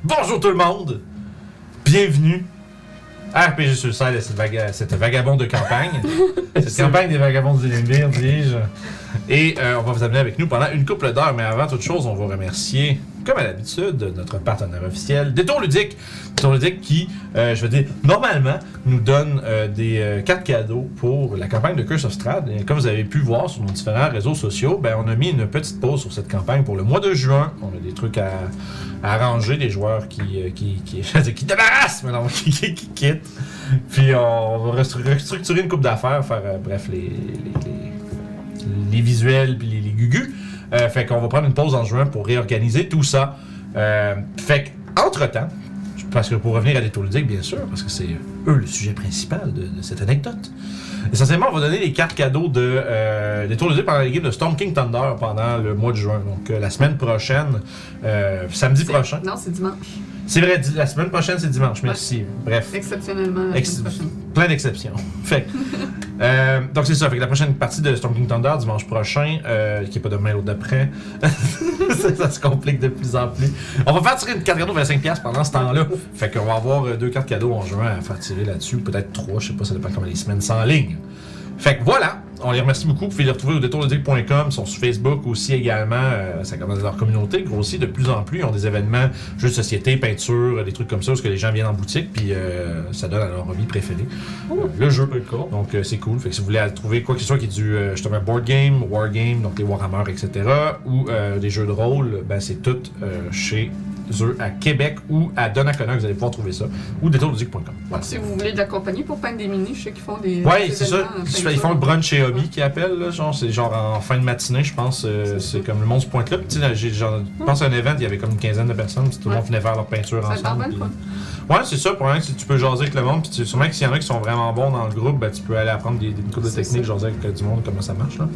Bonjour tout le monde! Bienvenue à RPG Suicide, cette vagabonde de campagne. Cette campagne des vagabonds du Limbir, dis-je. Et on va vous amener avec nous pendant une couple d'heures, mais avant toute chose, on va remercier, comme à l'habitude, notre partenaire officiel, Détour Ludique. Détour Ludique qui, je veux dire, normalement, nous donne des cartes cadeaux pour la campagne de Curse of Strahd. Et comme vous avez pu voir sur nos différents réseaux sociaux, ben, on a mis une petite pause sur cette campagne pour le mois de juin. On a des trucs à arranger, des joueurs qui débarrassent, mais non, qui quittent. Puis on va restructurer une couple d'affaires, faire, bref, les visuels puis les gugus. Fait qu'on va prendre une pause en juin pour réorganiser tout ça. Fait qu'entre-temps, parce que pour revenir à Détour Ludique, bien sûr, parce que c'est eux le sujet principal de cette anecdote, essentiellement, on va donner les cartes cadeaux de Détour Ludique pendant les games de Storm King Thunder pendant le mois de juin. Donc la semaine prochaine, samedi prochain. Non, c'est dimanche. C'est vrai, la semaine prochaine, c'est dimanche, merci. Ouais. Bref. Exceptionnellement, la semaine prochaine. Plein d'exceptions. Fait donc c'est ça, fait que la prochaine partie de Storm King Thunder, dimanche prochain, qui est pas demain, l'autre d'après, ça se complique de plus en plus. On va faire tirer une carte cadeau de 25$ pendant ce temps-là. Fait qu'on va avoir 2 cartes cadeaux en juin à faire tirer là-dessus, peut-être 3, je sais pas, ça dépend comment les semaines sont en ligne. Fait que voilà, on les remercie beaucoup. Vous pouvez les retrouver au détourludique.com. Ils sont sur Facebook aussi également. Ça commence leur communauté grossit de plus en plus. Ils ont des événements, jeux de société, peinture, des trucs comme ça, parce que les gens viennent en boutique, puis ça donne à leur hobby préféré. Le jeu. Donc c'est cool. Fait que si vous voulez trouver quoi que ce soit qui est du justement board game, war game, donc les Warhammer, etc., ou des jeux de rôle, ben c'est tout chez eux à Québec ou à Donnacona, vous allez pouvoir trouver ça, ou détourludique.com. Voilà. Si vous voulez de la compagnie pour peindre des mini, je sais qu'ils font des. Ouais, c'est ça. Ils font le brunch chez Hobby qui appelle, là, genre, c'est genre en fin de matinée, je pense. C'est comme le monde se pointe là. Tu sais, je pense à un event, il y avait comme une quinzaine de personnes, puis tout le monde venait faire leur peinture ensemble. Puis... Ouais, c'est ça, pour un que tu peux jaser avec le monde, puis sûrement que s'il y en a qui sont vraiment bons dans le groupe, ben, tu peux aller apprendre des cours de technique, jaser avec du monde, comment ça marche, là.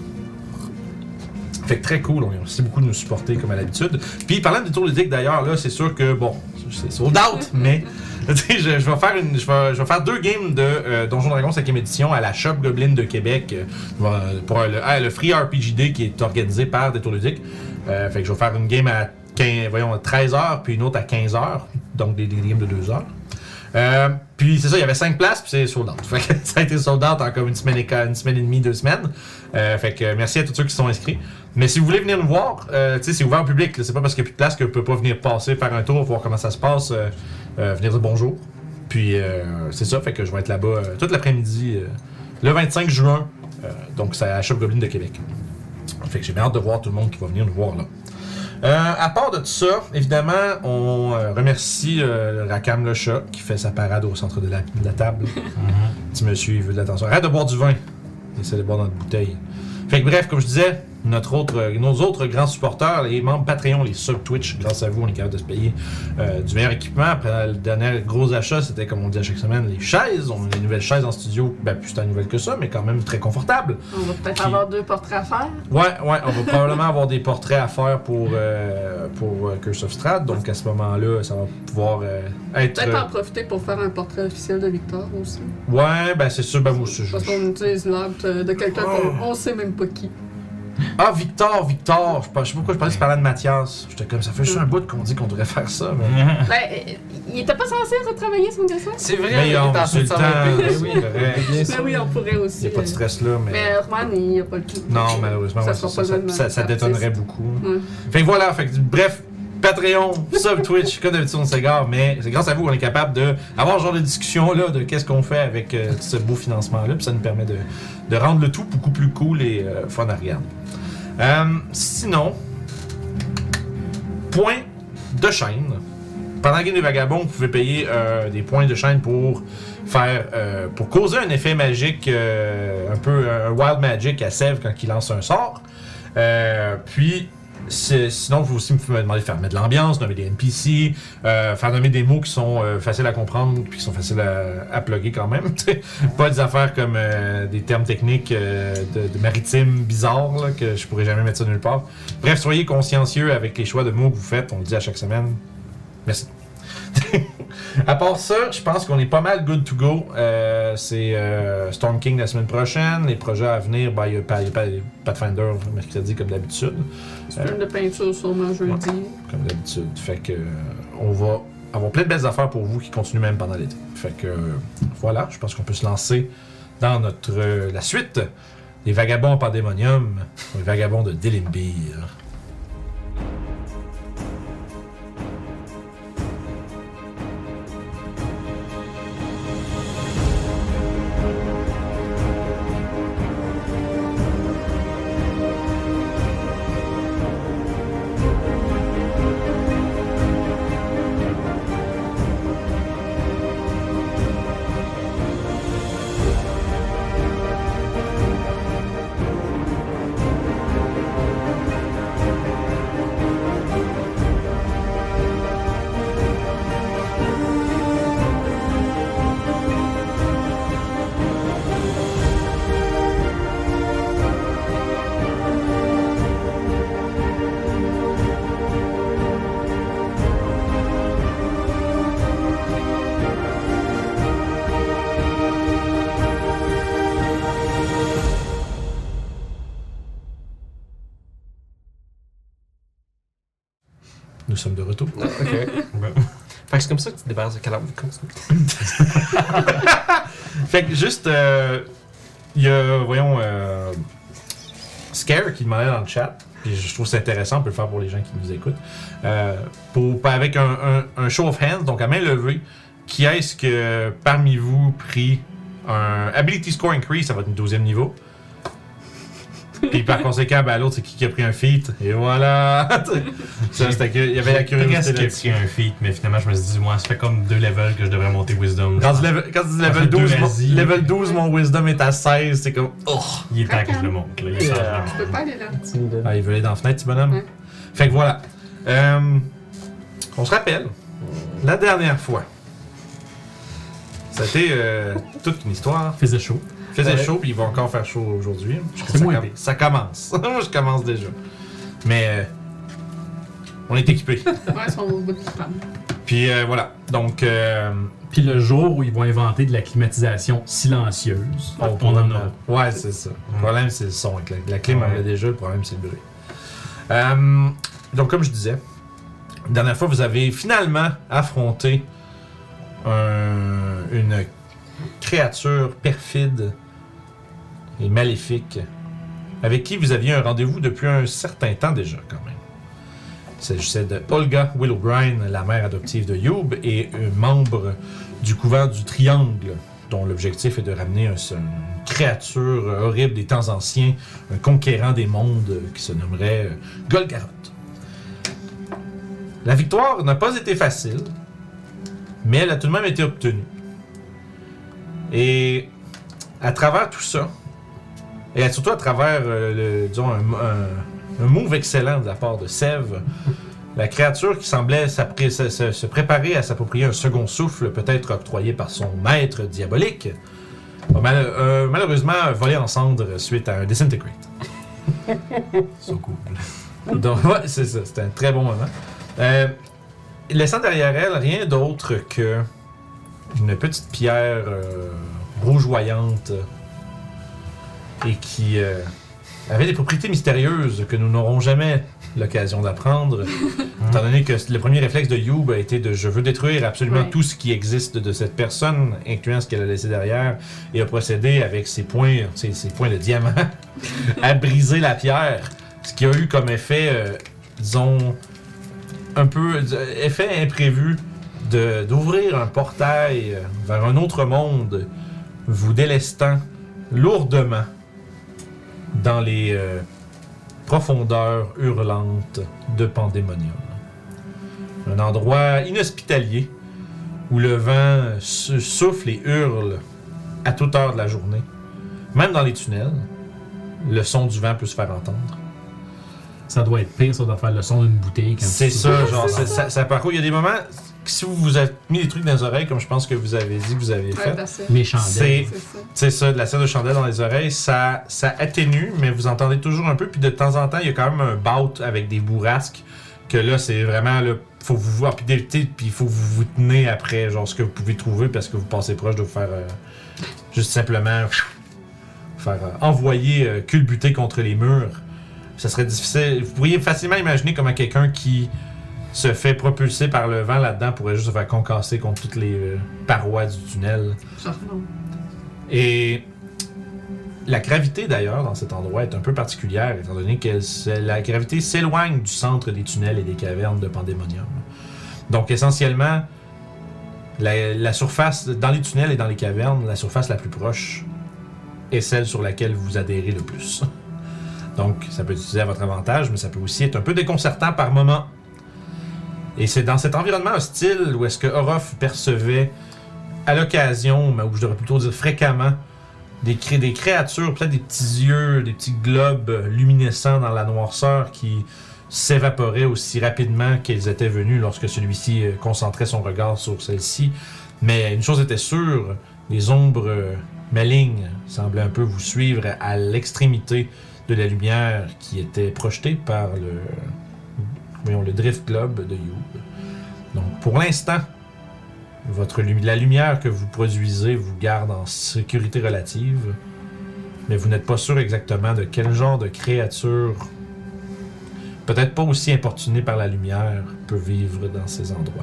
Fait que très cool, on remercie beaucoup de nous supporter comme à l'habitude. Puis parlant de Détour Ludique d'ailleurs, là, c'est sûr que bon, c'est sold out, mais je vais faire 2 games de Donjons Dragons 5e édition à la Shop Goblin de Québec pour le Free RPG Day qui est organisé par Détour Ludique. Fait que je vais faire une game à 13h puis une autre à 15h, donc des games de 2 heures. Puis c'est ça, il y avait 5 places, puis c'est sold out. Fait que ça a été sold out en comme une semaine et demie, 2 semaines. Fait que merci à tous ceux qui sont inscrits. Mais si vous voulez venir nous voir, c'est ouvert au public. Là, c'est pas parce qu'il n'y a plus de place que vous pouvez pas venir passer, faire un tour, voir comment ça se passe, venir dire bonjour. Puis c'est ça, fait que je vais être là-bas toute l'après-midi, le 25 juin. Donc c'est à la Shop Goblin de Québec. Fait que j'ai bien hâte de voir tout le monde qui va venir nous voir là. À part de tout ça, évidemment, on remercie Rakam le chat qui fait sa parade au centre de la table. Petit monsieur, il veut de l'attention. Arrête de boire du vin. Il essaie de boire dans une bouteille. Fait que bref, comme je disais, nos autres grands supporters, les membres Patreon, les subs Twitch, grâce à vous, on est capable de se payer du meilleur équipement. Après le dernier gros achat, c'était comme on dit à chaque semaine, les chaises. On a des nouvelles chaises en studio, ben plus tant nouvelles que ça, mais quand même très confortables. On va peut-être avoir 2 portraits à faire. Ouais, on va probablement avoir des portraits à faire pour Curse of Strahd, donc à ce moment-là, ça va pouvoir être... Peut-être en profiter pour faire un portrait officiel de Victor aussi. Ouais, ben c'est sûr, ben moi aussi. Parce qu'on utilise l'art de quelqu'un qu'on sait même pas qui. Ah, Victor! Je sais pas pourquoi je parlais que tu parlais de Mathias. J'étais comme, ça fait juste un bout qu'on dit qu'on devrait faire ça, mais... Ben, il était pas censé retravailler son dessin? C'est vrai, mais il est en train de le temps. Ben oui, on pourrait aussi. Il n'y a pas de stress là, mais... Mais Roman, il n'y a pas le temps. Non, malheureusement, ça détonnerait beaucoup. Ouais. Fait que voilà, bref... Patreon, sub Twitch, comme d'habitude on s'égare, mais c'est grâce à vous qu'on est capable d'avoir ce genre de discussion là de qu'est-ce qu'on fait avec ce beau financement là, puis ça nous permet de rendre le tout beaucoup plus cool et fun à regarder. Sinon, points de chaîne. Pendant la game des vagabonds, vous pouvez payer des points de chaîne pour pour causer un effet magique, un peu un wild magic à Sèvres quand il lance un sort. Puis sinon, vous aussi me demander de faire mettre de l'ambiance, nommer des NPC, faire nommer des mots qui sont faciles à comprendre puis qui sont faciles à plugger quand même. Pas des affaires comme des termes techniques de maritimes bizarres là, que je pourrais jamais mettre ça nulle part. Bref, soyez consciencieux avec les choix de mots que vous faites. On le dit à chaque semaine. Merci. À part ça, je pense qu'on est pas mal good to go. C'est Storm King la semaine prochaine. Les projets à venir, il y a Pathfinder mercredi comme d'habitude. Sprint de peinture sûrement jeudi. Comme d'habitude. Fait que on va avoir plein de belles affaires pour vous qui continuent même pendant l'été. Fait que voilà, je pense qu'on peut se lancer dans la suite des Vagabonds en Pandémonium, les Vagabonds de Delimbir. Nous sommes de retour. Ok. Ouais. Fait que c'est comme ça que tu te débarrasses de Call of Duty. Fait que juste, il y a, voyons, Scare qui demandait dans le chat, puis je trouve ça intéressant, on peut le faire pour les gens qui nous écoutent, avec un show of hands, donc à main levée, qui est-ce que parmi vous pris un Ability Score Increase à votre 12e niveau? Puis par conséquent, ben, l'autre, c'est qui a pris un feat. Et voilà! Ça, c'était que, il y avait la curiosité là. J'ai pris un feat, mais finalement, je me suis dit, moi, ça fait comme 2 levels que je devrais monter Wisdom. Quand tu dis level 12, mon Wisdom est à 16, c'est comme. Oh! Il est temps que je le monte. Là. Tu peux pas aller là. Ah, il veut aller dans la fenêtre, petit bonhomme? Ouais. Fait que voilà. On se rappelle, la dernière fois, ça a été toute une histoire. Faisait chaud. Il faisait chaud, puis il va encore faire chaud aujourd'hui. C'est moins pire. Ça commence. Je commence déjà. Mais on est équipés. Ouais, ils sont au bout de la Puis voilà. Donc, Puis le jour où ils vont inventer de la climatisation silencieuse, on en a. ouais, c'est ça. Le problème, c'est le son. Avec la clim, on l'a déjà. Le problème, c'est le bruit. Donc, comme je disais, la dernière fois, vous avez finalement affronté une créature perfide et maléfique avec qui vous aviez un rendez-vous depuis un certain temps déjà, quand même. Il s'agissait de Olga Willowbrine, la mère adoptive de Youb, et un membre du couvent du Triangle, dont l'objectif est de ramener une créature horrible des temps anciens, un conquérant des mondes qui se nommerait Golgaroth. La victoire n'a pas été facile, mais elle a tout de même été obtenue. Et à travers tout ça, et surtout à travers disons, un move excellent de la part de Sève, la créature qui semblait se préparer à s'approprier un second souffle, peut-être octroyé par son maître diabolique, a malheureusement volé en cendres suite à un disintegrate. So cool. Donc, ouais, c'est ça, c'était un très bon moment. Laissant derrière elle rien d'autre que une petite pierre rougeoyante et qui avait des propriétés mystérieuses que nous n'aurons jamais l'occasion d'apprendre, étant donné que le premier réflexe de Youb a été de « je veux détruire absolument tout ce qui existe de cette personne, incluant ce qu'elle a laissé derrière », et a procédé avec ses poings de diamant à briser la pierre, ce qui a eu comme effet, disons, un peu effet imprévu d'ouvrir un portail vers un autre monde, vous délestant lourdement dans les profondeurs hurlantes de Pandémonium. Un endroit inhospitalier où le vent souffle et hurle à toute heure de la journée. Même dans les tunnels, le son du vent peut se faire entendre. Ça doit être pire, ça doit faire le son d'une bouteille. C'est ça, genre, ça parcourt. Il y a des moments, si vous vous avez mis des trucs dans les oreilles, comme je pense que vous avez dit que vous avez fait, mes chandelles. C'est ça, de la cire de chandelle dans les oreilles, ça atténue, mais vous entendez toujours un peu, puis de temps en temps, il y a quand même un bout avec des bourrasques, que là, c'est vraiment, là, faut vous voir, puis il faut vous tenir après, genre ce que vous pouvez trouver parce que vous passez proche de vous faire juste simplement faire envoyer, culbuter contre les murs. Ça serait difficile. Vous pourriez facilement imaginer comment quelqu'un qui se fait propulser par le vent là-dedans pourrait juste se faire concasser contre toutes les parois du tunnel. Charmant. Et la gravité d'ailleurs dans cet endroit est un peu particulière étant donné que la gravité s'éloigne du centre des tunnels et des cavernes de Pandemonium. Donc essentiellement, la surface, dans les tunnels et dans les cavernes, la surface la plus proche est celle sur laquelle vous adhérez le plus. Donc ça peut être utilisé à votre avantage, mais ça peut aussi être un peu déconcertant par moment. Et c'est dans cet environnement hostile où est-ce que Orof percevait à l'occasion, ou je devrais plutôt dire fréquemment, des créatures, peut-être des petits yeux, des petits globes luminescents dans la noirceur qui s'évaporaient aussi rapidement qu'ils étaient venus lorsque celui-ci concentrait son regard sur celle-ci. Mais une chose était sûre, les ombres malignes semblaient un peu vous suivre à l'extrémité de la lumière qui était projetée par le Drift Globe de Youb. Donc pour l'instant, la lumière que vous produisez vous garde en sécurité relative, mais vous n'êtes pas sûr exactement de quel genre de créature, peut-être pas aussi importunée par la lumière, peut vivre dans ces endroits.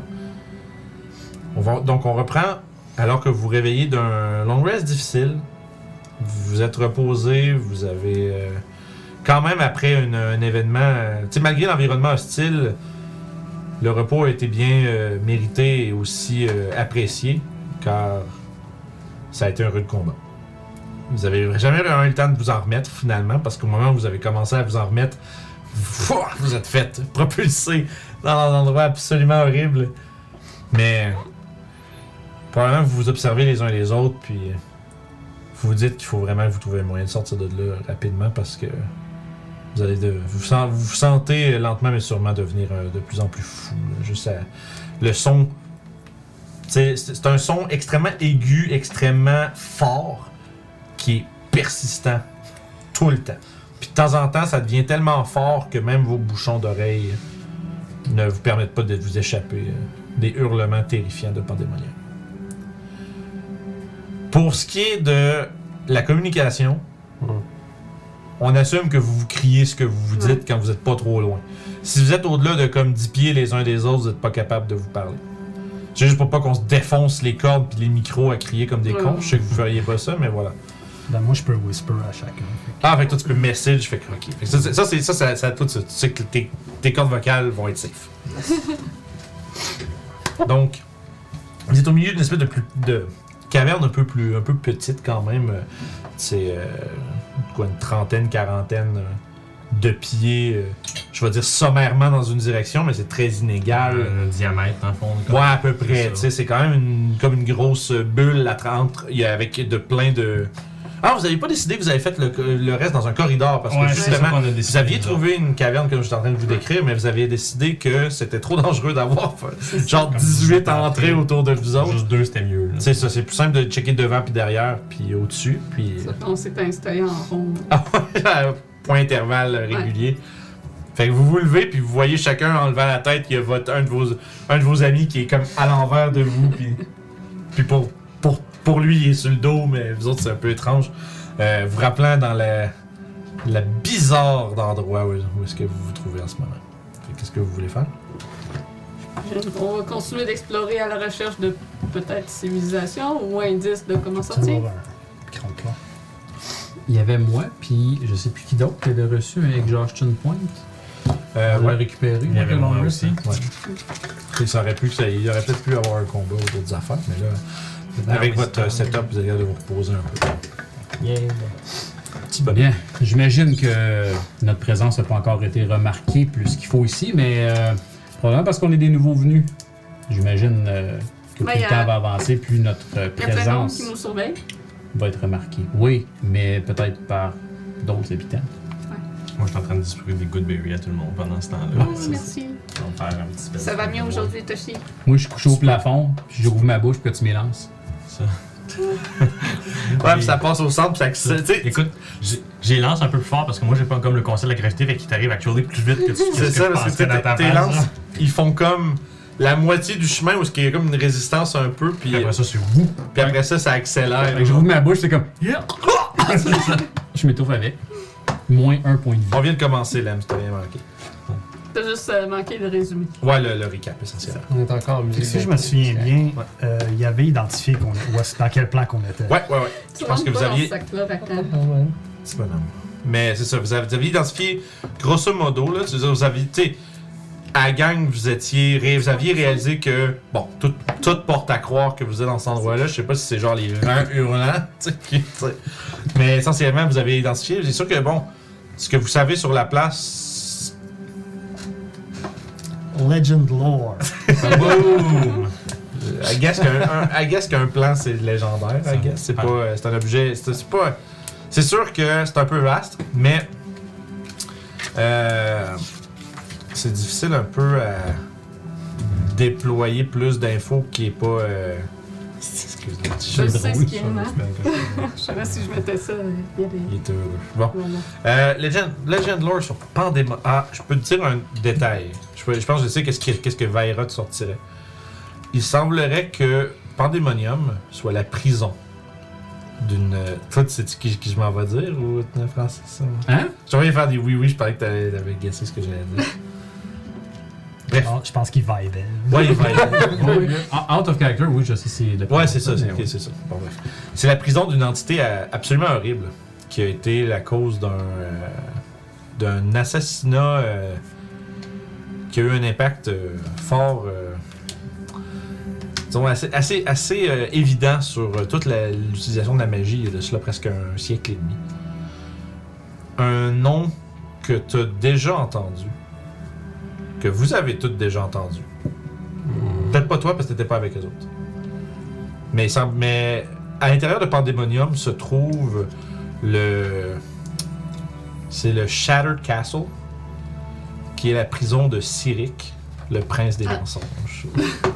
Donc on reprend, alors que vous vous réveillez d'un long rest difficile, vous êtes reposé, vous avez quand même après un événement, malgré l'environnement hostile, le repos a été bien mérité et aussi apprécié, car ça a été un rude combat. Vous n'avez jamais eu le temps de vous en remettre, finalement, parce qu'au moment où vous avez commencé à vous en remettre, vous êtes fait propulser dans un endroit absolument horrible. Mais probablement vous vous observez les uns et les autres, puis vous vous dites qu'il faut vraiment que vous trouviez un moyen de sortir de là rapidement, parce que vous allez vous sentez lentement mais sûrement devenir de plus en plus fou. Là. Juste le son, c'est un son extrêmement aigu, extrêmement fort, qui est persistant tout le temps. Puis de temps en temps, ça devient tellement fort que même vos bouchons d'oreilles ne vous permettent pas de vous échapper des hurlements terrifiants de Pandemonium. Pour ce qui est de la communication, on assume que vous criez ce que vous vous dites quand vous n'êtes pas trop loin. Si vous êtes au-delà de comme 10 pieds les uns des autres, vous n'êtes pas capable de vous parler. C'est juste pour pas qu'on se défonce les cordes puis les micros à crier comme des cons. Je sais que vous feriez pas ça, mais voilà. Ben, moi, je peux whisper à chacun. Ah, fait que toi, tu peux message. Fait que, ok. Fait que ça, tout ça. Tu sais que tes cordes vocales vont être safe. Donc, vous êtes au milieu d'une espèce de caverne un peu petite quand même. C'est une trentaine, quarantaine de pieds, je vais dire sommairement dans une direction, mais c'est très inégal. Un diamètre, en fond. Ouais, à peu près. C'est quand même comme une grosse bulle à 30, avec plein de... Ah, vous n'avez pas décidé que vous avez fait le reste dans un corridor, parce que justement, vous aviez trouvé une caverne comme je suis en train de vous décrire, mais vous aviez décidé que c'était trop dangereux d'avoir genre 18 entrées autour de vous autres. Juste 2, c'était mieux. C'est ça, c'est plus simple de checker devant puis derrière, puis au-dessus, puis... On s'est installé en rond. Ah ouais, à point intervalle régulier. Fait que vous vous levez, puis vous voyez chacun en levant la tête qu'il y a un de vos amis qui est comme à l'envers de vous, puis pour lui, il est sur le dos, mais vous autres, c'est un peu étrange. Vous rappelant dans la bizarre d'endroit où est-ce que vous vous trouvez en ce moment. Qu'est-ce que vous voulez faire? On va continuer d'explorer à la recherche de peut-être civilisation ou indices de comment sortir. Il y avait moi, puis je sais plus qui d'autre qui avait reçu un exhaustion point. On l'a récupéré. Il y avait moi aussi. Ouais. Ça aurait pu, il aurait peut-être pu avoir un combat ou d'autres affaires, mais là, avec votre setup, vous allez de vous reposer un peu. Yeah. Petit bonhomme. Bien, j'imagine que notre présence n'a pas encore été remarquée plus qu'il faut ici, mais probablement parce qu'on est des nouveaux venus. J'imagine que plus le temps va avancer, plus notre présence qui nous surveille. Va être remarquée. Oui, mais peut-être par d'autres habitants. Moi, je suis en train de distribuer des Goodberry à tout le monde pendant ce temps-là. Oh, merci. On va faire un petit peu. Ça va mieux aujourd'hui, Toshi? Moi, je suis couché au plafond, puis j'ouvre ma bouche, puis que tu m'élances. Ça. Ouais, puis ça passe au centre, puis ça accélère. Tu sais, Écoute, j'ai lance un peu plus fort parce que moi j'ai pas comme le concept de la gravité, fait qu'il t'arrive à actually plus vite que tu c'est ça, parce que dans ta tes face, lances, là. ils font comme la moitié du chemin où il y a comme une résistance un peu, Puis après ça, c'est wouh! puis après ça accélère. Fait que je rouvre ma bouche, c'est comme. Je m'étouffe avec. Moins 1 point de vie. On vient de commencer, Lem, si t'as rien manqué. T'as juste manqué le résumé. Ouais, le recap essentiel. On est encore en musique. Si je me souviens bien, il y avait identifié dans quel plan qu'on était. Ouais. Je pense que vous aviez. C'est pas non. Mais c'est ça, vous aviez identifié, grosso modo, là, c'est-à-dire vous aviez, tu sais, à la gang, vous aviez réalisé que, bon, tout porte à croire que vous êtes dans cet endroit-là. Je sais pas si c'est genre les rangs hurlants, tu sais. Mais essentiellement, vous avez identifié. C'est sûr que, bon, ce que vous savez sur la place. Legend lore. Boom! I guess qu'un plan, c'est légendaire, I guess. C'est pas. C'est un objet. C'est pas. C'est sûr que c'est un peu vaste, mais c'est difficile un peu à déployer plus d'infos qui est pas. Excuse-moi, Je sais ce qui est mal. Je sais pas si je mettais ça. Il y a des. il est heureux. Bon. Voilà. Legend Lore sur Pandémonium. Ah, je peux te dire un détail. Je pense que je sais qu'est-ce que Vaira te sortirait. Il semblerait que Pandémonium soit la prison d'une. Toi, tu sais qui je m'en vais dire ou Francis? Hein? Je vais faire des oui, je parlais que t'avais guessé ce que j'allais dire. Bref. Je pense qu'il vibait. Ouais, il va Out of character, oui, je sais c'est le. Ouais, c'est ça, c'est ça. Bon, bref. C'est la prison d'une entité absolument horrible qui a été la cause d'un assassinat qui a eu un impact fort. Disons, assez évident sur toute l'utilisation de la magie il y a de cela presque un siècle et demi. Un nom que tu as déjà entendu, que vous avez tous déjà entendu. Peut-être pas toi parce que t'étais pas avec eux autres. Mais à l'intérieur de Pandemonium se trouve c'est le Shattered Castle, qui est la prison de Cyric, le prince des mensonges.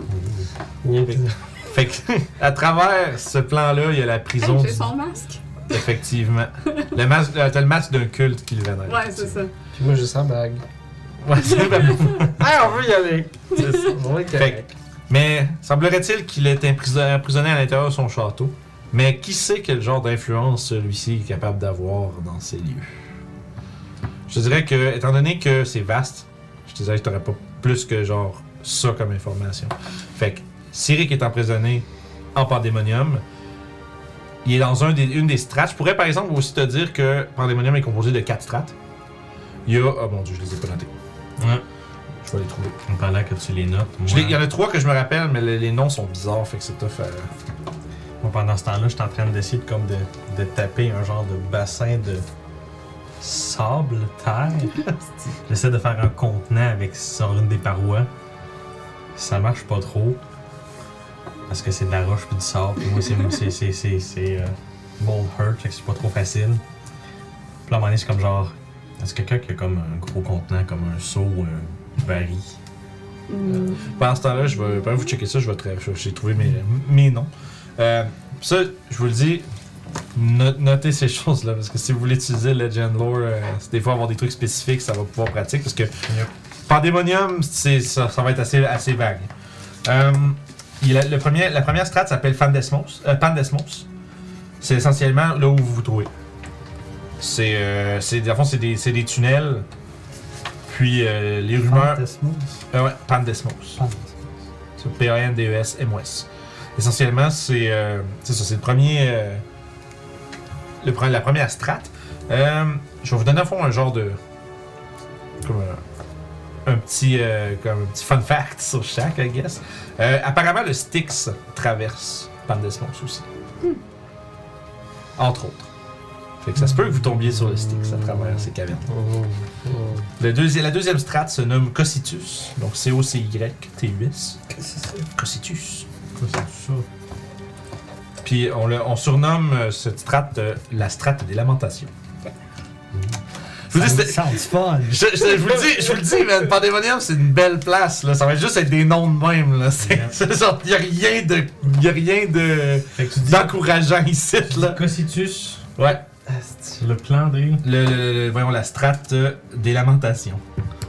Fait que, à travers ce plan-là, il y a la prison. J'ai son masque. Effectivement. T'as le masque d'un culte qui le vénère. Ouais, c'est ça. Puis moi, j'ai sa bague. Ouais, c'est vrai. Ah, on veut y aller! C'est ça. Fait que- mais semblerait-il qu'il est emprisonné à l'intérieur de son château. Mais qui sait quel genre d'influence celui-ci est capable d'avoir dans ces lieux? Je te dirais que, étant donné que c'est vaste, je te dirais que t'aurais pas plus que genre ça comme information. Fait que Cyric est emprisonné en Pandemonium. Il est dans une des strates. Je pourrais par exemple aussi te dire que Pandemonium est composé de 4 strates. Il y a... Oh mon dieu, je les ai pas notés. Ouais. Je vais les trouver. On parlait que tu les notes. Il y en a 3 que je me rappelle, mais les noms sont bizarres, fait que c'est tough à... Moi, pendant ce temps-là, j'étais en train d'essayer de taper un genre de bassin de sable, terre. J'essaie de faire un contenant avec sur une des parois. Ça marche pas trop. Parce que c'est de la roche puis du sable. Puis moi, c'est Mold Hurt, fait que c'est pas trop facile. Puis là, à un moment donné, c'est comme genre. Est-ce que quelqu'un qui a comme un gros contenant, comme un seau ou un baril? Pendant ce temps-là, pendant que vous checkez ça, j'ai trouvé mes noms. Ça, je vous le dis, notez ces choses-là, parce que si vous voulez utiliser Legend Lore, des fois avoir des trucs spécifiques, ça va pouvoir pratique, parce que Pandemonium, ça va être assez vague. La première strat s'appelle Pandesmos. C'est essentiellement là où vous vous trouvez. Dans le fond, c'est des tunnels. Puis les rumeurs. Ouais, Pandesmos. C'est P-A-N-D-E-S-M-O-S. Essentiellement, c'est ça, c'est le premier. La première strat. Je vais vous donner à fond un genre de. Comme un petit fun fact sur chaque, I guess. Apparemment, le Styx traverse Pandesmos aussi. Entre autres. Fait que ça se peut que vous tombiez sur le Styx à travers ces cavernes. La deuxième strat se nomme Cocytus. Donc C-O-C-Y-T-U-S. Cocytus. Quoi, c'est ça? Puis on surnomme cette strat la strat des lamentations. Je Sounds fun. Je vous le dis, man, Pandemonium, c'est une belle place, là. Ça va juste être des noms de même, là. C'est genre, y a rien de Fait que tu dis d'encourageant ici, là. Cocytus, Ouais. le plan des. Voyons la strate des lamentations.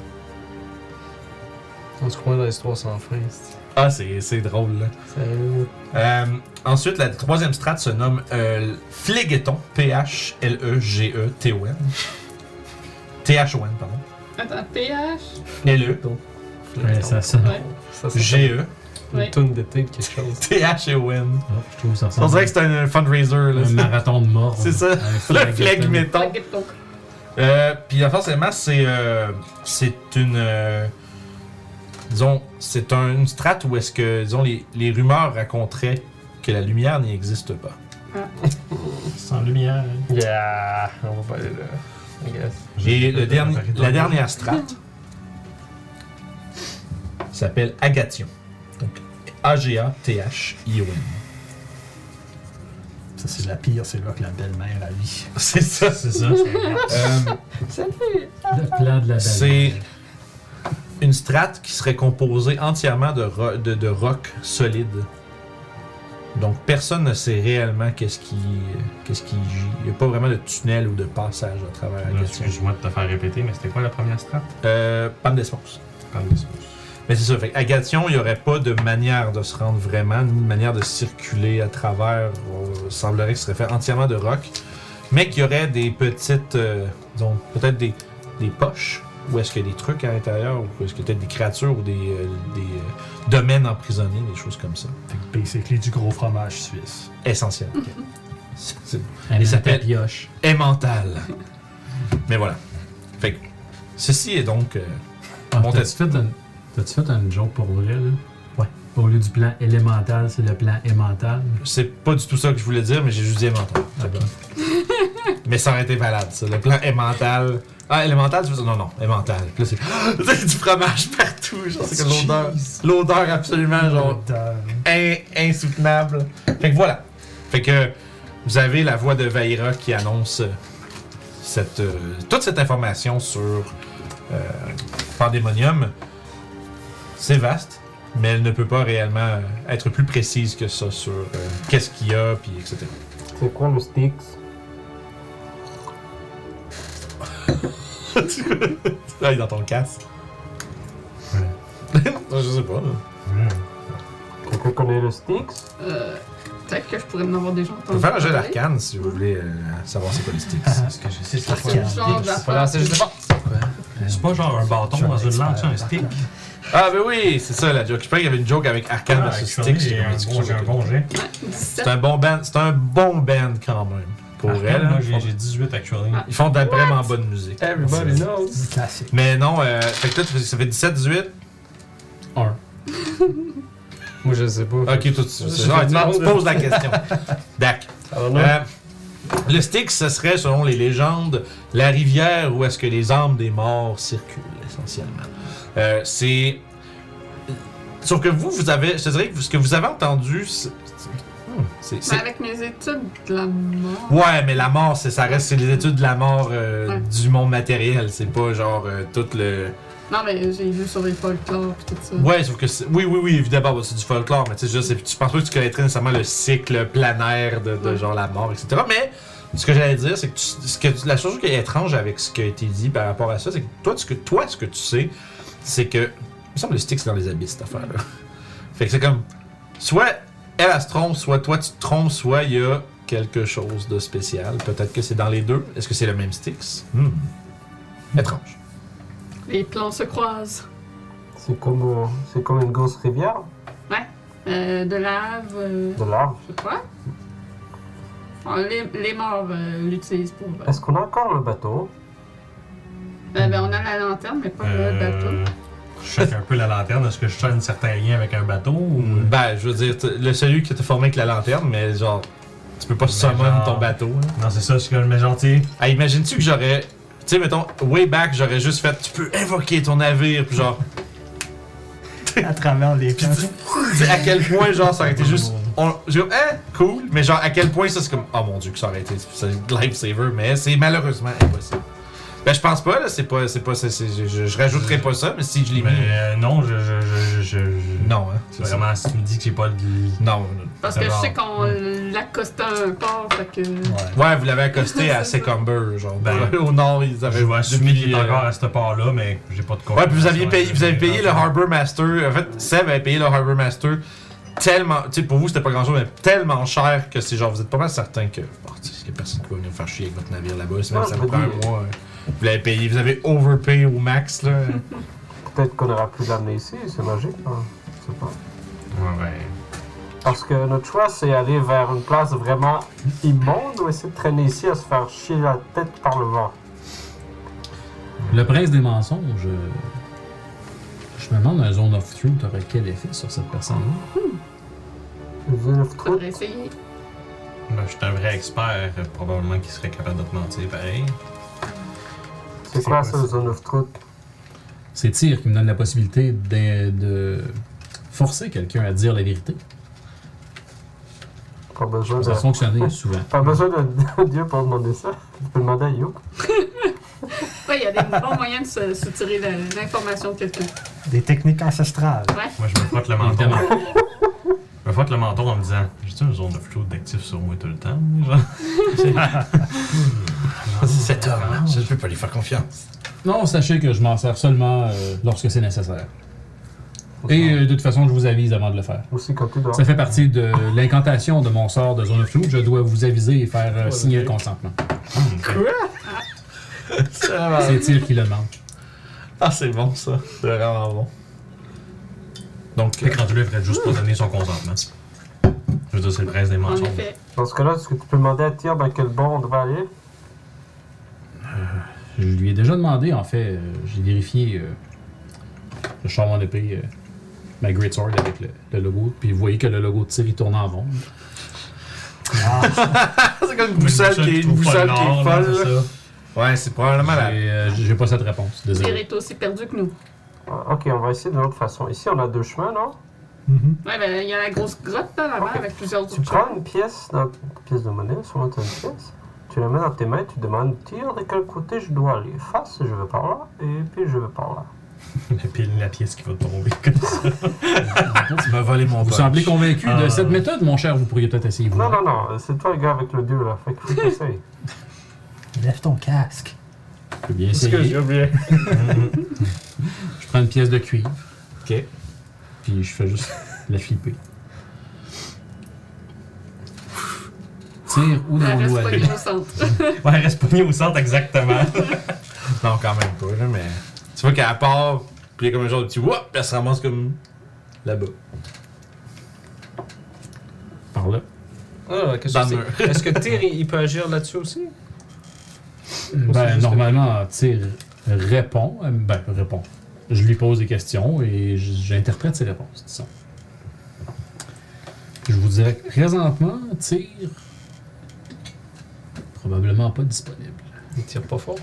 On se croit dans l'histoire sans fin. c'est- Ah, c'est drôle, là. Sérieux. Ensuite, la troisième strate se nomme Phlégeton. P-H-L-E-G-E-T-O-N. T-H-O-N, pardon. Attends, PH? L-E. Ouais, ça sonne. Ouais. Ça, c'est G-E. une Ouais. toune d'été de quelque chose. T-H-O-N. Oh, je trouve que ça On ressemble dirait que c'est un fundraiser, là. un marathon de mort. C'est ça. Le phlegmeton. Baguetton. Puis forcément, c'est une disons, c'est une strate où est-ce que, disons, les rumeurs raconteraient que la lumière n'y existe pas. Sans lumière. Yeah! On va pas aller là. I guess. Et la dernière strate s'appelle Agation. Donc A-G-A-T-H-I-O-N. Ça, c'est la pire, c'est là que la belle-mère a vie. C'est ça. C'est ça. Salut! Le plan de la belle. C'est une strate qui serait composée entièrement de roc solide. Donc personne ne sait réellement qu'est-ce qui gît. Il n'y a pas vraiment de tunnel ou de passage à travers Là, Agation. excuse-moi de te faire répéter, mais c'était quoi la première strate? Panne d'espace. Panne d'espace. Mais c'est ça, fait Agation, il n'y aurait pas de manière de se rendre vraiment, ni de manière de circuler à travers. Il semblerait que ce serait fait entièrement de roc, mais qu'il y aurait des petites, disons, peut-être des poches, où est-ce qu'il y a des trucs à l'intérieur, ou est-ce qu'il y a peut-être des créatures ou des domaines emprisonnés, des choses comme ça. Fait que basically du gros fromage suisse. Essentiel. C'est Elle il est s'appelle- pioche. mental. Mais voilà. Fait que ceci est donc. Ah, Mon t'as-tu fait une joke pour vrai, là? Ouais. Au lieu du plan élémental, c'est le plan émental. C'est pas du tout ça que je voulais dire, mais j'ai juste dit mental. D'accord. Mais ça aurait été valable, ça. Le plan est mental. Ah, élémental, tu veux dire? Non, élémental. Puis là, c'est du fromage partout. Genre, c'est que l'odeur absolument, genre, insoutenable. Fait que voilà. Fait que vous avez la voix de Vaira qui annonce toute cette information sur Pandemonium. C'est vaste, mais elle ne peut pas réellement être plus précise que ça sur qu'est-ce qu'il y a, puis etc. C'est quoi le Styx? Là, il est dans ton casque. Je sais pas. Quelqu'un connaît le Styx? Peut-être que je pourrais en avoir déjà On entendu. peut faire un jeu parler. d'arcane si vous voulez savoir c'est quoi les sticks. Est-ce que je sais c'est quoi Quel un genre stick? d'affaire? Voilà, c'est je sais pas. C'est pas genre un bâton dans une langue, c'est un stick. Ah, ben oui, c'est ça la joke. Je croyais qu'il y avait une joke avec arcane versus stick. J'ai un bon jet. 17. C'est un bon band quand même. Pour elle. Moi, Hein. j'ai 18 actually. Ah. Ils font de la vraiment bonne musique. Everybody knows. Classique. Mais non, fait que là, ça fait 17-18. 1. Moi, je sais pas. Ok, tout de suite. Tu poses la question. Dac. Alors, non. Le Styx, ce serait, selon les légendes, la rivière où est-ce que les âmes des morts circulent, essentiellement. C'est... Sauf que vous avez... Je te dirais que ce que vous avez entendu, c'est... Mais avec mes études de la mort. Ouais, mais la mort, ça reste c'est les études de la mort Ouais. du monde matériel. C'est pas genre tout le... Non, mais j'ai lu sur les folklores et tout ça. Ouais, sauf que... Oui, évidemment, bah, c'est du folklore, mais tu sais, tu penses pas que tu connaîtrais nécessairement le cycle planaire de genre la mort, etc. Mais ce que j'allais dire, c'est que, la chose qui est étrange avec ce qui a été dit par rapport à ça, c'est que toi, ce que tu sais, c'est que... Il me semble que le Styx, c'est dans les abysses, cette affaire-là. Fait que c'est comme... Soit elle se trompe, soit toi, tu te trompes, soit il y a quelque chose de spécial. Peut-être que c'est dans les deux. Est-ce que c'est le même Styx? Étrange. Les plans se croisent. C'est comme une grosse rivière De lave. de lave. Je sais pas. Bon, les morts l'utilisent pour. Est-ce qu'on a encore le bateau? Ben, on a la lanterne, mais pas le bateau. Je check un peu la lanterne. Est-ce que je sens un certain lien avec un bateau ou... Ben, je veux dire, celui qui t'a formé avec la lanterne, mais genre, tu peux pas summon genre- ton bateau. Hein. Non, c'est ça, c'est que mais gentil. Ah, imagines-tu que j'aurais. Tu sais, mettons, way back, j'aurais juste fait, tu peux invoquer ton navire, puis genre. À travers les Puis plans. tu sais, à quel point, genre, ça aurait été juste. J'ai comme, cool, mais genre, à quel point ça, c'est comme, oh mon dieu, que ça aurait été c'est lifesaver, mais c'est malheureusement impossible. Ben, je pense pas, là. Je rajouterai pas ça, mais si je l'ai mis. Mais non, Non, hein. C'est vraiment, si tu me dis que j'ai pas de. Non. Parce que je sais qu'on l'accostait à un port, fait que. Ouais, vous l'avez accosté à Secumber, genre. Ben, au nord, ils avaient. Je vais assumer qu'il est depuis, encore à ce port-là, mais j'ai pas de Ouais, puis vous avez payé le Harbor Master. En fait, Seb avait payé le Harbor Master tellement. Tu sais, pour vous, c'était pas grand chose, mais tellement cher que c'est genre, vous êtes pas mal certain que. Oh, tu sais, y a personne qui va venir vous faire chier avec votre navire là-bas. Même ça vous prend un mois. Vous l'avez payé, vous avez overpayé au max, là. Peut-être qu'on aura pu l'amener ici, c'est logique. Hein? Je sais pas. Ouais. Parce que notre choix, c'est aller vers une place vraiment immonde ou essayer de traîner ici à se faire chier la tête par le vent. Le prince des mensonges. Je me demande, un Zone of Truth aurait quel effet sur cette personne-là? Zone of Truth. Faudrait essayer. Ben, je suis un vrai expert, probablement qui serait capable de te mentir pareil. C'est quoi ça, Zone of Truth? C'est Tyr qui me donne la possibilité de forcer quelqu'un à dire la vérité. Pas besoin Ça a de... fonctionné souvent. Pas besoin de Dieu pour demander ça. Tu peux demander à Youk. Ouais, il y a des bons moyens de se tirer l'information de quelqu'un. Des techniques ancestrales. Ouais. Moi, je me frotte le menton. Évidemment. Je me frotte le menton en me disant, j'ai-tu une zone de flow d'actif sur moi tout le temps? Genre? C'est cet homme, je ne peux pas lui faire confiance. Non, sachez que je m'en sers seulement lorsque c'est nécessaire. Et de toute façon, je vous avise avant de le faire. Aussi quand tu dors. Ça fait partie de l'incantation de mon sort de Zone of Truth. Je dois vous aviser et faire signer le consentement. C'est Tyr qui le demande. Ah, c'est bon, ça. C'est vraiment bon. Donc, Fait que rendu là, il ferait juste pas donner son consentement. Je veux dire, c'est le prince des En mensonges. effet. Dans ce cas-là, est-ce que tu peux demander à Tyr dans quel bord on devrait aller? Je lui ai déjà demandé, en fait. J'ai vérifié le charbon d'épée, ma Great Sword avec le logo. Puis vous voyez que le logo de Tyr, il tourne en rond. c'est comme une boussole qui est folle. Là. Ouais, c'est probablement la. J'ai pas cette réponse, Tyr désolé. est aussi perdu que nous. Ok, on va essayer d'une autre façon. Ici, on a deux chemins, non? Ouais, ben, il y a la grosse grotte là, là-bas Ok. avec plusieurs autres Tu prends une pièce, une pièce de monnaie, sûrement tu as une pièce. Tu la mets dans tes mains, tu demandes Tyr de quel côté je dois aller. Face, je vais par là, et puis je vais par là. La pièce qui va tomber comme ça. Tu m'as volé mon Vous punch. semblez convaincu de cette méthode, mon cher? Vous pourriez peut-être essayer vous. Non, non, non, c'est toi le gars avec le dieu là, fait qu'il faut que tu essayes. Lève ton casque. Je peux bien essayer. oublié. Je prends une pièce de cuivre, Ok. puis je fais juste la flipper. Tire ou Elle dans l'eau reste avec. pognée au centre. Ouais, reste pogné au centre exactement. Non, quand même pas, là, mais. Tu vois qu'elle part, puis il y a comme un genre de petit whoop, puis elle se ramasse comme. Là-bas. Par là. Ah, qu'est-ce Dans que le mur. c'est? Est-ce que Tyr, il peut agir là-dessus aussi? Ben, normalement, Tyr répond. Répond. Je lui pose des questions et j'interprète ses réponses, disons. Je vous dirais que présentement, Tyr. Probablement pas disponible. Il tire pas fort.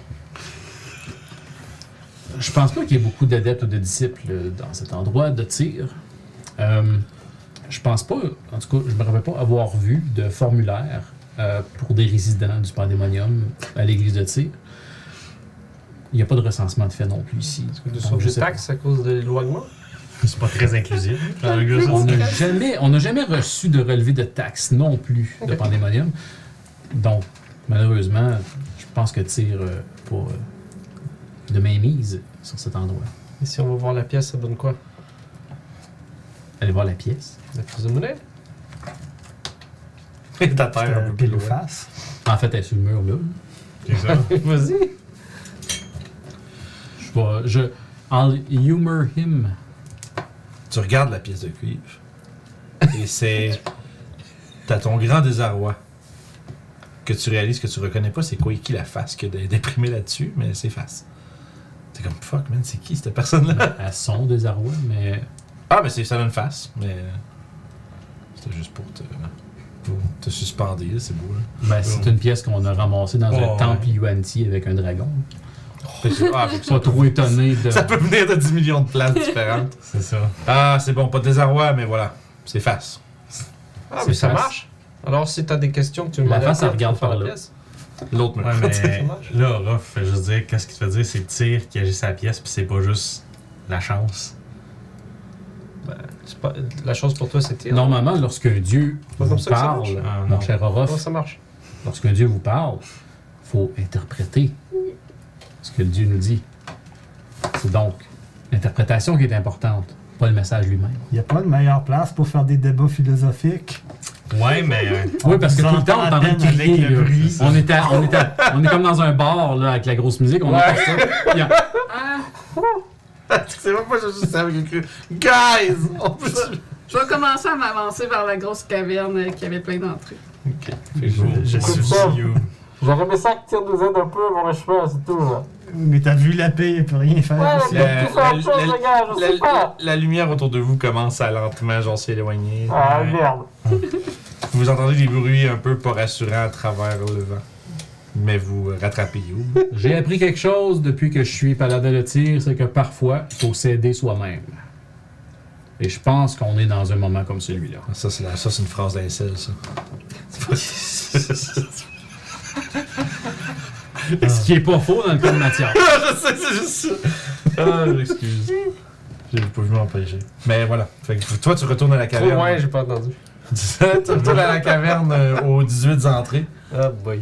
Je pense pas qu'il y ait beaucoup d'adeptes ou de disciples dans cet endroit de Tyr. Je pense pas, en tout cas, je me rappelle pas avoir vu de formulaire pour des résidents du Pandémonium à l'église de Tyr. Il n'y a pas de recensement de fait non plus ici. Est-ce que Donc, sont je des sais pas. taxes à cause de l'éloignement? C'est pas très inclusif. On n'a jamais reçu de relevé de taxes non plus de Ok. Pandémonium. Donc, malheureusement, je pense que Tyr pas de mainmise sur cet endroit. Et si on va voir la pièce, ça donne quoi? Allez voir la pièce. La pièce de monnaie? Ta terre un peu plus Pile ou loin. face. En fait, elle est sur le mur là. C'est ça. Vas-y! I'll humor him. Tu regardes la pièce de cuivre. Et c'est. T'as ton grand désarroi. Que tu réalises que tu reconnais pas c'est quoi et qui la face que d'imprimé là-dessus, mais c'est face. C'est comme fuck man, c'est qui cette personne-là? À son désarroi, mais Ah, mais ça a une face, mais. C'était juste pour te suspender, là, c'est beau là. ben, c'est une pièce qu'on a ramassée dans un Oh, temple Yuan-Ti avec un dragon. Fait que- ah, fait que Pas trop étonné de. ça peut venir de 10 millions de places différentes. C'est ça. Ah, c'est bon, pas de désarroi, mais voilà. C'est face. Ah, C'est mais ça face. marche! Alors, si t'as des questions que tu me La demandes à face, elle Tyr, regarde tu vas par faire la là. pièce. L'autre mur. Ouais, mais là, Ruff, fait juste dire, qu'est-ce qui te fait dire, c'est le tir qui agit sa pièce, puis c'est pas juste la chance. C'est pas... La chose pour toi, c'était. Normalement, lorsqu'un dieu pas vous comme ça que ça parle, marche. Ah, mon non. cher Comment Orof, ça marche? lorsqu'un dieu vous parle, il faut interpréter ce que le dieu nous dit. C'est donc l'interprétation qui est importante, pas le message lui-même. Il n'y a pas de meilleure place pour faire des débats philosophiques. Ouais, mais. Oui, parce que tout le temps, on est en train de avec crier. le là. bruit. On est comme dans un bar là, avec la grosse musique, on entend ça. Il y a- Ah, C'est même pas juste ça avec écrit Guys! On peut... je vais commencer à m'avancer vers la grosse caverne qui avait plein d'entrées. Ok. Je suis ça. You. J'aurais aimé ça que Tyr nous aide un peu avant le chemin, c'est tout. Là. Mais t'as vu la paix, il peut rien faire Ouais, aussi. mais tout faire autre chose, les gars, je sais pas. La lumière autour de vous commence à lentement genre s'éloigner. Ah merde. Vous entendez des bruits un peu pas rassurants à travers le vent. Mais vous rattrapez You. J'ai appris quelque chose depuis que je suis paladin de tir, c'est que parfois, il faut s'aider soi-même. Et je pense qu'on est dans un moment comme celui-là. Ça, c'est une phrase d'incel, ça. Ce qui est pas faux dans le cas de Mathias. Je sais, c'est juste ça. Ah, j'excuse. J'ai pas pu m'empêcher. Mais voilà. Fait que toi, tu retournes à la Trop caverne. loin, j'ai pas entendu. Tu retournes à la caverne aux 18 entrées. Ah, boy.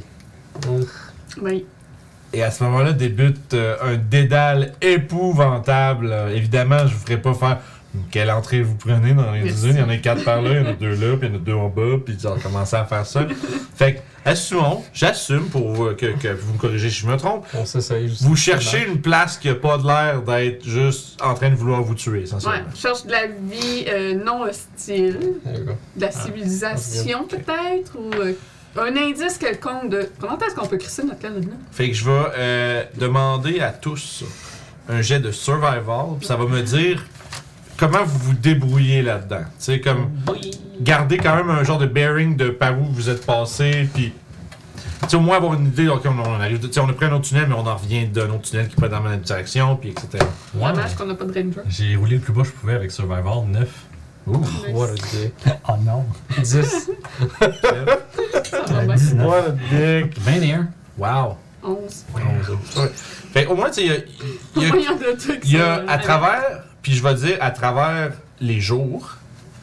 Oui. Et à ce moment-là débute un dédale épouvantable. Évidemment, je vous ferai pas faire quelle entrée vous prenez dans les Merci. usines. Il y en a 4 par là, il y en a 2 là, puis il y en a 2 en bas, puis ils ont commencé à faire ça. Fait que, assumons, j'assume pour que vous me corrigez si je me trompe, On s'essaye juste. vous cherchez une place qui a pas de l'air d'être juste en train de vouloir vous tuer, Ouais, essentiellement. je cherche de la vie non hostile, de la civilisation peut-être, ou un indice quelconque de. Comment est-ce qu'on peut crisser notre clan de là? Fait que je vais demander à tous un jet de survival, puis ça va me dire comment vous vous débrouillez là-dedans. Tu sais, comme garder quand même un genre de bearing de par où vous êtes passé, puis tu sais, au moins avoir une idée, ok, on arrive, tu sais, on a pris un autre tunnel, mais on en revient d'un autre tunnel qui peut être dans la même direction, puis etc. Dommage qu'on n'a pas de ranger. J'ai roulé le plus bas que je pouvais avec Survival 9. Ouh. What a dick. Oh non. 10. Ça va bien. 19. What a dick. Ben near. Wow. 11. Ouais. Fait au moins, tu sais, il y a, Combien de trucs il y a sur- à travers, puis je vais dire à travers les jours,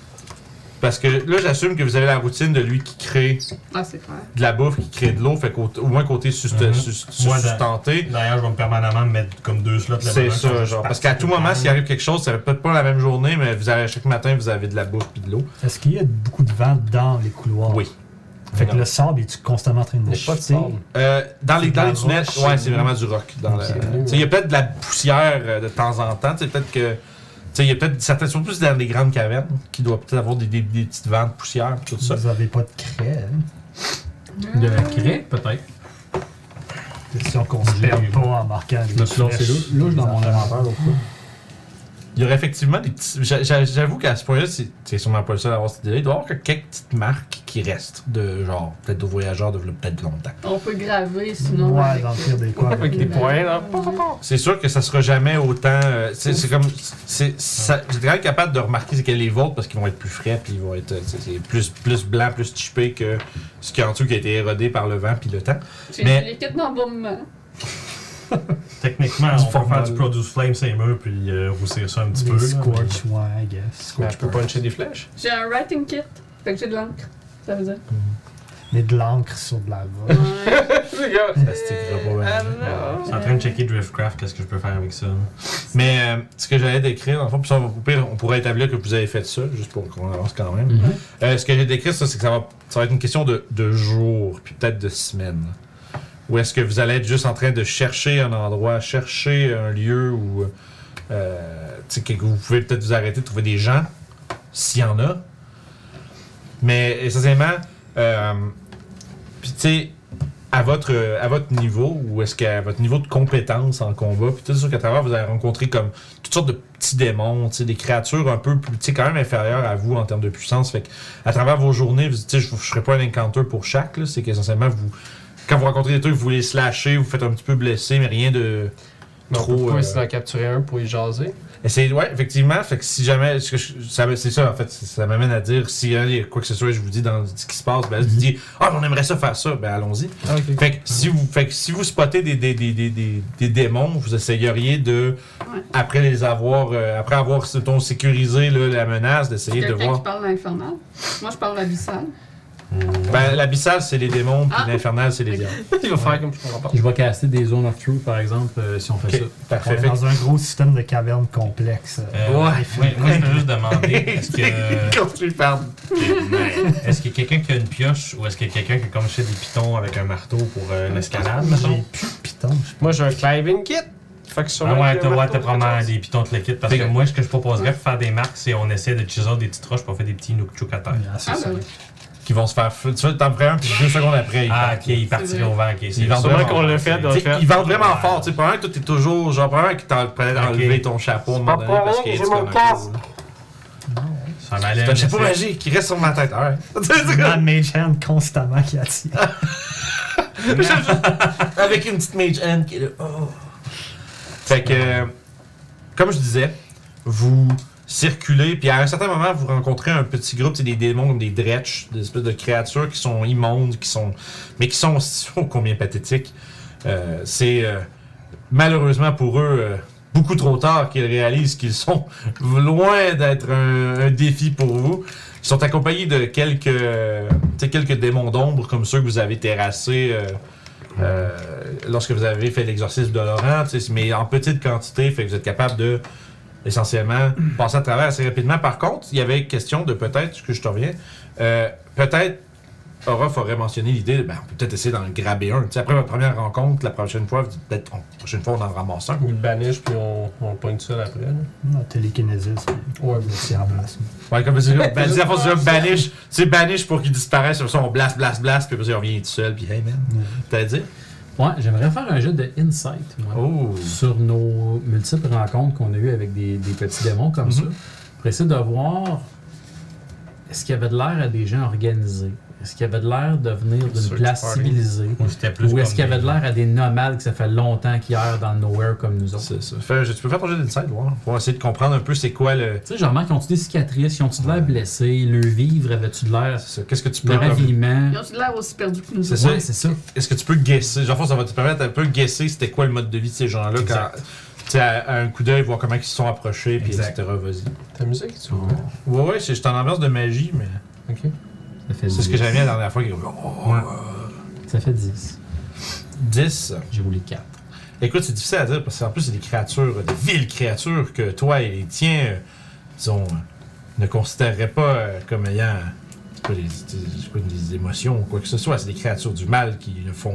parce que là, j'assume que vous avez la routine de lui qui crée Ah, c'est clair. de la bouffe, qui crée de l'eau, fait qu'au moins côté Moi, sustenté. D'ailleurs, je vais me permanemment mettre comme 2 slots C'est là-dedans, ça, quand genre. je Parce qu'à tout moment, passe s'il arrive quelque chose, ça va peut-être pas la même journée, mais vous avez, chaque matin, vous avez de la bouffe puis de l'eau. Est-ce qu'il y a beaucoup de vent dans les couloirs? Oui. Fait que le sable, est-tu constamment en train de Il n'y a pas de shifter? sable. Dans les C'est de la tunnels, roche, ouais, c'est vraiment du rock. Dans Ok. tu sais, il y a peut-être de la poussière de temps en temps. Tu sais, peut-être que. Tu sais, il y a peut-être certaines, surtout plus dans les grandes cavernes, qui doivent peut-être avoir des petites vents de poussière et tout ça. Vous avez pas de craie, hein? De la craie, peut-être. Question qu'on se perde pas en marquant les Notre lance, c'est flèches, louche dans les mon affaires. inventaire. l'autre fois. Il y aurait effectivement des petits. J'avoue qu'à ce point-là, c'est sûrement pas le seul à avoir cette idée. Il doit y avoir quelques petites marques qui restent, de genre, peut-être de voyageurs de peut-être longtemps. On peut graver sinon. Ouais, avec- dans le pire des cas. Avec des points, là. C'est sûr que ça sera jamais autant. C'est comme. J'étais quand même capable de remarquer c'est que les vôtres, parce qu'ils vont être plus frais, puis ils vont être c'est plus blanc, plus chippé que ce qui est en dessous qui a été érodé par le vent puis le temps. J'ai Mais- du liquide dans le bon moment. Techniquement, Du on peut faire formol. du Produce Flame, c'est murs, puis roussir ça un petit peu. Des là, scorch, ouais, I guess. Mais je peux puncher des flèches. J'ai un writing kit. Fait que j'ai de l'encre. Ça veut dire. Mais de l'encre sur de la roche. Ouais. Les gars. Ça stickera pas bien. Je suis en train de checker Driftcraft, qu'est-ce que je peux faire avec ça. Mais ce que j'allais décrire, dans le fond, puis ça, au pire, on pourrait établir que vous avez fait ça, juste pour qu'on avance quand même. Ce que j'ai décrit, ça, c'est que ça va être une question de jours, puis peut-être de semaines. Ou est-ce que vous allez être juste en train de chercher un endroit, chercher un lieu où tu sais, que vous pouvez peut-être vous arrêter, trouver des gens, s'il y en a. Mais essentiellement, puis tu sais, à votre niveau, ou est-ce qu'à votre niveau de compétence en combat, puis tout ça qu'à travers, vous allez rencontrer comme toutes sortes de petits démons, tu sais, des créatures un peu plus, tu sais, quand même inférieures à vous en termes de puissance. Fait que à travers vos journées, tu sais, je ne ferai pas un encounter pour chaque, là, c'est qu'essentiellement, quand vous rencontrez des trucs, vous les slashez, vous faites un petit peu blesser, mais rien de Mais on peut trop. pas essayer d'en capturer un pour y jaser. Ouais, effectivement. Fait que si jamais. C'est ça, en fait. Ça m'amène à dire, si il y a quoi que ce soit, je vous dis dans ce qui se passe, ben, je vous dis, on aimerait ça faire ça, ben, allons-y. Ah, ok. Fait que si vous spottez des démons, vous essayeriez de, après avoir sécurisé là, la menace, d'essayer de Quelqu'un voir. qui parle l'infernal. Moi, je parle l'abyssal. Ben, l'abyssal, c'est les démons, puis l'infernal, c'est les diables. Il va faire comme je comprends pas. Je vais caster des zones of truth, par exemple, si on fait Ok, On parfait. est Fait que- dans un gros système de cavernes complexes. Moi, je peux juste demander, Continue par. est-ce qu'il y a quelqu'un qui a une pioche ou est-ce qu'il y a quelqu'un qui a comme chez des pitons avec un marteau pour l'escalade, J'ai mettons? plus de pitons. Moi, j'ai un climbing kit. Fait que sûrement Ah ouais, qu'il y a un t'as marteau probablement quelque chose. des pitons de l'équipe. Parce Fait que que- moi, ce que je proposerais pour faire des marques, c'est on essaie de chisel des petites roches pour faire des petits nook-chouk à terre. C'est Ah, ça. ben oui. Qui vont se faire. Tu vois, t'en prends un, puis 2 secondes après, Ah, ok, il partirait au vent. Ok, Ils vendent Sûrement vraiment qu'on l'a fait, Tu sais, ils vendent vraiment fort. Tu sais, probablement que toi, t'es toujours. Genre, probablement qu'ils t'en prenaient d'enlever ton chapeau à un moment donné parce qu'il est j'ai mon casque. Ça m'allait. C'est un chapeau magique qui reste sur ma tête. Ouais. C'est une mage hand constamment qui attire. Avec une petite mage hand qui est là. Oh. Fait que, comme je disais, vous circulez, puis à un certain moment, vous rencontrez un petit groupe, c'est des démons comme des dretch, des espèces de créatures qui sont immondes, mais qui sont ô combien pathétiques. C'est malheureusement pour eux beaucoup trop tard qu'ils réalisent qu'ils sont loin d'être un défi pour vous. Ils sont accompagnés de quelques démons d'ombre comme ceux que vous avez terrassés lorsque vous avez fait l'exorcisme de Laurent, mais en petite quantité, fait que vous êtes capable de essentiellement passer à travers assez rapidement. Par contre, il y avait question de peut-être, que je te reviens, peut-être Orof aurait mentionné l'idée de, on peut peut-être essayer d'en graber un. T'sais, après votre première rencontre, la prochaine fois, vous dites peut-être, la prochaine fois, on en ramasse un. Ou le banish, puis on le pointe seul après. Là. Non, télékinésis. Ouais, C'est en place. Ouais, comme c'est à force de banish, c'est banish pour qu'il disparaisse, sur ça on blast, puis après ça, on revient tout seul, puis hey man, t'as à dire? Ouais, j'aimerais faire un jeu de insight, moi, Oh! sur nos multiples rencontres qu'on a eues avec des petits démons comme ça, pour essayer de voir est-ce qu'il y avait de l'air à des gens organisés, est-ce qu'il y avait de l'air de venir d'une Search place party. civilisée, Ou c'était plus ou est-ce comme qu'il y avait de des- l'air à des nomades que ça fait longtemps qu'ils errent dans le nowhere comme nous autres. C'est ça. Tu peux faire ton jeu d'insight, voir, pour essayer de comprendre un peu c'est quoi le. Tu sais, genre, ils ont-tu des cicatrices, ils ont-tu de l'air blessés, le vivre avait-tu de l'air, C'est ça. Qu'est-ce que tu peux. le ravillement. Ils ont l'air aussi perdus que nous C'est autres. ça. Ouais, c'est ça. Est-ce que tu peux guesser? Genre, ça va te permettre un peu de guesser c'était quoi le mode de vie de ces gens-là quand. Exact. Tu sais, à un coup d'œil, voir comment ils se sont approchés, puis Exact. etc. Vas-y. Ta musique, tu vois. Ouais, je suis en ambiance de magie, mais. Ok. Ça fait C'est ce que 10. j'avais mis la dernière fois. Ça fait 10. 10. J'ai roulé 4. Écoute, c'est difficile à dire parce qu'en plus, c'est des créatures, des villes créatures que toi et les tiens, disons, ne considéreraient pas comme ayant des émotions ou quoi que ce soit. C'est des créatures du mal qui ne font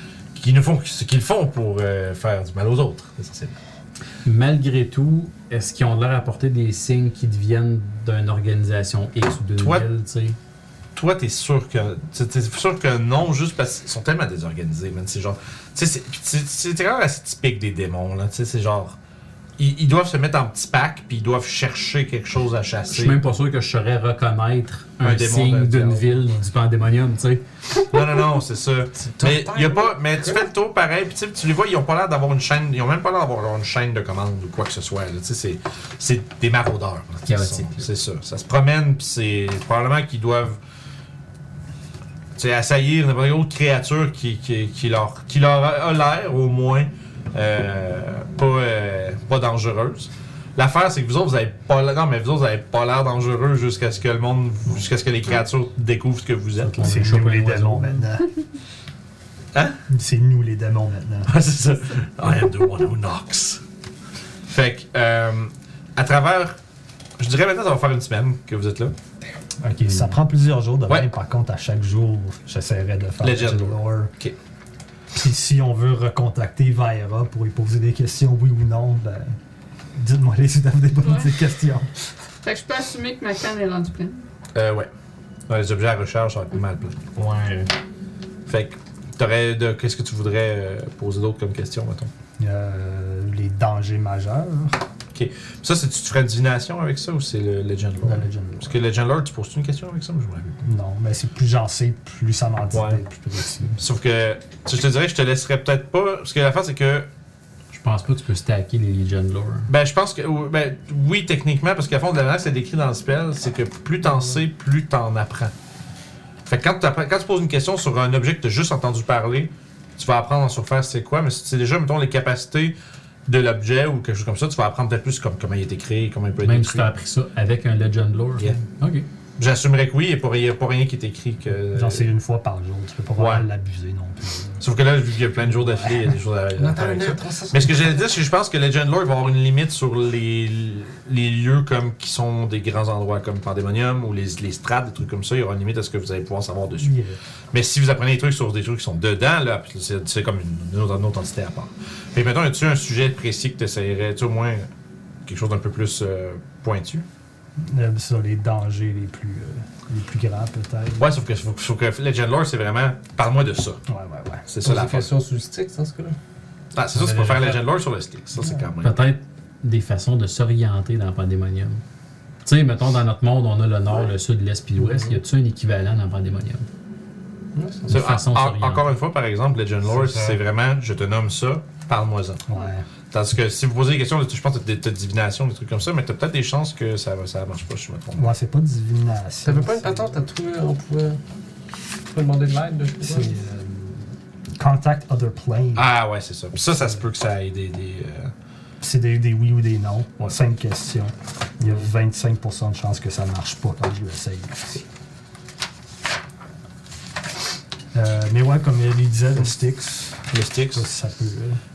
ce qu'ils font pour faire du mal aux autres, essentiellement. Malgré tout, est-ce qu'ils ont l'air d'apporter des signes qui deviennent d'une organisation X ou d'une Toi- ville, tu sais? Toi, t'es sûr que non, juste parce qu'ils sont tellement désorganisés, man. C'est genre. Tu sais, c'est quand même assez typique des démons, là. Tu sais, c'est genre. Ils doivent se mettre en petit pack, puis ils doivent chercher quelque chose à Je chasser. suis même pas sûr que je saurais reconnaître Un un démon signe de d'une diable. ville du pandémonium, tu sais. Non, c'est ça. Mais y a pas. Mais tu fais le tour pareil, puis tu les vois, ils ont pas l'air d'avoir une chaîne. Ils ont même pas l'air d'avoir une chaîne de commande ou quoi que ce soit. Là. Tu sais, c'est des maraudeurs. là. Chaotique, C'est ça. Ça se promène, puis c'est probablement qu'ils doivent. Tu sais, assaillir n'importe quelle autre créature qui leur a l'air, au moins, pas dangereuse. L'affaire, c'est que vous autres, vous avez pas l'air. Non, mais vous autres, vous avez pas l'air dangereux jusqu'à ce que les créatures découvrent ce que vous êtes. On C'est a nous chopé les un oiseau. démons maintenant. Hein? C'est nous les démons maintenant. Ah, c'est ça. I am the one who knocks. Fait que, à travers. Je dirais maintenant, ça va faire une semaine que vous êtes là. Ok, ça prend plusieurs jours de Ouais. même. Par contre, à chaque jour, j'essaierai de faire Legend Legend Lore. Ok. Puis si on veut recontacter Vaera pour lui poser des questions, oui ou non, ben, dites-moi les si vous avez des bonnes Ouais. questions. Fait que je peux assumer que ma canne est rendue pleine. Ouais. Ouais, les objets à recharge, ça va être pas mal plein. Ouais. Fait que, qu'est-ce que tu voudrais poser d'autre comme question, mettons? Les dangers majeurs Ça, tu ferais une divination avec ça ou c'est le Legend de Lore? Legend Lore. Parce que Legend Lore, tu poses-tu une question avec ça? Moi, je me rappelle. Non, mais c'est plus j'en sais, plus ça m'en dit Ouais. d'être plus précis. Sauf que, je te dirais que je te laisserais peut-être pas. Parce que l'affaire, c'est que. pense pas que tu peux stacker les Legion Lore. Ben, je pense que. Ben, oui, techniquement, parce qu'à fond de la manière que c'est décrit dans le spell, c'est que plus t'en sais, plus t'en apprends. Fait que quand tu poses une question sur un objet que t'as juste entendu parler, tu vas apprendre en surface c'est quoi, mais si c'est déjà, mettons, les capacités de l'objet ou quelque chose comme ça, tu vas apprendre peut-être plus comme comment il a été créé, comment il peut être Même détruit. si tu as appris ça avec un Legend Lore. Yeah. Ok. J'assumerais que oui, il n'y a pas rien qui est écrit que. Genre, c'est une fois par jour. Tu peux pas vraiment l'abuser non plus. Sauf que là, vu qu'il y a plein de jours d'affilée, il y a des choses à faire avec ça. Mais ce que j'allais dire, c'est que je pense que Legend Lore va avoir une limite sur les lieux comme qui sont des grands endroits comme Pandemonium ou les strates, des trucs comme ça. Il y aura une limite à ce que vous allez pouvoir savoir dessus. Yeah. Mais si vous apprenez des trucs sur des trucs qui sont dedans, là, c'est comme une autre entité à part. Et maintenant, as-tu un sujet précis que tu essaierais, au moins quelque chose d'un peu plus pointu? Ça, les dangers les plus graves, peut-être. Ouais, sauf que Legend Lore, c'est vraiment. Parle-moi de ça. Ouais. C'est ça la question sur le stick, dans ce cas-là. Ah, c'est ça, tu peux faire Legend Lore sur le stick. Ça, c'est quand même. Peut-être des façons de s'orienter dans Pandemonium. Tu sais, mettons, dans notre monde, on a le nord, le sud, l'est puis l'ouest. Y a-tu un équivalent dans Pandemonium? C'est- façon s'orienter. Encore une fois, par exemple, Legend Lore, c'est vraiment je te nomme ça, parle-moi-en. Ouais. Tandis que si vous posez des questions, je pense que t'as divination, des trucs comme ça, mais t'as peut-être des chances que ça marche pas, si je me trompe. Ouais, c'est pas divination. T'avais pas une patente à trouver, on pouvait demander de l'aide, je sais C'est Contact Other Plane. Ah ouais, c'est ça. Puis ça se peut que ça ait des C'est des oui ou des non. Ouais. 5 questions. Il y a 25% de chances que ça marche pas quand je l'essaye. Mais ouais, comme il disait, le Styx, le Styx. ça peut.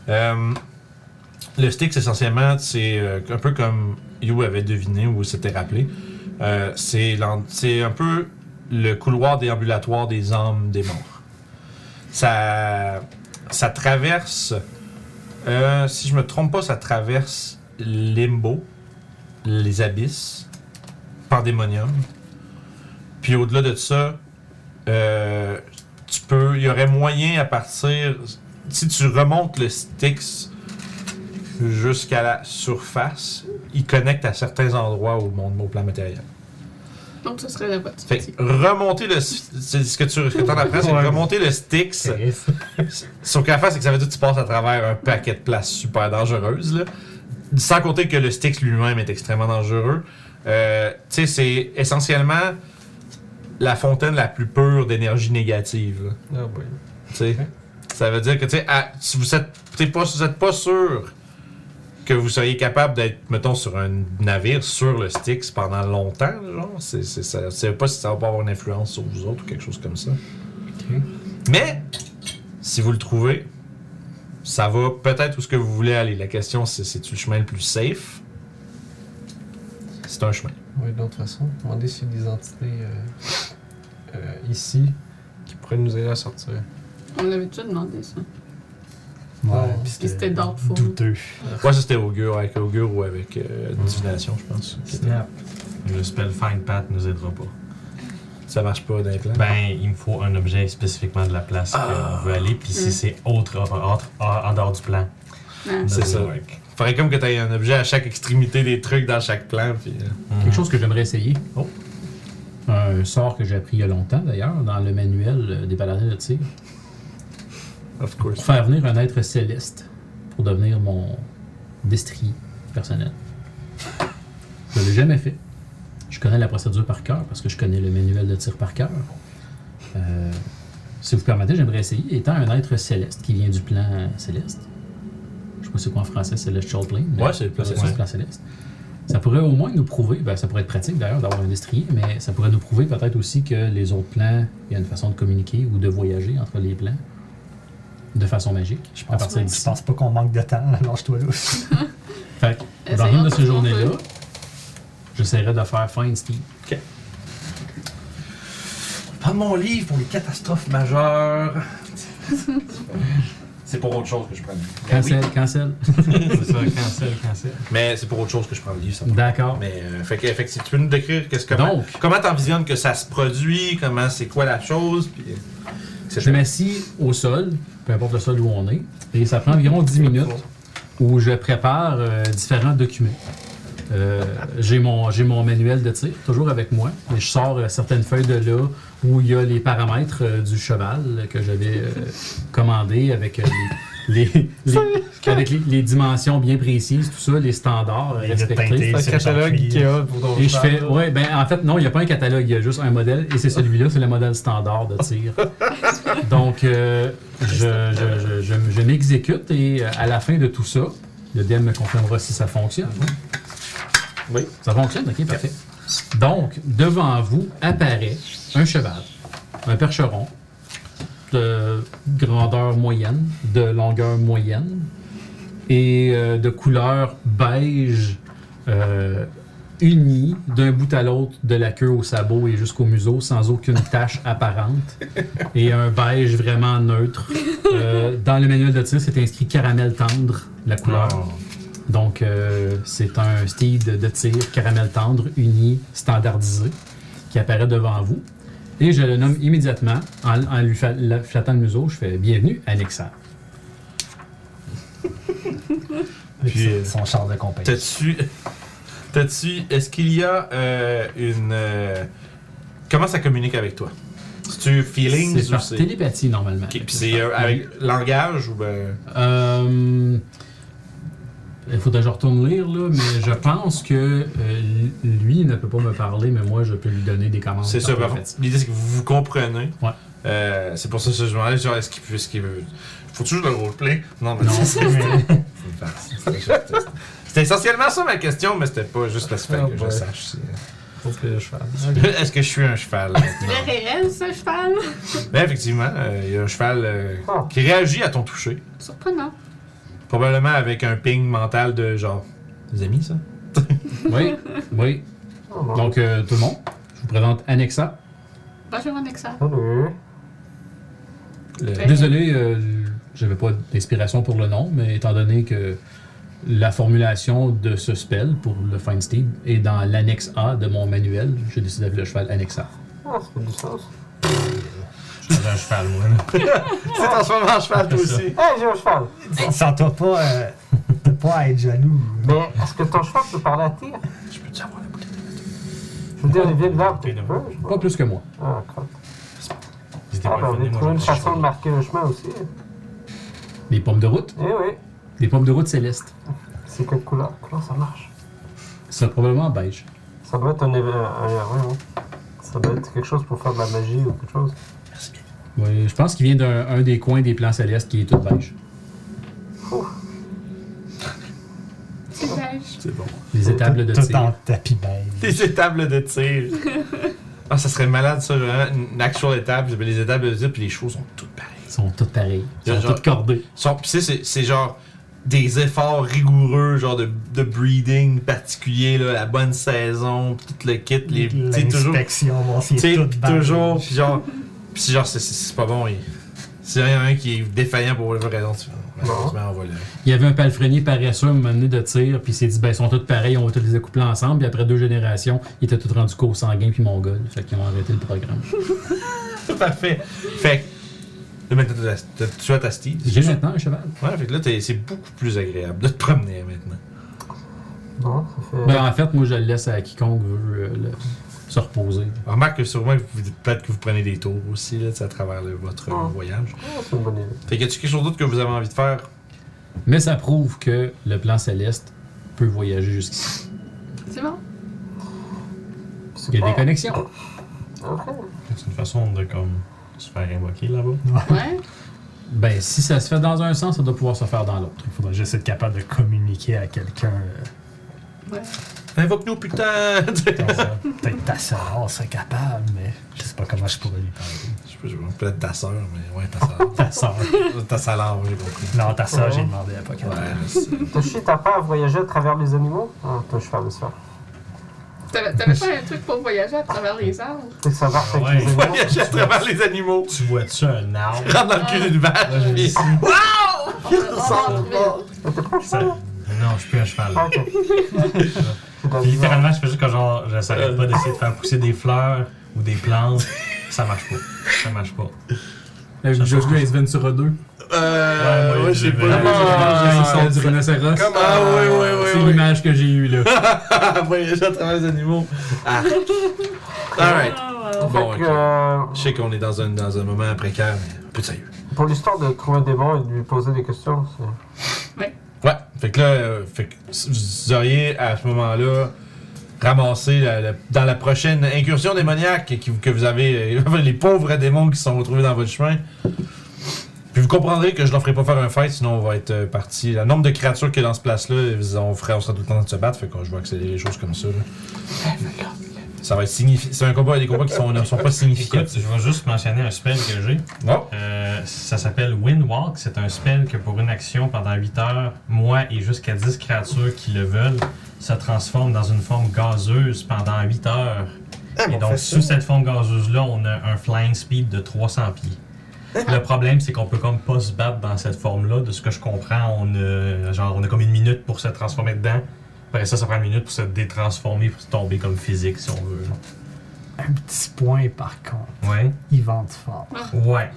Le Styx, essentiellement, c'est un peu comme You avait deviné ou s'était rappelé. C'est un peu le couloir déambulatoire des âmes des morts. Ça traverse, si je me trompe pas, ça traverse Limbo, les abysses, Pandemonium. Puis au-delà de ça, il y aurait moyen à partir, si tu remontes le Styx jusqu'à la surface, il connecte à certains endroits au plan matériel. Donc, ce serait la voie. Fait que remonter le. C'est ce que tu en apprends, c'est remonter le Styx. Sauf qu'à la fin, c'est que ça veut dire que tu passes à travers un paquet de places super dangereuses. Là. Sans compter que le Styx lui-même est extrêmement dangereux. Tu sais, c'est essentiellement la fontaine la plus pure d'énergie négative. Là. Ah oui. Tu sais, ça veut dire que, tu sais, si vous êtes pas sûr que vous seriez capable d'être, mettons, sur un navire, sur le Styx pendant longtemps, genre, c'est pas si ça va pas avoir une influence sur vous autres ou quelque chose comme ça. Ok. Mais, si vous le trouvez, ça va peut-être où ce que vous voulez aller. La question, c'est-tu le chemin le plus safe? C'est un chemin. Oui, d'autre façon, demander s'il y a des entités ici qui pourraient nous aider à sortir. On l'avait déjà demandé, ça. Ouais, Puis c'était doubtful. douteux. Ouais, ça c'était Augure, avec Augure ou avec Divination, je pense. Snap. Le spell Find Path nous aidera pas. Ça marche pas dans les plans? Ben, il me faut un objet spécifiquement de la place qu'on veut aller, puis si c'est en dehors du plan. Ah. C'est ça. Faudrait comme que tu aies un objet à chaque extrémité des trucs dans chaque plan. Puis, Quelque chose que j'aimerais essayer. Oh. Un sort que j'ai appris il y a longtemps d'ailleurs, dans le manuel des paladins de tir. Of course. Faire venir un être céleste pour devenir mon destrier personnel. Je ne l'ai jamais fait. Je connais la procédure par cœur parce que je connais le manuel de tir par cœur. Si vous permettez, j'aimerais essayer. Étant un être céleste qui vient du plan céleste, je sais pas c'est quoi en français, Celestial Plane. Ouais, c'est le plan céleste. Plan céleste. Ça pourrait au moins nous prouver, ben, ça pourrait être pratique d'ailleurs d'avoir un destrier, mais ça pourrait nous prouver peut-être aussi que les autres plans, il y a une façon de communiquer ou de voyager entre les plans de façon magique. Je pense pas qu'on manque de temps, lâche-toi là. Fait que, dans une de ces journées-là, j'essaierai de faire Find Steve. Ok. Prends mon livre pour les catastrophes majeures. C'est pour autre chose que je prends le livre. Cancel. C'est ça, cancel. Mais c'est pour autre chose que je prends le livre. Ça. D'accord. Mais fait que si tu peux nous décrire Donc, comment t'envisionnes que ça se produit, comment c'est quoi la chose, puis je m'assis au sol, peu importe le sol où on est, et ça prend environ 10 minutes où je prépare différents documents. J'ai mon manuel de tir, toujours avec moi, et je sors certaines feuilles de là où il y a les paramètres du cheval que j'avais commandé avec avec les dimensions bien précises, tout ça, les standards respectés. C'est un catalogue Ikea pour ton Et je cheval, fais, là. ouais, ben en fait, non, il n'y a pas un catalogue, il y a juste un modèle, et c'est celui-là, c'est le modèle standard de tir. Donc, je m'exécute, et à la fin de tout ça, le DM me confirmera si ça fonctionne. Oui. Ça fonctionne, ok, parfait. Donc, devant vous apparaît un cheval, un percheron, de grandeur moyenne, de longueur moyenne, et de couleur beige unie d'un bout à l'autre de la queue au sabot et jusqu'au museau sans aucune tache apparente et un beige vraiment neutre. Dans le manuel de tir, c'est inscrit caramel tendre, la couleur. Oh. Donc, c'est un style de tir caramel tendre, uni, standardisé, qui apparaît devant vous. Et je le nomme immédiatement, en lui flattant le museau, je fais « Bienvenue à Nexa ». Puis, Son char de compagnie. Est-ce qu'il y a une... comment ça communique avec toi? C'est-tu feelings C'est ou par c'est... télépathie, normalement. Ok, puis c'est avec langage ou ben... Il faudrait que je retourne lire, là, mais je pense que lui ne peut pas me parler, mais moi, je peux lui donner des commandes. C'est ça, par par télépathie. l'idée c'est que vous vous comprenez. Ouais. C'est pour ça que je me demandais, genre, est-ce qu'il veut... Faut toujours le roleplay? Non, mais Non. c'est une farce. C'était essentiellement ça ma question, mais c'était pas juste l'aspect Oh que je boy. sache. Faut que le cheval. Est-ce que je suis un cheval? C'est maintenant? réel, ça, cheval? Ben, effectivement, il y a un cheval qui réagit à ton toucher. Surprenant. Probablement avec un ping mental de genre... Des amis, ça? Oui, oui. Oh, non. Donc, tout le monde, je vous présente Annexa. Bonjour, Alexa. Salut. Désolé, j'avais pas d'inspiration pour le nom, mais étant donné que la formulation de ce spell pour le Find Steed est dans l'annexe A de mon manuel, j'ai décidé d'appeler le cheval Annexa. Ah, ça fait du sens. Je suis un cheval, moi. Là. Tu t'es transformé en cheval, toi aussi. Hey, j'ai un cheval. Sens-toi pas, pas à être jaloux. Mais est-ce que ton cheval peut parler à tir? Je peux te savoir la bouteille. Je veux dire, les vieilles verbes, tu Ok, peux? je sais Pas plus que moi. Ah, crotte. N'hésitez Ah, pas à ben, on venir, a moi, trouvé une je vais façon de marquer un chemin aussi. Des pommes de route. Eh oui. Des pommes de route célestes. C'est quelle couleur? Comment ça marche? C'est probablement beige. Ça doit être un événement. Ça doit être quelque chose pour faire de la magie ou quelque chose. Oui, je pense qu'il vient d'un des coins des plans célestes qui est tout beige. C'est beige. C'est bon. Les étables de Tout tir. en tapis beige. Des étables de tir. Ah, ça serait malade, ça, vraiment. Une actual étable, les étables de tir, puis les chevaux sont toutes pareilles. Ils sont toutes pareilles. Ils sont Genre- toutes cordées. Puis c'est genre des efforts rigoureux, genre de breeding particulier, là, la bonne saison, puis tout le kit, les. Tu sais, toujours. L'inspection, voir s'il Tu sais, est tout puis beige. toujours, puis genre, c'est pas bon. S'il y en a un qui est défaillant pour la raison, tu malheureusement, on va le. Il y avait un palefrenier paresseux à un moment donné de tir, puis il s'est dit, ben, ils sont tous pareils, on va tous les accoupler ensemble. Puis après 2 générations, ils étaient tous rendus co-sanguins puis mongols. Fait qu'ils ont arrêté le programme. Parfait. Fait que, là, maintenant, tu as ta steed. J'ai maintenant un cheval. Ouais, fait que là, c'est beaucoup plus agréable de te promener maintenant. Non, ça fait. Ben, en fait, moi, je le laisse à quiconque veut se reposer. Remarque que sûrement, peut-être que vous prenez des tours aussi, là, tu sais, à travers votre voyage. Ah, c'est une bonne idée. Fait que y a-tu quelque chose d'autre que vous avez envie de faire? Mais ça prouve que le plan céleste peut voyager jusqu'ici. C'est bon. C'est Il y a des pas- connexions. Ok. C'est une façon de comme se faire invoquer là-bas. Ouais. Ben, si ça se fait dans un sens, ça doit pouvoir se faire dans l'autre. Il faudrait juste être capable de communiquer à quelqu'un. Ouais. Invoque-nous, putain! Peut-être ta sœur serait capable, mais je sais pas comment je pourrais lui parler. Je sais pas, peut-être ta soeur, mais ouais, ta soeur. Ta sœur. Ta salaire, j'ai compris. Non, ta sœur, Ouais. j'ai demandé à pas qu'elle. Ouais, je sais. Toshi, t'as pas à voyager à travers les animaux? Ah, ton cheval, bien sûr. T'avais pas un truc pour voyager à travers les arbres? Tu sais, ça marche avec Ouais. les animaux. Voyager à travers les animaux. Tu vois-tu un arbre? Rentre dans le cul d'une vache. Là, je puis- dis, Mais t'es pas un ça- cheval? Non, je suis plus un cheval. Ah, ok. C'est de la Puis bizarre. littéralement, je fais juste que genre, j'essaierai pas d'essayer de faire pousser des fleurs ou des plantes. Ça marche pas. Ça marche pas. Avec Jojo Ace Ventura 2. Ouais, je sais pas. Ils sont du rhinocéros. Ah, oui. C'est l'image que j'ai eue là. Voyager à travers les animaux. Ah. Alright. Bon, fait ok. que, Je sais qu'on est dans un moment précaire, mais un peu de sérieux. pour l'histoire de trouver un démon et de lui poser des questions, c'est... Ouais, fait que là, vous auriez à ce moment-là ramassé dans la prochaine incursion démoniaque que vous avez, les pauvres démons qui se sont retrouvés dans votre chemin. Puis vous comprendrez que je leur ferai pas faire un fight, sinon on va être parti. Le nombre de créatures qu'il y a dans ce place-là, on sera tout le temps de se battre, fait que je vais accélérer les choses comme ça. Là. Ça va être c'est un combat, des combats qui sont pas Écoute, significatifs. je vais juste mentionner un spell que j'ai. Oh. Ça s'appelle Windwalk. C'est un spell que pour une action pendant 8 heures, moi et jusqu'à 10 créatures qui le veulent se transforment dans une forme gazeuse pendant 8 heures. Et donc, sous cette forme gazeuse-là, on a un flying speed de 300 pieds. Le problème, c'est qu'on peut comme pas se battre dans cette forme-là. De ce que je comprends, on a comme une minute pour se transformer dedans. Après ça prend une minute pour se détransformer, pour se tomber comme physique, si on veut. Un petit point par contre. Ouais. Il vente fort. Ouais.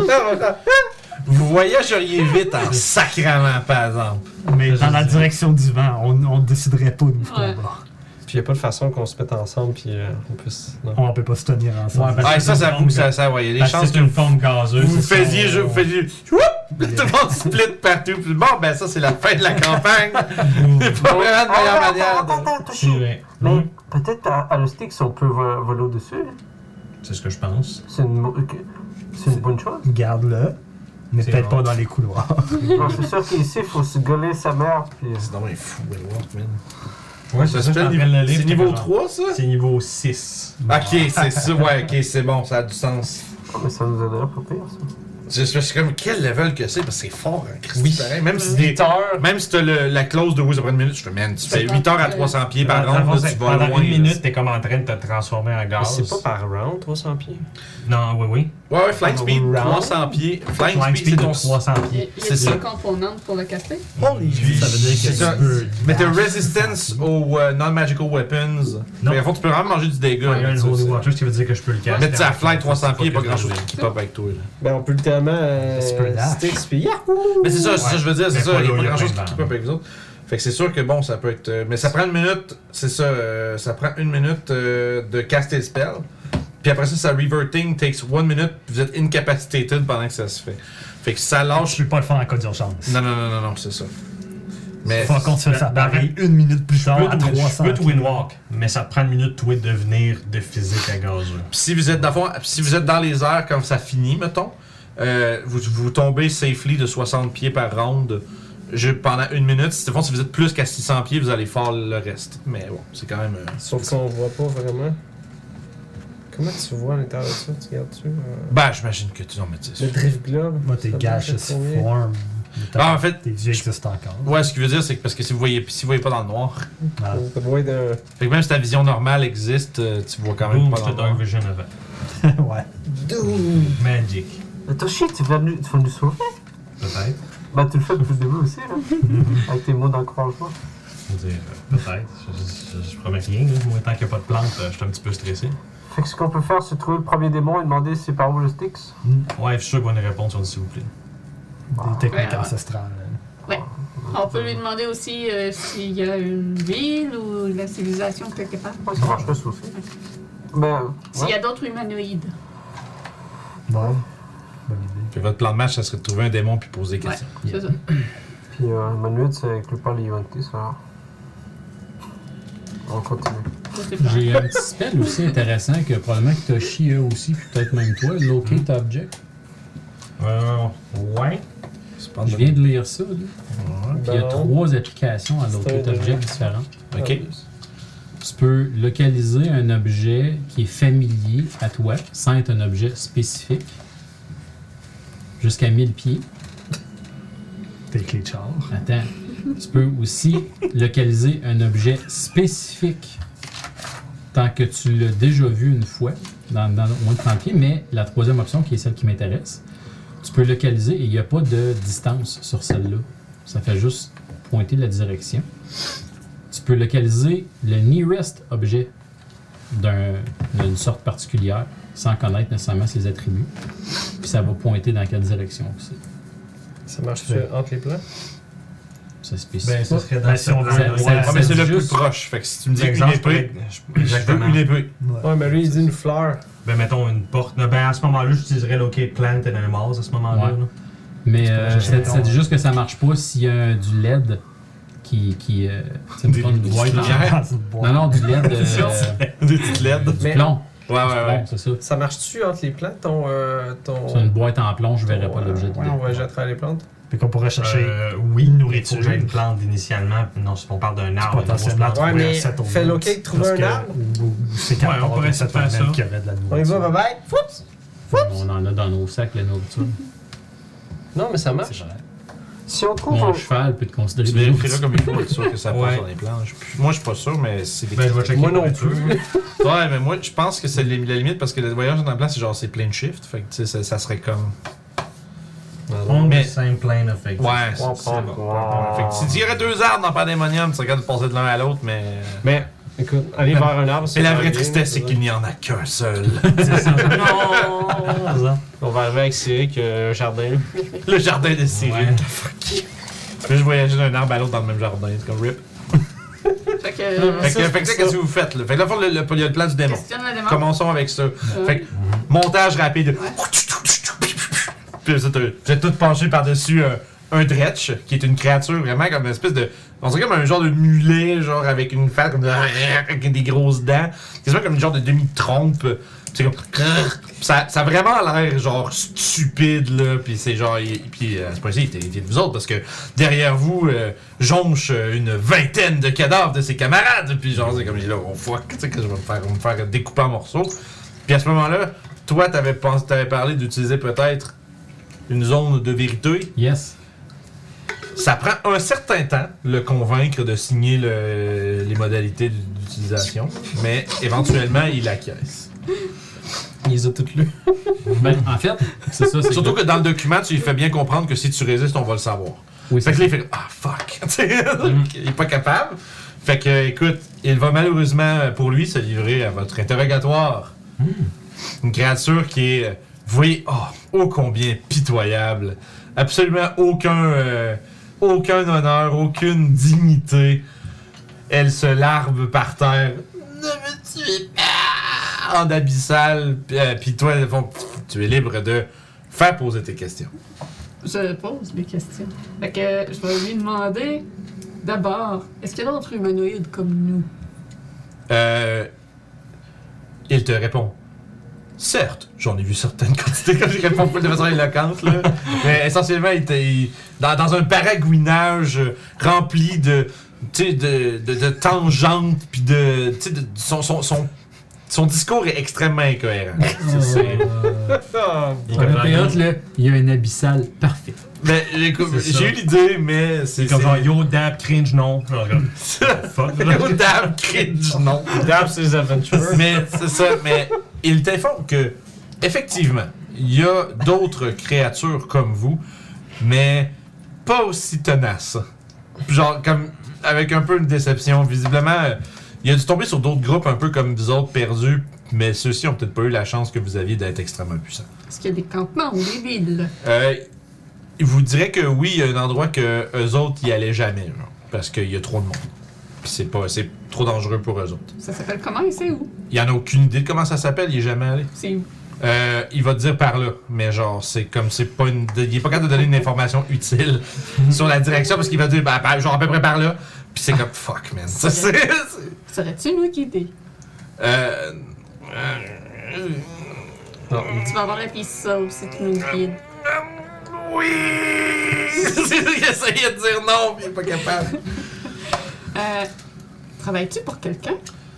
Vous voyageriez vite en sacrament, par exemple. Mais Ça, dans je la dis. direction du vent, on ne déciderait pas de nous Ouais. combat. Puis y a pas de façon qu'on se mette ensemble, puis on puisse. Non. On peut pas se tenir ensemble. Ouais, parce Ah, que ça, c'est une vous, forme ça, ouais, il y a des Parce que chances c'est que une forme gazeuse. vous c'est faisiez, ça, vous faisiez, whoop! Tout le monde split partout. Puis bon, ben ça, c'est la fin de la campagne. C'est pas vraiment de meilleure manière. Attends, C'est Toshi. vrai. Mais peut-être à le stick, si on peut voler au-dessus, C'est ce que je pense. c'est une bonne chose. Garde-le, mais C'est peut-être bon. pas dans les couloirs. Non, c'est sûr qu'ici, il faut se gueuler sa mère, puis... C'est vraiment fou, Wellworth, man. Ouais, Ça c'est ça, je suis en s'appelle train de le lire. c'est niveau genre. 3, ça? C'est niveau 6. Ok, c'est ça, ouais, ok, c'est bon, ça a du sens. Oh, mais ça nous aiderait pas pire, ça. Je suis comme, quel level que c'est? Parce que c'est fort, hein, Christy, Oui. pareil. Même si 8 heures. même si t'as la clause de oui, ça prend une minute, je fais, man, tu fais 8 heures à 300 pieds par ronde, là, tu vas Pendant loin. une là. minute, t'es comme en train de te transformer en Mais gaz. c'est pas par round, 300 pieds. Non, oui. Ouais, flying speed, Round. 300 pieds. Flying Flying speed, speed c'est de ton... 300 Y pieds. a C'est ça. des composantes pour le caster? Holy Ça veut dire que C'est ça. tu peux- Mais t'as resistance aux non-magical weapons. Non. Mais à fond, tu peux vraiment manger du dégât. Il y a là, un ça, Holy c'est- Water, ce qui veut dire que je peux le caster. Mais tu sais, à fly 300 pieds, pas que grand chose je qui pop avec toi. Là. Ben on peut littéralement. Tu peux dash. Sticks, puis yahoo! Mais c'est ça, c'est ça, je veux dire, c'est Mais ça, pas il y a là, pas il y a grand chose plein de qui barres. pop avec vous autres. Fait que c'est sûr que bon, ça peut être. Mais ça prend une minute, c'est ça, ça prend une minute de caster le spell. Puis après ça, reverting takes 1 minute, puis vous êtes incapacitated pendant que ça se fait. Fait que ça lâche. Je peux pas le faire en cas d'urgence. Non, c'est ça. Mais. Faut qu'on se fasse Ben, appareil une minute plus tard à Je 300. peux te windwalk, mais ça te prend une minute toi de devenir de physique à gazeux. Puis si vous êtes dans, si vous êtes dans les airs quand ça finit, mettons, vous tombez safely de 60 pieds par round pendant 1 minute. Si vous êtes plus qu'à 600 pieds, vous allez faire le reste. Mais bon, c'est quand même. Sauf qu'on voit pas vraiment. Comment tu vois à l'intérieur de ça? Tu regardes-tu? Ben, j'imagine que tu en mets Le drift globe. Moi, tes ça gages doit se être combien? forment. Ah, en fait, Tes yeux existent encore. ouais, ce qui veut dire, c'est que parce que si vous voyez pas dans le noir, Ah. Ça doit être un. fait que même si ta vision normale existe, tu vois quand même Boom, pas dans c'était le noir. Dark Vision avant. Ouais. Magic. Mais Toshi, tu vas nous sauver? Peut-être. Bah, tu le fais depuis le début aussi, là. Avec tes mots d'encouragement. Je veux dire, peut-être. Je promets rien. Là. Moi, tant qu'il n'y a pas de plante, je suis un petit peu stressé. Fait que ce qu'on peut faire, c'est trouver le premier démon et demander c'est par où le Styx. Ouais, je suis sûr qu'on a une réponse, on dit s'il vous plaît. Des techniques Ouais. ancestrales. On peut lui demander aussi s'il y a une ville ou la civilisation quelque part. Ouais, ça marche ça aussi. Ben, S'il y ouais. a d'autres humanoïdes. Ouais. Bonne idée. Fait que votre plan de match, ça serait de trouver un démon puis poser des Ouais, questions. c'est ça. Puis Manuel, ça inclut pas les Yuantis, alors. On continue. Je sais pas. J'ai un petit spell aussi intéressant que probablement que Toshi a aussi, puis peut-être même toi, Locate Object. Ouais. C'est pas Je viens de lire ça, là. Puis il y a Bon. 3 applications à Locate C'est un Object différentes. Ok. Tu peux localiser un objet qui est familier à toi, sans être un objet spécifique, jusqu'à 1000 pieds. Tes clés de char. Attends. Tu peux aussi localiser un objet spécifique tant que tu l'as déjà vu une fois, dans au moins de 30 pieds, mais la troisième option, qui est celle qui m'intéresse, tu peux localiser et il n'y a pas de distance sur celle-là. Ça fait juste pointer la direction. Tu peux localiser le nearest objet d'une sorte particulière sans connaître nécessairement ses attributs. Puis ça va pointer dans quelle direction aussi. Ça marche entre les plans? Ça spécifie. Ben, ça serait Ben, dans si on veut- ça- Ouais, mais c'est le plus juste- proche. Fait que si tu me dis Par une exemple, épée, je veux exactement. une épée. Ouais. Ouais, mais lui, il dit une fleur. Ben, mettons une porte. Ben, à ce moment-là, j'utiliserais Locate Plant and Animals à ce moment-là. Ouais. Là. Mais chercher ça dit juste que ça marche pas s'il y a du LED qui c'est pas une boîte non, du LED. Des petites LED. Du plomb. Ouais, ouais, ouais. C'est ça. Ça marche-tu entre les plantes, ton... C'est une boîte en plomb, je verrais pas l'objet de Ouais, on va jeter à travers les plantes. Puis qu'on pourrait chercher Oui, nourriture. il faut que j'aille une plante initialement. Non, on parle d'un arbre. potentiellement Ouais, trouver mais un settlement. fais l'ok trouver Parce un que- arbre. Ou c'est Ouais, on pourrait un essayer de faire settlement ça. qui aurait de la On y nourriture. va, bye-bye. Foups! On en a dans nos sacs, la nourriture. Non, mais ça marche. C'est vrai. Si on trouve Mon un... cheval peut te considérer Tu vérifieras comme il faut être sûr que ça passe Ouais. sur les planches. Moi, je suis pas sûr, mais c'est des Ben, je vais checker. Moi non pour être plus. sûr. Ouais, mais moi, je pense que c'est la limite parce que le voyage dans le plan, c'est genre c'est plein de shift. Fait que tu sais, ça serait comme. On Mais- the same plane of existence. Ouais, c'est bon. Ouais, fait que s'il y aurait deux arbres dans Pandemonium, tu regardes de passer de l'un à l'autre, mais. Mais, écoute, aller vers un arbre, Mais la va vraie bien, tristesse, c'est ça. qu'il n'y en a qu'un seul. C'est ça. Non! On va arriver avec Cyril jardin. Le jardin de Cyril. Ouais. Puis je voyageais d'un arbre à l'autre dans le même jardin. C'est comme RIP. Fait que. Fait que qu'est-ce que vous faites là? Fait que là, il y a le plan du démon. Questionne la démon. Commençons avec ça. Fait que, montage rapide. Puis ça, vous êtes tous penchés par-dessus un Dretch, qui est une créature vraiment comme une espèce de. On dirait comme un genre de mulet, genre avec une face comme avec des grosses dents. C'est comme une genre de demi-trompe. C'est comme. Ça a vraiment l'air genre stupide, là. Puis c'est genre. Puis à ce point-ci, il était de vous autres parce que derrière vous jonche une vingtaine de cadavres de ses camarades. Puis genre, c'est comme il est là, oh fuck, tu sais, que je vais me faire découper en morceaux. Puis à ce moment-là, toi, t'avais parlé d'utiliser peut-être une zone de vérité. Yes. Ça prend un certain temps le convaincre de signer les modalités d'utilisation, mais éventuellement, il acquiesce. Il les a toutes lues. Ben, en fait, c'est ça. Surtout que dans le document, tu lui fais bien comprendre que si tu résistes, on va le savoir. Oui, Fait c'est que là, il fait ah fuck, Tu sais, il est pas capable. Fait que, écoute, il va malheureusement pour lui se livrer à votre interrogatoire. Une créature qui est, vous voyez, ô combien pitoyable. Absolument aucun honneur, aucune dignité. Elle se larve par terre. Ne me tuez pas! En abyssal. Puis toi, tu es libre de faire poser tes questions. Je pose des questions. Fait que je vais lui demander d'abord, est-ce qu'il y a d'autres humanoïdes comme nous? Il te répond. Certes, j'en ai vu certaines quantités quand je réponds de façon éloquente, là. Mais essentiellement, dans un paragouinage rempli de, tu sais, de tangentes, puis de, tu sais, son discours est extrêmement incohérent. Comme théâtre, là, il y a un abyssal parfait. Mais écoute, C'est ça. j'ai eu l'idée, mais c'est Comme genre yo, dab, cringe, non. Genre comme. Fuck. Yo, dab, cringe, non. Dab, c'est les Adventures. Mais c'est ça, mais il t'informe que, effectivement, il y a d'autres créatures comme vous, mais pas aussi tenaces. Genre, comme, avec un peu une déception. Visiblement, il a dû tomber sur d'autres groupes un peu comme vous autres perdus, mais ceux-ci ont peut-être pas eu la chance que vous aviez d'être extrêmement puissants. Est-ce qu'il y a des campements ou des villes? Il vous dirait que oui, il y a un endroit que eux autres y allaient jamais, genre, parce qu'il y a trop de monde. Puis c'est trop dangereux pour eux autres. Ça s'appelle comment et c'est où? Il en a aucune idée de comment ça s'appelle, il est jamais allé. C'est où? Il va te dire par là, mais genre, c'est comme c'est pas une. Il est pas capable de donner une information utile sur la direction parce qu'il va dire, genre à peu près par là. Puis c'est comme, fuck, man. Ça, Serais-tu nous guider? Non, Tu vas avoir la pizza si tu nous guides. Oui! Il essayait de dire non, puis il est pas capable. Travailles-tu pour quelqu'un?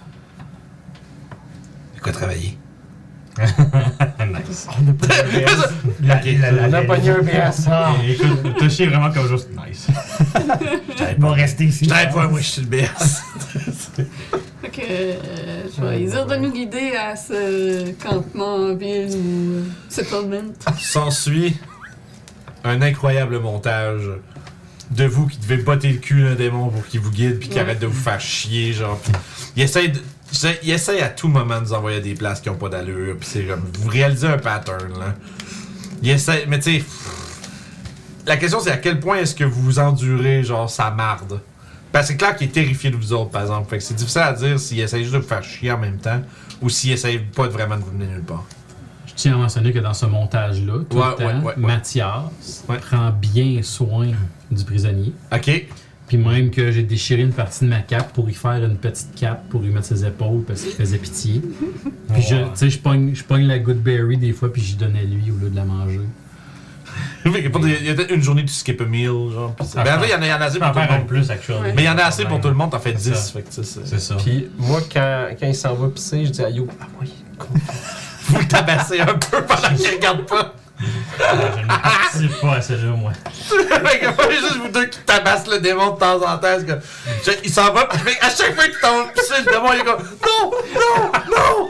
De quoi travailler? Nice. on a pogné un BS. Écoute, Toshi est vraiment comme juste nice. Il va rester ici. Je travaille pas, moi, je suis le BS. Fait que je vais lui dire de nous guider à ce campement en ville ou settlement. S'ensuit un incroyable montage de vous qui devez botter le cul d'un démon pour qu'il vous guide puis qu'il arrête de vous faire chier, genre. Puis il essaye à tout moment de vous envoyer à des places qui ont pas d'allure, puis c'est comme vous réalisez un pattern là. Il essaie, mais tu sais, la question c'est à quel point est-ce que vous endurez genre sa marde. Parce que c'est clair qu'il est terrifié de vous autres, par exemple. Fait que c'est difficile à dire s'il essaie juste de vous faire chier en même temps ou s'il essaie pas vraiment de vous mener nulle part. Je tiens à mentionner que dans ce montage-là, tout le temps, Mathias prend bien soin du prisonnier. Ok. Puis même que j'ai déchiré une partie de ma cape pour y faire une petite cape pour lui mettre ses épaules parce qu'il faisait pitié. Puis je pogne la Goodberry des fois puis j'y donnais lui au lieu de la manger. Il y a peut-être une journée tu skip a meal, genre. Mais en fait, il y en a assez pour tout le monde. Plus, actuellement. Mais il y en a assez pour tout le monde, t'en fais 10. ça. Fait que C'est ça. Puis moi, quand il s'en va pisser, je dis à Yo, oui. Vous le tabassez un peu pendant qu'il regarde pas. Je ne participe pas à celle-là, moi. Fait que pas juste vous deux qui tabassent le démon de temps en temps. Il s'en va, puis à chaque fois qu'il tombe pisser, le démon il est comme non, non, non!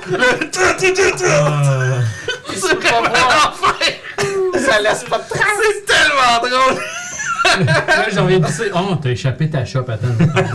C'est vraiment l'enfer! Ça laisse pas de traces! C'est tellement drôle! Là, j'ai envie de dire, oh, t'as échappé ta chope, attends.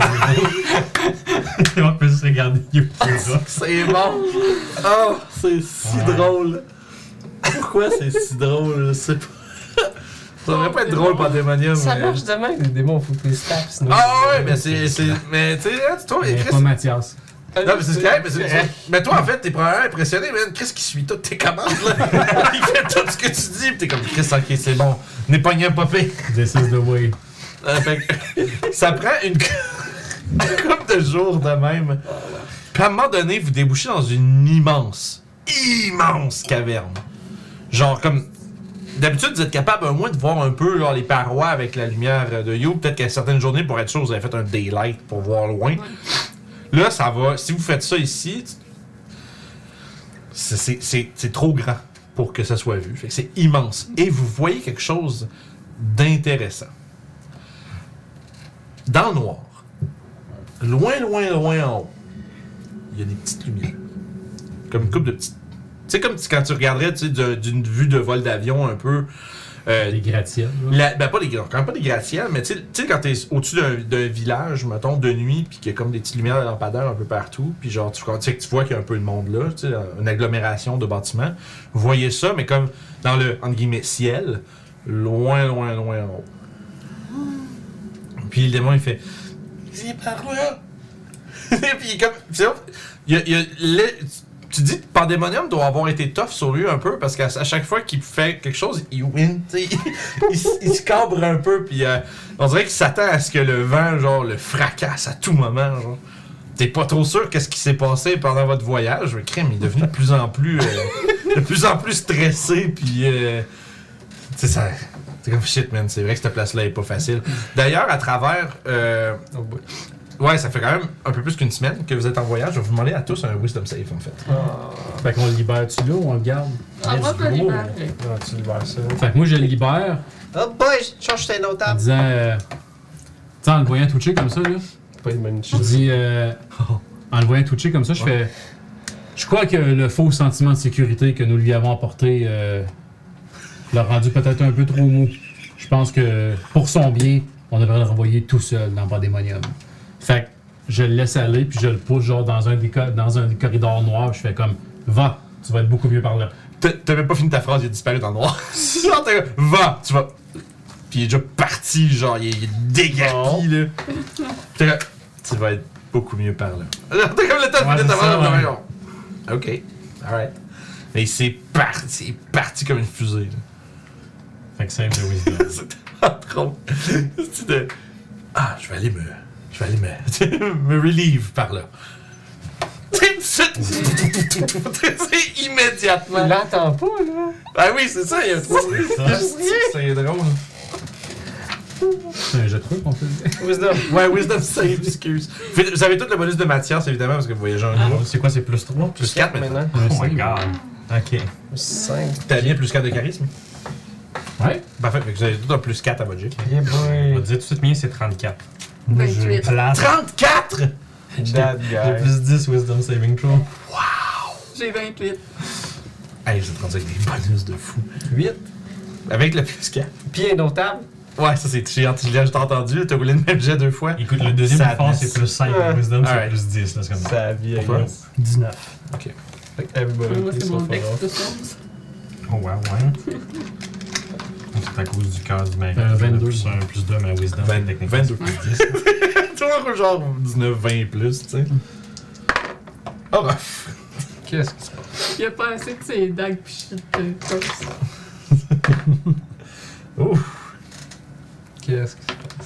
On peut juste regarder YouTube. C'est bon! Oh, c'est si drôle! Pourquoi c'est si drôle? Je sais pas. Ça devrait pas être drôle Pandemonium. Ça mais... marche de même, les démons, faut que les stats, sinon. Ah ouais, mais c'est. Mais tu sais, tu trouves. Mais Chris... pas Mathias. Non, mais c'est correct, mais toi, en fait, t'es probablement impressionné, man. Qu'est-ce qui suit toutes tes commandes, là? Il fait tout ce que tu dis, pis t'es comme, Chris, ok, c'est bon. N'est pas un popé. This is the way. Fait que, ça prend une couple de jours de même. Puis à un moment donné, vous débouchez dans une immense caverne. Genre, comme. D'habitude, vous êtes capable au moins de voir un peu genre, les parois avec la lumière de You. Peut-être qu'à certaines journées, pour être sûr, vous avez fait un daylight pour voir loin. Là, ça va. Si vous faites ça ici, c'est trop grand pour que ça soit vu. Fait que c'est immense. Et vous voyez quelque chose d'intéressant. Dans le noir, loin en haut, il y a des petites lumières. Comme une couple de petites. Tu sais, comme quand tu regarderais d'une vue de vol d'avion un peu. Des gratte-ciels. Ben quand même pas des gratte-ciels, mais tu sais, quand t'es au-dessus d'un village, mettons, de nuit, puis qu'il y a comme des petites lumières de lampadaires un peu partout, puis genre, tu vois qu'il y a un peu de monde là, tu sais, une agglomération de bâtiments. Vous voyez ça, mais comme dans le, entre guillemets, ciel, loin en haut. Puis le démon, il fait « C'est par là! » Puis comme, tu sais, tu dis que Pandemonium doit avoir été tough sur lui un peu parce qu'à chaque fois qu'il fait quelque chose, il win, il se cabre un peu, puis on dirait qu'il s'attend à ce que le vent, genre, le fracasse à tout moment, genre. T'es pas trop sûr qu'est-ce qui s'est passé pendant votre voyage, mais crème, il est devenu de plus en plus stressé, puis tu sais, ça... C'est comme shit, man, c'est vrai que cette place-là est pas facile. D'ailleurs, à travers... Ouais, ça fait quand même un peu plus qu'une semaine que vous êtes en voyage. Je vais vous demander à tous un wisdom save, en fait. Fait qu'on le libère-tu là ou on le garde? On va te le libérer. Non, tu libères ça. Fait que moi, je le libère Oh boy, change tes notes en disant... tu sais, en le voyant toucher comme ça, là, Pas une bonne je chose. dis... en le voyant toucher comme ça, je fais... Je crois que le faux sentiment de sécurité que nous lui avons apporté l'a rendu peut-être un peu trop mou. Je pense que, pour son bien, on devrait le renvoyer tout seul dans Pandemonium. Fait que je le laisse aller, puis je le pousse genre dans un corridor noir, je fais comme va, tu vas être beaucoup mieux par là. T'as même pas fini ta phrase, il a disparu dans le noir. Genre, va, tu vas. Puis il est déjà parti, genre, il est déguerpi, là. T'es comme, tu vas être beaucoup mieux par là. T'es comme le temps de ta phrase, ok, alright. Mais c'est parti comme une fusée, là. Fait que c'est de wisdom. C'est tellement drôle. C'est de. Ah, je vais aller me relieve par là. C'est immédiatement. Il l'entend pas, là. Ah oui, c'est ça, il y a trop de c'est drôle. C'est un jeu de truc qu'on fait. Wisdom. Ouais, wisdom save, excuse. Vous avez tout le bonus de Mathias, évidemment, parce que vous voyagez un groupe. C'est quoi, c'est plus 3? Plus 4 maintenant. Oh my god. Ok. 5. T'as bien plus 4 de charisme? Ouais. Parfait, fait que vous avez tout un plus 4 à votre jet. Yeah, On va boy. dire tout de suite, mien c'est 34. 28. Place. 34! That J'ai guy. plus 10 wisdom saving throw. J'ai 28. Hey, vous êtes rendu avec des bonus de fou. 8. Avec le plus 4. Pied notable. Ouais, ça c'est chiant, je t'ai entendu, t'as roulé le même jet 2 fois. Écoute, le deuxième Sadness. effort c'est plus 5, wisdom c'est Alright. plus 10. Là, c'est comme ça. Sa vie, Pourquoi? elle 19. Ok. Fait que everybody Moi, c'est so mon far dex off. de 11. Oh ouais. C'est à cause du cœur du mec. 22. Plus 1, plus 2, mais wisdom. 22. techniquement, c'est plus 10. Toujours genre 19-20 plus, tu sais. Orof. Qu'est-ce qui se passe? Il a pas assez de ses dagues pis shit de force. Ouf. Qu'est-ce qui se passe?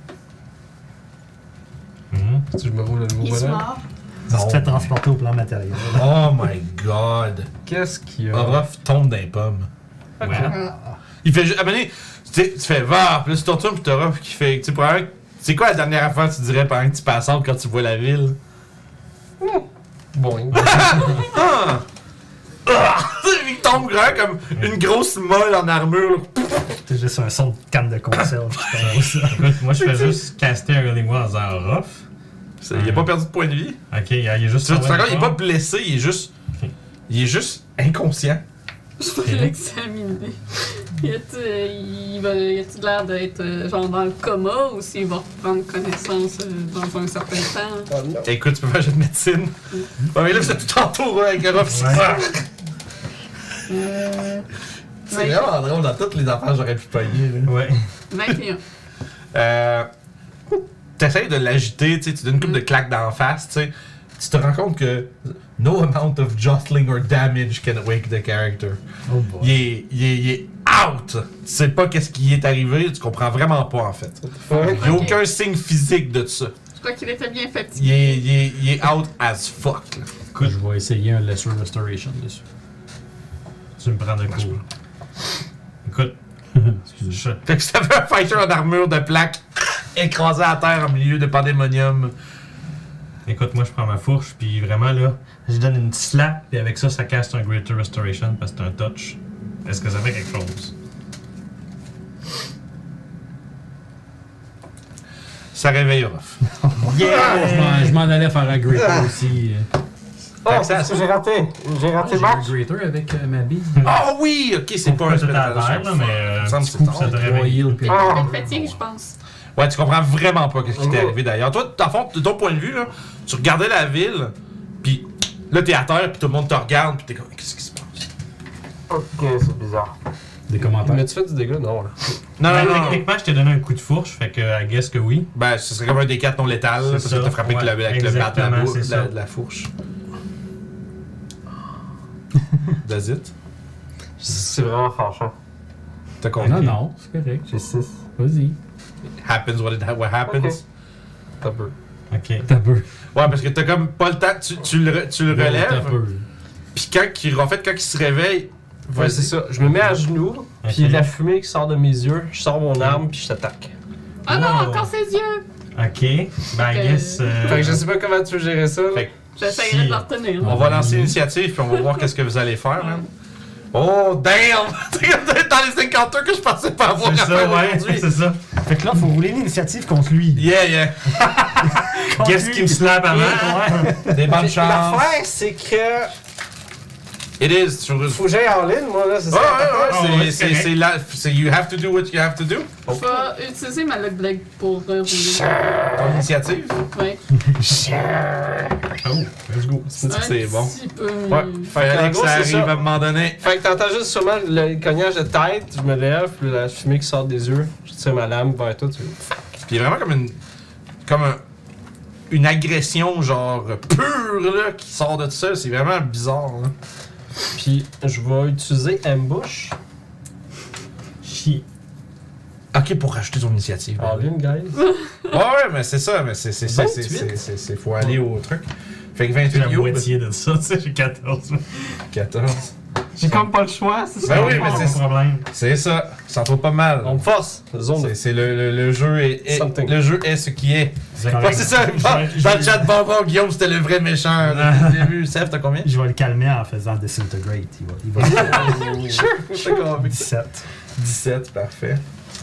Mhm. Si je me roule le nouveau Il se bonhomme? mord. Ça se fait transporter au plan matériel. Oh my god. Qu'est-ce qu'il y a? Orof tombe dans les pommes. Ouais. Il fait juste. À un moment donné, tu fais va, puis là tu te retournes, puis t'as Orof qui fait. Tu sais, probablement. C'est quoi la dernière affaire que tu dirais pendant que tu passes quand tu vois la ville? Boing. Ah! Ah! Il tombe grand comme une grosse molle en armure. Là. C'est juste un son de canne de conserve qui tombe au sol. Écoute, moi je fais juste caster un Healing Word en Orof. Il a pas perdu de point de vie. Ok, il est juste. Tu te rends compte, il est pas blessé, il est juste. Ok. Il est juste inconscient. Je vais l'examiner. Y a-tu l'air d'être genre dans le coma ou s'il va reprendre connaissance dans un certain temps? Oh non. Écoute, tu peux faire un jeu de médecine. Ouais, mais là, vous êtes tout entouré avec Orof. C'est vraiment drôle, dans toutes les affaires, j'aurais pu pogner. Là. Ouais. 21. T'essayes de l'agiter, tu sais, tu donnes une couple de claques d'en face, tu sais. Tu te rends compte que no amount of jostling or damage can wake the character. Oh boy. Il est out! Tu sais pas qu'est-ce qui est arrivé, tu comprends vraiment pas en fait. Fuck. Il y a aucun signe physique de ça. Je crois qu'il était bien fatigué. Il est out as fuck. Là. Écoute, je vais essayer un Lesser Restoration dessus. Tu me prends de court. Écoute, je... Fait que ça fait un fighter en armure de plaque écrasé à terre au milieu de pandémonium. Écoute, moi je prends ma fourche, puis vraiment là, je donne une slap, puis avec ça, ça casse un Greater Restoration parce que c'est un touch. Est-ce que ça fait quelque chose? Ça réveille Orof. Je m'en allais faire un Greater aussi. Oh, c'est ce que j'ai raté. J'ai raté J'ai le un match. Greater avec ma bille. Ah oui! Ok, c'est pas un tout à spell l'heure, là, mais Il me un semble petit que coup, c'est ça te tard. réveille. Heal, puis- Ah. Peut-être fatigue, je pense. Ouais, tu comprends vraiment pas ce qui t'est arrivé d'ailleurs. Toi, dans le fond, de ton point de vue, là, tu regardais la ville, puis là, t'es à terre, puis tout le monde te regarde, puis t'es comme, qu'est-ce qui se passe? Ok, c'est bizarre. Des commentaires. Mais tu fais du dégât? Non, là. Non, Ben, non, non. techniquement, je t'ai donné un coup de fourche, fait que, I guess que oui. Ben, ce serait comme un D4 non létal, là, C'est parce que ça, t'as frappé ouais, avec le bat de la, exactement, c'est ça. de la fourche. Does it? C'est vraiment fâchant. T'as compris? Non, non, c'est correct. J'ai 6. Vas-y. Happens what happens. Ok. T'as peu. Ok. T'as peu. Ouais, parce que t'as comme pas le temps, tu le T'as relèves, peu. puis quand il se réveille, Ouais, c'est ça. Je me mets à genoux, puis Ok. la fumée qui sort de mes yeux, je sors mon arme, puis je t'attaque. Ah non, Wow. encore ses yeux! Ok. Ben, I guess. Fait que je sais pas comment tu veux gérer ça. là. Fait J'essayerai de le retenir. on va lancer l'initiative, puis on va voir qu'est-ce que vous allez faire, man. Oh, damn! C'est comme dans les 50 heures que je pensais pas avoir C'est à ça, faire ouais. aujourd'hui. C'est ça. Fait que là, faut rouler l'initiative contre lui. Yeah, yeah. Qu'est-ce qui me slap avant? Ouais. Des bonnes Puis chances. l'affaire, c'est que It is. Sur... faut que j'aille en ligne, moi, là, c'est Ouais, ça. ouais, ouais, c'est c'est you have to do what you have to do. Je vais utiliser ma lock leg pour rouler. Ton initiative. Ouais. Oh, let's go. C'est bon. Un petit peu Ouais. mieux. Fait que, en Alex, gros, ça c'est arrive ça. à un moment donné. Fait que t'entends juste sûrement le cognage de tête, je me lève, puis la fumée qui sort des yeux, je tire ma lame vers toi, tu Puis il y a vraiment comme une agression genre pure là qui sort de ça. C'est vraiment bizarre. Là. Puis je vais utiliser ambush. Chier. Ok, pour rajouter ton initiative. En ligne, guys. Ouais, mais c'est ça, mais c'est 28. faut aller au truc. Fait que J'ai 28 la yo, moitié de ça, tu sais, j'ai 14. 14. J'ai comme pas le choix, c'est Ben oui, mais Pas c'est de problème. c'est ça. Ça en trouve pas mal. On me force. Zone. C'est le jeu est Something. le jeu est ce qui est. C'est Ouais, c'est ça. Dans le chat bonbon, Guillaume, c'était le vrai méchant. Au début, Seth, t'as combien? Je vais le calmer en faisant Disintegrate. Il va Sure, j'étais convaincu. 17. 17, parfait.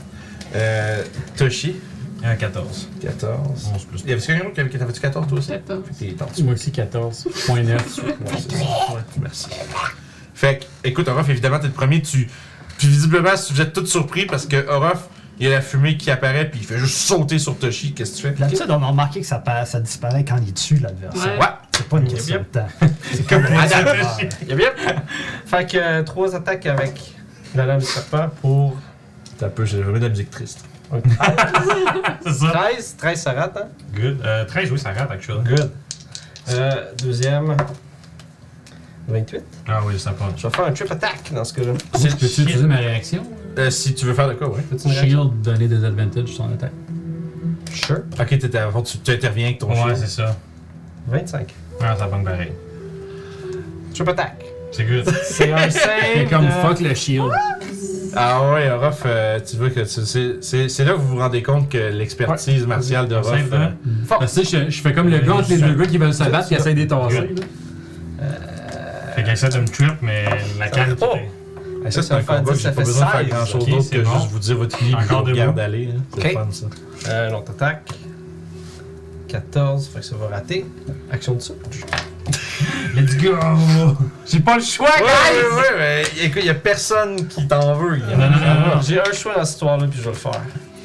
Toshi, 14. 14. 11 plus. Il y avait quelqu'un d'autre qui t'avais-tu 14 toi aussi? 14. Fait que t'es en dessous. Moi aussi 14.9. Ouais, c'est ça. Ouais, merci. Fait que, écoute, Orof, évidemment, t'es le premier. Puis visiblement, vous êtes tous surpris parce que Orof, il y a la fumée qui apparaît, puis il fait juste sauter sur Toshi. Qu'est-ce que tu fais? D'habitude, on a remarqué que ça disparaît quand il tue l'adversaire. Ouais. C'est pas une question de temps. C'est comme Adam. Yep, yep. Fait que 3 attaques avec la lame du serpent pour T'as un peu, j'ai vraiment de la musique triste. C'est ça. 13 ça rate, hein? Good. 13, oui, ça rate, actuellement. Good. Deuxième. 28. Ah oui, ça part. Je vais faire un trip attack dans ce cas-là. Peux-tu utiliser ma réaction? Si tu veux faire de quoi, ouais. Fais-tu une réaction? Shield, donner des advantages sur son attaque. Sure. Ok, tu interviens avec ton Ouais, shield. c'est ça. 25. Ah, ça pogne pareil. Trip attack. C'est good. C'est un save. Fait comme de- fuck le shield. Ah ouais, Orof, tu vois que c'est là que vous vous rendez compte que l'expertise martiale de On Orof. save de- Parce que je fais comme le gars entre les deux gars qui veulent se battre qui essayent d'étasser. Fait qu'elle essaie de me trip, mais la canne. Oh! Ça, c'est Ça un fait combat que 10, j'ai ça pas fait besoin de faire 16. grand chose Ok, d'autre c'est que bon. juste vous dire votre livre et Encore vous debout. regarde aller. Hein. C'est Ok. le fun, ça. Une autre attaque. 14, fait que ça va rater. Action de soupe. Let's go! J'ai pas le choix, Ouais, mais écoute, y a personne qui t'en veut. Non. J'ai un choix dans cette histoire-là, puis je vais le faire.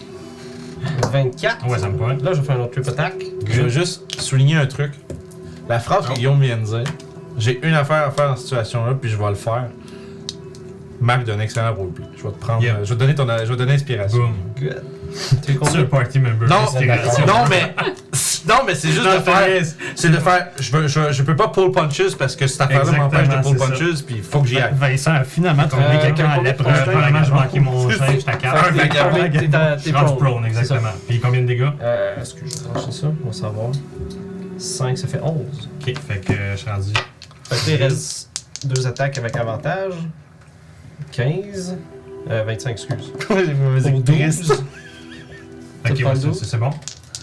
24. Ouais, ça me pointe. Là, je vais faire un autre trip attack. Je veux juste souligner un truc. La phrase que Guillaume vient de dire, j'ai une affaire à faire dans cette situation-là, puis je vais le faire. Marc d'un excellent roleplay. Je vais te prendre. Yeah. Je vais te donner inspiration. Boom. Good. Tu es C'est combien? le party member. Non, Inspiration. non, mais c'est juste Non, de faire. t'as- C'est de faire. Je peux pas pull punches parce que cette affaire-là m'empêche de pull Exactement, c'est punches, puis il faut que j'y aille. Vincent a finalement trouvé quelqu'un à combien l'épreuve. de points? Probablement, j'ai manqué mon C'est 5, j'étais à 4. Fait que bagarre. t'es Je rentre prone. prone, exactement. Puis combien de dégâts? Est-ce que je vais brancher ça? On va savoir. 5, ça fait 11. Ok, fait que je suis rendu. Fait que il reste 2 attaques avec avantage. 15. 25, excuse. Pour 12. Ok, Tu prends ouais, le dos? c'est bon.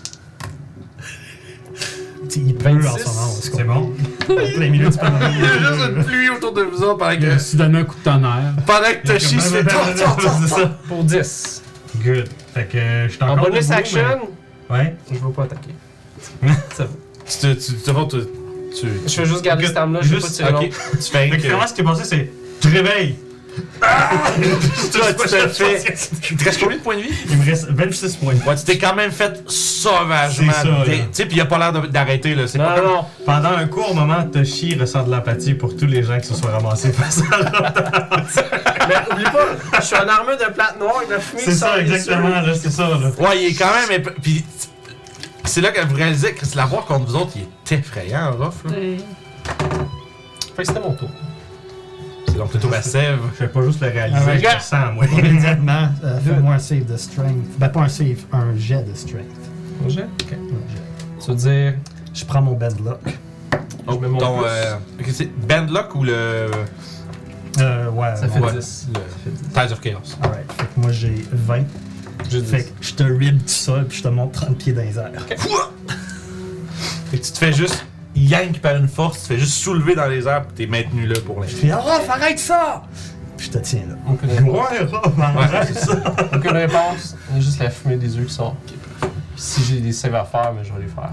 Il pleut en 26. ce moment. C'est bon. Plein milieu du Il y a juste une pluie autour de vous autres Si tu donnes un coup de tonnerre. pendant que Toshi se fait. C'est ça. Pour 10. Good. Fait que je suis En encore bonus debout, action, mais- Ouais. je vais pas attaquer. Ça va. Je vais juste garder cette arme-là, je vais pas Juste- tirer long. Ok, tu fais Fait rien que finalement, que. ce qui est passé, c'est. Tu te réveilles! Toi, tu te fais. Il te reste combien de points de vie? Il me reste 26 points. Ouais, tu t'es quand même fait sauvagement. C'est ça, là. Tu sais, pis il a pas l'air d'arrêter, là. C'est pas comme. Non. Pendant un court moment, Toshi ressent de l'empathie pour tous les gens qui se sont ramassés face à l'autre. Mais oublie pas, je suis en armure de plate noire avec la fumée C'est qui ça, sort des exactement, yeux. là, c'est ça, là. Ouais, il est quand même. Puis c'est là que vous réalisez que la voir contre vous autres, il est effrayant, Ruff. Là. Ouais. Fait que c'était mon tour. C'est donc plutôt ma sève. Je vais pas juste le réaliser, Ah ouais. je le sens, moi. Immédiatement, fais-moi un save de strength. Ben, pas un save, un jet de strength. Mon jet? Ok. Un jet. Tu veux dire. Je prends mon bad luck. Oh, mets mon ton. plus. Ok, c'est Bandlock ou le. Ouais, Ça fait Ouais. 10. Le Tides of Chaos. Alright. Fait que moi j'ai 20. J'ai Fait 10. que je te rib tout ça, puis je te monte 30 pieds dans les airs. Fait que tu te fais juste yank par une force, tu te fais juste soulever dans les airs, pis t'es maintenu là pour l'instant. Je fais Ruff, arrête ça! Puis je te tiens là. Aucune réponse. Ouais, Rob, ça. Aucune réponse. Il y a juste la fumée des yeux qui sort. Puis si j'ai des saves à faire, mais je vais les faire.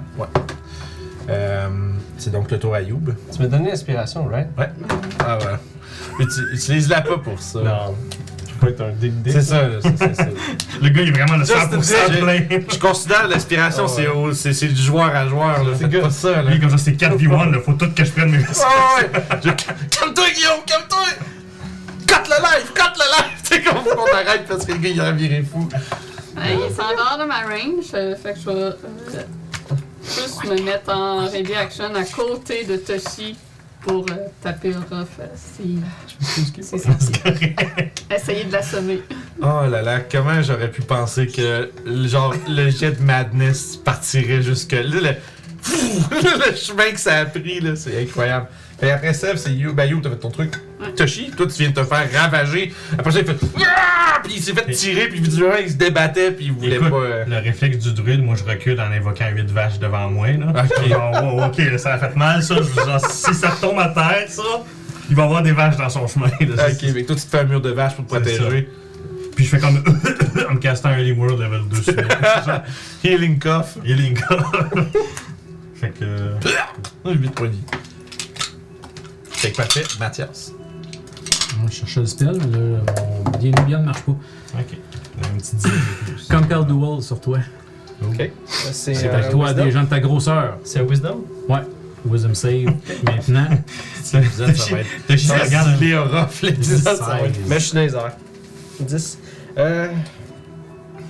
C'est donc le tour à Youb. Tu m'as donné l'inspiration, right? Ah voilà. Utilise-la pas pour ça. Non. Je peux pas être un dé. C'est ça, là, c'est. Le gars, il est vraiment le Juste 100% dire, plein. Je considère l'inspiration, Ah ouais. c'est du joueur à joueur, là. Faites good. pas ça, là. Lui, comme ça, c'est 4v1, là, faut tout que je prenne mes Ah ouais! Calme-toi, Guillaume, calme-toi! Cut le live! Tu sais, qu'on faut qu'on arrête parce que le gars, il a viré fou. Ouais, il est en dehors de ma range, fait que je vais juste me mettre en ready action à côté de Toshi pour taper Ruff si c'est ça. Essayer de l'assommer. Oh là là, comment j'aurais pu penser que, genre, le jet de madness partirait jusque là, le chemin que ça a pris, là, c'est incroyable. Et après ça, c'est You, ben You, t'as fait ton truc. Ouais. Toshi, toi, tu viens de te faire ravager. Après ça, il fait. Ah! Puis il s'est fait tirer, puis visiblement, il se débattait, puis il voulait Écoute, pas. le réflexe du druide, moi je recule en invoquant 8 vaches devant moi. Là. Ok. Genre, wow, ok, là, ça a fait mal ça. Genre, si ça tombe à terre, ça, il va y avoir des vaches dans son chemin. Là, Ok, mais toi, tu te fais un mur de vache pour te C'est protéger. Puis je fais comme en me castant un Early World level 2 sur moi. Healing cough. Healing Fait que. 8 points de vie. Fait que parfait, Mathias. Je cherchais le spell, mais là, mon bien ne marche pas. Ok. Un petit 10 de plus. Compel Duel sur toi. Ok. C'est C'est avec toi des gens de ta grosseur. C'est un wisdom? Ouais. Wisdom save. Maintenant. Cet épisode, ça va être. Toshi, regarde. Les Orof, l'épisode, ça va être. Mais je suis dans les airs. 10.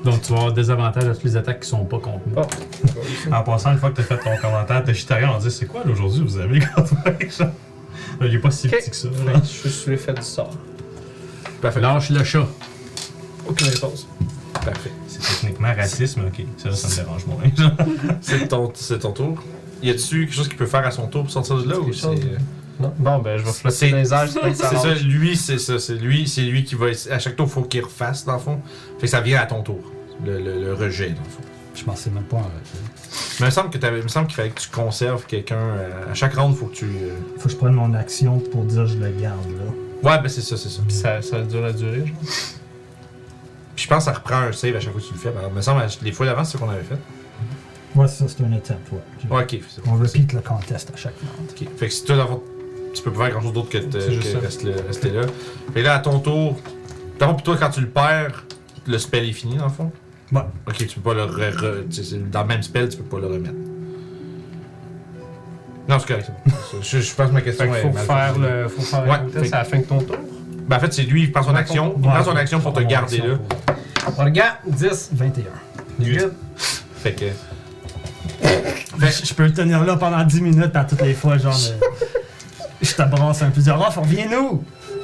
Donc tu vas avoir des avantages à toutes les attaques qui sont pas contre moi. En passant, une fois que t'as fait ton commentaire, Toshitari, on dit c'est quoi là, aujourd'hui vous avez contre moi? Il est pas si petit que ça. Fait Là. que je suis l'effet du sort. Parfait. Lâche le chat. Aucune réponse. Parfait. C'est techniquement racisme, ok. Ça me dérange moins. C'est ton tour. Y a-tu quelque chose qu'il peut faire à son tour pour sortir de là ou c'est. Non? Bon, ben, je vais C'est- flotter dans les airs, c'est pas que ça C'est ça, lâche. lui, c'est ça. C'est lui qui va. À chaque tour, il faut qu'il refasse, dans le fond. Fait que ça vient à ton tour. Le rejet, dans le fond. Je pensais même pas en rejet. Mais il me semble qu'il fallait que tu conserves quelqu'un. À chaque round, il faut que tu. Faut que je prenne mon action pour dire je le garde là. Ouais, ben c'est ça. Puis ça dure à durer, genre. Puis je pense que ça reprend un save à chaque fois que tu le fais. Alors, il me semble, les fois d'avant, c'est ce qu'on avait fait. Ouais, c'est ça, c'est un attempt, ouais. Ouais, ok, c'est bon. On repeat le contest à chaque round. Ok. Fait que si toi, dans le fond, tu peux pas faire grand chose d'autre que, C'est juste ça. rester là. Fait que là, à ton tour. Dans le fond, puis toi, quand tu le perds, le spell est fini, dans le fond. Ouais. Ok, tu peux pas dans le même spell, tu peux pas le remettre. Non, c'est correct, c'est bon. Je pense que ma question Fait qu'il est faut mal faire formulée. le. Faut faire Ouais, le fait contest à la fin de ton tour. Ben, en fait, c'est lui, il prend son action. Il prend son Ouais, action pour te mon garder action là. pour- On regarde, 10. 21. Good. Fait que. Je peux le tenir là pendant 10 minutes à toutes les fois, genre. Je te brasse un peu, dire, oh, reviens-nous!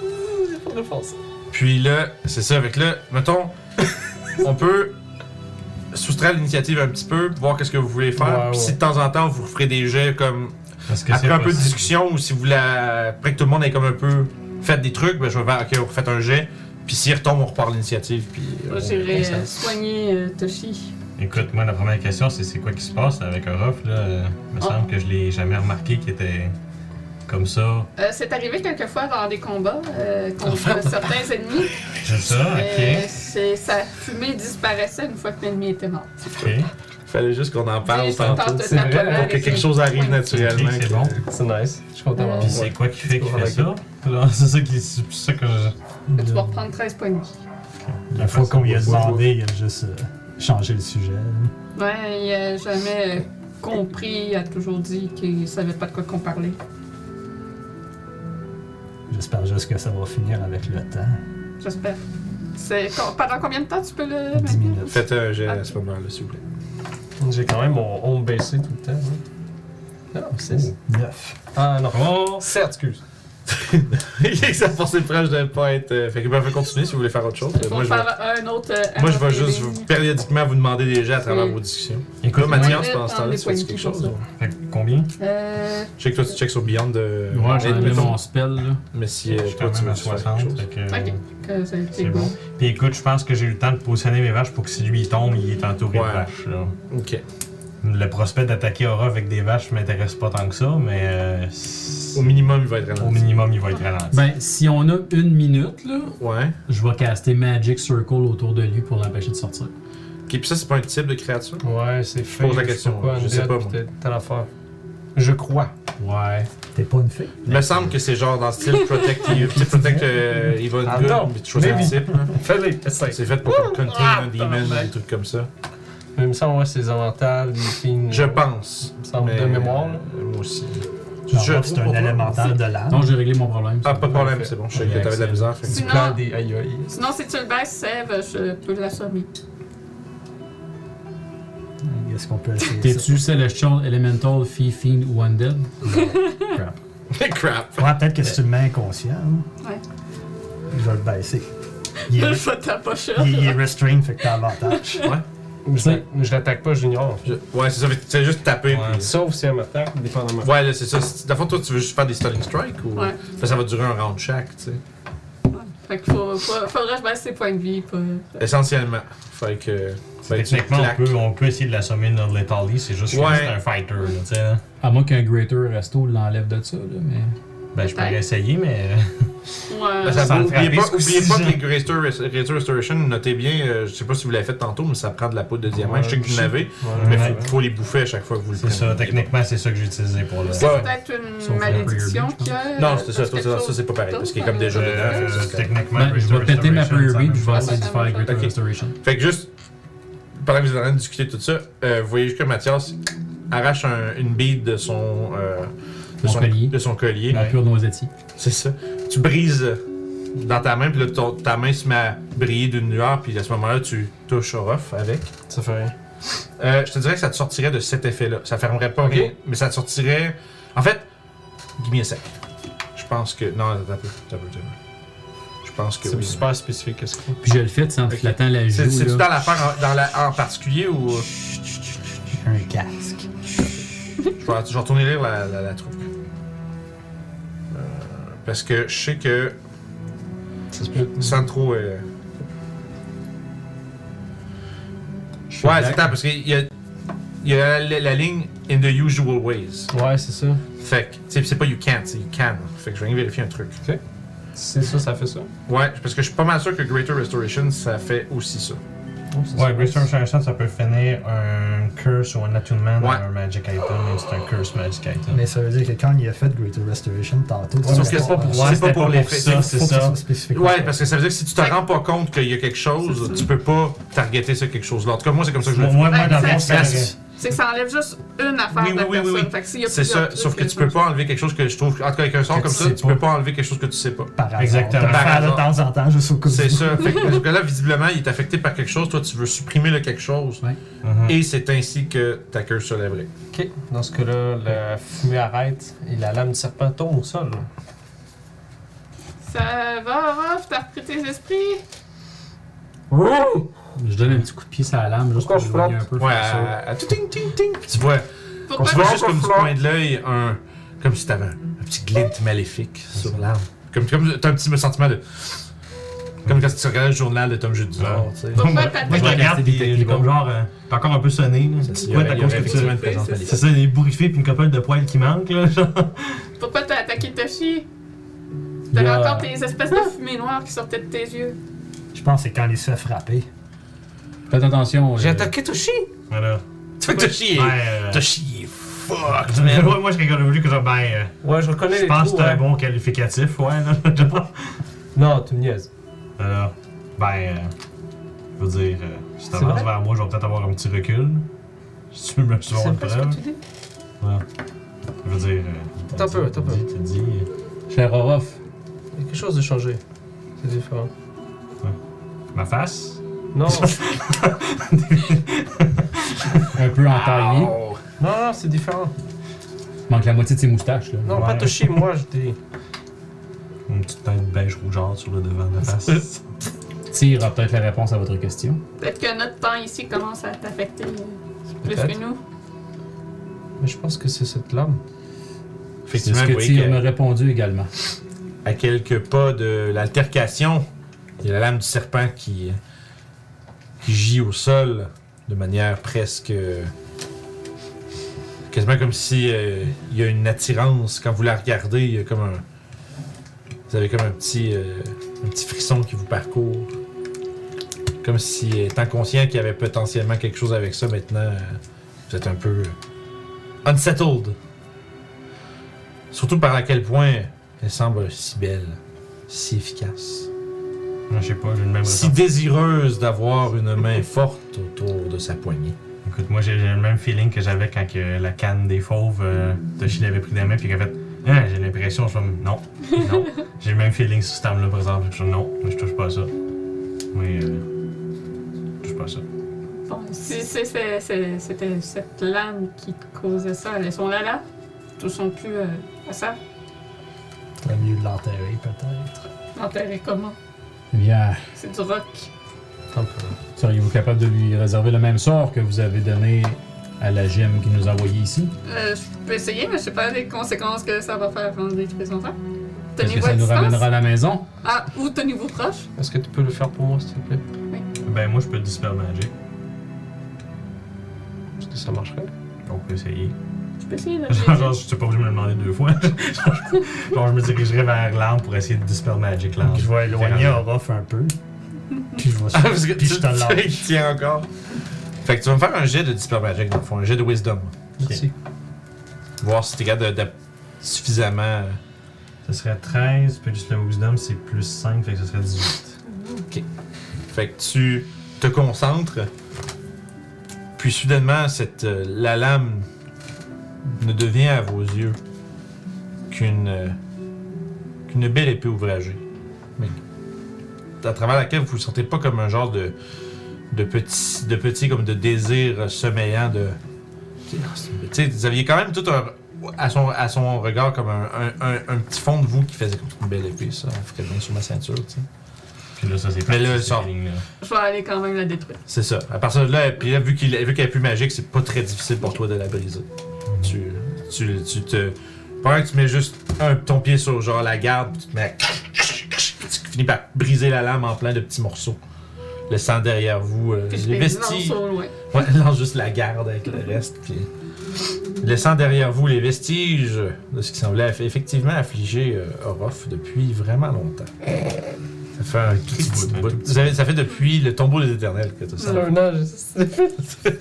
Puis là, c'est ça. Avec là, mettons, on peut soustraire l'initiative un petit peu, voir qu'est-ce que vous voulez faire. Ouais, Puis ouais. si de temps en temps, vous ferez des jets comme. Parce que Après c'est un peu de possible. discussion, ou si vous voulez. Après que tout le monde ait comme un peu fait des trucs, ben je vais faire, ok, on refait un jet. Puis s'il retombe, on repart l'initiative. Puis. Moi, j'irai soigner Toshi. Écoute, moi, la première question, c'est quoi qui se passe avec Orof, là? Il me semble que je l'ai jamais remarqué qu'il était comme ça. C'est arrivé quelquefois dans des combats contre certains ennemis. C'est ça, ok. Sa fumée disparaissait une fois que l'ennemi était mort. Ok. Fallait juste qu'on en parle Tu sais, je tantôt. tente de c'est vrai, t'appeler Pour que avec quelque une chose arrive pointe. naturellement. Ok, c'est que- bon. C'est nice. Je suis content d'avoir Puis c'est quoi qui fait qu'il fait ça? Là, c'est ça que je... Que tu vas reprendre 13 points de vie. La fois qu'on lui a demandé, il a juste changé le sujet. Ouais, il a jamais compris, il a toujours dit qu'il savait pas de quoi qu'on parlait. J'espère juste que ça va finir avec le temps. J'espère. Pendant combien de temps tu peux le 10 minutes. Faites un jet à ce moment-là, s'il vous plaît. J'ai quand même mon home baissé tout le temps. Hein. Non, 6. 9. Ah non. Oh! 7, excuse. Ça force le proche de ne pas être. Fait que ben, faites continuer si vous voulez faire autre chose. Il faut Moi, je vais, faire un autre. moi, je vais juste périodiquement vous demander des jets à travers Oui. vos discussions. Écoute, Toi, moi, Mathias, Ouais, pendant ce temps-là, prendre tu fais des quelque points de chose? vie ou- fait que combien? Je sais que toi, tu checks sur Beyond de. Ouais, j'en ai mettons, mon spell là. Mais si Je suis toi, quand tu même veux à faire 60, quelque chose. fait que... Ok, que ça a été C'est bon. bon. Puis écoute, je pense que j'ai eu le temps de positionner mes vaches pour que si lui il tombe, il est entouré Ouais. de vaches. Là. Ok. Le prospect d'attaquer Aura avec des vaches m'intéresse pas tant que ça, mais Au minimum, il va être ralenti. au minimum, il va être ralenti. Ben, si on a une minute là, Ouais. je vais caster Magic Circle autour de lui pour l'empêcher de sortir. Ok, puis ça, c'est pas un type de créature? Ouais, c'est fait. pose la question, je sais pas, moi. Telle affaire. Je crois. Ouais. T'es pas une fille? Il me semble que c'est genre dans le style Protect Evil Ah Good, non, mais tu choisis un maybe. type. Là. Fais-les, essaye. C'est fait pour contain un demon, des trucs comme ça. Mais il me semble, ouais, c'est les élémentales, des filles. Je pense. Il me semble Mais, de mémoire. Là. Moi aussi. Non, Je c'est trouve un pour toi. élémental de l'âme. Donc j'ai réglé mon problème. Ah, pas de problème, Parfait. c'est bon. Je sais que t'avais de la misère. Fait que- Du Sinon- plan des aïe aïe. Sinon, si tu le baisses, Sève, je peux l'assommer. Est-ce qu'on peut essayer ça? T'es-tu Celestial, Elemental, Fiend ou Undead? Crap. Crap. Ouais, peut-être que si tu le mets inconscient, hein, Ouais. je vais le baisser. Il est, Je vais t'approcher. il est restrained, fait que t'as avantage. Ouais. Je l'attaque pas, je l'ignore. Ouais, c'est ça. Fait que tu sais juste taper. Ouais. puis- Sauf si elle m'attaque, dépendamment. Ouais, là, c'est ça. Dans le fond, toi, tu veux juste faire des stunning strikes ou. Ouais. Ça va durer un round chaque, tu sais. Fait qu'il faudrait que je baisse ses points de vie. Essentiellement. Fait que. Fait que tu Techniquement, claques. on peut essayer de l'assommer non letally, c'est juste que Ouais. c'est un fighter, là, tu sais. là. À moins qu'un Greater Resto l'enlève de ça, là, mais. Ben, je pourrais Peut-être. essayer, mais... Ouais. Ben, ça Sans le oubliez frapper, pas, ce oubliez coup-ci, pas que genre. les Greater Restoration, notez bien, je sais pas si vous l'avez fait tantôt, mais ça prend de la poudre de diamant. Ouais, je sais que vous en avez, Ouais, mais Ouais. il faut les bouffer à chaque fois que vous le C'est prenez. ça, techniquement, c'est ça que j'ai utilisé pour le... C'est Ouais. peut-être Sauf une le malédiction Prayer qu'il y a. Non, c'est ça, quelque ça, chose c'est pas pareil, parce qu'il est d'autre, comme déjà hein? dedans. fait que c'est correct. techniquement, Ben, je vais péter ma Prayer Bead, je vais même essayer de chose. faire Greater Ok. Restoration. Fait que juste, pendant que vous êtes en train de discuter tout ça, vous voyez juste que Mathias arrache une bead de son, Mon collier. de son collier. La pure noisettie. C'est ça. Tu brises dans ta main, puis là, ta main se met à briller d'une lueur, puis à ce moment-là, tu touches Orof avec. Ça fait rien. Je te dirais que ça te sortirait de cet effet-là. Ça fermerait pas Ok. rien, mais ça te sortirait. En fait, give me a sec. Je pense que. Non, attends un peu. Je pense que. C'est Oui. super spécifique, qu'est-ce que Puis je le fais, tu sais, en te flattant la joue. C'est-tu là. dans l'affaire en particulier ou. Un casque. Je vais retourner lire la truc. Parce que je sais que. Ça se peut. Sans trop. Je Ouais, fais c'est la- ça, parce qu'il y a la ligne in the usual ways. Ouais, c'est ça. Fait que, tu sais, c'est pas you can't, c'est you can. Fait que je vais aller vérifier un truc. C'est ça, ça fait ça. Ouais, parce que je suis pas mal sûr que Greater Restoration, ça fait aussi ça. Ouais, Brainstorm Restoration, ça peut finir un curse ou un attunement dans Ouais. un magic item, même si c'est un curse magic item. Mais ça veut dire que quand il a fait Greater Restoration tantôt, Sauf que c'est pas pour Ouais, c'est pas pour l'effet. ça, c'est faut que ce ça. soit spécifique. Ouais, parce que ça veut dire que si tu te rends pas compte qu'il y a quelque chose, tu peux pas targeter ça quelque chose là. En tout cas, moi, c'est comme ça que je le fais. Moi, Ben, d'abord, ça- c'est C'est que ça enlève juste une affaire Oui, de la oui, oui, personne. oui. Fait que s'il y a C'est plusieurs ça, trucs, sauf que il y a tu peux pas pas enlever quelque chose que je trouve. En tout cas, avec un sort Que comme tu ça, sais tu pas. peux pas enlever quelque chose que tu sais pas. Par hasard. Exactement. T'as le Par faire de hasard. temps en temps, juste au cas où. C'est ça. Fait que, parce que là, visiblement, il est affecté par quelque chose. Toi, tu veux supprimer le quelque chose. Ouais. Et c'est ainsi que ta queue se lèverait. Ok, dans ce cas-là, la fumée arrête et la lame du serpent tombe au sol. Ça va, Ruff, t'as repris tes esprits? Je donne un petit coup de pied sur la lame, juste Pourquoi pour je éloigner un flotte? peu. Ouais, faire ça. à tout ting ting ting. Puis tu vois, Pourquoi tu vois je- juste comme du Fleur. coin de l'œil, comme si t'avais un petit glint maléfique sur l'arme. Comme t'as un petit sentiment de. Comme quand tu regardais le journal de Tom Judor, tu sais. Pourquoi Moi, t'as je attaqué? regarde pis j'ai comme genre, t'es encore un peu sonné, là. Il y Ouais, aurait- t'as il y cause aurait que tu- effectivement une présence c'est maléfique. C'est ça, des bourriffés pis une couple de poils qui manquent, là, genre. Pourquoi t'as attaqué Toshi? Il y T'avais a- encore tes espèces de fumée noire qui sortaient de tes yeux. Je pense que c'est quand il se fait frapper. Faites attention. J'ai attaqué Toshi. Voilà. Tu vois que Toshi Ben, est. Toshi est fucked, mais man. moi, je serais voulu que genre, Ouais, je reconnais je les pense que trous, c'est un ouais. bon qualificatif, ouais, là. Non, tu me niaises. Alors, je veux dire, si C'est t'avances vrai? vers moi, je vais peut-être avoir un petit recul. Si tu veux me C'est avoir une pas ce preuve. que tu dis? Ouais. Je veux dire. Attends un peu, attends un peu. T'as dit. Cher Orof, Il y a quelque chose de changé. C'est différent. Ma face? Non, un peu entaillé. Oh. non, c'est différent. Manque la moitié de ses moustaches, là. Non, pas Ouais. Toshi, moi, je dis. Une petite teinte beige rougeâtre sur le devant de la face. Tire a peut-être la réponse à votre question. Peut-être que notre temps ici commence à t'affecter plus Peut-être. que nous. Mais je pense que c'est cette lame. C'est Effectivement, ce vous que voyez Tire que- m'a répondu également. à quelques pas de l'altercation, il y a la lame du serpent qui gît au sol de manière presque. Quasiment comme si il y a une attirance. Quand vous la regardez, il y a comme un. Vous avez comme un petit frisson qui vous parcourt. Comme si, étant conscient qu'il y avait potentiellement quelque chose avec ça, maintenant, vous êtes un peu unsettled. Surtout par à quel point elle semble si belle, si efficace, Je sais pas, j'ai le même si ressenti. désireuse d'avoir une main forte autour de sa poignée. Écoute, moi, j'ai le même feeling que j'avais quand que la canne des fauves, Toshi l'avait pris des mains, puis qu'elle a fait. Ah, j'ai l'impression, je suis comme. Non, non. J'ai le même feeling sur cette arme-là, par exemple. Je suis non, moi, je touche pas à ça. Oui, je touche pas à ça. Bon, si c'était cette lame qui te causait ça, laissons-la là. Touchons plus à ça. C'est mieux de l'enterrer, peut-être. L'enterrer comment? Eh bien, C'est du roc. Attends un peu. seriez-vous capable de lui réserver le même sort que vous avez donné à la gemme qui nous a envoyé ici? Je peux essayer, mais je sais pas les conséquences que ça va faire en détruire son temps. Est-ce que Tenez-vous ça à nous distance. ramènera à la maison? Ah, ou tenez-vous proche. Est-ce que tu peux le faire pour moi, s'il te plaît? Ben, moi, je peux Dispel Magic. Est-ce que ça marcherait? On peut essayer. Je peux essayer de Genre, je suis pas obligé de me le demander deux fois. Genre, je me dirigerai vers l'arme pour essayer de Dispel Magic l'arme. Je vais éloigner Orof un peu. Puis je vais Ah, parce que puis je te lâche. il tient encore. Fait que tu vas me faire un jet de Dispel Magic, dans le fond, un jet de Wisdom. Merci. Voir si t'es capable de suffisamment. Ce serait 13, puis juste le Wisdom, c'est plus 5, fait que ce serait 18. Fait que tu te concentres, puis soudainement, la lame ne devient à vos yeux qu'une belle épée ouvragée. mais à travers laquelle vous ne sentez pas comme un genre de petit comme de désir sommeillant de. Tu sais, vous aviez quand même tout à son regard comme un petit fond de vous qui faisait comme une belle épée, ça. On ferait bien sur ma ceinture, tu sais. Puis là, ça c'est Mais là, parti, ça- cette ligne-là. Je vais aller quand même la détruire. C'est ça. À partir de là, puis là, vu qu'elle est plus magique, c'est pas très difficile pour toi de la briser. Tu te. Pendant que tu mets juste ton pied sur genre la garde, puis tu te mets. Tu finis par briser la lame en plein de petits morceaux. Laissant derrière vous Puis je les les vestiges. lance au loin. Ouais, lance juste la garde avec le reste, puis. Laissant derrière vous les vestiges de ce qui semblait effectivement affliger Orof depuis vraiment longtemps. Ça fait un petit bout. Ça fait depuis le tombeau des éternels que tout ça. Un an, je sais.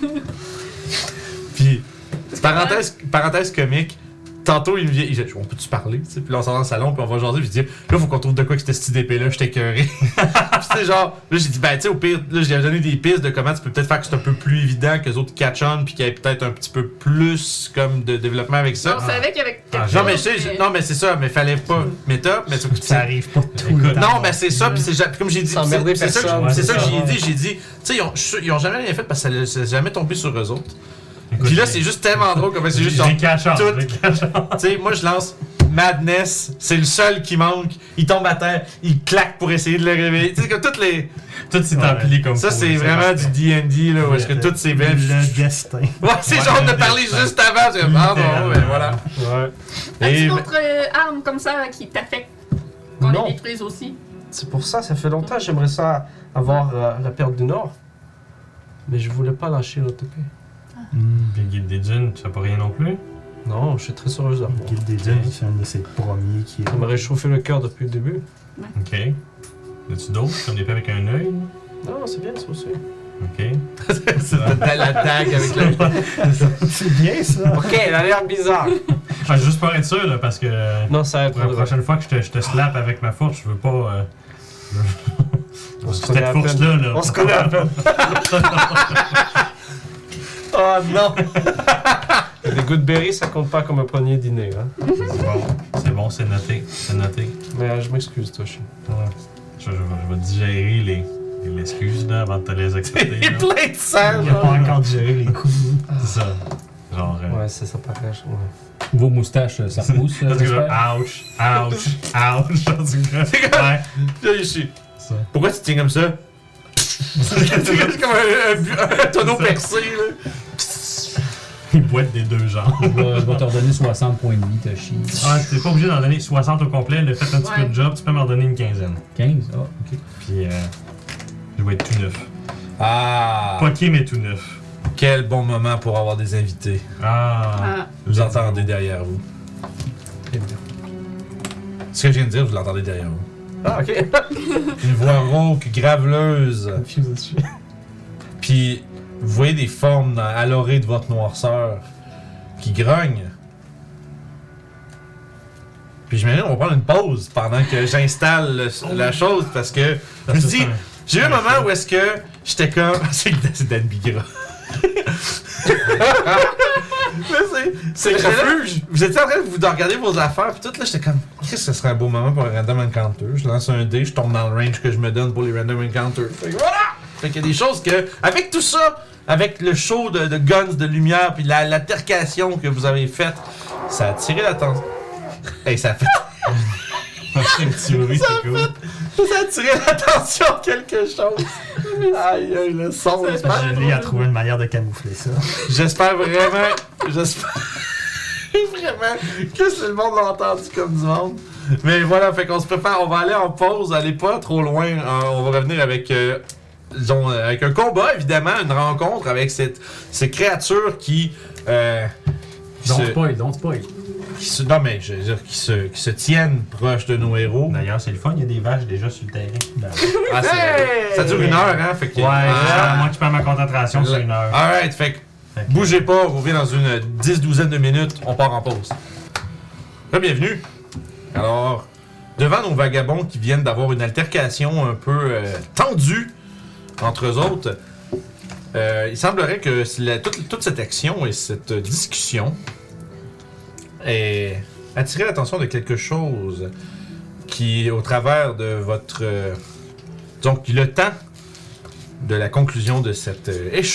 Puis, parenthèse comique, tantôt il me vient, il dit, on peut-tu parler, tu sais, puis là on sort dans le salon, puis on va jaser, puis il dit, là faut qu'on trouve de quoi que c'était cette épée-là, j'étais écœuré. Puis c'est genre, là j'ai dit, ben tu sais, au pire, là j'ai donné des pistes de comment tu peux peut-être faire que c'est un peu plus évident que les autres catch-on, puis qu'il y ait peut-être un petit peu plus comme de développement avec ça. On savait qu'il y avait quelque Ah, chose. Non mais, non mais c'est ça, mais fallait pas méta, mais Ça arrive pas tout le temps. non, mais c'est ça, puis puis comme j'ai dit, S'emmerder c'est ça personne. que c'est ça que Ouais, j'ai dit, tu sais, ils ont jamais rien fait parce que ça n'est jamais tombé sur eux autres. Écoute, Puis là, c'est juste tellement drôle comme c'est juste J'ai genre, catch-up, tout- j'ai catch-up. tu sais, moi je lance Madness, c'est le seul qui manque, il tombe à terre, il claque pour essayer de le réveiller. Tu sais, comme toutes les. Tout s'est Ouais. empilé comme Ça, faut, c'est vraiment parfait. du D&D, là, où est-ce que toutes ces belles. Le destin. Ouais, c'est Ouais, genre de le parler destin. juste avant, c'est comme, ah bon, ben voilà. Ouais. As-tu Et. d'autres armes comme ça qui t'affectent? Qu'on Non. les détruise aussi? C'est pour ça fait longtemps, j'aimerais ça avoir la perle du Nord. Mais je voulais pas lâcher l'autre épée. Puis le guide des dunes, tu fais pas rien non plus? Non, je suis très heureuse d'avoir. Guild des Dunes, c'est un de ses premiers qui est. Ça m'a réchauffé le cœur depuis le début. Ok. As-tu d'autres, comme des épées avec un œil? Non, c'est bien ça aussi. Ok. C'est la dague avec la. C'est bien ça! Ok, elle a l'air bizarre. Ah, juste pour être sûr, là, parce que Non, ça va être pour la drôle. prochaine fois que je te slap avec ma force, je veux pas. On se connaît Cette à peine. force-là, là. On se connaît à peine. Oh non! Les goûts ça compte pas comme un premier dîner, hein. C'est bon, c'est noté. C'est noté. Mais je m'excuse, Toshi. Ouais. Je vais digérer les excuses là, avant de te les accepter. Il est là. plein de sang, Il a pas genre. encore digéré les coups. C'est ça. Genre. Ouais, c'est ça paraît. Ouais. Vos moustaches, ça repousse, Parce que j'espère? ouch, ouch, ouch. En tout cas. C'est comme- Ouais. Là, je suis. Ça. Pourquoi tu tiens comme ça? C'est comme un tonneau C'est ça. percé, là. Il boite des deux jambes. Je vais te redonner 60 points de vie, Toshi. Ah, t'es pas obligé d'en donner 60 au complet, le fait un petit Ouais. peu de job, tu peux m'en donner une quinzaine. 15? Ah, ok. Puis, je vais être tout neuf. Ah! Poké, mais tout neuf. Quel bon moment pour avoir des invités. Ah. Ah. Vous entendez derrière vous. Ce que je viens de dire, vous l'entendez derrière vous. Ah, ok. Une voix rauque, graveleuse. Confuse dessus. Puis vous voyez des formes à l'orée de votre noirceur qui grognent. Puis j'imagine qu'on va prendre une pause pendant que j'installe la chose parce que je me dis, j'ai eu un moment où est-ce que j'étais comme. C'est Dan Bigra. C'est le refuge. Vous étiez en train de vous regarder vos affaires, puis tout là, j'étais comme, qu'est-ce que ce serait un beau moment pour un random encounter? Je lance un dé, je tombe dans le range que je me donne pour les random encounters. Fait que voilà! Fait qu'il y a des choses que, avec tout ça, avec le show de guns, de lumière, puis l'altercation que vous avez faite, ça a attiré l'attention. Hey, ça a fait. Un petit bruit, c'est cool. Ça a attiré l'attention de quelque chose. Aïe, aïe, le son. Ça j'espère- Julie a trouvé une manière de camoufler ça. J'espère vraiment. J'espère vraiment que tout le monde l'a entendu comme du monde. Mais voilà, fait qu'on se prépare, on va aller en pause, allez pas trop loin. On va revenir avec, disons, avec un combat, évidemment, une rencontre avec ces créatures qui. Don't spoil, don't spoil. Non, mais je veux dire, qui se tiennent proches de nos héros. D'ailleurs, c'est le fun, il y a des vaches déjà sur le terrain. Ah, ça dure 1 heure, hein? Fait que, Ouais, Ah. moi qui perds ma concentration sur 1 heure. Alright, fait que Fait que- bougez pas, on revient dans une 10-12 de minutes, on part en pause. Bienvenue. Alors, devant nos vagabonds qui viennent d'avoir une altercation un peu tendue entre eux autres, il semblerait que toute cette action et cette discussion ait attiré l'attention de quelque chose. qui, au travers de votre... donc, le temps de la conclusion de cette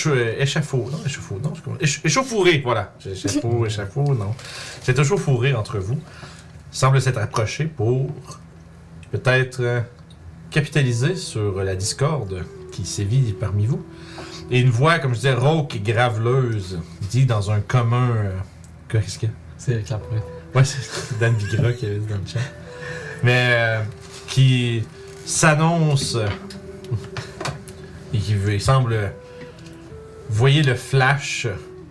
échauffourée, voilà. Échafaud, non. Cette échauffourée entre vous semble s'être approché pour peut-être capitaliser sur la discorde qui sévit parmi vous. Et une voix, comme je disais, rauque et graveleuse, dit dans un commun... qu'est-ce qu'il y a? C'est avec la première. Ouais, c'est Dan Bigra qui avait dit dans le chat. Mais qui s'annonce et qui semble... Vous voyez le flash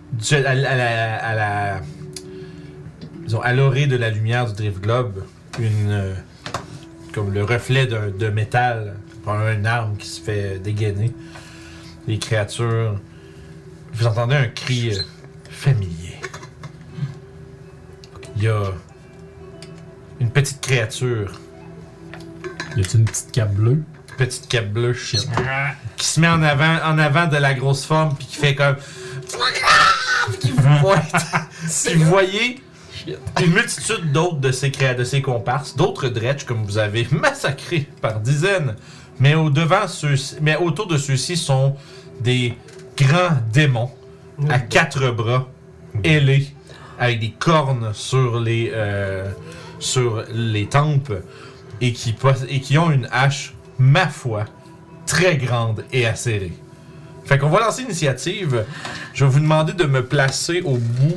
à l'orée de la lumière du Drift Globe, comme le reflet de métal, une arme qui se fait dégainer. Les créatures... Vous entendez un cri familier. Il y a une petite créature. Y a-t-il une petite cape bleue? Petite cape bleue qui se met en avant de la grosse forme puis qui fait comme... qui vous pointe. Puis vous voyez une multitude d'autres de ses comparses, d'autres dretch comme vous avez massacrés par dizaines. Mais autour de ceux-ci sont des grands démons à 4 bras, ailés, avec des cornes sur les tempes et qui ont une hache, ma foi, très grande et acérée. Fait qu'on va lancer l'initiative. Je vais vous demander de me placer au bout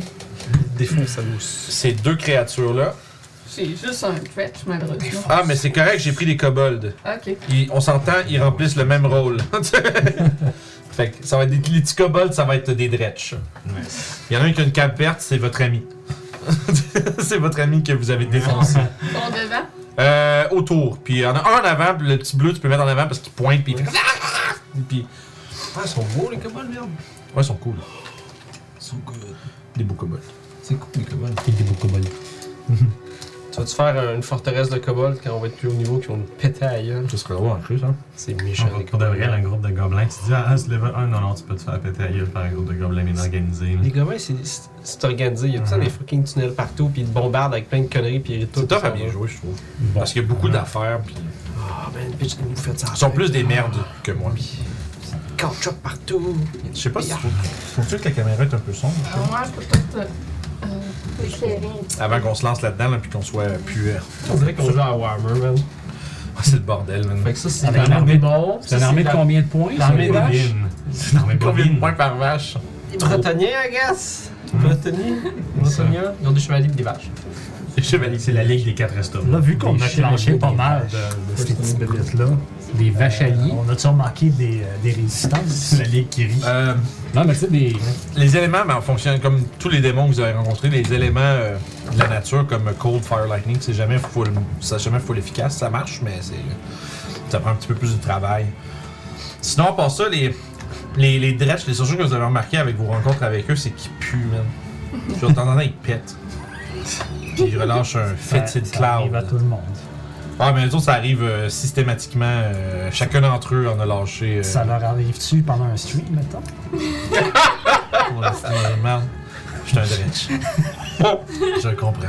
ces deux créatures-là. C'est juste un stretch, malheureusement. Ah, mais c'est correct, j'ai pris des kobolds. Ok. On s'entend, ils remplissent le même rôle. Fait que ça va être les petits kobolds, ça va être des dretch. Il y en a un qui a une cape verte, c'est votre ami. C'est votre ami que vous avez défoncé. Ils sont devant? Autour. Puis il y en a un en avant, puis le petit bleu, tu peux le mettre en avant parce qu'il pointe, puis il fait... Puis... Ah, ils sont beaux les kobolds, merde. Ouais, ils sont cool. So good. Des beaux kobolds. C'est cool les kobolds. Des beaux kobolds. Tu vas-tu faire une forteresse de kobolds quand on va être plus haut niveau qui vont nous péter à la gueule? Ça serait drôle en plus, hein. C'est méchant les Pour de kobolds. vrai, un groupe de gobelins, tu te dis, ah, c'est level 1, non, tu peux te faire péter à gueule par un groupe de gobelins bien organisés. Les gobelins, c'est organisé. Il y a tout ça des fucking tunnels partout, puis ils te bombardent avec plein de conneries, puis ils irritent tout. C'est tough à bien jouer, je trouve. Parce qu'il y a beaucoup d'affaires, puis... Ah, ben, bitch, nous faites ça. Ils sont plus des merdes que moi. Ketchup partout. Je sais pas si... Faut-tu que la caméra est un peu sombre? Moi, je peux peut-être éclairer. Avant qu'on se lance là-dedans, là, puis qu'on soit plus... On dirait qu'on joue à Warhammer, man. Ah, c'est le bordel, man. Fait que ça, c'est Avec une armée c'est une armée de la- combien de points? l'armée ça? vache. C'est une armée Combien de bovine. points par vache? Les Bretoniens, I guess. Bretoniens. Bretoniens. Ils ont des chevaliers et des vaches. Les chevaliers. C'est la ligue des 4 restaurants. Là, vu qu'on Des a chevaliers, clenché pas des mal vaches. de ces petites bébêtes-là, Des vaches alliées. on a-tu remarqué des résistances? C'est la ligue qui rit. Non, mais tu sais, des. Les éléments fonctionnent comme tous les démons que vous avez rencontrés. Les éléments de la nature, comme Cold, Fire, Lightning, c'est jamais full efficace. Ça marche, mais ça prend un petit peu plus de travail. Sinon, à part ça, les dretch, les seules choses que vous avez remarqué avec vos rencontres avec eux, c'est qu'ils puent, man. Puis de temps en temps, ils pètent. Puis ils relâchent un fétide Ça arrive à cloud. tout le monde. Ah, mais les autres, ça arrive systématiquement. Chacun d'entre eux en a lâché. Ça leur arrive-tu pendant un stream, mettons? Pour l'instant, merde. Je suis un dretch. Je le comprends.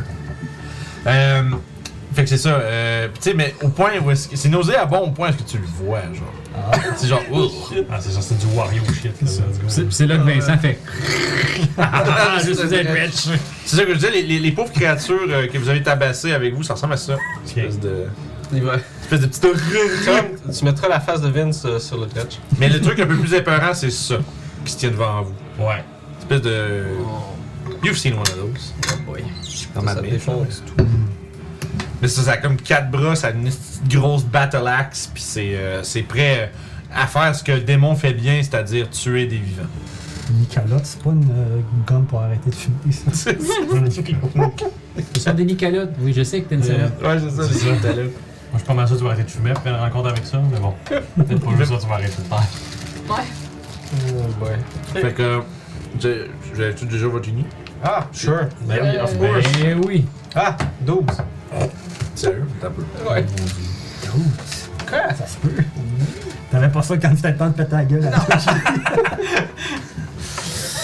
Fait que c'est ça. Tu sais, mais au point où est-ce que. C'est nauséabond au point où est-ce que tu le vois, genre. C'est genre. Ah, c'est ça, c'est du Wario shit. Là, let's go. C'est là que Vincent fait. Je suis un dretch. C'est ça que je disais, les pauvres créatures que vous avez tabassées avec vous, ça ressemble à ça. Espèce de. Espèce de petite. Tu mettras la face de Vince sur le touch. Mais le truc un peu plus épeurant, c'est ça qui se tient devant vous. Ouais. Espèce de. You've seen one of those. Oh boy. Dans ma Ça main. défonce tout. Mais ça a comme 4 bras, ça a une petite grosse battle axe, puis c'est prêt à faire ce que le démon fait bien, c'est-à-dire tuer des vivants. Nicolas, c'est pas une gomme pour arrêter de fumer, ça. C'est ça, des Nicalottes. Oui, je sais que t'as une salade. Ouais, c'est ça, C'est ça. t'as là. Moi, je suis pas mal sûr que tu vas arrêter de fumer après une rencontre avec ça, mais bon. Peut-être pas juste ça, tu vas arrêter de faire. Ouais. Oh boy. Fait que. J'ai-tu déjà votre uni? Ah, sure. Ben oui, of course. Eh oui. Ah, 12. Sérieux? T'as peu. Ouais. Quoi? Ça se peut. T'avais pas ça quand c'était le temps de péter la gueule.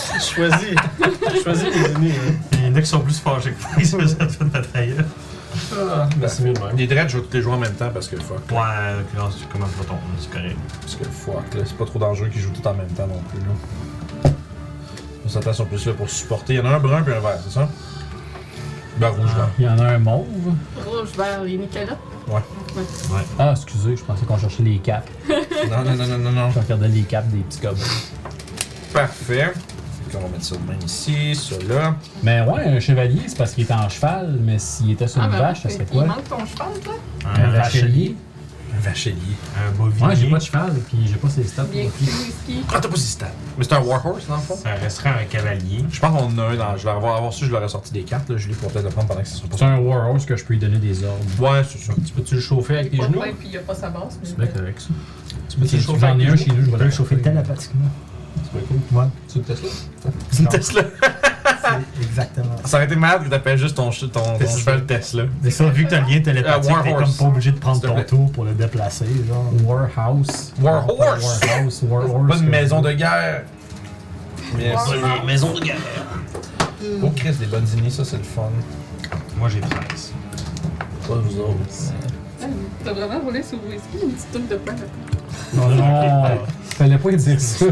Choisis les ennemis. Il y en a qui sont plus fâchés que moi, ils se font ça de bataille. Ben, c'est mieux de même. Les dreads, je vais tous les jouer en même temps parce que fuck. Ouais, là, c'est comme un peloton, c'est correct. Parce que fuck, là, c'est pas trop dangereux qu'ils jouent tout en même temps non plus, là. Les attaques sont plus là pour supporter. Il y en a un brun puis un vert, c'est ça? Ben, rouge, vert. Il y en a un mauve. Rouge, vert, les Nicolas. Ah, excusez, je pensais qu'on cherchait les caps. Non. Je regardais les caps des petits gobelins. Parfait. Fait qu'on va mettre ça de même ici, ça là. Mais ouais, un chevalier, c'est parce qu'il était en cheval, mais s'il était sur une vache, ça serait Il quoi? manque ton cheval, toi? Un vachelier. Un vachelier. Un bovinier. Ouais, j'ai pas de cheval, puis j'ai pas ses stats. Bien plus whisky. Ah, t'as pas si stats. Mais c'est un warhorse, dans le fond? Ça resterait un cavalier. Je pense qu'on en a un dans. Je vais avoir su, je l'aurais sorti des cartes, là. Julie pourrait peut-être le prendre pendant que ça sera pas C'est un warhorse que je peux lui donner des ordres. Ouais, c'est ça. Tu peux-tu le chauffer avec tes Pas de genoux? pain, puis il n'y a pas sa base. C'est bien correct, ça. Tu peux-tu le chauffer J'en avec ai tes un genoux? chez nous, je Je vais peux le le chauffer télépathiquement. C'est pas cool. Ouais, C'est une Tesla? C'est une Non. Tesla. c'est exactement ça. Ça aurait été malade que t'appelles juste ton cheval Tesla. C'est ça, vu que t'as le lien télépathique, t'es Warhorse. comme pas obligé de prendre S'il te ton plaît. tour pour le déplacer, genre. Warhouse. Warhorse. Warhouse, Warhorse. Pas une maison de guerre. Bien Wow. sûr. Maison de guerre. Oh, Chris, des bonnes dîners, ça c'est le fun. Moi, j'ai 13. Pas vous autres. T'as vraiment roulé sur le whisky, une petite touche de pain. Non, fallait pas dire ça.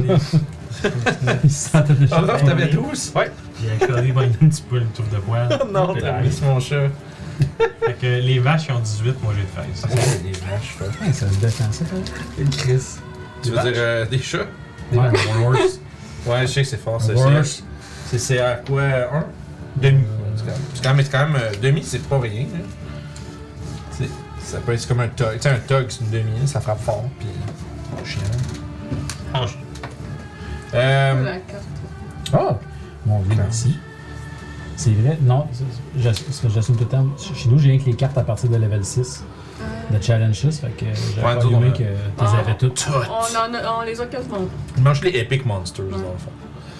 Il se sentait déjà. Ah, non, t'avais 12? Ouais. Puis Cory va un petit peu le tour de poil. Non, t'as mis mon chat. Fait que les vaches, ils ont 18, moi j'ai 13. C'est des vaches, fuck. Ouais, ça se défend ça. Chris. Tu veux dire des chats? Ouais, Warhorse. Ouais, je sais que c'est fort, ça. Warhorse. C'est à quoi? 1? Demi. C'est quand même demi, c'est pas rien. Là. Ça peut être comme un tug. Tu sais, un tug, c'est une demi, ça frappe fort, pis c'est chiant. La carte. Ah! Mon dieu, merci. C'est vrai, non, j'assume tout le temps. Chez nous, j'ai rien que les cartes à partir de level 6 de Challenges, fait que j'avais Ouais, pas nous, on allumé a- que tu les avais toutes. On les a quasiment. Il mange les Epic Monsters, dans le fond.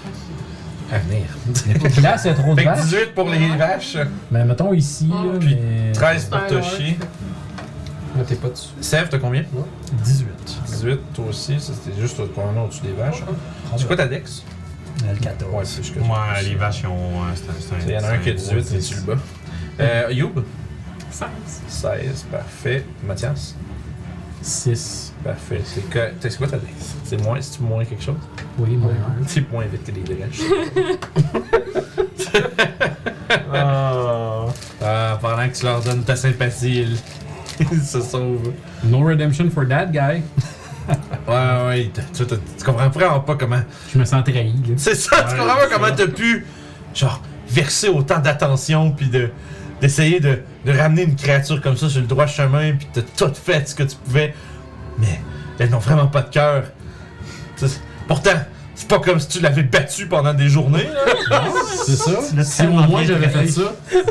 À venir. Là, c'est trop de Fait que vaches. 18 pour les vaches, Mais mettons ici, là, puis mais... 13 pour C'est un Toshi. Mais t'es pas dessus. Sèvres, t'as combien? 18. 18, toi aussi, ça c'était juste probablement au-dessus des vaches. C'est quoi ta dex? Le 14. Ouais, c'est juste que Moi, les vaches, ils ont. Il y en a un qui a 18, c'est tu le bas. Youb? 16. 16, parfait. Mathias? 6. Parfait. C'est quoi ta dex? C'est-tu moins quelque chose? Oui, moi. C'est moins vite que les drèches. Pendant que tu leur donnes ta sympathie, ils se sauvent. No redemption for that guy. Ouais, tu comprends vraiment pas comment. Je me sens trahi, là. C'est ça, tu comprends pas comment t'as pu, genre, verser autant d'attention, puis d'essayer de ramener une créature comme ça sur le droit chemin, puis t'as tout fait ce que tu pouvais. Mais elles n'ont vraiment pas de cœur. Pourtant, c'est pas comme si tu l'avais battu pendant des journées, là. C'est ça. l'as Si au tellement moins bien j'avais fait trahi.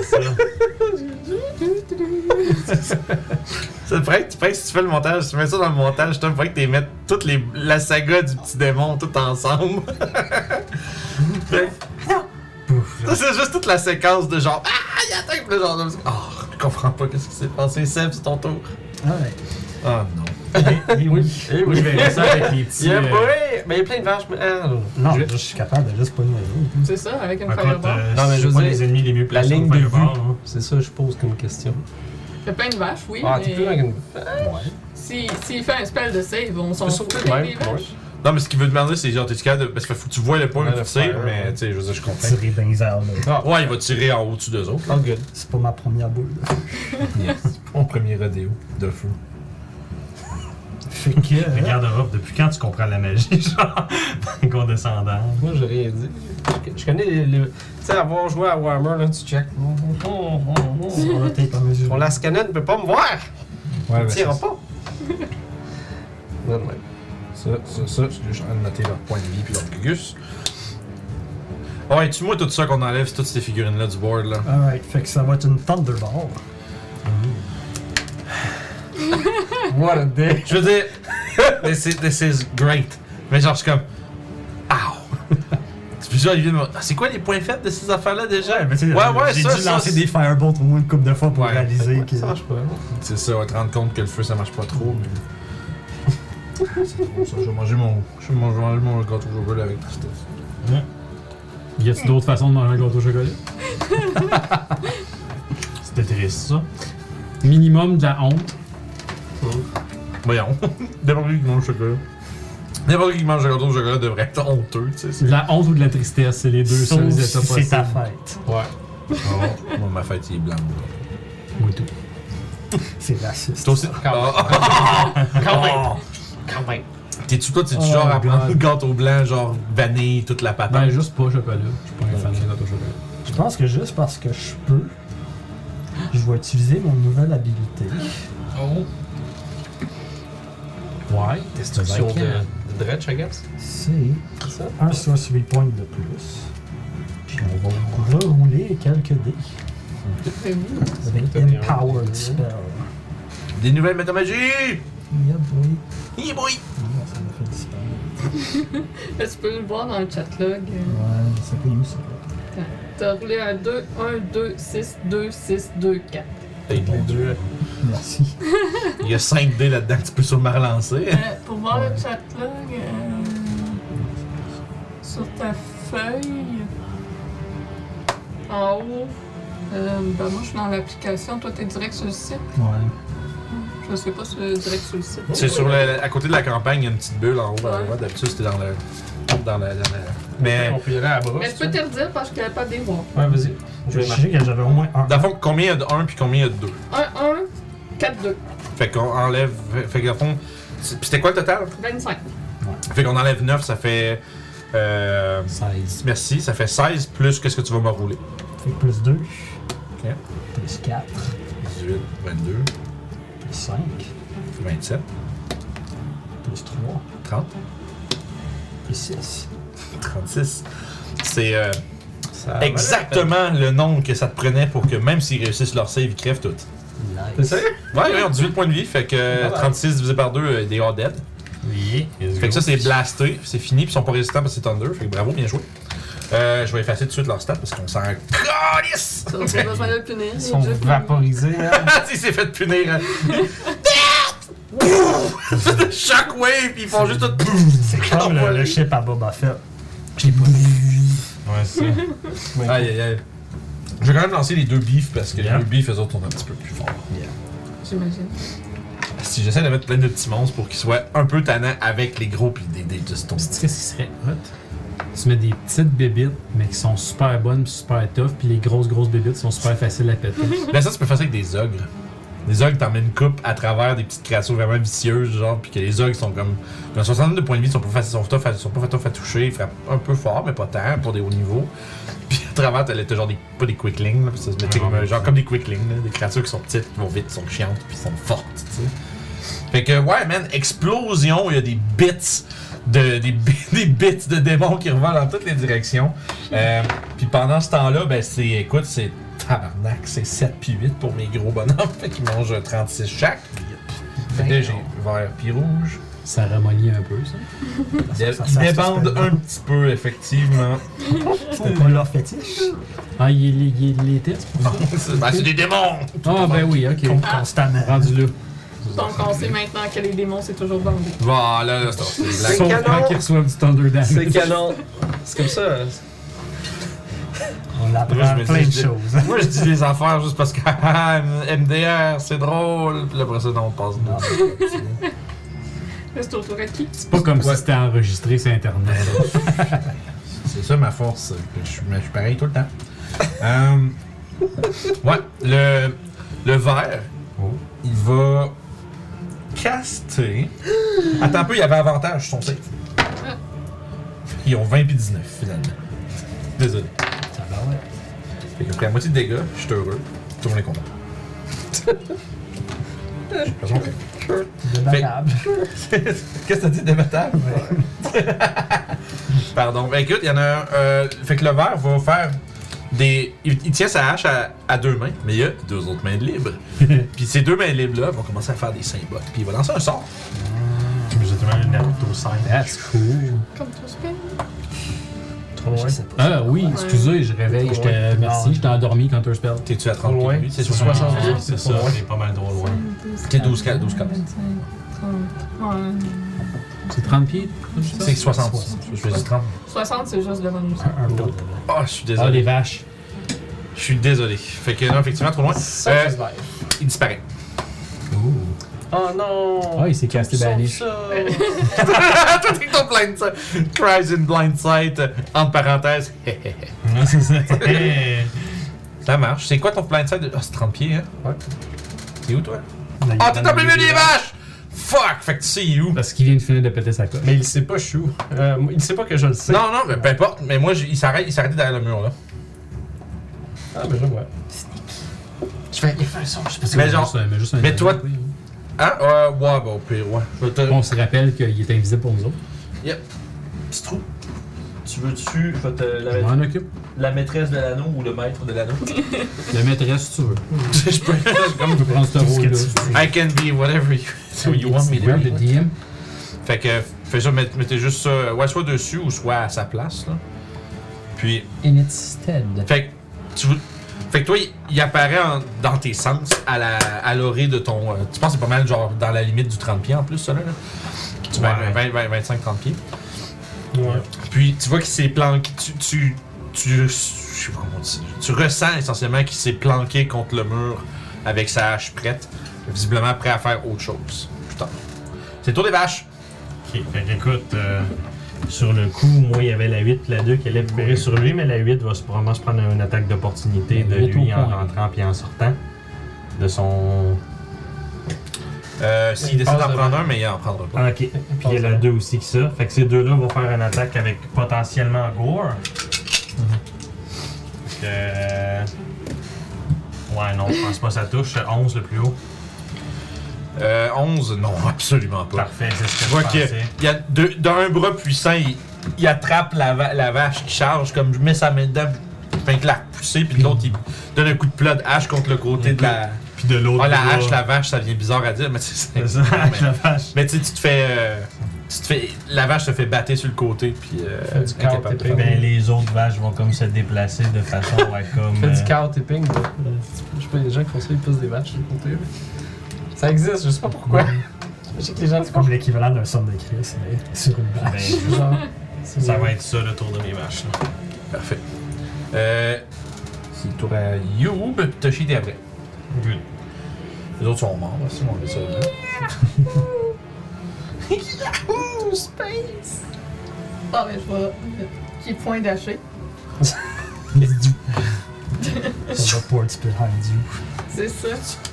ça. C'est vrai que si tu fais le montage, si tu mets ça dans le montage, c'est vrai que tu mettes toute la saga du petit démon tout ensemble. Ça, c'est juste toute la séquence de genre il attaque le genre de... Oh, je comprends pas qu'est-ce qui s'est passé. Seb, c'est ton tour. Ouais. Oh non. Et oui. Moi, je verrais ça avec les petits. Mais il y a plein de vaches, mais. Non, je suis capable de juste pas une C'est ça, avec une Écoute, fireball. Non, mais je c'est veux pas dire, les ennemis les mieux La placés ligne au de vue. fireball, hein. C'est ça, je pose comme question. Il y a plein de vaches, oui, Ah, t'es plus avec mais une. s'il fait un spell de save, on s'en peux fout sauter avec même, les vaches. Non, mais ce qu'il veut demander, c'est genre, t'es-tu capable de. Parce qu'il faut que tu vois le point Ouais, où le tu tires, fire, mais ouais. tu sais, je veux dire, je comprends. tirer dans les airs, là. Ouais, il va tirer en haut-dessus d'eux autres. Oh, good. C'est pas ma première boule. là. Yes. Mon premier rodéo de feu. Fait que. Mais garde-robe, depuis quand tu comprends la magie, genre, condescendant? Moi, j'ai rien dit. Je connais les. Tu sais, avoir joué à Warhammer, là, tu check. Sur la tape à mesure. Ton last cannon ne peut pas me voir. Ouais, Il mais tirera ça, pas. Ouais, ouais. ça, je suis en train de noter leur point de vie puis leur gugus. Ouais, tu moi tout ça qu'on enlève toutes ces figurines-là du board, là. Alright, fait que ça va être une Thunderball. What a day. Je veux dire, this is great. Mais genre, je suis comme. Ow! Puis genre, il vient de me. C'est quoi les points faibles de ces affaires-là déjà? mais tu sais, Ouais, j'ai ça, dû ça, lancer c'est- des firebolts au moins une couple de fois pour Ouais. réaliser que. Ça marche pas. C'est ça, on va te rendre compte que le feu ça marche pas trop, mais. C'est trop ça. Je vais manger mon gâteau au chocolat avec tristesse. Y a-t-il d'autres façons de manger un gâteau au chocolat? C'était triste, ça. Minimum de la honte. Voyons. N'importe qui mange du chocolat. N'importe qui mange un gâteau au chocolat devrait être honteux, tu sais. De la honte ou de la tristesse, c'est les deux Sauf seuls si états c'est possibles. ta fête. Ouais. Moi, ma fête, il est blanc. Oui, tout. C'est raciste. Toi aussi? Quand même. T'es-tu toi, Oh, genre à prendre God. le gâteau blanc, genre vanille, toute la patate? Ben, juste pas chocolat. Je suis pas un fan de gâteau au chocolat. Je pense que juste parce que je peux, je vais utiliser mon nouvelle habilité. Oh. Ouais. Destruction de Dredge, I guess. C'est C'est ça? un sorcery point de plus. Puis on va rerouler quelques dés C'est oui. avec T'as des Empowered un. Spell. Des nouvelles métamagies! Yeah, boy. Yeah, boy! Non, ça m'a fait disparaître. Tu peux le voir dans le chatlog. Ouais, je sais pas où ça. T'as roulé un 2, 1, 2, 6, 2, 6, 2, 4. Les deux. Merci. Il y a 5 dés là-dedans que tu peux sûrement relancer. Pour voir le chatlog, sur ta feuille, en haut, ben moi je suis dans l'application, toi t'es direct sur le site. Ouais. Je sais pas si c'est direct sur le site. C'est sur à côté de la campagne, il y a une petite bulle en haut à droite. D'habitude, c'était dans le. Mais. On peut y aller à la brosse. Mais je peux te le dire parce qu'il n'y a pas des voix. Ouais, vas-y. Je sais que j'avais au moins un. Dans le fond, combien il y a de 1 puis combien il y a de 2? 1, 1, 4, 2, Fait qu'on enlève. Fait que dans le fond. Puis c'était quoi le total? 25. Fait qu'on enlève 9, ça fait. 16. Merci, ça fait 16 plus qu'est-ce que tu vas me rouler? Fait que plus 2. Ok. Plus 4. 18, 22, Plus 5. 27, Plus 3. 30, Plus 6. 36. C'est Ça valait exactement le nombre que ça te prenait pour que même s'ils réussissent leur save, ils crèvent toutes. T'es sérieux? Ouais, ils ont 18 points de vie, fait que 36 divisé par 2, des are dead. Oui. Fait que ça, c'est blasté, c'est fini, puis ils sont pas résistants parce que c'est Thunder, fait que bravo, bien joué. Je vais effacer tout de suite leur stat parce qu'on s'en calisse! Ça, j'ai besoin de le punir. Ils il est sont juste vaporisés. Hein? Il s'est fait punir. Shockwave, puis ils font juste tout. C'est comme le chip à Boba Fett. Ouais, c'est ça. Aïe aïe aïe. Je vais quand même lancer les deux beefs parce que Yeah. les deux beefs, eux autres, sont un petit peu plus forts. J'imagine. Si j'essaie de mettre plein de petits monstres pour qu'ils soient un peu tannants avec les gros pis des just ton Qu'est-ce qui serait hot? Tu mets des petites bébites, mais qui sont super bonnes pis super tough, puis les grosses bébites sont super faciles à péter. Là, ça, tu peux faire ça avec des ogres. Les ogres, t'en mets une coupe à travers des petites créatures vraiment vicieuses, genre, pis que les ogres sont comme. Ils ont 62 points de vie, ils sont pas faciles, sont pas tough à toucher, ils frappent un peu fort, mais pas tant, pour des hauts niveaux. Puis à travers, t'as genre des. Pas des quicklings, là, pis ça se mettait comme, genre comme des quicklings, là, des créatures qui sont petites, qui vont vite, qui sont chiantes, pis qui sont fortes, tu sais. Fait que, ouais, man, explosion, il y a des bits. Des bits de démons qui revolent dans toutes les directions. Puis pendant ce temps-là, ben c'est tabarnak, c'est 7 puis 8 pour mes gros bonhommes. Fait qu'ils mangent 36 chaque. Fait que là, j'ai vert puis rouge. Ça ramollit un peu, ça. Ils débandent un petit peu, effectivement. C'était pas leur fétiche. Ah, il est tests? Non, c'est des démons! Ah, ben oui, ok. Constamment. Rendu là. Donc on sait maintenant que les démons c'est toujours bandé. Voilà, là, c'est une blague. Sauf canon. quand ils reçoivent du Thunder Damage. C'est canon. C'est comme ça. On Moi, apprend je me plein de dis- choses. Moi, je dis des affaires juste parce que MDR, c'est drôle. Puis après ça, non, on passe. Non. Là c'est au tour à qui? C'est pas comme si c'était enregistré sur Internet. C'est ça ma force, que je suis pareil tout le temps. Ouais, le vert, il va caster. Attends un peu, il y avait avantage sur son save. Ils ont 20 puis 19 finalement. Désolé. Ça va, ouais. Fait que après la moitié de dégâts, je suis heureux. Tout le monde est content. J'ai l'impression que- Débattable. Qu'est-ce que t'as dit, débattable? Pardon. Ben, écoute, il y en a un. Fait que le vert va faire des. Il tient sa hache à deux mains, mais il y a deux autres mains libres. Puis ces deux mains libres-là vont commencer à faire des symboles. Puis il va lancer un sort. J'ai tellement le Naruto 5. That's cool. Comme tout spell. Trop loin. Ah oui, excusez, je réveille. Merci, j'étais endormi quand tu spell. T'es-tu à 30 Loin. pieds? C'est C'est 60. C'est ça, on est pas mal trop loin. C'est 12 cases. 12 cases. 30. Ouais. C'est 30 pieds? C'est 60. Je fais 30. 60 c'est juste devant nous. Un peu. Oh, je suis Ah, les désolé. vaches. Je suis désolé. Fait que non, effectivement, trop loin. Ça, c'est vert. Il disparaît. Oh non! Ah, il s'est casté Banish. Ça! Toi, t'es ton blind sight. Cries in blind sight. Entre parenthèses. Ouais, c'est ça. Ça marche. C'est quoi ton blind sight? Ah, c'est 30 pieds, hein? Ouais. T'es où, toi? Ah, t'es en plein milieu des vaches! Fuck! Fait que tu sais où? Parce qu'il vient de finir de péter sa coche. Mais il sait pas, je suis où. Il sait pas que je le sais. Non, mais peu importe. Mais moi, il s'arrête derrière le mur, là. Ah, mais je vois. Je fais un son, je sais pas. Mais Mais genre. juste un mais toi- oui. Hein? Ouais, bah, au pire, ouais. Je vais te. On se rappelle qu'il est invisible pour nous autres. Petit trou. Tu veux-tu. Je vais te Je m'en occupe. la maîtresse de l'anneau ou le maître de l'anneau? Le maîtresse, si tu veux. Je peux. Comme tu peux prendre ce rôle-là. I can be whatever you want me to Ouais, be. le DM. Fait que, fais ça, mettez juste ça, ouais, soit dessus ou soit à sa place, là. Puis, In its stead. fait que toi, il apparaît dans tes sens, à l'orée de ton. Tu penses que c'est pas mal, genre, dans la limite du 30 pieds en plus, ça, là? Tu mets 25-30 pieds. Ouais. Puis, tu vois qu'il s'est planqué. Je sais pas comment on dit ça. Tu ressens essentiellement qu'il s'est planqué contre le mur avec sa hache prête, visiblement prêt à faire autre chose. Putain. C'est le tour des vaches. Ok, fait qu'écoute, sur le coup, moi, il y avait la 8 et la 2 qui allait courir sur lui, mais la 8 va probablement se prendre une attaque d'opportunité de La 8 lui au en point. rentrant puis en sortant. De son. S'il décide d'en prendre un, mais il en prendra pas. Ah, ok. Puis il y a la 2 aussi qui ça. Fait que ces deux-là vont faire une attaque avec potentiellement Gore. Fait que. Ouais, non, je pense pas que ça touche. 11 le plus haut. 11, non, absolument pas. Parfait, c'est ce Tu que vois je qu'il pensais. y a d'un bras puissant, il attrape la vache qui charge, comme je mets sa main dedans, fait que la repousser, puis l'autre il donne un coup de plat de hache contre le côté de la. Puis de l'autre. Ah, la bras. hache, la vache, ça devient bizarre à dire, mais c'est C'est ça, hache la vache. Mais tu sais, tu te fais. La vache te fait battre sur le côté, puis. Fais du incapable count de faire. Ben, les autres vaches vont comme se déplacer de façon à comme. Fais du cow tipping. Je sais pas, les gens qui font ça, ils poussent des vaches sur le côté. Ça existe, je sais pas pourquoi. Je sais que les gens C'est comme l'équivalent d'un son de Chris, mais sur une Ben, vache. genre. ça va être ça le tour de mes vaches. Là. Parfait. C'est le tour à Youb, puis Toshi t'es après. Good. Les autres sont morts, si on met ça là. Yahoo! Space! Ah, ben, je vais. Qui point d'aché. Ça va port behind you. C'est ça.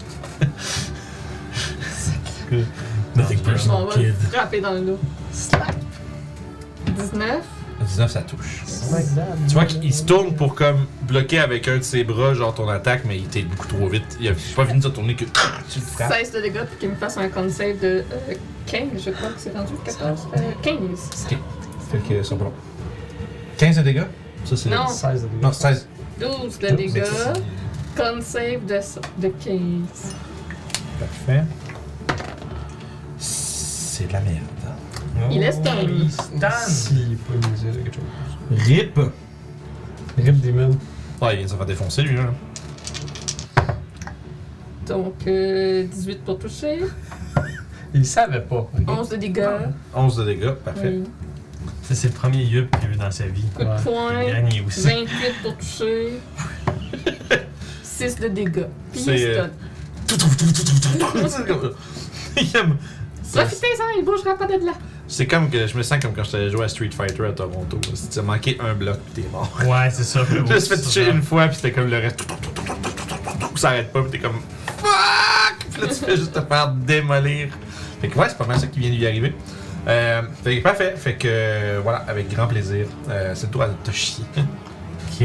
Nothing On personal, va kid. frapper dans le dos. Slap! 19. 19, ça touche. Tu vois qu'il se tourne pour comme bloquer avec un de ses bras, genre ton attaque, mais il était beaucoup trop vite. Il a pas fini de se tourner que tu le frappes. 16 de dégâts, puis qu'il me fasse un con save de 15, je crois que c'est rendu 14. 15. Ok. Fait que ça va long. 15 de dégâts? Ça c'est. Non. 16 de dégâts. Non, 16. 12 de dégâts. Con save de 15. Parfait. C'est de la merde. Il est stun. Il stun. S'il est pas immunisé de quelque chose. RIP! Rip Demon. Ouais, il vient de se faire défoncer lui, là. Donc, 18 pour toucher. Il savait pas. ok? 11 de dégâts. 11 de dégâts, parfait. Oui. Ça, c'est le premier yub qu'il a eu dans sa vie. Coup de Ouais. Le poing. dernier aussi. 28 pour toucher. 6 de dégâts. Puis il C'est, est stun. Il aime- Profitez-en, il bougera pas de là. C'est comme que je me sens comme quand j'étais joué à Street Fighter à Toronto. Si tu as manqué un bloc, puis t'es mort. Ouais, c'est ça. Je me suis fait toucher une fois, puis c'était comme le reste. Ça arrête pas, puis t'es comme fuck! Puis là, tu fais juste te faire démolir. Fait que ouais, c'est pas mal ça qui vient de lui arriver. Fait que parfait. Fait que voilà, avec grand plaisir. C'est le tour à Toshi. Ok.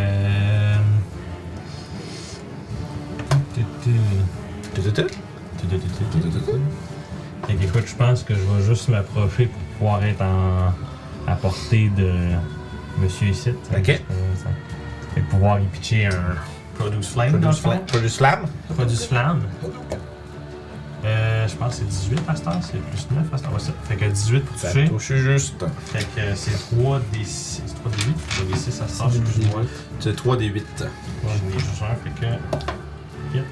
Fait qu'écoute, je pense que je vais juste m'approcher pour pouvoir être à portée de Monsieur ici. Ok. Et pouvoir y pitcher un Produce Flame dans le fond. Produce Slam. Produce Flamme. Je pense que c'est 18 à cette heure, c'est plus 9 à cette heure. Ouais, ça. Fait que 18 pour Ça toucher. touche juste. Fait que c'est 3 des 6. 3 des 8 3 des 6 à cette heure, excuse-moi. C'est 3 des 8. J'en ai juste un, fait que. 8.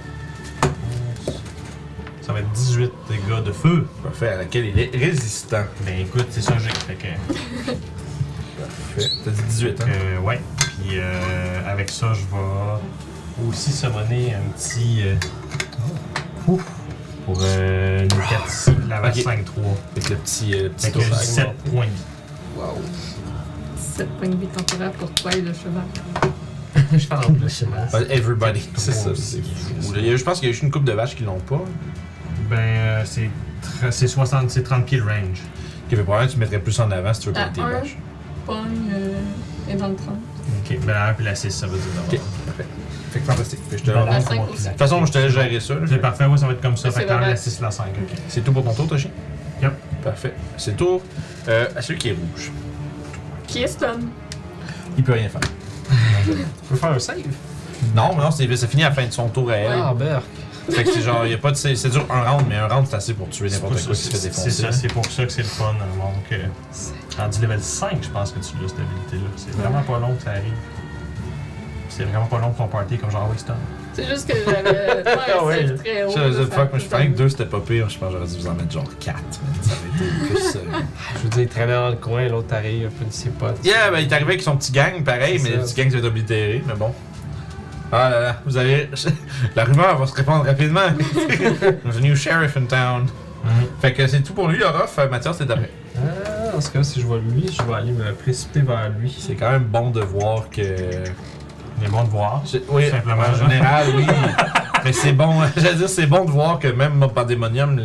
Ça va être 18 dégâts de feu. Parfait, à laquelle il est résistant. Ben écoute, c'est ça que j'ai. Fait que. Parfait. T'as dit 18, hein? Ouais. Puis avec ça, je vais aussi summoner un petit. Ouf. Pour une 4 ici, puis la vache Ok. 5-3. Avec le petit Fait que tour. 7 points de vie. Wow. 7 points de vie temporaire pour toi et le cheval. Je parle en plus. Everybody. C'est ça. Ouais, C'est c'est fou. Je pense qu'il y a juste une couple de vaches qui l'ont pas. Ben, c'est 30 pieds le range. Qui fait probablement que tu mettrais plus en avant si tu veux prendre tes Un vaches. pogne est dans le 30. Ok, ben la 1 puis la 6, ça veut dire Ok, d'abord. parfait. Fait que fantastique. Fait que je te Balance, La relance. cinq on va aussi. De toute façon, je te laisse gérer ça. là. C'est parfait, oui, ça va être comme ça. C'est Fait que la 1, vrai. la 6, la 5. Ok. C'est tout pour ton tour, Toshi? Yep. Parfait. C'est le tour à celui qui est rouge. Qui est stun? Il peut rien faire. Tu peux faire un save? Non, mais non, ça finit à la fin de son tour à elle. Ouais. Ah, berk. Fait que c'est genre, y a pas de. C'est dur un round, mais un round c'est assez pour tuer n'importe quoi qui se fait C'est défoncer. ça, c'est pour ça que c'est le fun. Donc, rendu level 5, je pense que tu l'as cette habilité-là. C'est vraiment pas long que ça arrive. C'est vraiment pas long pour ton party comme genre Winston. C'est juste que j'avais pas un Ouais. save très haut. Je là, sais ça pas, a moi je fait pensais que comme- 2 c'était pas pire, je pense que j'aurais dû vous en mettre genre 4. Ça aurait été plus. Je veux dire, il traînait dans le coin, l'autre arrive, un peu de ses potes. Yeah, ben il est arrivé avec son petit gang, pareil, C'est mais ça. le petit gang s'est fait oblitérer, mais bon. Ah là là, vous avez. La rumeur va se répandre rapidement. There's a new sheriff in town. Fait que c'est tout pour lui, Orof. Mathias, t'es d'après. Ah, dans ce cas, si je vois lui, je vais aller me précipiter vers lui. C'est quand même bon de voir que. Il est bon de voir. Oui, Simplement. en général, oui. Mais c'est bon, j'allais dire, c'est bon de voir que même au Pandémonium,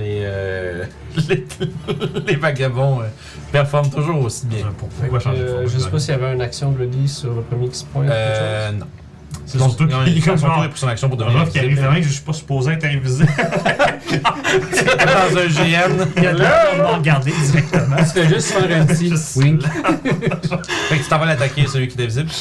les vagabonds performent toujours aussi bien. Pourquoi changer de forme? Je sais pas s'il y avait une action de Lily sur le premier qui se pointe ou quelque chose. Non. C'est surtout qu'il est comme son tour genre. est pour son action pour devenir Orof qui arrive, invisible. vraiment que je suis pas supposé être invisible. Dans un GM. Il y a de l'air de me regarder directement. Tu fais juste faire un petit wink. Fait que tu t'en vas l'attaquer, celui qui est invisible.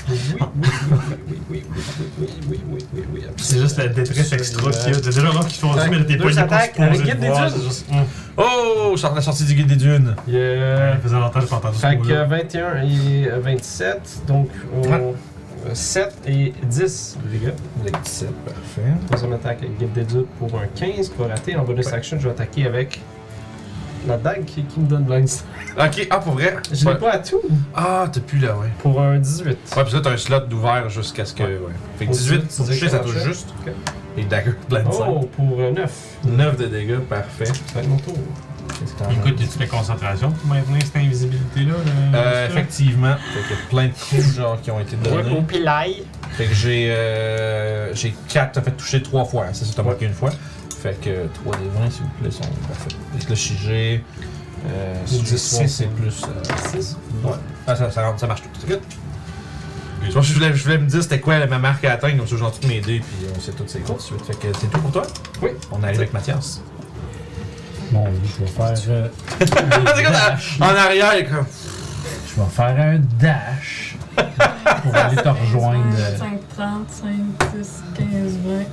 Oui. C'est juste la détresse extra qu'il y a. T'as déjà Orof qui font Fait mais là, t'es deux pas attaques supposé avec guide des voir, dunes. c'est juste- Oh, la sortie du guide des dunes. Yeah. Ça faisait longtemps que j'ai pas entendu ce Fait mot-là. que 21 et 27, donc 7 et 10 de dégâts. Avec 17, parfait. Troisième attaque avec guide d'étude pour un 15 qui va rater. En bonus action, je vais attaquer avec la dague qui me donne blind sight. Ok, ah, pour vrai? Je l'ai Ouais. pas à tout. Ah, t'as plus là, ouais. Pour un 18. Ouais, pis là, t'as un slot d'ouvert jusqu'à ce que. Ouais. Fait que Au 18 18, pour toucher, ça touche ok. juste. Ok. Et dagger, blind Oh, pour 9. 9 de dégâts, parfait. Ça va être mon tour. Écoute, tu fais concentration pour maintenir cette invisibilité-là? Effectivement. Fait qu'il y a plein de coups genre qui ont été donnés. pilaille. Fait que j'ai 4, t'as fait toucher 3 fois, hein, c'est ça, t'as marqué une fois. Fait que 3 des 20 s'il vous plaît sont parfaits. Fait que là si j'ai 10, 6 c'est plus 6. ouais. Ah ça marche tout, c'est good. Je pense que je voulais me dire c'était quoi ma marque à atteindre, comme ça j'en tout m'aider puis on sait toutes ces cours tout de suite. Fait que c'est tout pour toi? Oui. On arrive avec Mathias. Bon, je vais faire. C'est comme en arrière, il est comme. Je vais faire un dash pour aller te rejoindre. 5, 30, 5, 10, 15, 20.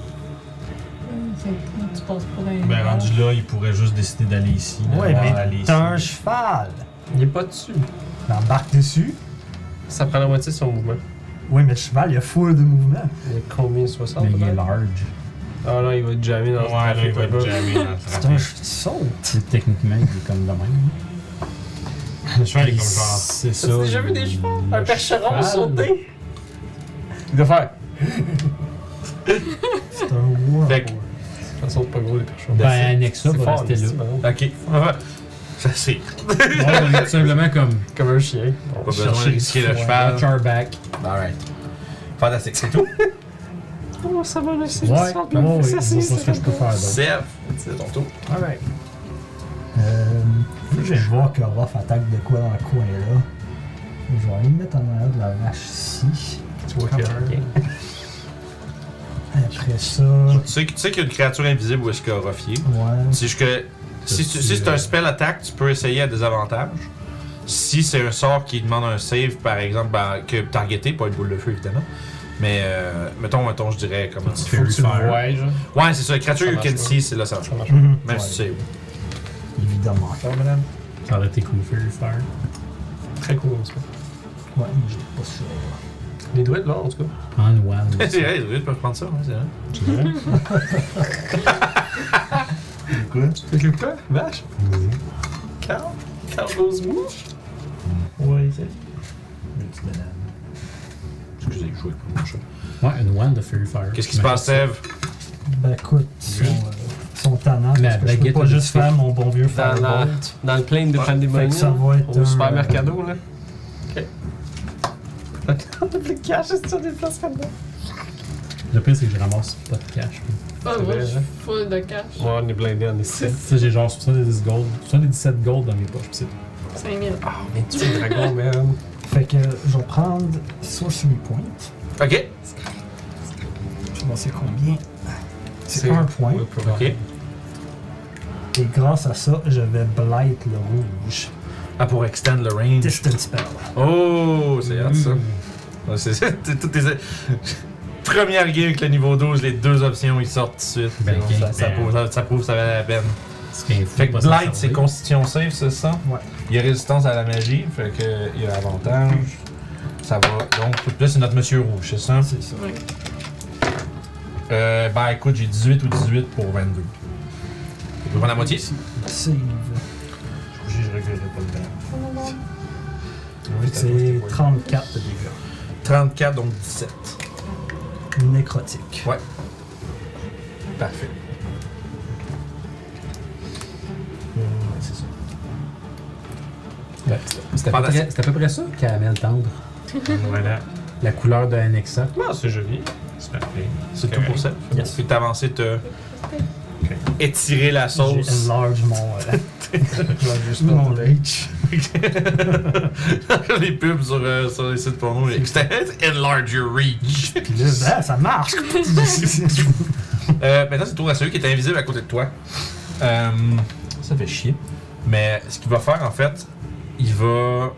5, 30, tu passes pour un. Ben, rendu là, il pourrait juste décider d'aller ici. Ouais, d'avoir mais aller t'as un ici. cheval. Il est pas dessus. T'embarques dessus. Ça prend la moitié de son mouvement. Oui, mais le cheval, il y a full de mouvement. Il y a combien? 60 Mais il est peut-être? large. Ah là, il va être jamais dans Ouais, le là, trafic. il va un peu. être jamais dans le C'est un trafic. saute. C'est techniquement, il est comme de même. Le cheval est comme genre. C'est ça. T'as déjà vu des chevaux? Un percheron cheval. sauter? Il doit faire. C'est un wow. Fait que- Ça saute pas gros les percherons. Ben, Nexa C'est va fort, rester là. c'est marrant. Ok. Ça c'est. Ouais, tout simplement comme Comme un chien. Pas besoin de risquer le cheval. Charback. Alright. Fantastique, c'est tout. Oh, ça va laisser Ouais, oui, c'est ce que je peux faire. donc. Sèvres, c'est ton tour. Alright. Je vais voir que Ruff attaque de quoi dans le coin là. Je vais aller me mettre en arrière de la vache ici. Tu vois qu'il y a rien. Après ça. Tu sais qu'il y a une créature invisible où est-ce qu'il y a Roffier. Ouais. C'est juste que si c'est un spell attack, tu peux essayer à désavantage. Si c'est un sort qui demande un save, par exemple, que targeté, pas une boule de feu évidemment. Mais mettons, je dirais comment tu Faut que tu le vois, genre. Ouais, c'est ça. Créature Ça you marche can pas. see, c'est là ça marche. Ça marche. Mhm. Même si tu sais. Évidemment. madame. Ça aurait été cool, Fairy Fire. Très cool, ça. Ouais, mais j'ai pas ça. Les druides, là, en tout cas. En one. C'est vrai, les druides peuvent prendre ça, ouais, c'est vrai. Quoi? T'as que quoi? Vache? Carl? Carl goes move? Ouais, c'est. Une petite banane. Excusez, je jouais pour mon chat. Ouais, une one de Fairy Fire. Qu'est-ce qui se passe, Sèvres? Ben écoute, sont tannants. La Parce que je peux baguette pas de juste disque. faire mon bon vieux Firebolt. Dans le plane de Fait Pandemonium. que ça va être Au un, Super Mercado, là. On a plus de cash, c'est sur des places comme ça. Le pire, c'est que je ramasse pas de cash. Ah, C'est moi, vrai, je suis hein? full de cash. Ouais, on est blindé, on est ici. Tu sais, j'ai genre 70 gold, 77 gold dans mes poches. pis c'est 5000. Ah, mais tu es dragon, man. Fait que je vais prendre Sorcery Point. Ok. Je vais c'est combien? C'est 1 point. Ok. Et grâce à ça, je vais blight le rouge. Ah, pour extend le range. Distance spell. Oh, c'est hot ça. Ouais, c'est toutes tes. Première game avec le niveau 12, les deux options ils sortent tout de suite. Ben, C'est bon, ok. ça prouve que ça valait la peine. ce qui est fou. Fait que pas s'en Blight, c'est servir. Constitution Save, c'est ça? Ouais. Il y a résistance à la magie, fait que il y a avantage. Ça va. Donc, là, c'est notre Monsieur Rouge, c'est ça? C'est ça. Oui. Ben écoute, j'ai 18 ou 18 pour 22. Tu peux prendre la moitié? Save. Je regretterai pas le temps. C'est 34 de dégâts. 34, donc 17. Nécrotique. Parfait. C'est ça. Ouais, c'est à peu près ça, caramel tendre. Voilà. La couleur de Annexa. Ah, c'est joli. C'est parfait. C'est tout pour ça. Yes. Fait que t'as avancé, t'as étiré la J'ai sauce. enlarge mon... mon reach. Les pubs sur les sites porno, c'était Enlarge Your Reach. Puis là, ça marche. Maintenant, c'est le tour à celui qui est invisible à côté de toi. Ça fait chier. Mais ce qu'il va faire, en fait, il va.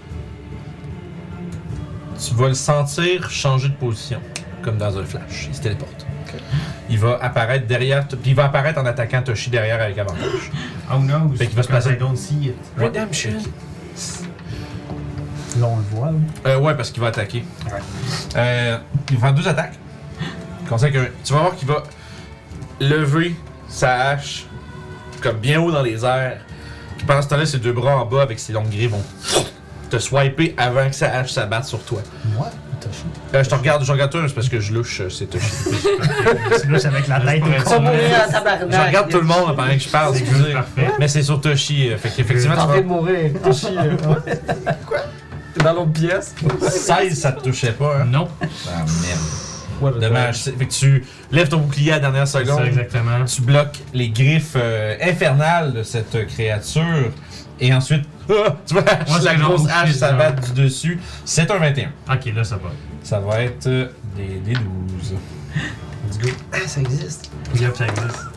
Tu vas le sentir changer de position, comme dans un flash. Il se téléporte. Il va apparaître derrière. Puis il va apparaître en attaquant Toshi derrière avec avantage. Oh no, Fait qu'il va se because placer- I don't see it. Redemption! Là, on le voit. Là. Ouais, parce qu'il va attaquer. Il va faire 2 attaques. Conseil que tu vas voir qu'il va lever sa hache comme bien haut dans les airs. Puis pendant ce temps-là, ses 2 bras en bas avec ses longues griffes vont te swiper avant que sa hache s'abatte sur toi. Moi, Toshi. Je regarde toi, c'est parce que je louche, c'est Toshi. Tu louches avec la tête pour de être con. sûr. Mourir en tabarnak. Je regarde tout le monde pendant que je parle, C'est excusez. good, parfait. Mais c'est sur Toshi. Fait qu'effectivement, T'es en tu train de vas. mourir. Toshi. Quoi? T'es dans l'autre pièce? 16, ça te touchait pas, hein? Non. Ah merde. Dommage. Fait que tu lèves ton bouclier à la dernière C'est seconde. ça, exactement. Tu bloques les griffes infernales de cette créature. Et ensuite, tu vois la c'est grosse genre hache bizarre. s'abattre du dessus. C'est un 21. Ok, là, ça va. Ça va être des 12. Let's go. Ah, ça existe. Yep, ça existe.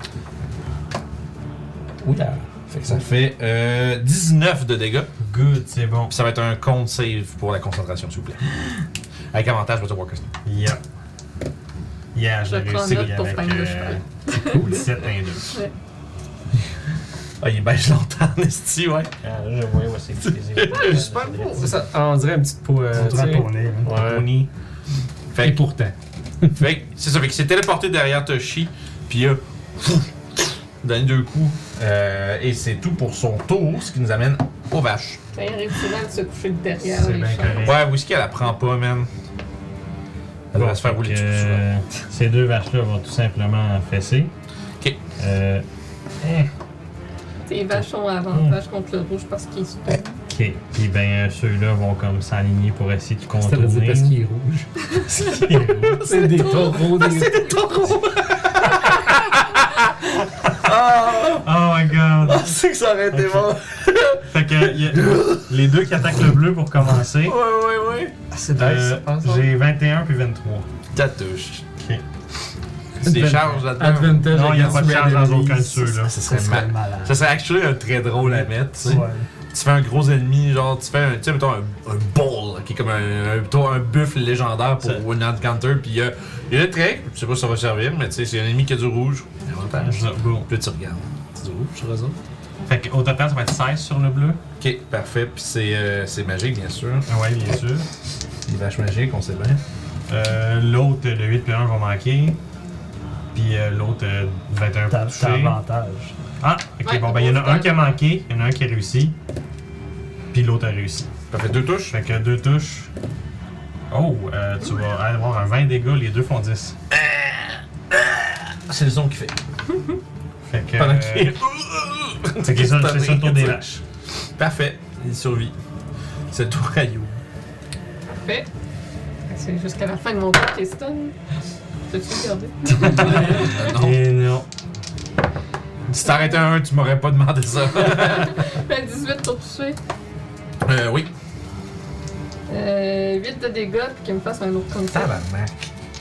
Oula. Fait que ça fait 19 de dégâts. Good, c'est bon. Puis ça va être un compte save pour la concentration, s'il vous plaît. Avec avantage, votre Walker. Yep. Yeah, j'ai Je prends réussi note pour avec faire le cheval. cool, 7 1 2. Ouais. Ah, il beige longtemps, Nesty, ouais. Ah, je vois, moi, c'est Super beau. Ça, on dirait un petit pot. On dirait un poney. Là. Ouais. Pony. Fait Et que, pourtant. fait que c'est ça, fait qu'il s'est téléporté derrière Toshi, puis il a donné 2 coups. Et c'est tout pour son tour, ce qui nous amène aux vaches. Ça arrive souvent de se coucher derrière C'est les bien champs. correct. Ouais, Whisky, elle la prend pas, man. Elle va se faire rouler dessus plus souvent. Ces 2 vaches-là vont tout simplement fesser. Ok. Tes vaches ont avantage contre le rouge parce qu'ils se tournent. Ok. Puis ben, ceux-là vont comme s'aligner pour essayer de Ça veut dire contourner. parce qu'il est rouge. C'est des taureaux, des taureaux. Oh my god! C'est que ça aurait été bon. Fait que y a les 2 qui attaquent le bleu pour commencer. Ouais. C'est nice, ça passe. J'ai 21 puis 23. Ta touche. Ok. C'est des charges là-dedans. Advantage. Non, il n'y a pas de charge dans aucun de Ça ceux-là. Ça serait serait mal. malade. Ça serait actually un très drôle à mettre, tu sais. Ouais. Tu fais un gros ennemi, genre, tu fais un, tu sais, mettons, un bull, qui est comme un buffle légendaire pour Ça. un encounter, puis il y a le trait, je sais pas si ça va servir, mais tu sais, c'est un ennemi qui a du rouge, avantage. Ça, bon. Puis là, tu regardes. C'est du rouge, sur eux autres. Fait qu'au total, ça va être 16 sur le bleu. Ok, parfait, puis c'est magique, bien sûr. Ah ouais, bien sûr. Les vaches magiques, on sait bien. L'autre, le 8 puis le 1 vont manquer. Puis l'autre, 21 T'as pour t'as toucher. avantage. Ah, ok, Ouais, bon, ben il y en a un qui a manqué, il y en a un qui a réussi. Puis l'autre a réussi. Ça fait 2 touches. Fait que 2 touches. Oh, tu vas avoir un 20 dégâts, les 2 font 10. C'est le son qui fait. Fait que. Pendant qu'il C'est que ça, c'est ça le tour des vaches. Parfait, il survit. C'est le tour à You. Parfait. C'est jusqu'à la fin de mon tour qui est stun. T'as-tu regardé? Non. Et non. Si t'arrêtais un 1, tu m'aurais pas demandé ça. Fait 18 pour toucher. Oui. 8 de dégâts, puis qu'il me fasse un autre comme ça. Tabarnak.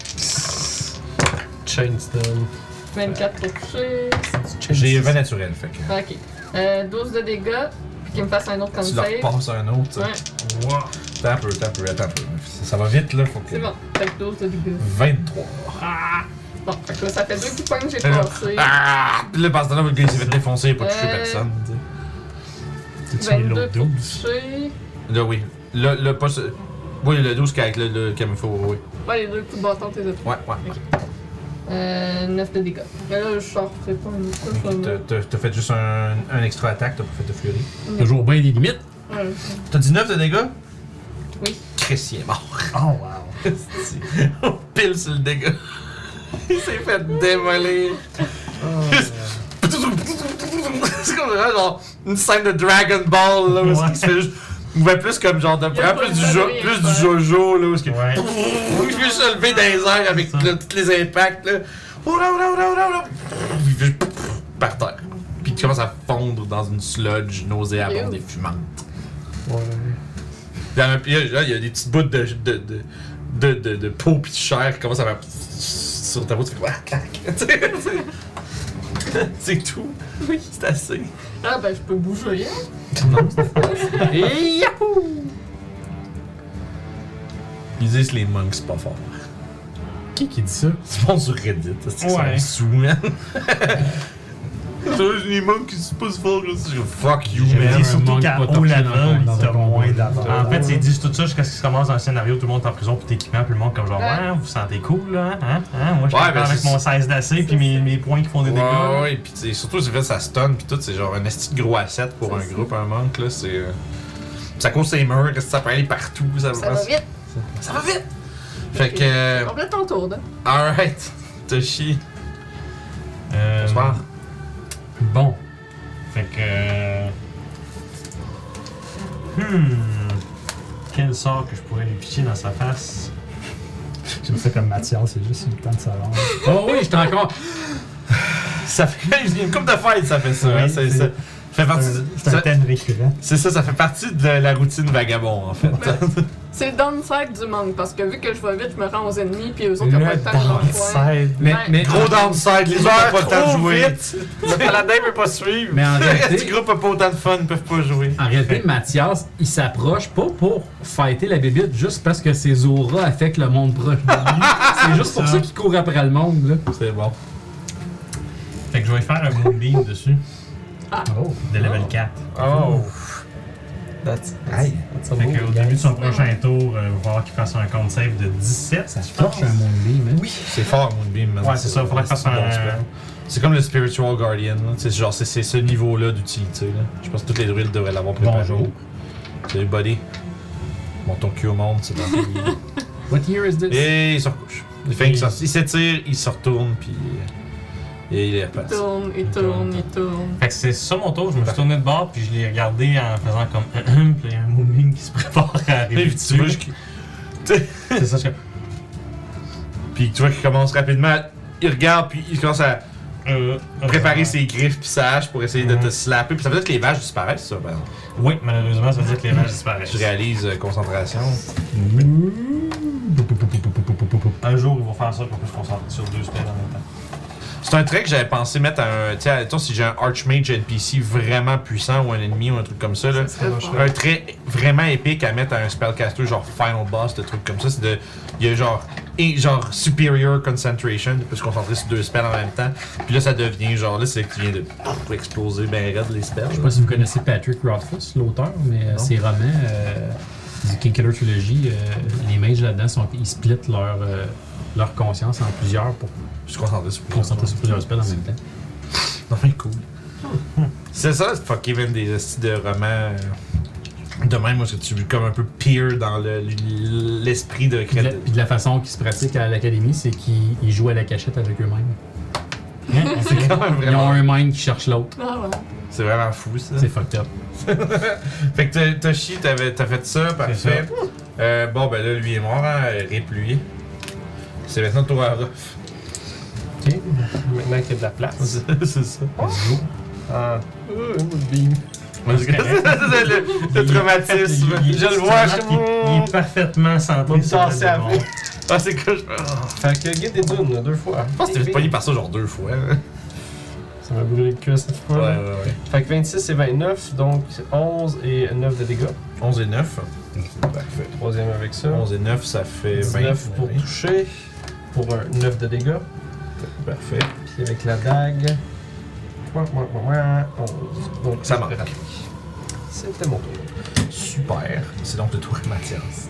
Chainstone. 24 pour toucher. J'ai 20 naturel, fait que. Ok. 12 de dégâts, puis qu'il me fasse un autre comme Tu ça. leur passes un autre, ça. Ouais, Wow. Attends un peu. Ça va vite, là, faut que. c'est bon. Fait que 12 de dégâts. 23. Ah! Bon, fait que là, ça fait 2 coups de poing que j'ai Et là, passé. Ah! Puis là, parce que là, le gars, il s'est fait défoncer, il a pas touché Euh, personne, tu sais. T'as-tu mis 22 l'autre pour 12? toucher. Là, oui. Là, pas ce. Oui, le 12 avec le camoufle, oui. Ouais, les 2 coups de bâton, t'es autres. Ouais. 9 de dégâts. Mais là, je sortirai pas une autre. T'as fait juste un extra attaque, t'as pas fait de fleurie. Toujours bien des limites. Ouais. T'as dit 9 de dégâts? Oui. Chris, il est mort. Oh, wow. Pile sur le dégât. Il s'est fait démolir. C'est comme vraiment genre une scène de Dragon Ball là où Ouais. il se fait juste. On voit plus comme genre de Il y a plus pas du, de batterie, plus ouais. du Jojo là où il Ouais. peut juste se lever dans les airs avec Ça. là, tous les impacts là. Oula. Il fait par terre. Puis il commence à fondre dans une sludge nauséabonde et fumante. Ouais. Puis là, il y a des petites bouts de peau pis de chair qui commencent à faire sur ta peau, tu fais quoi? Clac! C'est tout. Oui. C'est assez. Ah, ben, je peux bouger, hein? Non. Et yahoo! Ils disent les monks, c'est pas fort. Qui dit ça? C'est bon sur Reddit, c'est Ouais. sous, man. Les monks, c'est pas si fort que ça. Fuck you, J'avais man. dit surtout manque qu'à pas haut torché level, dans un t'as combat. moins d'avance. En fait, ils disent tout ça jusqu'à ce qu'il se commence dans un scénario, tout le monde est en prison pour t'équipement, puis le monde comme genre, Ouais. ouais, vous vous sentez cool là, hein? Moi, je suis Ouais, encore ben, avec c'est- mon 16 d'AC, puis mes points qui font des dégâts. là. Ouais, pis t'sais, surtout c'est fait ça stun pis tout, c'est genre un esti de gros asset pour un C'est groupe, un monk là, c'est. Ça cause ses murs, ça peut aller partout, Ça va vite. Ça va vite! Fait que. Complète ton tour, là. Alright, Toshi. Bonsoir. Bon. Fait que. Quel sort que je pourrais lui pitcher dans sa face? J'aime ça comme Mathias, c'est juste le temps de se rendre. Oh oui, j'étais encore. Ça fait une coupe de fight, ça fait ça. Oui, Hein, c'est- ça fait partie. C'est un thème récurrent. C'est ça fait partie de la routine vagabond en fait. C'est le downside du manque, parce que vu que je vais vite, je me rends aux ennemis, puis eux autres, ils ont pas le temps de leur coin. Downside. Mais Gros downside, les autres n'ont pas le temps de jouer. Le paladin peut pas suivre. Mais en Le reste du réalité, groupe a pas autant de fun, ils peuvent pas jouer. en réalité, Mathias, il s'approche pas pour fighter la bébite juste parce que ses auras affectent le monde proche de lui. C'est juste pour ça qu'il court après le monde, là. C'est bon. Fait que je vais faire un Moonbeam dessus, Oh. de level 4. Oh. That's Aïe. that's a Fait move, qu'au début de guys. son prochain tour, il va falloir qu'il fasse un count save de 17. Ça se torche un Moonbeam, hein? Oui, c'est fort Moonbeam. man. Ouais, c'est ça, il faudrait qu'il fasse c'est bon un. spell. C'est comme le Spiritual Guardian, là. C'est genre c'est ce niveau-là d'utilité. Là. Je pense que tous les druides devraient l'avoir préparé. Bonjour. Salut buddy. Bon, ton cul au monde, c'est dans What year is this? Et il se recouche. Il s'étire, il se retourne, puis et il est Il reparti. tourne, il tourne, il tourne. Fait que c'est ça mon tour, je me suis tourné de bord, puis je l'ai regardé en faisant comme puis il y a un Moonbeam qui se prépare à arriver Puis tu vois, dessus. C'est ça, je puis tu vois qu'il commence rapidement, il regarde, puis il commence à préparer ses griffes puis sa hache pour essayer de te slapper. Puis ça veut dire que les vaches disparaissent, ça, par exemple. Oui, malheureusement, ça veut dire que les vaches disparaissent. Tu réalises concentration. Un jour, ils vont faire ça pour qu'on puisse se concentrer sur 2 spells en même temps. C'est un trait que j'avais pensé mettre à un. Tu sais, admettons, si j'ai un Archmage NPC vraiment puissant ou un ennemi ou un truc comme ça, là. Ça serait fort. Un trait vraiment épique à mettre à un spellcaster, genre Final Boss, de trucs comme ça, c'est de. Il y a genre Superior Concentration, tu peux se concentrer sur 2 spells en même temps. Puis là, ça devient genre, là, c'est que tu viens de exploser ben raide les spells. Je sais pas si vous connaissez Patrick Rothfuss, l'auteur, mais Non. ses romans du King Killer Trilogy, les mages là-dedans, ils splittent leur conscience en plusieurs pour Je suis concentré sur se concentrer sur plusieurs spells en même temps. Non, mais cool. C'est ça, c'est fuck even des styles de romans. De même, moi, que tu comme un peu peer dans l'esprit de Puis de la façon qu'ils se pratiquent à l'académie, c'est qu'ils jouent à la cachette avec eux-mêmes. C'est quand même Ils ont vraiment. un mind qui cherche l'autre. Ah ouais. C'est vraiment fou ça. C'est fucked up. Fait que Toshi, t'as fait ça, parfait. Bon, ben là, lui est mort, hein, rip lui. C'est maintenant le tour à Ruff. Ok. Maintenant qu'il y a de la place. C'est ça. Let's go. Ah. Un bout de beam. C'est le traumatisme. Il- Je le vois, il- il est parfaitement centré On va sur me le tasser après. démon. Ah, c'est que je. Fait que guide des dunes 2 fois. Je pense que t'es pogné par ça genre 2 fois. Hein. Ça m'a brûlé le cul cette fois. Ouais. Fait que 26 et 29, donc c'est 11 et 9 de dégâts. 11 et 9. Parfait. Troisième avec ça. 11 et 9, ça fait 20. 19 pour Oui. toucher. Pour un 9 de dégâts. Parfait. Puis avec la dague. 11. Donc Ça manque. C'était mon tour. Super. C'est donc le tour de Mathias.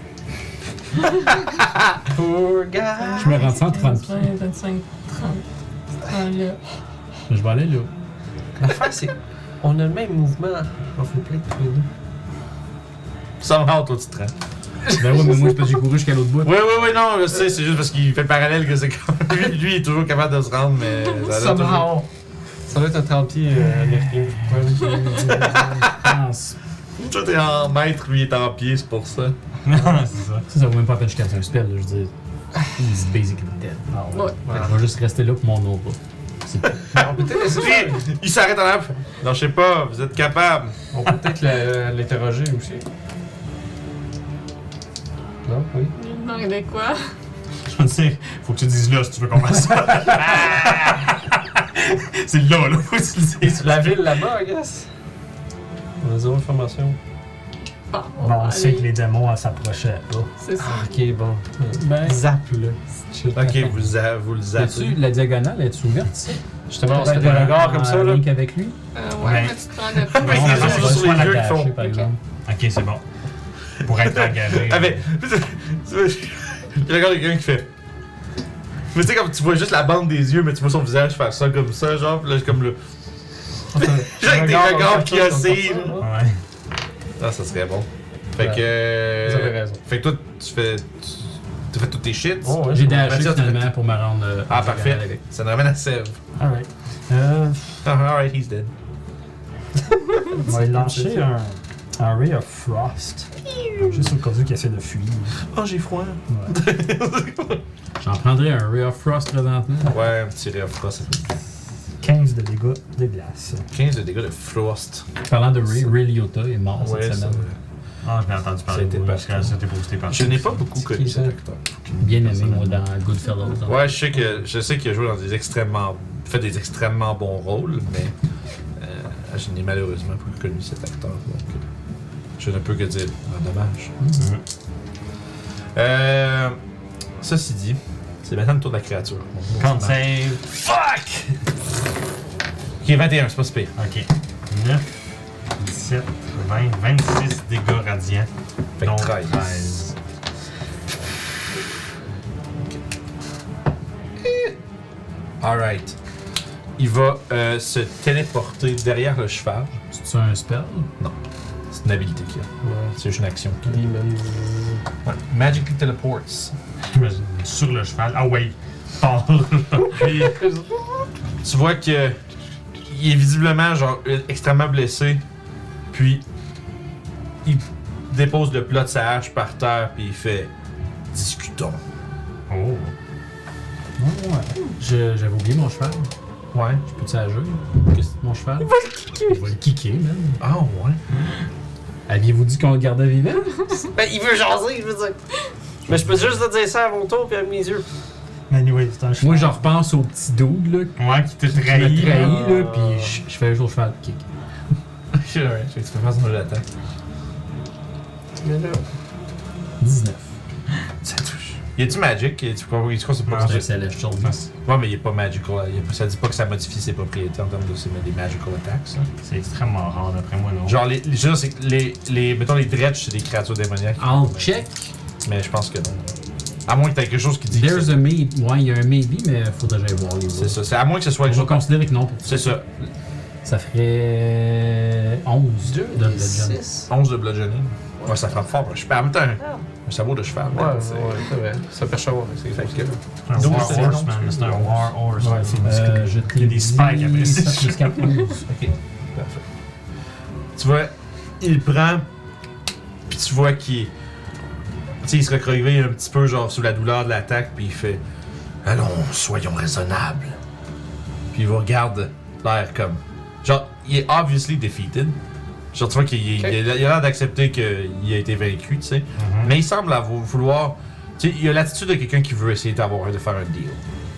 Poor guy. Je me rends 130 pieds. 25, 30. Ah, là. Je vais aller là. L'affaire, c'est on a le même mouvement en full play tous les deux. Somehow, toi, tu te rends. Ben ouais, mais moi, c'est parce que j'ai couru jusqu'à l'autre bout. Oui, non, je sais, c'est juste parce qu'il fait le parallèle que c'est comme. Lui, il est toujours capable de se rendre, mais. Ça doit toujours- Somehow. Ça doit être un 30 pieds américain. Je pense. Toi, t'es en mètre, lui, il est en pied, c'est pour ça. Non, c'est ça. Ça vaut même pas la peine que je casse un spell, là, je veux dire. He's basically dead. Ah ouais. Ouais. Fait que je vais juste rester là pour mon aura. C'est tout. On peut peut-être laisser faire. Il s'arrête en l'air. Non, je sais pas, vous êtes capable. On peut peut-être l'interroger aussi. Non, oui. Il demandait quoi? Je veux dire, faut que tu dises là si tu veux qu'on fasse ça. C'est là, faut que tu le dises. La ville là-bas, I guess. On a zéro information. Ah, Bon, on sait que les démons elles s'approchaient pas. C'est ça. Ah, ok, bon. Ben, Zap, là. Ok, vous le As-tu zappez. la diagonale, est-tu ouverte, ça? Justement, on se fait des regards comme ça, là. Link avec lui? Ouais, Ouais. mais tu te prends de Ouais, Non, c'est on juste va sur les soit yeux l'attacher, qu'ils font. par exemple. Ok, c'est bon. Pour être engagé. Ah, mais. Je regarde quelqu'un qui fait. Mais tu sais, comme tu vois juste la bande des yeux, mais tu vois son visage faire ça comme ça, genre, pis là, comme le. J'ai avec des regards qui oscillent. Ouais. Ah, ça serait bon. Fait Vous avez que. raison. Fait que toi, tu fais tous tes shits. Oh, ouais, J'ai c'est dashé Mathias, finalement pour me rendre. Ah, en parfait. diagonale avec. Ça nous ramène à Sèvres. Alright. Alright, he's dead. On va lui lancer un Ray of Frost. Juste au cas où qu'il essaie de fuir. Oh, j'ai froid. Ouais. J'en prendrais un Ray of Frost présentement. Ouais, un petit Ray of Frost. 15 de dégâts de glace. 15 de dégâts de Frost. Parlant de Ray Liotta est mort Ouais, cette ça. semaine. Ah, je l'ai entendu parler de C'était vous, pas- parce que ça a été posté par Je n'ai pas beaucoup connu qui, cet ça? acteur. Bien aimé, moi, dans Goodfellas. donc. Ouais, je sais qu'il a joué dans des fait des extrêmement bons rôles, mais je n'ai malheureusement pas connu cet acteur, donc je ne peux que dire dommage. Ceci dit, c'est maintenant le tour de la créature. Can't save. Fuck! Ok, 21, c'est pas si pire. Ok. 9, 17, 20, 26 dégâts radiants. Fait que Donc 13. Alright. Il va se téléporter derrière le cheval. C'est un spell? C'est une habilité qu'il a. Ouais. C'est juste une action. Demon. Ouais. Magically teleports. J'imagine, sur le cheval. Ah ouais. Parle. Puis, tu vois que il est visiblement genre extrêmement blessé. Puis il dépose le plat de sa hache par terre puis il fait discutons. Oh. Ouais. J'avais oublié mon cheval. Ouais. Je peux-tu agir? Mon cheval? Il va le kicker, man. Ah ouais. Aviez-vous dit qu'on le gardait vivant? Ben, il veut jaser, je veux dire. Mais je peux juste te dire ça à mon tour puis avec mes yeux. Mais anyway, c'est un cheval. Moi, je repense au petit dude, là, Ouais, qui t'a qui m'a trahi. trahi, là, pis je fais juste au cheval kick. Ouais, tu peux faire son jeu d'attaque. Mais là. 19. Ça touche. Y a-tu magic? Y a-tu quoi? C'est pas Non, C'est magic? Celestial. Ouais, mais il est pas magical. Ça dit pas que ça modifie ses propriétés en termes de des magical attacks. Là. C'est extrêmement rare d'après moi, non? Genre, c'est que mettons les dredge, c'est des créatures démoniaques. I'll check. Mais je pense que non. À moins que t'aies quelque chose qui dit que There's c'est- a maybe. Ouais, il y a un maybe, mais faudrait que j'aille voir les c'est autres. ça. C'est à moins que ce soit On quelque va chose. considérer que non pour ça. C'est ça. Ça ferait 11 de Legend. 6. 11 de bludgeoning. Ouais, ça frappe fort. Je suis pas en même temps un sabot de cheval. Ouais, man, ouais, c'est- c'est vrai. C'est un perche à voir, c'est Fait exactement. que- Un Donc, War c'est Horse, long, man. excuse. C'est un War Horse. Ouais, c'est Je Il y a des spikes après ça. 7 jusqu'à 11. Ok, parfait. Tu vois, il prend, puis tu vois qu'il. Tu sais, il se recroqueville un petit peu, genre, sous la douleur de l'attaque, puis il fait allons, soyons raisonnables. Puis il vous regarde, l'air comme. Genre, il est obviously defeated. Genre, tu vois qu'il il a l'air d'accepter qu'il a été vaincu, tu sais. Mais il semble vouloir. Tu sais, il a l'attitude de quelqu'un qui veut essayer de faire un deal.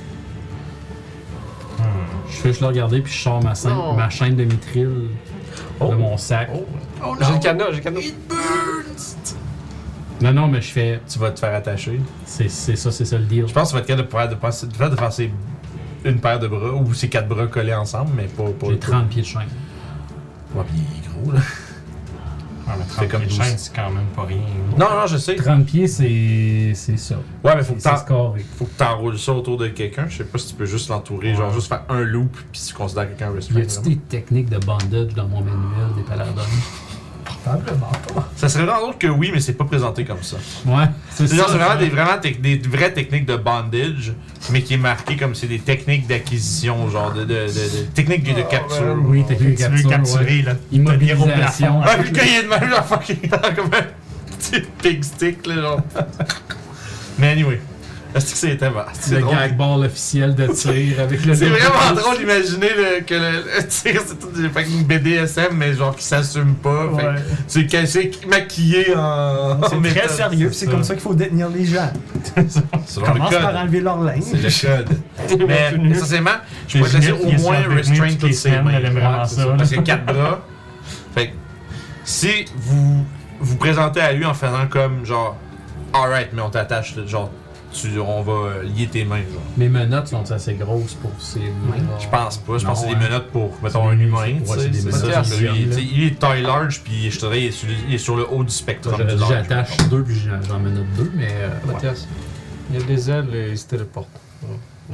Je fais juste le regarder, puis je sors Oh. ma chaîne de mithril Oh. de mon sac. Oh, J'ai le cadenas, j'ai le cadenas. It burns! Non, mais je fais. Tu vas te faire attacher. C'est ça le deal. Je pense que tu vas être capable de passer une paire de bras ou ses 4 bras collés ensemble, mais pas J'ai 30 pieds de chaîne. Ouais, pis il est gros là. Ah, mais C'est 30 comme pieds de 12. chaîne, c'est quand même pas rien. Non, je sais. 30 pieds, c'est ça. Ouais, mais faut que C'est carré. t'enroules ça autour de quelqu'un. Je sais pas si tu peux juste l'entourer, genre juste faire un loop, puis tu considères quelqu'un Y restraint. a-tu des techniques de bandage dans mon manuel des paladins? Probablement pas. Ça serait vraiment d'autre que oui, mais c'est pas présenté comme ça. Ouais, C'est genre, c'est vraiment des vraies techniques de bandage, mais qui est marqué comme c'est des techniques d'acquisition, genre de techniques de capture. Oui, technique Tu veux capture, capturer, là, Immobilisation. Ah, puis quand il est de même, genre fucking comme un petit pig stick, là, genre. Mais anyway, est-ce que c'était vaste? Le C'est drôle. gag ball officiel de tir avec le. C'est vraiment drôle d'imaginer que le tir, c'est tout des fucking BDSM, mais genre qui s'assume pas. Fait que Ouais. c'est maquillé en. C'est très méthode. sérieux, puis c'est comme ça qu'il faut détenir les gens. Selon le Commence par code. enlever leur linge. C'est le code. Mais essentiellement, je pourrais te laisser au moins restrain toutes ses mains. Elle aime vraiment Ouais, ça. là. Parce qu'il y a 4 bras. Fait que si vous vous présentez à lui en faisant comme genre, alright, mais on t'attache, genre, on va lier tes mains, genre. Mes menottes sont assez grosses pour ses mains. Je pense pas. Je pense que c'est Non, des hein. menottes pour, mettons, un humain. Ouais, tu sais, c'est des c'est menottes ça. pour Lui, lui, tu sais, il est taille large, puis je te dirais, il est sur le haut du spectre. J'aurais dit j'attache 2 puis j'en menotte 2, mais. Ouais. Mathias, il y a des ailes et il se téléporte. Ouais.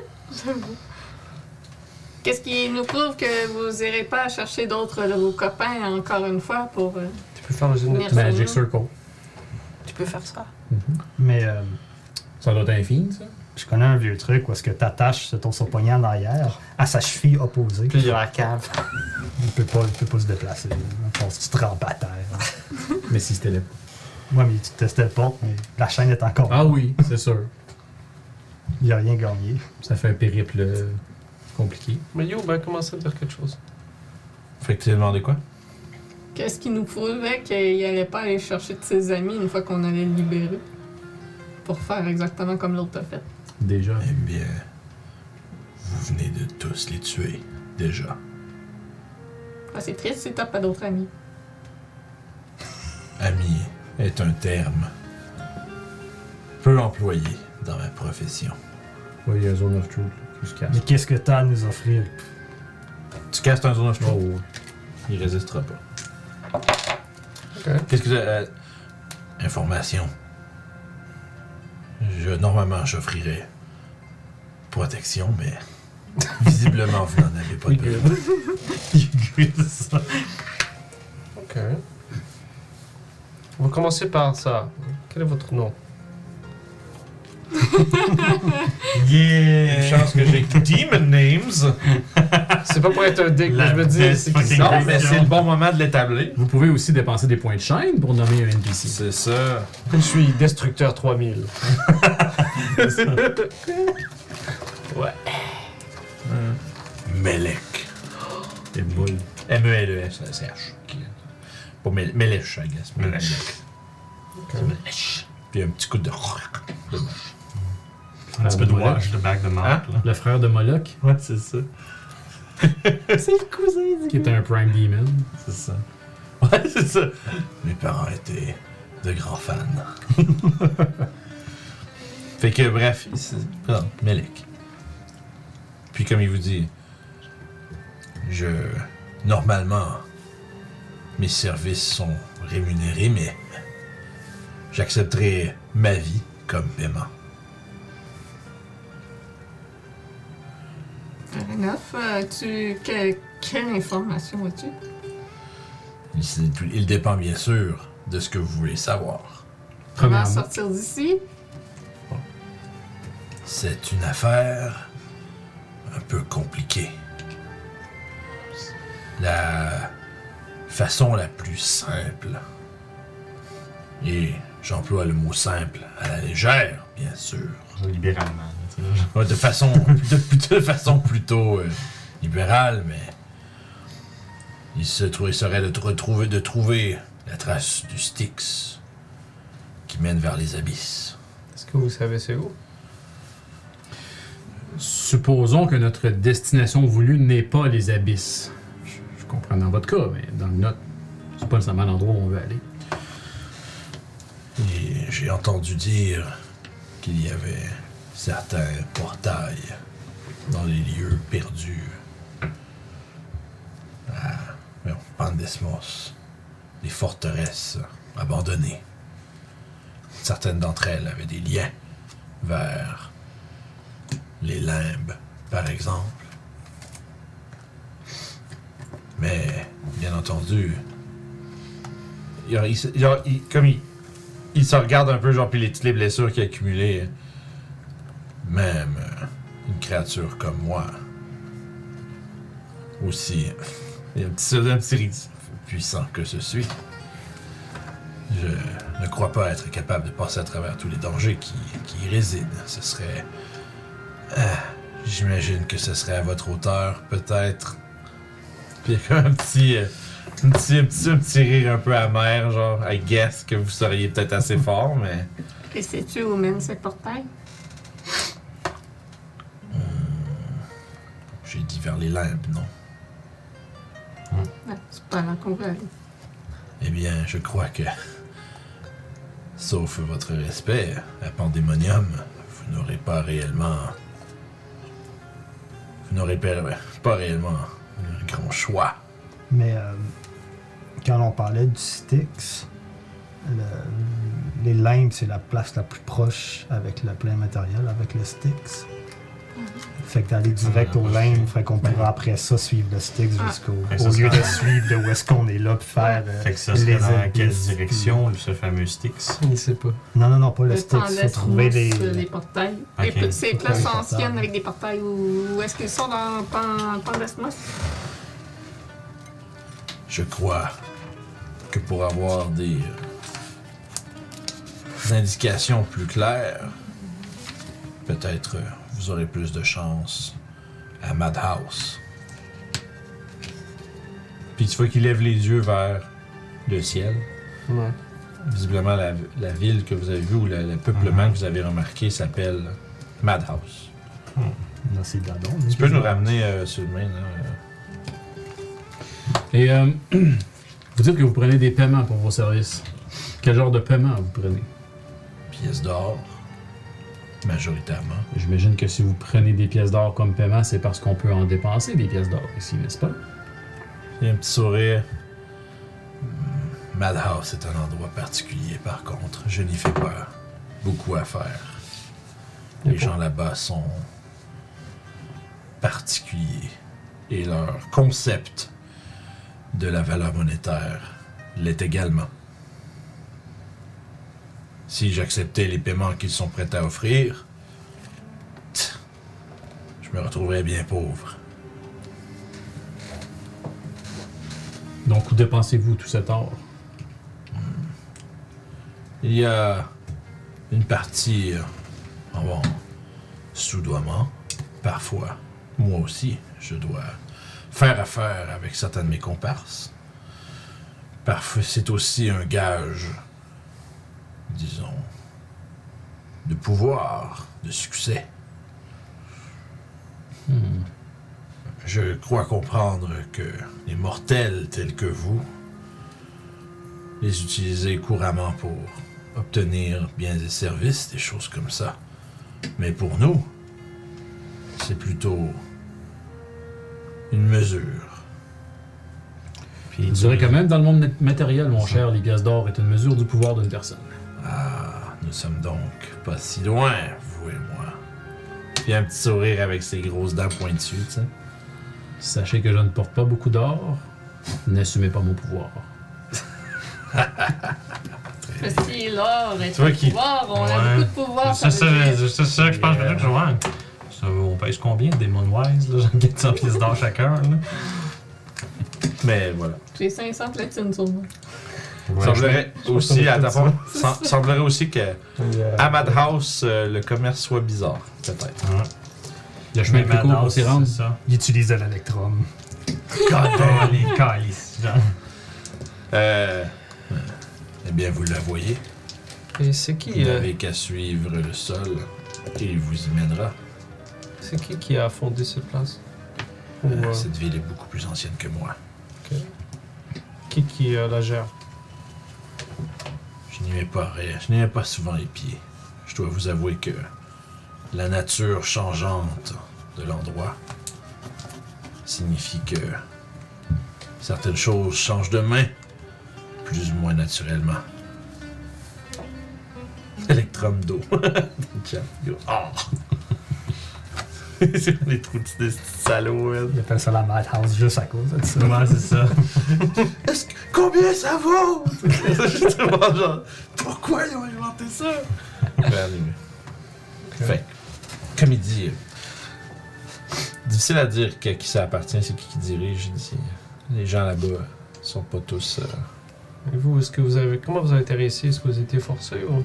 Qu'est-ce qui nous prouve que vous irez pas chercher d'autres de vos copains encore une fois pour. Tu peux faire une Merci. Magic Circle. Tu peux faire ça. Mais Ça doit être infini, ça. je connais un vieux truc où est-ce que t'attaches ton poignet en arrière à sa cheville opposée. Puis il y a la cave. Il peut pas se déplacer. Je pense que tu te rampes à terre. Mais si c'était là. Ouais, mais tu testais le porte, mais la chaîne est encore. Ah oui, c'est sûr. Il a rien gagné. Ça fait un périple compliqué. Mais yo, ben commence à dire quelque chose. Fait que tu as demandé quoi? Qu'est-ce qui nous prouvait qu'il allait pas aller chercher de ses amis une fois qu'on allait le libérer? Pour faire exactement comme l'autre a fait. Déjà. Eh bien, vous venez de tous les tuer, déjà. Ah, c'est triste si t'as pas d'autres amis. Ami est un terme peu employé dans ma profession. Oui, il y a Zone of Truth qui se casse. Mais qu'est-ce que t'as à nous offrir? Tu castes un zone of truth, Oh, il résistera pas. Ok. Qu'est-ce que tu information. Normalement, j'offrirais protection, mais visiblement, vous n'en avez pas besoin. Ok. On va commencer par ça. Quel est votre nom? Yeah! Une chance que j'ai Demon Names. C'est pas pour être un dick, mais La je me dis, best c'est fucking Non, ça. mais c'est le bon moment de l'établir. Vous pouvez aussi dépenser des points de chaîne pour nommer un NPC. C'est ça. Je suis Destructeur 3000. Melek. Et boule. M-E-L-E-S-C-H. Pas Melech, I guess. Melech. C'est Melech. Puis un petit coup de. Un petit peu de wash de back de mouth, Hein? là. Le frère de Moloch, Ouais, c'est ça. C'est le cousin du qui est un Prime Demon. C'est ça. Ouais, c'est ça. Mes parents étaient de grands fans. Fait que, bref, il se présente, Melek. Puis, comme il vous dit, normalement, mes services sont rémunérés, mais j'accepterai ma vie comme paiement. Fair enough. Quelle information as-tu? Il dépend bien sûr de ce que vous voulez savoir. Comment Premièrement. sortir d'ici? C'est une affaire un peu compliquée. La façon la plus simple, et j'emploie le mot simple à la légère, bien sûr, Libéralement. tu sais. ouais, de façon plutôt libérale, mais il serait de trouver la trace du Styx qui mène vers les abysses. Est-ce que vous savez c'est où? Supposons que notre destination voulue n'est pas les abysses. Je comprends dans votre cas, mais dans le nôtre, c'est pas nécessairement l'endroit où on veut aller. Et j'ai entendu dire qu'il y avait certains portails dans les lieux perdus à Pandesmos, des forteresses abandonnées. Certaines d'entre elles avaient des liens vers les limbes, par exemple. Mais, bien entendu, il se regarde un peu, genre, puis toutes les blessures qu'il a accumulées. Même une créature comme moi, aussi, il y a un petit rire puissant que je suis. Je ne crois pas être capable de passer à travers tous les dangers qui y résident. Ce serait... j'imagine que ce serait à votre hauteur, peut-être. Puis il y a comme un petit rire un peu amer, genre, I guess que vous seriez peut-être assez fort, mais... Et sais-tu où mène ce portail? J'ai dit vers les limbes, non? Ouais, c'est pas là qu'on veut aller. Eh bien, je crois que, sauf votre respect à Pandémonium, vous n'aurez pas réellement... Vous n'aurez pas réellement un grand choix. Mais quand on parlait du Styx, les limbes, c'est la place la plus proche avec le plein matériel, avec le Styx. Fait que d'aller direct aux limbes, fait qu'on pourra après ça suivre le Styx jusqu'au... Fait que ça Au lieu sera- de suivre de où est-ce qu'on est là, puis faire Fait que ça les serait dans quelle abysses, direction, ce fameux Styx? Il sait pas. puis- Non, pas le Le temps Styx. Faut trouver les... les portails. Ok. Ces Faut places trouver les anciennes portails. avec des portails où est-ce qu'ils sont dans Pandesmos? Je crois que pour avoir des indications plus claires, peut-être vous aurez plus de chance à Madhouse. Puis tu vois qu'il lève les yeux vers le ciel. Ouais. Visiblement, la ville que vous avez vue ou le peuplement que vous avez remarqué s'appelle Madhouse. Non, c'est Dadon. Tu peux nous ramener sur le main, là? Et vous dites que vous prenez des paiements pour vos services. Quel genre de paiement vous prenez? Pièces d'or, majoritairement. J'imagine que si vous prenez des pièces d'or comme paiement, c'est parce qu'on peut en dépenser des pièces d'or ici, n'est-ce pas? Il y a un petit sourire. Madhouse est un endroit particulier, par contre. Je n'y fais pas beaucoup à faire. Les gens là-bas sont particuliers. Et leur concept de la valeur monétaire l'est également. Si j'acceptais les paiements qu'ils sont prêts à offrir, je me retrouverais bien pauvre. Donc, où dépensez-vous tout cet or? Il y a une partie en soudoiement. Parfois, moi aussi, je dois faire affaire avec certains de mes comparses. Parfois, c'est aussi un gage, disons, de pouvoir, de succès. Je crois comprendre que les mortels tels que vous les utilisez couramment pour obtenir biens et services, des choses comme ça. Mais pour nous, c'est plutôt une mesure. Je dirais que même dans le monde matériel, mon cher, les pièces d'or est une mesure du pouvoir d'une personne. Ah, nous sommes donc pas si loin, vous et moi. Puis un petit sourire avec ses grosses dents pointues, tu sais. Sachez que je ne porte pas beaucoup d'or. N'assumez pas mon pouvoir. Si l'or est Tu vois un qu'il- pouvoir, on a Ouais. beaucoup de pouvoir. C'est ça veut dire- que je pense que je vois. On pèse combien, Demon Wise, là? Genre 400 pièces d'or chacun, là. Mais voilà. J'ai 500 platines sur moi. Semblerait aussi, à ta forme, semblerait aussi que à Mad Madhouse, le commerce soit bizarre, peut-être. Le chemin le plus court pour s'y rendre. C'est ça. Il utilise de l'électrum. Oh, les calices, genre. Eh bien, vous la voyez. Et c'est Vous qui, n'avez qu'à suivre le sol et il vous y mènera. qui a fondé cette place? Ou, Cette ville est beaucoup plus ancienne que moi. qui la gère? Je n'y mets pas souvent les pieds. Je dois vous avouer que la nature changeante de l'endroit signifie que certaines choses changent de main, plus ou moins naturellement. Electrum d'eau. Ah! C'est les trous de salaud, man. Il appelle ça la Madhouse juste à cause de ça. Ouais, c'est ça. Combien ça vaut? Justement, genre, pourquoi ils ont inventé ça? Fait que, comme il dit, difficile à dire qui ça appartient, c'est qui dirige ici. Les gens là-bas sont pas tous. Et vous, comment vous avez été ici? Est-ce que vous avez été forcé ou?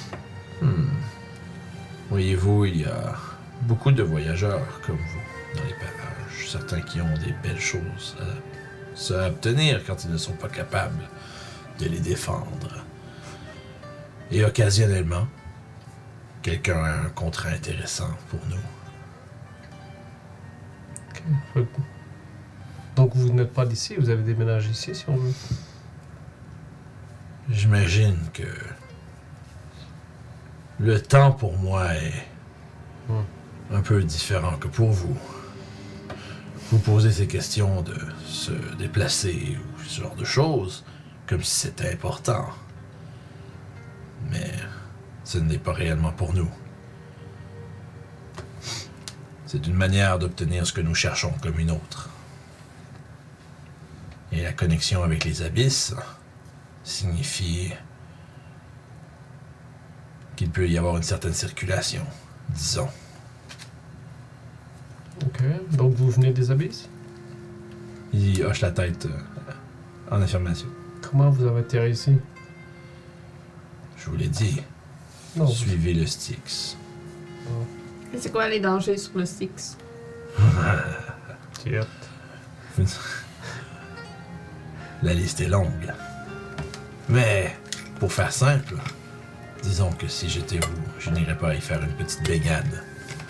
Voyez-vous, il y a beaucoup de voyageurs comme vous dans les parages. Certains qui ont des belles choses à obtenir quand ils ne sont pas capables de les défendre. Et occasionnellement, quelqu'un a un contrat intéressant pour nous. Donc vous n'êtes pas d'ici, vous avez déménagé ici si on veut. J'imagine que le temps pour moi est un peu différent que pour vous. Vous posez ces questions de se déplacer ou ce genre de choses comme si c'était important. Mais ce n'est pas réellement pour nous. C'est une manière d'obtenir ce que nous cherchons comme une autre. Et la connexion avec les abysses signifie qu'il peut y avoir une certaine circulation, disons. Ok. Donc vous venez des abysses? Il hoche la tête en affirmation. Comment vous avez atterri ici? Je vous l'ai dit, Non. suivez le Styx. Et c'est quoi les dangers sur le Styx? Tiens. La liste est longue. Mais, pour faire simple, disons que si j'étais vous, je n'irais pas y faire une petite baignade.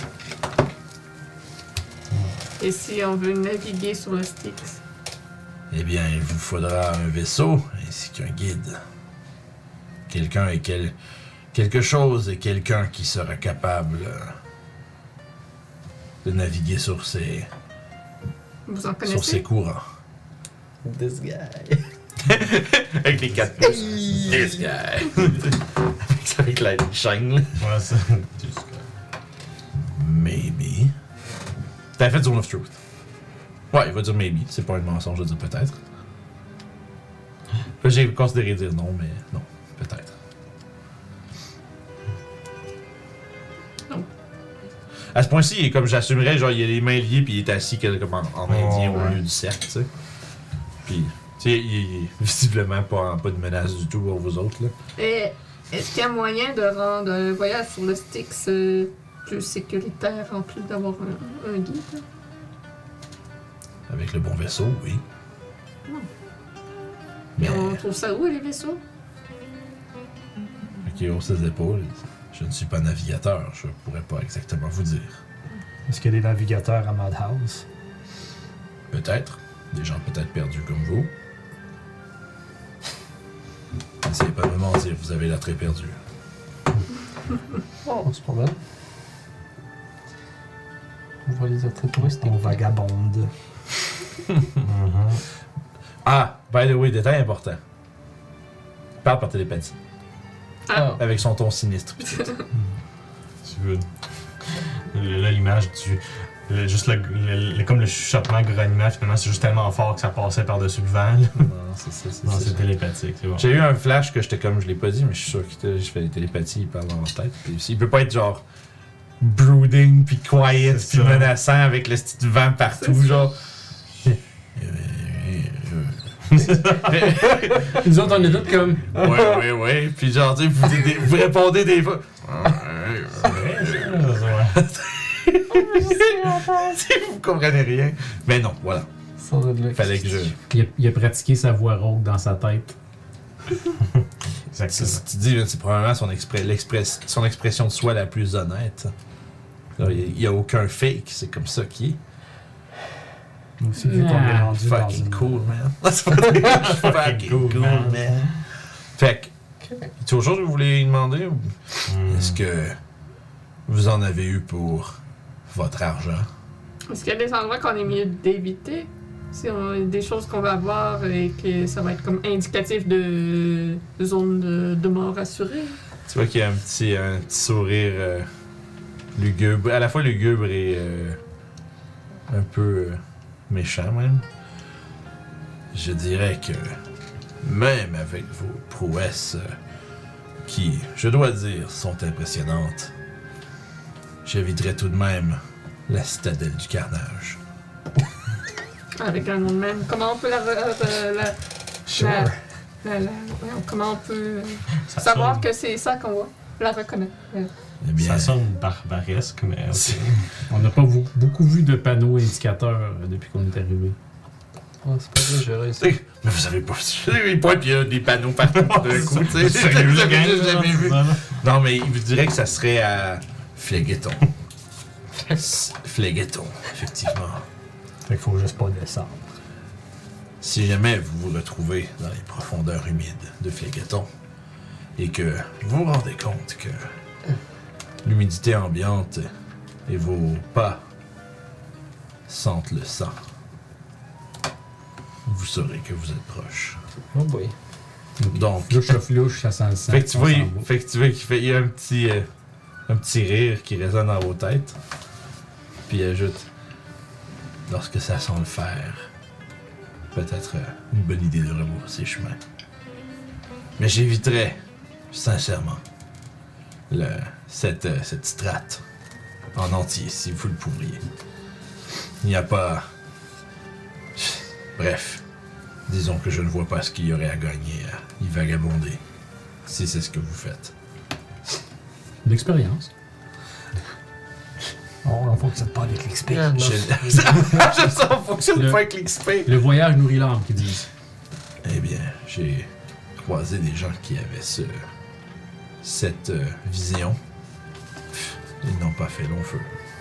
Et si on veut naviguer sur le Styx? Eh bien, il vous faudra un vaisseau ainsi qu'un guide. Quelqu'un et quelque chose et quelqu'un qui sera capable de naviguer sur ces Vous en sur connaissez? ses courants. This guy. Avec les 4 pouces. This guy. Avec la chaîne, là. Ouais, ça. Maybe. T'as fait Zone of Truth. Ouais, il va dire maybe. C'est pas un mensonge de dire peut-être. J'ai considéré dire non, mais non. Peut-être. Non. À ce point-ci, comme j'assumerais, genre, il a les mains liées puis il est assis comme en indien au ouais. milieu du cercle, tu sais. Puis, tu sais, il est visiblement pas de menace du tout pour vous autres, là. Et est-ce qu'il y a moyen de rendre un voyage sur le Styx plus sécuritaire en plus d'avoir un guide? Avec le bon vaisseau, oui. Et Mais, on trouve ça où, les vaisseaux? qui hausse ses épaules, je ne suis pas navigateur, je pourrais pas exactement vous dire. Est-ce qu'il y a des navigateurs à Madhouse? Peut-être. Des gens peut-être perdus comme vous. N'essayez pas de me mentir, vous avez l'air très perdu. Oh, c'est pas mal. On va les attraper touristiques. On vagabonde. Ah, by the way, détail important. Parle par télépathie. Ah. Avec son ton sinistre. Tu veux. Là, l'image du comme le chuchotement grognement, finalement, c'est juste tellement fort que ça passait par-dessus le vent. Là. Non, c'est ça, Non, c'est télépathique, c'est bon. J'ai eu un flash que j'étais comme, je l'ai pas dit, mais je suis sûr que je fais des télépathies, il parle dans leur tête. Puis il peut pas être genre brooding, puis quiet, C'est puis ça. menaçant avec le petit vent partout, C'est ça. genre. Nous autres, on est tous comme. Ouais. Puis genre, tu sais, vous répondez des fois. Vous comprenez rien. Mais non, voilà. Fallait que je. Il a pratiqué sa voix rauque dans sa tête. Exactement. Tu dis, c'est probablement son expression de soi la plus honnête. Il n'y a aucun fake, c'est comme ça qu'il est. Nous aussi, vu qu'on est rendu dans Fucking une... cool, man. Fucking cool, man. Fait que, y a autre chose que vous voulez lui demander? Ou est-ce que vous en avez eu pour votre argent? Est-ce qu'il y a des endroits qu'on est mieux d'éviter? Si on a des choses qu'on va voir et que ça va être comme indicatif de zone de mort assurée? Tu vois qu'il y a un petit sourire lugubre, à la fois lugubre et un peu méchant même. Je dirais que même avec vos prouesses qui, je dois dire, sont impressionnantes, j'éviterais tout de même la citadelle du carnage. Avec un nom de même. Comment on peut comment on peut Ça savoir sonne- que c'est ça qu'on voit? La reconnaître. Eh bien, Ça sonne barbaresque, mais ok. On n'a pas beaucoup vu de panneaux indicateurs depuis qu'on est arrivé. Oh, c'est pas bien géré, ça. mais vous savez pas, il pointe puis il y a des panneaux partout d'un coup, tu sais. Sérieux, Vous avez gang, juste là, jamais vu. ça, là? Non, mais il vous dirait que ça serait à Phlégueton. Phlégueton, effectivement. Fait qu'il faut juste pas descendre. Si jamais vous vous retrouvez dans les profondeurs humides de Phlégueton et que vous vous rendez compte que l'humidité ambiante et vos pas sentent le sang, vous saurez que vous êtes proche. Oh boy. Donc, Flouche, ça sent le sang. fait que tu on vois, s'en va. fait que tu vois qu'il fait, il y a un petit rire qui résonne dans vos têtes. Puis il ajoute, lorsque ça sent le fer, peut-être une bonne idée de rebrousser chemin. Mais j'éviterais, sincèrement, cette strate en entier, si vous le pourriez. Il n'y a pas... Bref, disons que je ne vois pas ce qu'il y aurait à gagner à y vagabonder, si c'est ce que vous faites. L'expérience. On fonctionne pas avec l'XP. Ah, non. J'aime ça, on fonctionne Le- pas avec l'XP. Le voyage nourrit l'âme, qu'ils disent. Eh bien, j'ai croisé des gens qui avaient cette vision. Ils n'ont pas fait long feu.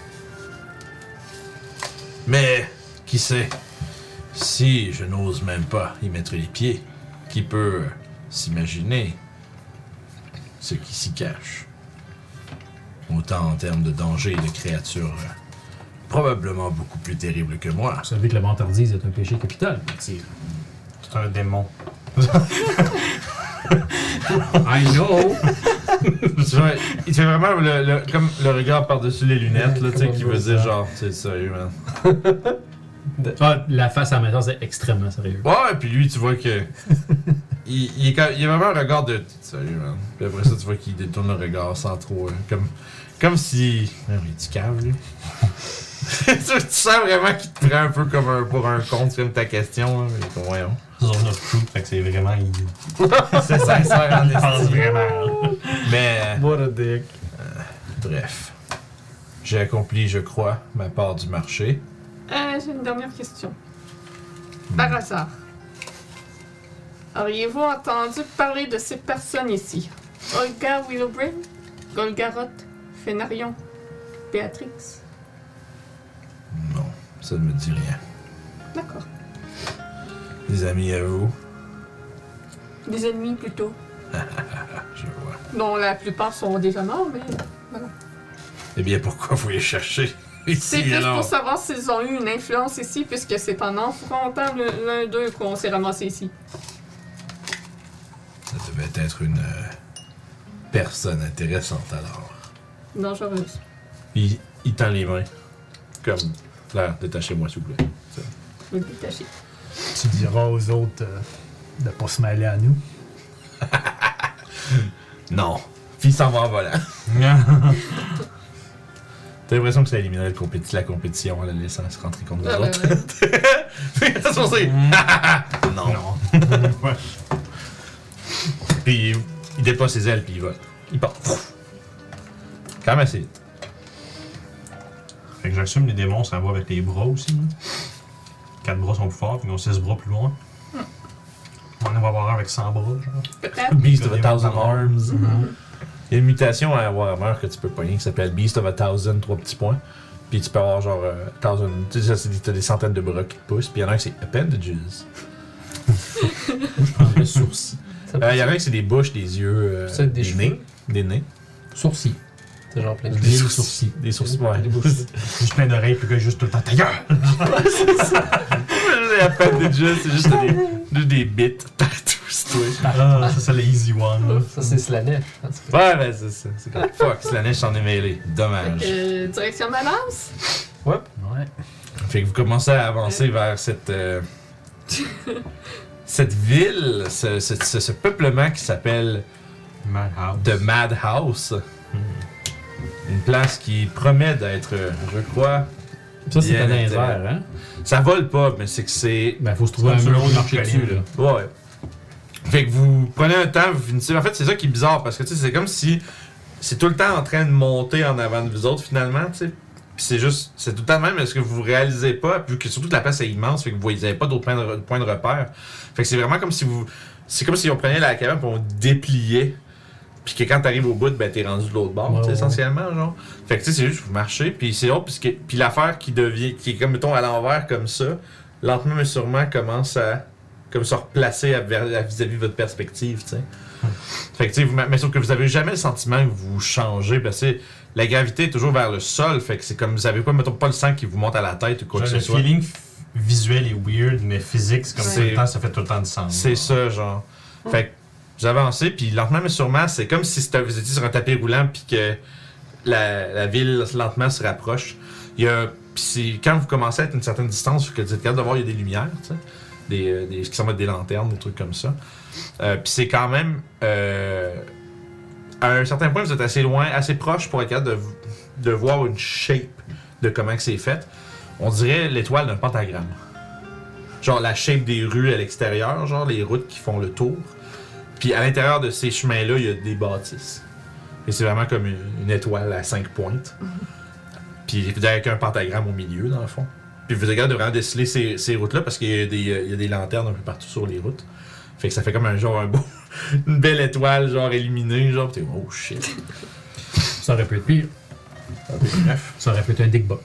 Mais, qui sait, si je n'ose même pas y mettre les pieds, qui peut s'imaginer ce qui s'y cache? Autant en termes de danger et de créatures probablement beaucoup plus terribles que moi. Vous savez que la vantardise est un péché capital, dit-il. C'est un démon. I know! Tu vois, il te fait vraiment comme le regard par-dessus les lunettes, là, tu sais, qui veut dire genre, c'est sérieux, man. Ah, la face à maintenant, c'est extrêmement sérieux. Ouais, puis lui, tu vois que. Il a vraiment un regard de. Sérieux, man. Puis après ça, tu vois qu'il détourne le regard sans trop. Comme si. Ah, mais tu caves, lui. Tu sens vraiment qu'il te prend un peu comme pour un con, comme ta question, là, mais voyons. Zone of Truth, fait que c'est vraiment. C'est sincère en Il pense estime. vraiment. là. Mais. What a dick. Bref. J'ai accompli, je crois, ma part du marché. J'ai une dernière question. Par hasard, auriez-vous entendu parler de ces personnes ici? Olga Willowbrain, Golgaroth, Fénarion, Béatrix? Non, ça ne me dit rien. D'accord. Des amis à vous? Des ennemis plutôt. Je vois. Dont la plupart sont déjà morts, mais Eh bien, pourquoi vous les cherchez c'est ici plus alors? pour savoir s'ils ont eu une influence ici, puisque c'est en affrontant l'un d'eux qu'on s'est ramassé ici. Ça devait être une personne intéressante alors. Dangereuse. Il tend les mains. Comme, là, détachez-moi, s'il vous plaît. Je vais me détacher. Tu diras aux autres de pas se mêler à nous. Non. Puis il s'en va en volant. T'as l'impression que ça éliminerait la compétition en la laissant se rentrer contre les autres. C'est censé. Non. Ouais. Puis il déploie ses ailes, puis il vole. Il part. Quand même assez vite. Fait que j'assume les démons, ça va avec les bras aussi. 4 bras sont plus forts, puis ils ont 6 bras plus loin. On en va avoir un avec 100 bras, genre. Peut-être. Beast of a Thousand Arms. Il y a une mutation à Warhammer que tu peux pogner qui s'appelle Beast of a Thousand, 3 petits points. Puis tu peux avoir genre 1000. Tu sais, t'as des centaines de bras qui te poussent. Puis il y en a un qui c'est Appendages. Je prends le sourcil. Il y en a un qui c'est des bouches, des yeux, C'est des cheveux. nez. Des nez. Sourcil. C'est genre plein de Des sourcils. Des sourcils, ouais. Juste plein d'oreilles, puis le gars juste tout le temps ta gueule! Les Appendages, c'est juste des bits partout, c'est tout. Ah, ça c'est le easy one. Là. Ça, c'est Slanesh. Ouais, ben c'est ça. C'est comme fuck, si la neige s'en est mêlée. Dommage. Direction de la lance? Ouais. Fait que vous commencez à avancer vers cette ville, ce peuplement qui s'appelle Madhouse. The Madhouse. Une place qui promet d'être, je crois. Ça, c'est bien un dans les intéressant. airs, hein? Ça vole pas, mais c'est que c'est. Ben, faut se trouver un C'est mur un pour mur marcher de dessus, colline. là. Ouais. Fait que vous prenez un temps, vous finissez. En fait, c'est ça qui est bizarre parce que tu sais, c'est comme si c'est tout le temps en train de monter en avant de vous autres finalement, tu sais. Puis c'est juste, c'est tout le temps même, est-ce que vous réalisez pas, vu que surtout que la place est immense, fait que vous n'avez pas d'autres points de repère. Fait que c'est vraiment comme si vous. C'est comme si on prenait la cabane et on dépliait. Puis que quand t'arrives au bout, ben t'es rendu de l'autre bord, Ouais, tu sais, ouais. essentiellement, genre. Fait que tu sais, c'est juste que vous marchez, puis c'est autre, puis l'affaire qui est comme, mettons, à l'envers comme ça, lentement mais sûrement commence à comme se replacer vis-à-vis de votre perspective, tu sais. Fait que tu sais, mais sauf que vous avez jamais le sentiment que vous changez, parce que la gravité est toujours vers le sol, fait que c'est comme, vous avez pas, mettons, pas le sang qui vous monte à la tête ou quoi que Genre, ce le soit. feeling visuel est weird, mais physique, c'est comme Ouais. tout le temps, ça fait tout le temps du sens. C'est ça, genre. Fait que vous avancez, puis lentement mais sûrement, c'est comme si vous étiez sur un tapis roulant, puis que la ville lentement se rapproche. Il y a, puis quand vous commencez à être à une certaine distance, que vous êtes capable de voir, il y a des lumières, tu sais, des qui semblent être des lanternes, des trucs comme ça. Puis c'est quand même, à un certain point, vous êtes assez loin, assez proche pour être capable de voir une shape de comment que c'est fait. On dirait l'étoile d'un pentagramme. Genre la shape des rues à l'extérieur, genre les routes qui font le tour. Puis à l'intérieur de ces chemins-là, il y a des bâtisses. Et c'est vraiment comme une étoile à 5 pointes. Puis avec un pentagramme au milieu, dans le fond. Puis vous êtes capable de vraiment déceler ces routes-là parce qu'il y a des lanternes un peu partout sur les routes. Fait que ça fait comme un beau, une belle étoile, genre illuminée, genre, t'es oh shit. Ça aurait pu être pire. Ça aurait pu être un dickbot.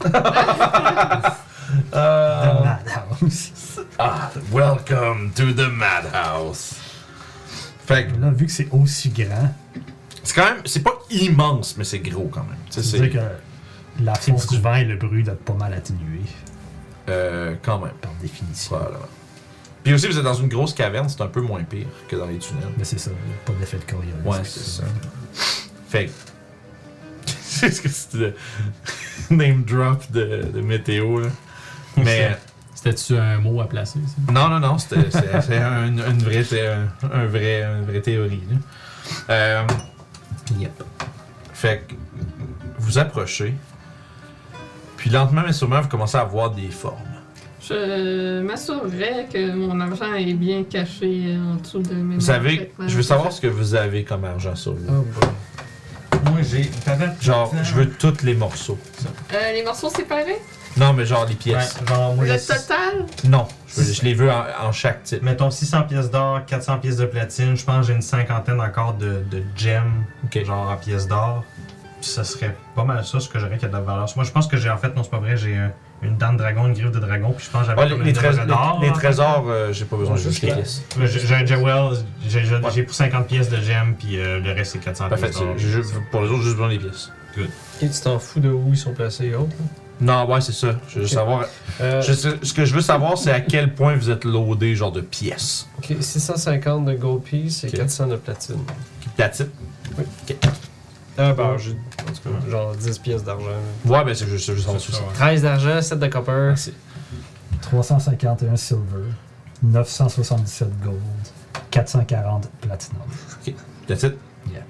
Madhouse. Welcome to the Madhouse. Fait que Là, vu que c'est aussi grand, c'est quand même, c'est pas immense, mais c'est gros quand même. Tu sais, ça veut dire que la force du vent et le bruit doivent pas mal atténuer, quand même. par définition. Voilà. Puis aussi, vous êtes dans une grosse caverne, c'est un peu moins pire que dans les tunnels. Mais c'est ça, il n'y a pas d'effet de Coriolis. Ouais, c'est ça. Fait que. C'est ce que c'était le name drop de météo, là. Mais. C'était-tu un mot à placer, ça? Non, c'est une vraie théorie, là. Yep. Fait que. Vous approchez. Puis lentement, mais sûrement, vous commencez à voir des formes. Je m'assurerais que mon argent est bien caché en dessous de mes Vous savez, je veux savoir ce que vous avez comme argent sur vous. Oh boy. Moi, j'ai. Genre, je veux tous les morceaux. Les morceaux séparés? Non, mais genre les pièces. Ouais, genre, moi, Le j'ai total? Non, je les veux en chaque type. Mettons 600 pièces d'or, 400 pièces de platine. Je pense que j'ai une cinquantaine encore de gems, Ok. genre en pièces d'or. Puis ça serait pas mal ça, ce que j'aurais qui a de la valeur. Moi, je pense que j'ai en fait, non, c'est pas vrai, j'ai une dent de dragon, une griffe de dragon. Puis je pense que j'avais Ouais, comme les une œuvre trésors, d'or. les trésors, j'ai pas besoin, Juste juste les la- pièces. J'ai un Jewel, j'ai pour 50 pièces de gems, puis le reste c'est 400 Parfait, pièces d'or. pour les autres, juste besoin des pièces. Et tu t'en fous de où ils sont placés et autres? Non, ouais, c'est ça. Je veux juste savoir. Ce que je veux savoir, c'est à quel point vous êtes loadé, genre de pièces. Ok, 650 de gold piece et Ok. 400 de platine. Platine. Oui. Ok. Ah, bah, j'ai genre 10 pièces d'argent. Ouais, ben c'est juste en dessous. ça, ouais. 13 d'argent, 7 de copper. Merci. 351 silver, 977 gold, 440 platinum. That's it?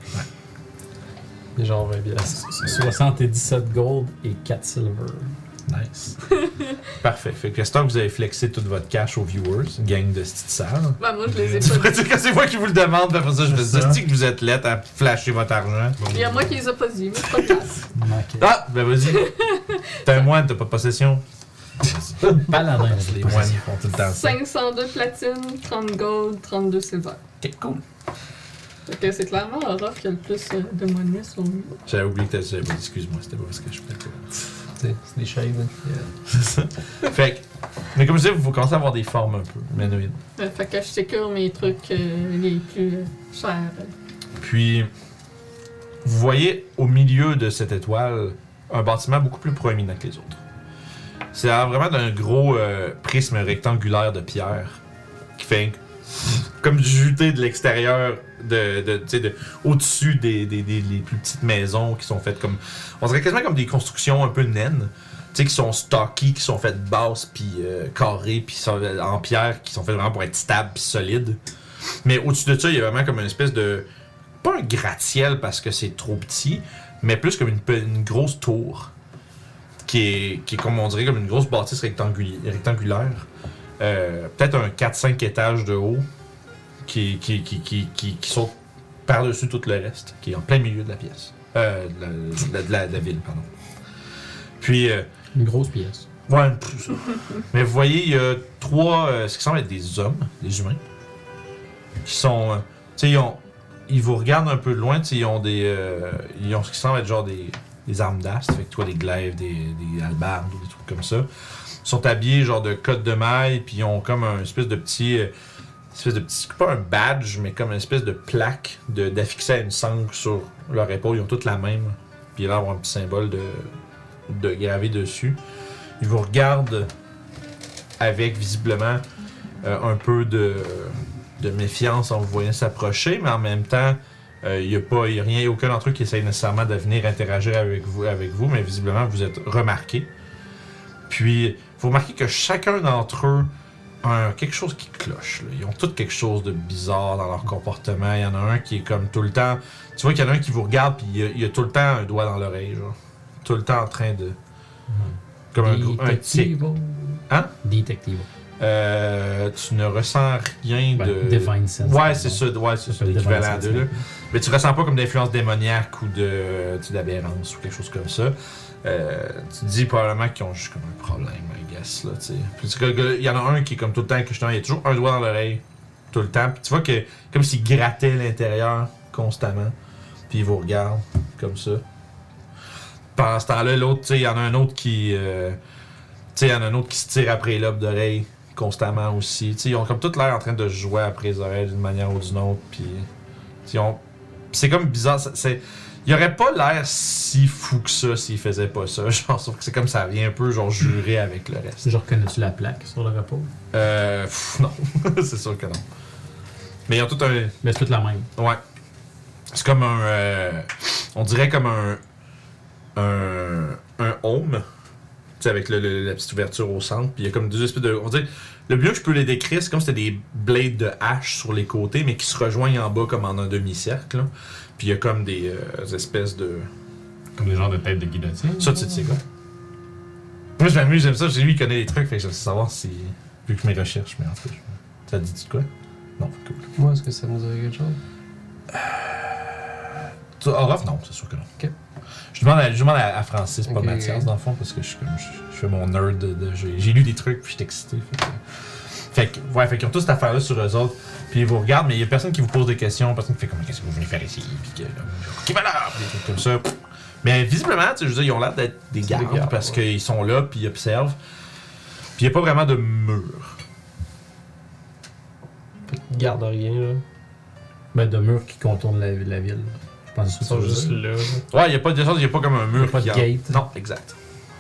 Et genre 20 pièces. 77 gold et 4 silver. Nice. Parfait. Fait que l'instant que vous avez flexé tout votre cash aux viewers, gang de petites salles. Ben, moi, je les ai Tu pas pourrais dire que c'est moi qui vous le demande, puis après ça, je me C'est ça. dis que vous êtes lettre à flasher votre argent. Il y a moi qui les ai pas dit, mais c'est pas grave. Ok. Ah, ben vas-y. T'es un moine, t'as pas de possession. Paladin. Les moines font tout le temps ça. 502 platine, 30 gold, 32 silver. Ok, cool. Fait que c'est clairement Orof qui a le plus de monnaie sur lui. J'avais oublié que t'avais pas dit, excuse-moi, c'était pas parce que je voulais pas. C'est des shades. C'est ça. Fait que, mais comme je disais, vous commencez à avoir des formes un peu humanoïdes. Fait que je sécure mes trucs les plus chers. Puis, vous voyez au milieu de cette étoile un bâtiment beaucoup plus proéminent que les autres. C'est vraiment d'un gros prisme rectangulaire de pierre qui fait comme juter de l'extérieur, au-dessus des plus petites maisons qui sont faites comme. On dirait quasiment comme des constructions un peu naines. Tu sais, qui sont stocky, qui sont faites basses, puis carrées, puis en pierre, qui sont faites vraiment pour être stables, puis solides. Mais au-dessus de ça, il y a vraiment comme une espèce de. Pas un gratte-ciel parce que c'est trop petit, mais plus comme une grosse tour. Qui est comme on dirait comme une grosse bâtisse rectangulaire. Peut-être un 4-5 étages de haut qui saute par-dessus tout le reste, qui est en plein milieu de la pièce. De la ville, pardon. Puis. Une grosse pièce. Ouais, plus ça. Mais vous voyez, il y a trois. Ce qui semble être des hommes, des humains, qui sont. Tu sais, ils vous regardent un peu de loin, tu sais, ils ont ce qui semble être genre des armes d'astre, fait que toi, des glaives, des hallebardes ou des trucs comme ça. Ils sont habillés genre de cotte de maille, puis ils ont comme un espèce de petit. Pas un badge, mais comme une espèce de plaque d'affixé à une sangle sur leur épaule. Ils ont toutes la même. Puis là, ils ont un petit symbole de gravé dessus. Ils vous regardent avec visiblement un peu de méfiance en vous voyant s'approcher, mais en même temps, il n'y a rien, aucun d'entre eux qui essaye nécessairement de venir interagir avec vous, mais visiblement, vous êtes remarqués. Puis, vous remarquez que chacun d'entre eux a quelque chose qui cloche. Là. Ils ont tous quelque chose de bizarre dans leur comportement. Il y en a un qui est comme tout le temps... Tu vois qu'il y en a un qui vous regarde, puis il a tout le temps un doigt dans l'oreille, genre. Tout le temps en train de... Comme un tic. Hein? Detectivo. Tu ne ressens rien de... Divine Sense. Ouais, c'est ça, l'équivalent de là. Mais tu ressens pas comme d'influence démoniaque ou d'aberrance ou quelque chose comme ça. Tu te dis probablement qu'ils ont juste comme un problème, I guess, là, tu sais. Il y en a un qui est comme tout le temps, que il y a toujours un doigt dans l'oreille, tout le temps. Puis tu vois que, comme s'il grattait l'intérieur constamment. Puis il vous regarde, comme ça. Pendant ce temps-là, l'autre, tu sais, il y en a un autre qui... il y en a un autre qui se tire après les lobes d'oreille constamment aussi. T'sais, ils ont comme tout l'air en train de jouer après les oreilles d'une manière ou d'une autre. Puis, c'est comme bizarre. Il aurait pas l'air si fou que ça s'il faisait pas ça. Genre, sauf que c'est comme ça vient un peu genre juré avec le reste. Genre, connais-tu la plaque sur le repos? Non. C'est sûr que non. Mais ils ont tout un... Mais c'est toute la même. Ouais. C'est comme un... on dirait comme un home. Tu sais, avec la petite ouverture au centre. Puis il y a comme deux espèces de... On dirait, le mieux que je peux les décrire, c'est comme si c'était des blades de hache sur les côtés, mais qui se rejoignent en bas comme en un demi-cercle. Là. Puis il y a comme des espèces de... Comme des genres de têtes de guillotine. Ça, tu sais quoi? Moi, je m'amuse, j'aime ça. J'ai lui, il connaît les trucs, fait que je veux savoir si... Vu que mes recherches, mais en tout cas... Ça te dit de quoi? Non, cool. Moi, est-ce que ça nous dirait quelque chose? Orof, non, c'est sûr que non. Ok. Je demande à Francis, pas Ok, Mathias, ok. dans le fond, parce que je fais mon nerd j'ai lu des trucs, puis je suis excité. Fait qu'ils ont toute cette affaire-là sur eux autres, puis ils vous regardent, mais il y a personne qui vous pose des questions, personne qui fait comme, qu'est-ce que vous venez faire ici, puis qui va là, des trucs comme ça. Mais visiblement, tu sais, je veux dire, ils ont l'air d'être des gardes, parce qu'ils sont là, puis ils observent. Puis il n'y a pas vraiment de mur. Ils gardent rien, là. Ben, de murs qui contournent la ville. Je pense que Ils sont juste là. Ouais, il n'y a pas de chose, il n'y a pas comme un mur. Il y a pas de qui gate. Non, exact.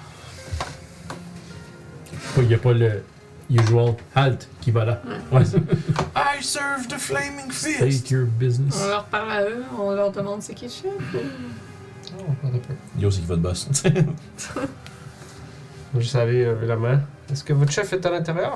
Il n'y a pas le usual halt qui va là. Ouais. I serve the flaming fist! State your business. On leur parle à eux, on leur demande c'est qui le chef. Oh, attends un peu. Yo, c'est qui votre boss? Vous savez, la main. Est-ce que votre chef est à l'intérieur?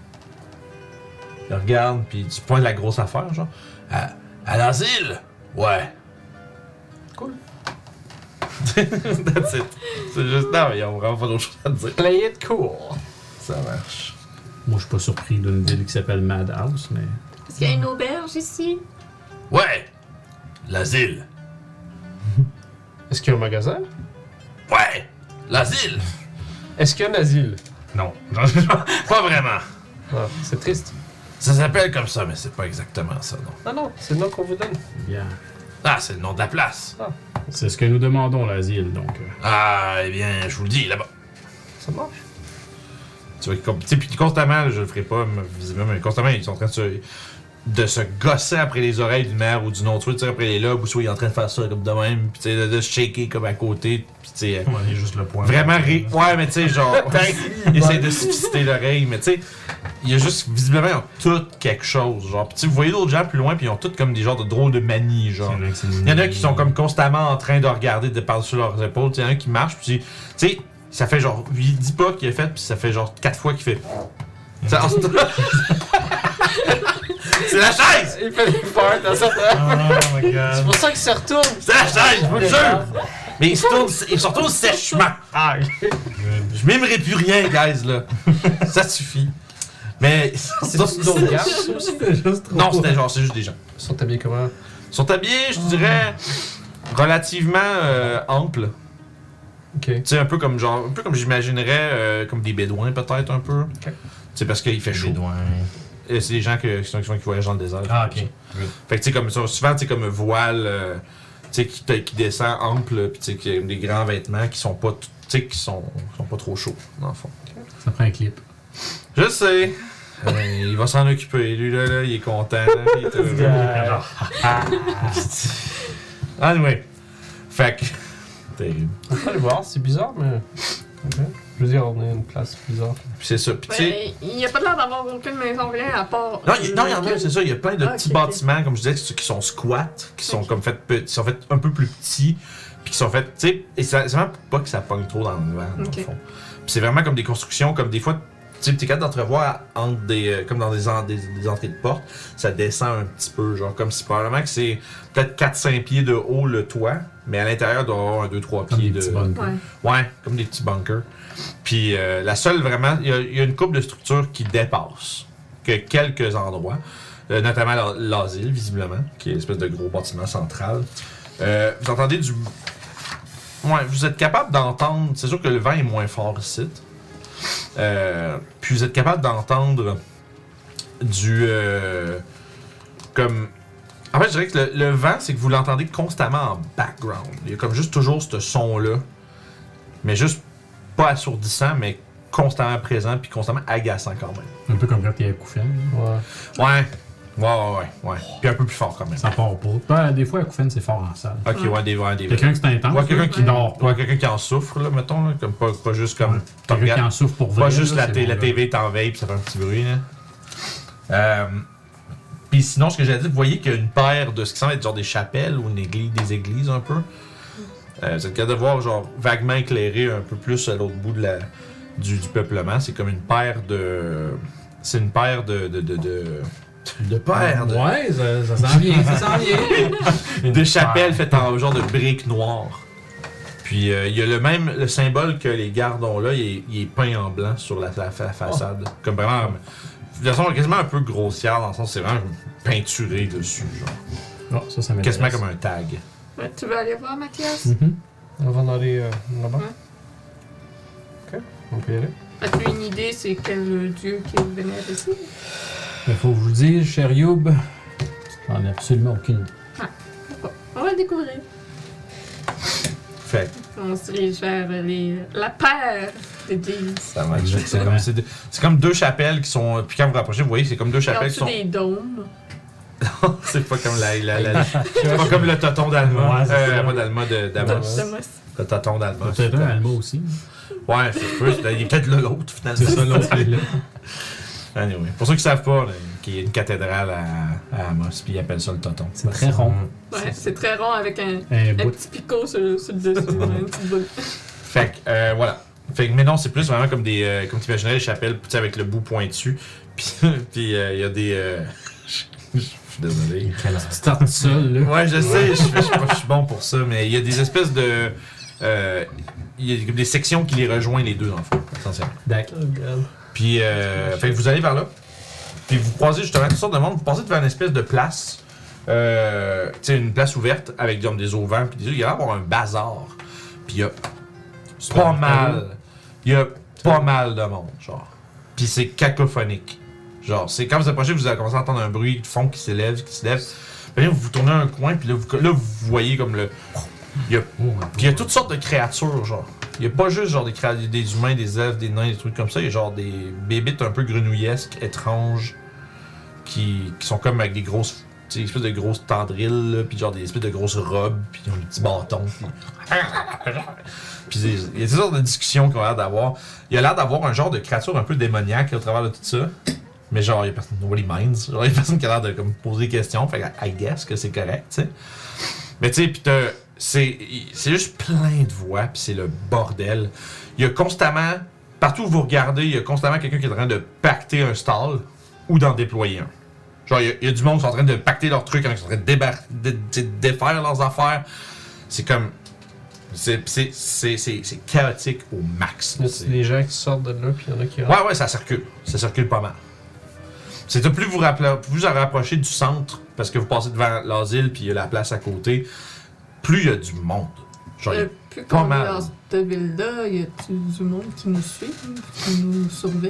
Il regarde, puis tu pointes la grosse affaire, genre. À l'asile? Ouais. Cool. That's it. C'est juste, non, mais ils ont vraiment pas d'autre chose à te dire. Play it cool. Ça marche. Moi, je suis pas surpris d'une ville qui s'appelle Madhouse, mais. Est-ce qu'il y a une auberge ici? Ouais! L'asile. Est-ce qu'il y a un magasin? Ouais! L'asile! Est-ce qu'il y a un asile? Non. Pas vraiment. Ah, c'est triste. Ça s'appelle comme ça, mais c'est pas exactement ça, non. Non, c'est le nom qu'on vous donne. Bien. Ah, c'est le nom de la place. C'est ce que nous demandons, l'asile, donc. Ah, eh bien, je vous le dis, là-bas. Ça marche. Tu vois, comme, tu sais, puis constamment, là, je le ferai pas, visiblement, mais constamment, ils sont en train de se gosser après les oreilles d'une mère ou d'une autre, tu sais, après les lobes, ou soit il est en train de faire ça comme de même, puis tu sais, de se shaker comme à côté, puis tu sais. Ouais, il y a juste le point. Vraiment ouais, mais tu sais, genre, il essaie de se fister l'oreille, mais tu sais, il y a juste, visiblement, ils ont tout quelque chose, genre. Puis tu sais, vous voyez d'autres gens plus loin, puis ils ont tous comme des genres de drôles de manies, genre. Il y en a qui sont comme constamment en train de regarder de par-dessus leurs épaules, il y en a qui marchent, puis tu sais, ça fait genre, il dit pas qu'il a fait, puis ça fait genre 4 fois qu'il fait. Ça, c'est la chaise! Il fait des farts dans ça. Oh my C'est god. pour ça qu'il se retourne. C'est la chaise, je vous le jure! Mais il se retourne sèchement. Ah, Je m'aimerais plus rien, guys, là. Ça suffit. Mais. c'est d'autres gars. C'était juste trop. Non, c'était genre, c'est juste des gens. Ils sont habillés comment? Ils sont habillés, je dirais, relativement amples. Ok. Tu sais, un peu comme j'imaginerais, comme des bédouins, peut-être, un peu. Tu sais, parce qu'il fait chaud. Et c'est des gens qui voyagent dans le désert. Ah, ok. Fait que tu sais, comme ça, souvent, tu sais, comme voile, tu sais, qui descend ample, puis tu sais, qui a des grands vêtements qui sont pas, tu sais, qui sont pas trop chauds, dans le fond. Ça prend un clip. Je sais. Il va s'en occuper. Lui, là, il est content. Là, il est heureux. Anyway. Fait que. Terrible. On peut aller voir, c'est bizarre, mais. Ok. Je veux dire, on est une place bizarre. Puis c'est ça. Puis tu sais. Ben, il n'y a pas l'air d'avoir aucune maison, rien à part. Non, il y en a, c'est ça. Il y a plein de Ah, petits ok, bâtiments, comme je disais, qui sont squats, qui sont comme faits qui sont faits un peu plus petits, puis qui sont faits, tu sais, et c'est vraiment pour pas que ça pogne trop dans le vent, dans Ok. le fond. Puis c'est vraiment comme des constructions, comme des fois, tu sais, t'es capable d'entrevoir entre des, comme dans des entrées de porte, ça descend un petit peu, genre comme si probablement que c'est peut-être 4-5 pieds de haut le toit, mais à l'intérieur, il doit y avoir un 2-3 Comme pieds des de. petits bunkers. Ouais. Ouais, comme des petits bunkers. Puis la seule vraiment, il y a une couple de structures qui dépassent que quelques endroits, notamment l'asile, visiblement, qui est une espèce de gros bâtiment central. Vous entendez du. Ouais, vous êtes capable d'entendre. C'est sûr que le vent est moins fort ici. Puis vous êtes capable d'entendre du. Comme. En fait, je dirais que le vent, c'est que vous l'entendez constamment en background. Il y a comme juste toujours ce son-là. Mais juste pas assourdissant, mais constamment présent, puis constamment agaçant quand même. Un peu comme quand t'es à Koufen. Ouais. Ouais. Puis un peu plus fort quand même. Ça part pas. Ben, des fois, à Koufen, c'est fort en salle. Ok, ouais, des. Quelqu'un qui est intense. Ouais, quelqu'un qui dort pas. Ouais, quelqu'un qui en souffre, là, mettons, là, comme pas juste comme. t'en Quelqu'un qui regardes- en souffre pour vrai. Pas juste là, la c'est bon, TV t'en veille, puis ça fait un petit bruit, là. Puis sinon, ce que j'allais dire, vous voyez qu'il y a une paire de ce qui semble être genre des chapelles ou des églises un peu. Vous êtes capable de voir genre vaguement éclairé un peu plus à l'autre bout de du peuplement. C'est comme une paire de. C'est une paire de paires de. Ouais, ça s'en vient, ça s'en vient. De chapelles faites en genre de briques noires. Puis il y a le symbole que les gardes ont là, il est peint en blanc sur la façade. Comme vraiment. De façon quasiment un peu grossière, dans le sens c'est vraiment peinturé dessus, genre. Oh, ça m'intéresse. Quasiment comme un tag. Ouais, tu veux aller voir, Mathias? Mhm. Avant d'aller là-bas. Ouais. Ok, on peut y aller. As-tu une idée, c'est quel dieu qui vénère ici? Il faut que je vous le dise, cher Youb, j'en ai absolument aucune idée. On va le découvrir. Fait On se dirige vers la paire d'églises. ça marche. Exactement. C'est comme deux chapelles qui sont. Puis quand vous rapprochez, vous voyez, c'est comme deux chapelles qui Ont-tu sont. des dômes? C'est pas comme c'est pas comme le toton d'Alma. Ouais, c'est ça. Pas d'Alma, d'Amos. Thomas. Le toton d'Alma. Peut-être un Alma aussi. Ouais, il est peut-être là l'autre finalement. C'est ça, l'autre est là. Anyway. Pour ceux qui savent pas, qui est une cathédrale à Amos, puis ils appellent ça le Toton. C'est très rond. Ouais, c'est très rond avec un bout. petit picot sur le dessus. Une petite boule. Fait que, voilà. Fait que, mais non, c'est plus vraiment comme des. Comme tu imaginerais les chapelles, tu sais, avec le bout pointu. Puis il y a des. Je suis désolé. Tu tords seul, là. Ouais, je sais, je suis bon pour ça, mais il y a des espèces de. Il y a des sections qui les rejoignent les deux, dans le fond, essentiellement. D'accord. Puis, fait que vous allez vers là. Puis vous croisez justement toutes sortes de monde. Vous passez devant une espèce de place. Tu sais, une place ouverte avec comme, des auvents. Puis il y a avoir un bazar. Puis il y a pas mal. Il y a pas mal de monde, genre. Puis c'est cacophonique. Genre, c'est quand vous approchez, vous allez commencer à entendre un bruit de fond qui s'élève, Puis là, vous tournez un coin, puis là, vous voyez comme le. Puis il y a toutes sortes de créatures, genre. Il y a pas juste genre des humains, des elfes, des nains, des trucs comme ça. Il y a genre des bébites un peu grenouillesques, étranges, qui sont comme avec des grosses. Tu sais, des espèces de grosses tendrils, là, puis genre des espèces de grosses robes, puis ils ont des petits bâtons. Puis il y a des sortes de discussions qu'on a l'air d'avoir. Il y a l'air d'avoir un genre de créature un peu démoniaque au travers de tout ça. Mais genre, il y a personne, nobody minds. Genre, il y a personne qui a l'air de comme, poser des questions. Fait que, I guess que c'est correct, tu sais. Mais tu sais, pis c'est juste plein de voix, pis c'est le bordel. Il y a constamment, partout où vous regardez, il y a constamment quelqu'un qui est en train de pacter un stall ou d'en déployer un. Genre, il y a du monde qui sont en train de pacter leurs trucs, qui sont en train de défaire leurs affaires. C'est comme. C'est chaotique au max. C'est des gens qui sortent de là, puis il y en a qui rentrent. Ouais, ça circule. Ça circule pas mal. C'est plus vous rapprochez du centre, parce que vous passez devant l'asile, puis il y a la place à côté, plus il y a du monde. Genre, Plus pas qu'on est mal. dans cette ville-là, y a-tu du monde qui nous suit, qui nous surveille?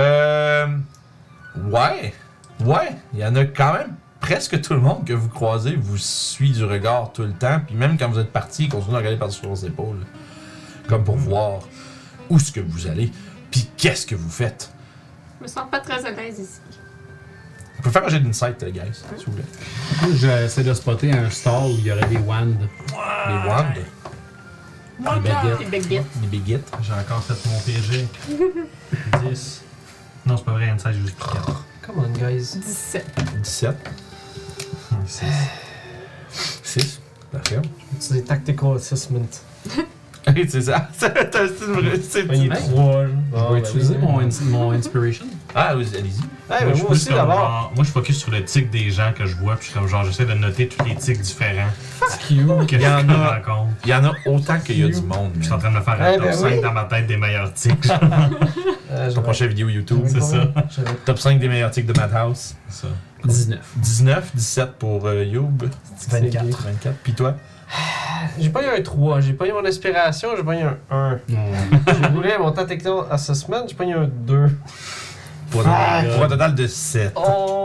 Ouais, il y en a quand même. Presque tout le monde que vous croisez vous suit du regard tout le temps, puis même quand vous êtes parti, il continue à regarder par-dessus vos épaules, comme pour voir où est-ce que vous allez, puis qu'est-ce que vous faites. Je me sens pas très à l'aise ici. On peut faire un jet d'insight, guys, si vous voulez. J'essaie de spotter un stall où il y aurait des wands. Les wands, Des baguettes. Les baguettes. les biguettes. J'ai encore fait mon PG. 10. Non, c'est pas vrai, Inside, j'ai juste pris 4. Come on, guys. 17. 17. 6. Parfait. C'est des tactical assessments. C'est ça. C'est Il est 3. Je vais utiliser mon inspiration. Ah, oui, allez-y. Hey, mais moi aussi, d'abord. Moi, je focus sur le tic des gens que je vois, puis je suis comme genre, j'essaie de noter tous les tics différents que Il y en je a. rencontre. Il y en a autant qu'il y a du monde. Je suis en train de me faire Eh un top ben 5 oui. dans ma tête des meilleurs tics. Ton prochaine vidéo YouTube. C'est ça. Top 5 des meilleurs tics de Madhouse. C'est ça. 19. 19, 17 pour Youb. 24. 24. Puis toi? J'ai pas eu un 3, j'ai pas eu mon inspiration, j'ai pas eu un 1. J'ai voulu mon tactical assessment, j'ai pas eu un 2. Pour un total de 7. Oh!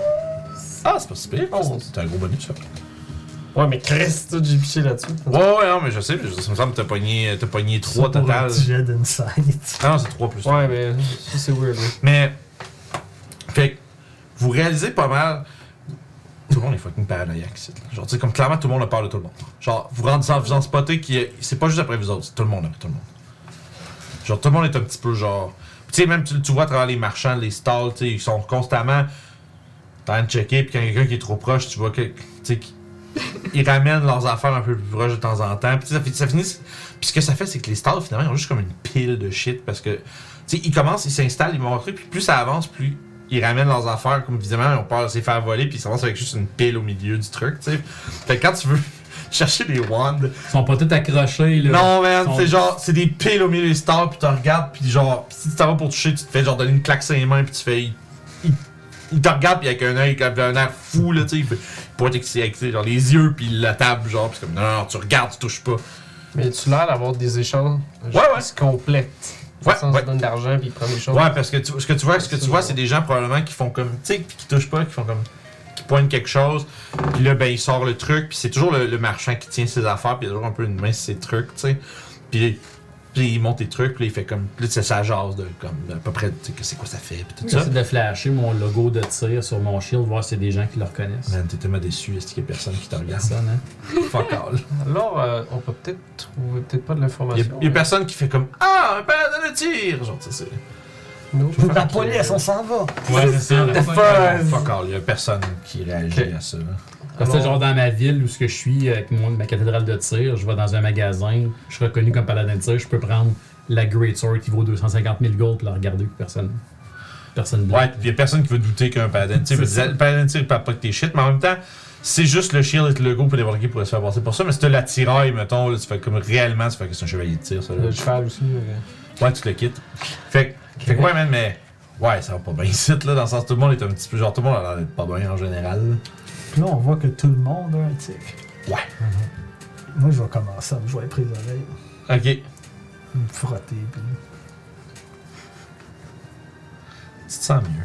Ah, c'est pas si pire. 11. C'est un gros bonus, ça. Ouais, mais Christ, tout, j'ai piché là-dessus. Ouais, non, mais je sais. Ça me semble que t'as pogné 3 Pour total. un petit jet d'insight. Ah non, c'est 3 plus. Ouais, mais ça, c'est weird. Là. Mais, fait que, vous réalisez pas mal. Tout le monde est fucking paranoïaque ici. Là. Genre, tu sais, comme clairement, tout le monde a peur de tout le monde. Genre, vous en spottez qui c'est pas juste après vous autres, c'est tout le monde après tout le monde. Genre, tout le monde est un petit peu genre. Tu sais, même tu vois à travers les marchands, les stalls, tu sais, ils sont constamment en train de checker, puis quand quelqu'un qui est trop proche, tu vois que. Tu sais, ils ramènent leurs affaires un peu plus proches de temps en temps. Puis ça finit. Puis ce que ça fait, c'est que les stalls, finalement, ils ont juste comme une pile de shit parce que. Tu sais, ils commencent, ils s'installent, ils vont rentrer, puis plus ça avance, plus ils ramènent leurs affaires, comme évidemment, ils ont peur de se les faire voler, puis ils s'avancent avec juste une pile au milieu du truc, tu sais. Fait que quand tu veux chercher des wands. Ils sont pas tous accrochés, là. Non, man, Sont- c'est genre, c'est des piles au milieu des stars, puis tu regardes, puis genre, pis si tu t'en vas pour toucher, tu te fais genre donner une claque sur les mains, puis tu fais. Il te regarde, puis avec un œil, avec un air fou, là, tu sais, il pointe avec genre les yeux, puis la table, genre, pis c'est comme, non, tu regardes, tu touches pas. Mais tu l'air d'avoir des échanges Ouais. qui se complètent. Ouais, Sans ouais. se donner de l'argent puis ils prennent des choses. Ouais, parce que ce que tu vois, c'est des gens probablement qui font comme, tu sais, qui touchent pas, qui font comme, qui pointent quelque chose, puis là, ben, il sort le truc, puis c'est toujours le marchand qui tient ses affaires, puis il y a toujours un peu une main sur ses trucs, tu sais. Puis il monte les trucs, puis il fait comme, puis là, ça jase de, comme, à peu près, tu sais, c'est quoi ça fait, puis tout ça. J'essaie de flasher mon logo de tir sur mon shield, voir si c'est des gens qui le reconnaissent. Man, t'es tellement déçu, est-ce qu'il y a personne qui te regarde? Personne, hein? Fuck all. Alors, on peut peut-être trouver peut-être pas de Il y l'information. a personne qui fait comme, ah, un paladin de tir! Genre, tu sais, La police, on s'en va! Ouais, c'est ça. la police. Fuck all, y a personne qui réagit à ça. Là. Parce que genre dans ma ville où ce que je suis, avec ma cathédrale de tir, je vais dans un magasin, je suis reconnu comme paladin de tir, je peux prendre la Great Sword qui vaut 250 000 gold pour la regarder, puis personne Ouais, pis y a personne qui veut douter qu'un paladin de tir. Le paladin de tir, il parle pas que t'es shit, mais en même temps, c'est juste le shield et le logo pour n'importe qui pourrait se faire passer pour ça. Mais si t'as la tiraille, mettons, là, tu fais comme réellement, tu fais que c'est un chevalier de tir, ça. Là. Le cheval aussi. Ouais, tu le quittes. Fait que ouais, man, mais. Ouais, ça va pas bien ici, là, dans le sens tout le monde est un petit peu. Genre, tout le monde a l'air d'être pas bien en général. Puis là, on voit que tout le monde a un tic. Ouais. Moi, je vais commencer à me jouer prise d'oreille. Ok. Me frotter, puis. Tu te sens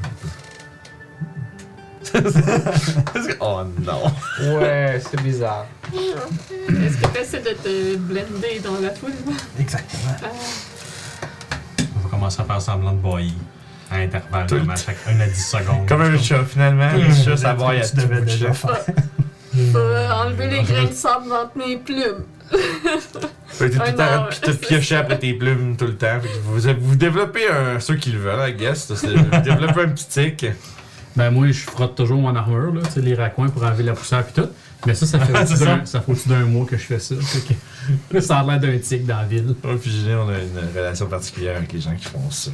mieux un peu. Oh non. Ouais, c'est bizarre. Est-ce que tu essaies de te blender dans la foule? Exactement. On va commencer à faire semblant de bailler à intervalles, Tout le comme à chaque 1 à 10 secondes. Comme un chat, finalement. Le chat, ça va, il y a Tu devais déjà faire. Enlever les grains de sable dans mes plumes. T'es tout Ouais, le temps non, pis te piocher après tes plumes tout le temps. Fait que vous développez ceux qui le veulent, I guess. Vous développez un petit tic. Ben moi, je frotte toujours mon armure, là, tu sais, les raccoins pour enlever la poussière pis tout. Mais ça fait au-dessus d'un mois que je fais ça. Fait que, là, ça a l'air d'un tic dans la ville. Moi puis Julien, on a une relation particulière avec les gens qui font ça.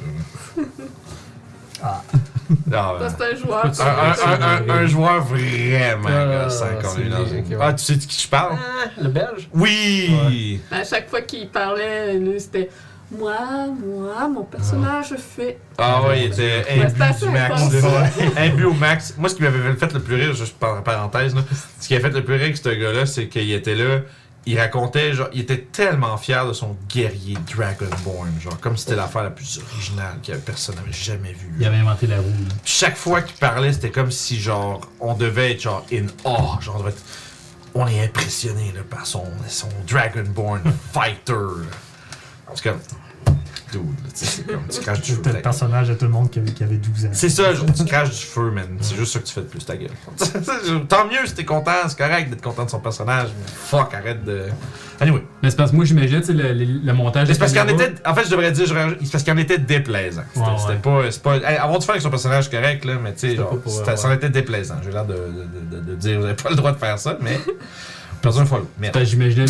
Ah. Non, Ça, c'est un joueur. un joueur vraiment gossant qu'on est dans c'est une... lui, ok, Ah, tu sais de qui je parle? Le belge? Oui! À chaque fois qu'il parlait, lui, c'était moi, mon personnage fait. Ah ouais, il était Ouais, c'est imbu assez du max. intense. Imbu au max. Moi, ce qui m'avait fait le plus rire, juste par parenthèse, là, ce qui a fait le plus rire avec ce gars-là, c'est qu'il était là, il racontait, genre, il était tellement fier de son guerrier Dragonborn, genre, comme si c'était l'affaire la plus originale que personne n'avait jamais vue. Il avait inventé la roue. Puis chaque fois qu'il parlait, c'était comme si, genre, on devait être, genre, in awe, genre, on est impressionné, là, par son Dragonborn fighter, là. C'est comme... Dude, là, c'est comme, tu craches du feu. C'était le personnage de tout le monde qui avait 12 ans. C'est ça, genre, tu craches du feu, man. C'est juste ça que tu fais de plus, ta gueule. Tant mieux si t'es content, c'est correct d'être content de son personnage, mais fuck, arrête de... Anyway. Mais c'est parce que moi, j'imagine, tu sais, le montage. C'est parce qu'il en caméra- était... En fait, je devrais dire, c'est parce qu'il en était déplaisant. C'était pas... C'est pas... Hey, avoir du fun avec son personnage, c'est correct, là, mais tu sais, C'était genre, pas pour- ça en était déplaisant. J'ai l'air de dire, vous avez pas le droit de faire ça, mais... Personne fois l'autre. Merde. Parce que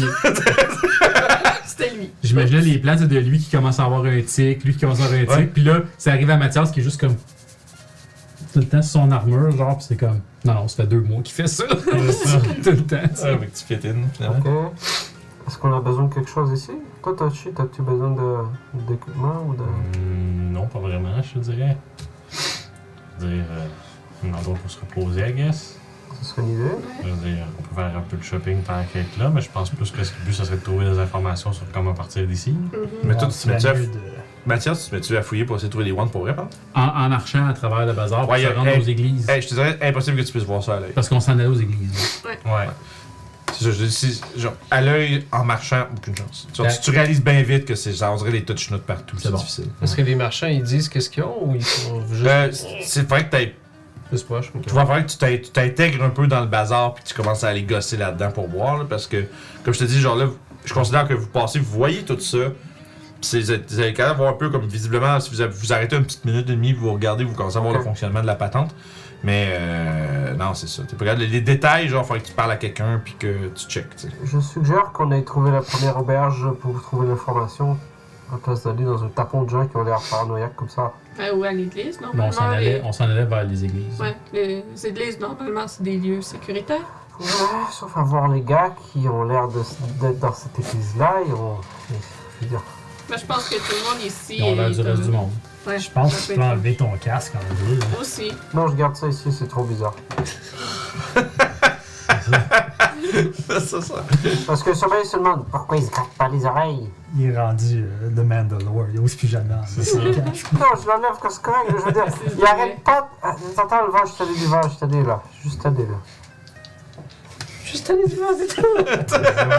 C'était lui. J'imaginais les plans de lui qui commence à avoir un tic, lui qui commence à avoir un tic, Ouais. puis là, ça arrive à Mathias qui est juste comme. Tout le temps sur son armure, genre, pis c'est comme. Non, ça fait 2 mois qu'il fait ça. Tout le temps, tu sais. Ah, mais que tu fit in, finalement. Ok. Est-ce qu'on a besoin de quelque chose ici? Toi, Toshi, as-tu besoin d'équipement ou de... Non, pas vraiment, je te dirais. Je veux dire, un endroit pour se reposer, I guess. Ce serait une idée. Je veux dire, on peut faire un peu de shopping tant qu'à être là, mais je pense plus que le but, ça serait de trouver des informations sur comment partir d'ici. Mais toi, tu te mets-tu à... de... Mathias, tu te mets-tu à fouiller pour essayer de trouver des wands pour vrai, par exemple? En marchant à travers le bazar pour Ouais, se y a- rendre hey, aux églises. Hey, je te dirais, impossible que tu puisses voir ça à l'œil. Parce qu'on s'en allait aux églises. Ouais. C'est ça, je dis, genre, à l'œil, en marchant, aucune chance. Genre, Ouais. tu réalises bien vite que ça, on dirait des touch notes partout, c'est bon. difficile. Est-ce que les marchands, ils disent qu'est-ce qu'ils ont ou ils sont juste C'est vrai que t'ailles plus proches? ok. tu vas falloir que tu t'intègres un peu dans le bazar puis tu commences à aller gosser là-dedans pour voir, là, parce que, comme je te dis, genre là, je considère que vous passez, vous voyez tout ça, puis vous allez quand même voir un peu comme visiblement, si vous arrêtez une petite minute et demie, vous regardez, vous commencez à voir le fonctionnement de la patente, mais non, c'est ça. Tu peux regarder les détails, genre, il faudrait que tu parles à quelqu'un puis que tu checkes, tu sais. Je suggère qu'on aille trouver la première auberge pour trouver l'information, à place d'aller dans un tapon de gens qui ont l'air paranoïaques comme ça. Ou à l'église, Mais normalement. on s'en allait vers les églises. Ouais, les églises, normalement, c'est des lieux sécuritaires. Ouais, sauf à voir les gars qui ont l'air d'être dans cette église-là, je veux dire, Mais je pense que tout le monde ici. Ils ont l'air du reste du monde. Ouais, Je pense ça que tu peut peux être enlever ton casque en ville. fun. Aussi. non, je garde ça ici, c'est trop bizarre. ça. Parce que sommeil se demande pourquoi ils se grattent pas les oreilles. Il est rendu The Mandalore. Il ose plus jamais enlever son casque. Non, je l'enlève que c'est correct, je veux dire, C'est il arrête pas. T'entends le vent, je t'allais du vent, je t'allais là. Juste t'allais là. Juste t'allais du vent, c'est tout.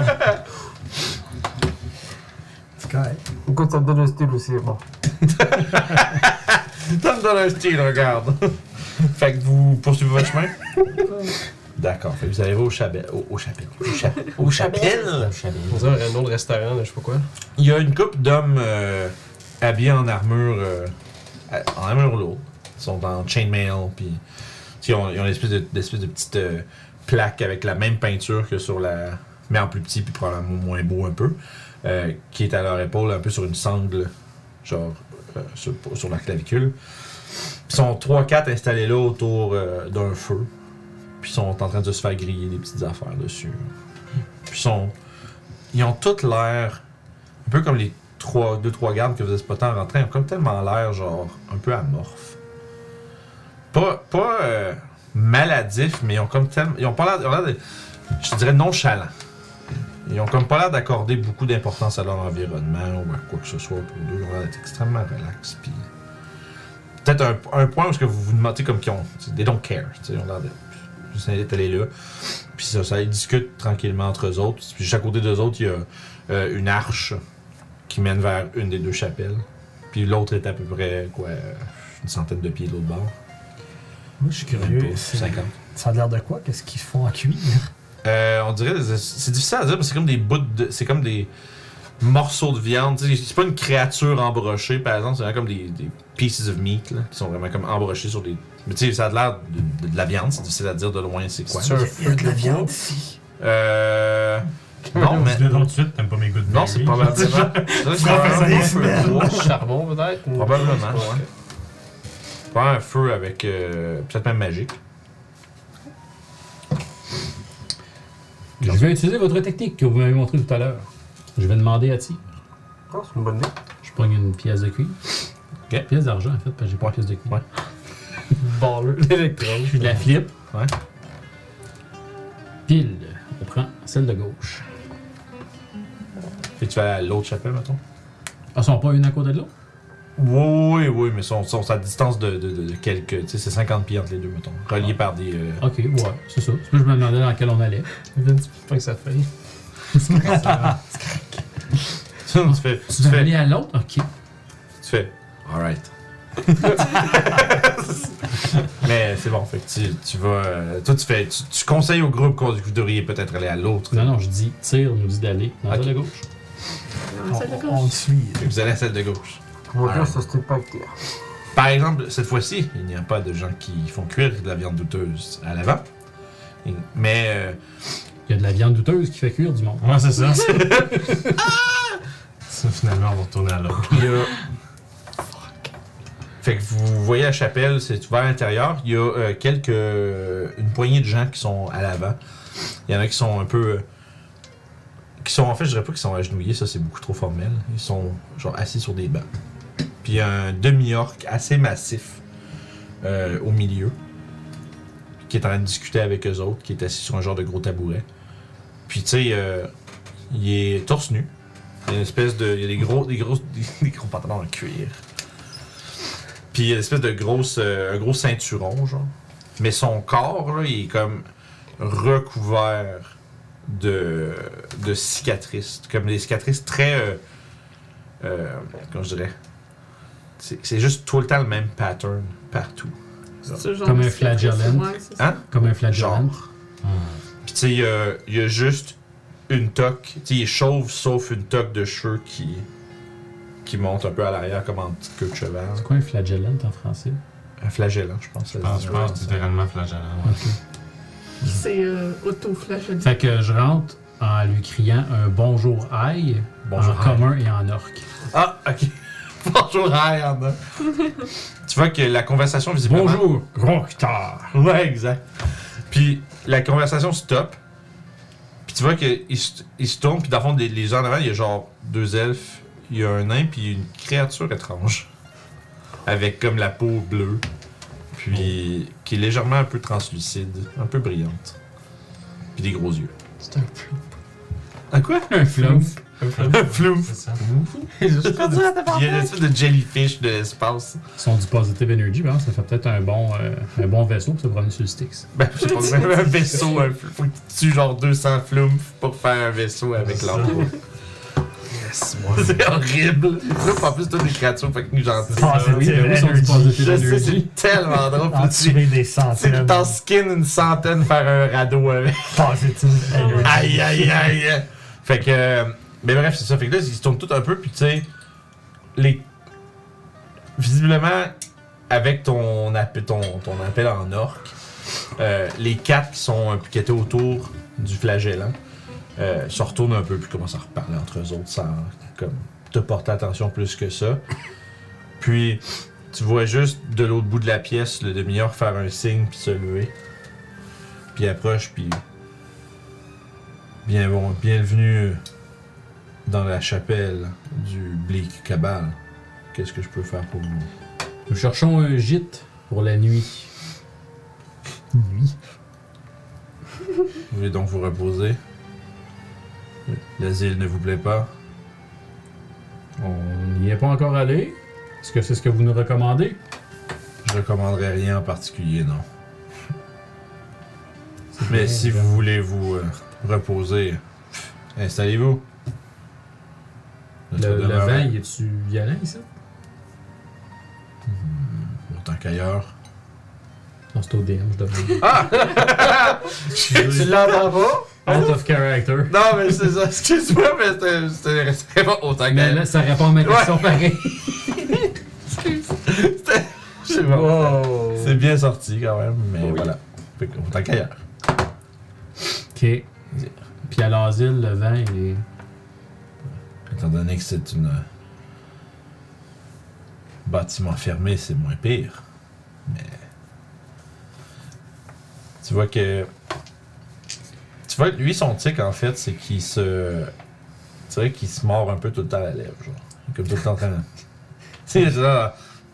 C'est correct. Écoute, ça me donne un style aussi, bon. Ça me donne un style, regarde. Fait que vous poursuivez votre chemin? D'accord, fait que vous arrivez au chapelle. Au chapelle. On dirait un nom de restaurant, là, je sais pas quoi. Il y a une couple d'hommes habillés en armure en armure lourde. Ils sont en chainmail, puis ils ont une espèce de petite plaque avec la même peinture que sur la... mais en plus petit, puis probablement moins beau un peu, qui est à leur épaule, un peu sur une sangle, genre sur la clavicule. Ils sont 3-4 installés là autour d'un feu, puis ils sont en train de se faire griller des petites affaires dessus. Puis ils ont tous l'air, un peu comme les 2-3 gardes que vous avez spotés en rentrant, ils ont comme tellement l'air, genre, un peu amorphes. Pas maladifs, mais ils ont comme tellement... Ils ont pas l'air de... Je te dirais nonchalants. Ils ont comme pas l'air d'accorder beaucoup d'importance à leur environnement ou à quoi que ce soit pour eux. Ils ont l'air d'être extrêmement relax. Puis peut-être un point où vous vous demandez comme qu'ils ont... They don't care. Ils ont l'air de... Juste aller là. Puis ça, ils discutent tranquillement entre eux autres. Puis juste à côté d'eux autres, il y a une arche qui mène vers une des deux chapelles. Puis l'autre est à peu près, une centaine de pieds de l'autre bord. Moi, je suis curieux. 50. Ça a l'air de quoi? Qu'est-ce qu'ils font en cuir? On dirait... C'est difficile à dire, mais c'est comme des bouts de... C'est comme des morceaux de viande. T'sais, c'est pas une créature embrochée, par exemple. C'est vraiment comme des pieces of meat, là, qui sont vraiment comme embrochés sur des... Mais tu sais, ça a l'air de la viande. C'est difficile à dire de loin c'est quoi. Il y a de la viande ici. Non, mais... Dis-le donc tout de suite, t'aimes pas mes goûts de Non, c'est probablement... C'est des Charbon, peut-être? Probablement. Pas un feu avec... peut-être même magique. Je vais utiliser votre technique que vous m'avez montrée tout à l'heure. Je vais demander à Tyr. Ah, c'est une bonne idée. Je pogne une pièce de cuivre. Ok. Une pièce d'argent, en fait, parce que j'ai pas de pièce de cuivre. Ouais. Baller, l'électrode. Je la flip. Ouais. Pile. On prend celle de gauche. Fait que tu vas à l'autre chapelle, mettons? Ah, sont pas une à côté de l'autre? Oui, mais sont à distance de quelques... Tu sais, c'est 50 pieds entre les deux, mettons. Reliés par des... Ok, ouais, c'est ça. C'est que je me demandais dans lequel on allait. Vince, pas que ça fait. Tu vas aller à l'autre? Ok. Tu fais... Alright. Mais c'est bon, fait que tu vas... toi, tu conseilles au groupe que vous devriez peut-être aller à l'autre. Non, je dis, Tyr nous dit d'aller dans Ok. celle de gauche. On le suit. Fait que vous allez à celle de gauche. Comment dire, Alright. ça c'était pas clair. Par exemple, cette fois-ci, il n'y a pas de gens qui font cuire de la viande douteuse à l'avant. Mais... Il y a de la viande douteuse qui fait cuire du monde. Ouais, c'est ça. Ça, finalement, on va retourner à l'autre. il y a... Fait que vous voyez la chapelle, c'est ouvert à l'intérieur. Il y a une poignée de gens qui sont à l'avant. Il y en a qui sont un peu... en fait, je dirais pas qu'ils sont agenouillés, ça c'est beaucoup trop formel. Ils sont genre assis sur des bancs. Puis il y a un demi-orc assez massif au milieu, qui est en train de discuter avec eux autres, qui est assis sur un genre de gros tabouret. Puis tu sais, il est torse nu. Il y a une espèce de... Il y a des gros pantalons en cuir. Puis il y a une espèce de un gros ceinturon, genre. Mais son corps, là, il est comme recouvert de cicatrices. Comme des cicatrices très... comment je dirais? C'est juste tout le temps le même pattern partout. Comme un flagellant. Ouais, c'est ça. Hein? Comme un flagellant. Genre. Puis tu sais, il y a juste une toque. Tu sais, il est chauve sauf une toque de cheveux qui monte un peu à l'arrière comme en petite queue de cheval. C'est quoi un flagellant en français? Un flagellant, je pense. Je pense littéralement flagellant. Ouais. Ok. C'est auto-flagellant. Fait que je rentre en lui criant un bonjour aïe, Bonjour, en commun et en orque. Ah, ok. Bonjour, hi, Anna. Tu vois que la conversation visiblement... Bonjour, Groktar! Ouais, exact. Puis la conversation stoppe. Puis tu vois qu'il se tourne, puis dans le fond, les gens en avant, il y a genre 2 elfes, il y a un nain, puis une créature étrange. Avec comme la peau bleue. Puis qui est légèrement un peu translucide, un peu brillante. Puis des gros yeux. C'est un flou. Un quoi? Un flump. Un flouf. C'est ça. Puis il y a une espèce de jellyfish de l'espace. Ils sont du positive energy, ben, ça fait peut-être un bon vaisseau pour se promener sur le Styx. Ben, je sais pas, c'est un vaisseau, faut que tu tues genre 200 flumph pour faire un vaisseau avec l'envoi. Yes, moi. C'est horrible. Là, en plus, toutes des créatures fucking gentilles. Oui, ben oui, ils sont du positive Je sais, energy. c'est tellement drôle. En Puis tuer des tu centaines. t'en skin une centaine, faire un radeau avec. Positive energy. Aïe, aïe, aïe. Fait que. Mais bref, c'est ça. Fait que là, ils se tournent tout un peu, puis tu sais. Visiblement, avec ton appel en orque, les 4 qui étaient autour du flagellant se retournent un peu puis commencent à reparler entre eux autres sans comme te porter attention plus que ça. Puis tu vois juste de l'autre bout de la pièce le demi-orc faire un signe puis se lever. Puis il approche puis bienvenue dans la chapelle du Bleak Cabal. Qu'est-ce que je peux faire pour vous? Nous cherchons un gîte pour la nuit. Nuit. Vous voulez donc vous reposer? L'asile ne vous plaît pas? On n'y est pas encore allé. Est-ce que c'est ce que vous nous recommandez? Je recommanderais rien en particulier, non. Mais si vous voulez vous reposer, installez-vous. Le vent, y est-tu violent ici? Autant qu'ailleurs. Non, c'est au DM, je devrais. Ah! Tu l'entends pas? Out of character. Non, mais c'est ça. Excuse-moi, mais c'était pas autant Mais qu'ailleurs. là, ça répond à ma question pareil. C'est bon. Wow. C'est bien sorti quand même, mais Oui. voilà. Fait que autant qu'ailleurs. Ok. Puis à l'asile, le vent, il est. Étant donné que c'est une bâtiment fermé, c'est moins pire. Mais tu vois que lui son tic en fait, c'est qu'il se tu vois qu'il se mord un peu tout le temps la lèvre, genre. Il est comme tout le temps en train de tu sais genre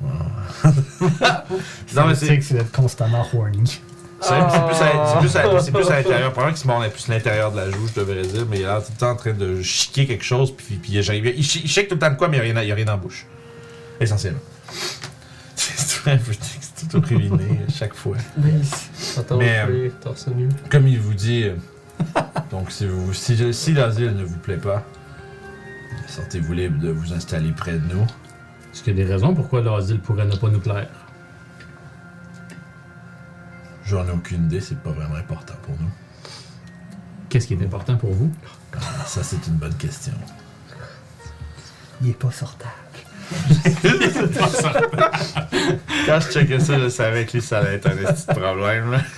non mais c'est C'est d'être constamment horny. c'est plus à l'intérieur. Probablement qu'il se mord plus l'intérieur de la joue, je devrais dire, mais il a l'air tout le temps en train de chiquer quelque chose, puis il chique tout le temps de quoi, mais il n'y a rien dans la bouche. Essentiellement. C'est tout ruiné à chaque fois. Attends, Mais, torse nu. Comme il vous dit, donc si l'asile ne vous plaît pas, sentez-vous libre de vous installer près de nous. Est-ce qu'il y a des raisons pourquoi l'asile pourrait ne pas nous plaire? J'en ai aucune idée, c'est pas vraiment important pour nous. Qu'est-ce qui est important pour vous? Ça, c'est une bonne question. Il est pas sortable. Quand je checkais ça, je savais que lui, ça allait être un petit problème. Là.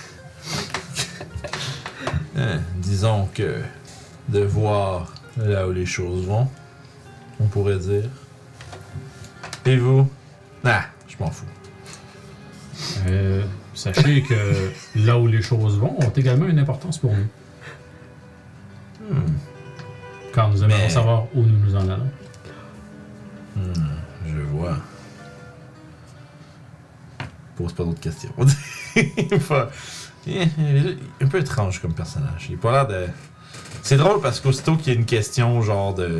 Disons que de voir là où les choses vont, on pourrait dire. Et vous? Ah, je m'en fous. Sachez que là où les choses vont ont également une importance pour nous. Car nous aimerions savoir où nous nous en allons. Je vois. Pose pas d'autres questions. Il est un peu étrange comme personnage. Il a pas l'air de. C'est drôle parce qu'aussitôt qu'il y a une question, genre de.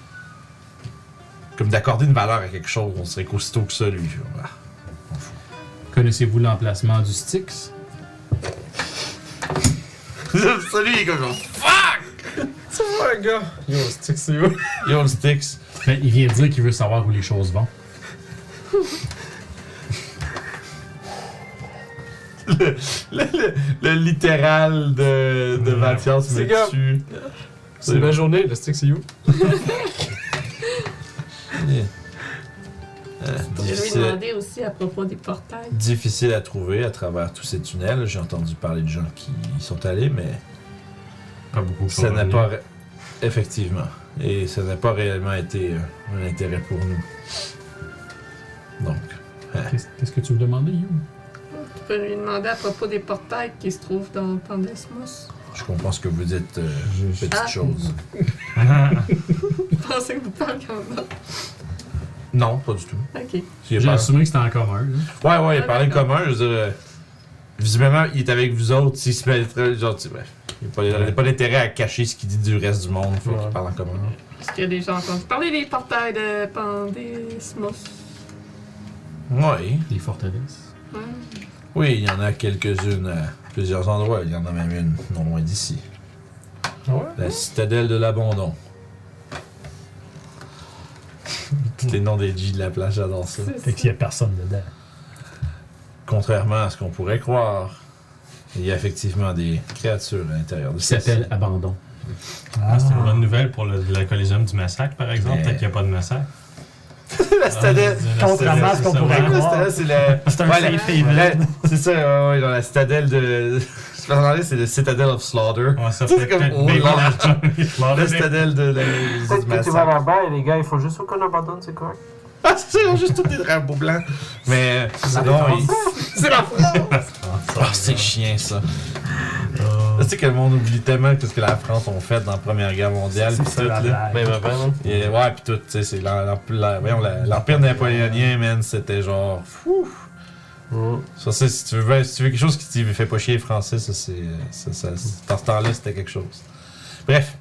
Comme d'accorder une valeur à quelque chose, on serait qu'aussitôt que ça, lui. Ah, on fout. Connaissez-vous l'emplacement du Styx? Ça, lui, il est comme genre. Fuck! Tu vois, un gars. Yo, stick, c'est où? Yo, le Styx. Ben, il vient de dire qu'il veut savoir où les choses vont. Le littéral de Mathias C'est me gars. tue. C'est ma journée, le stick, c'est où? Je vais lui demander aussi à propos des portails. Difficile à trouver à travers tous ces tunnels. J'ai entendu parler de gens qui y sont allés, mais Pas beaucoup. ça n'a pas... Effectivement. Et ça n'a pas réellement été un intérêt pour nous. Donc, Qu'est-ce que tu veux demander, You? Tu peux lui demander à propos des portails qui se trouvent dans Pandesmos. je comprends ce que vous dites, petite Ah. chose. Je pensais que vous parliez comme ça. Non, pas du tout. Ok. Il J'ai a assumé que c'était en commun. Là. ouais, il Ah, parlait d'accord. commun. Je veux dire, visiblement, il est avec vous autres. S'il se mettrait, genre, bref. Il n'a pas d'intérêt à cacher ce qu'il dit du reste du monde. Fait qu'il parle en commun. Est-ce qu'il y a des gens qui ont parlé des portails de Pandesmos? Oui. Les forteresses. Ouais. Oui, il y en a quelques-unes à plusieurs endroits. Il y en a même une non loin d'ici. Ah ouais? La citadelle de l'abandon. Tous les noms des G de la place, j'adore ça. Fait qu'il y a personne dedans. Contrairement à ce qu'on pourrait croire, il y a effectivement des créatures à l'intérieur de Qui cette s'appelle Abandon. Ah, c'est une bonne nouvelle pour le Coliseum du massacre, par exemple. Mais- Peut-être qu'il n'y a pas de massacre. La citadelle. Contrairement à ce qu'on pourrait La croire. citadelle, c'est le. C'est un Ouais, safe haven. C'est ça, ouais, dans la citadelle de. Je pense que c'est le Citadel of Slaughter. Ouais, ça C'est fait comme- peut-être oh, bien La la citadelle de Peut-être du que tu vas massacre. là-bas et les gars, il faut juste qu'on abandonne, c'est correct. Ah, c'est ça, ils ont juste tous des drapeaux blancs. Mais sinon, c'est la France! Ah, c'est chiant ça. Tu sais que le monde oublie tellement ce que la France ont fait dans la Première Guerre mondiale. C'est Pis ça, tout, la là. blague. Même avant, hein? Et, ouais, pis tout, tu sais, c'est l'Empire napoléonien, man, c'était genre. Fou! Ça, c'est, si tu veux quelque chose qui te fait pas chier les Français, ça, c'est. Dans ce temps-là, c'était quelque chose. Bref.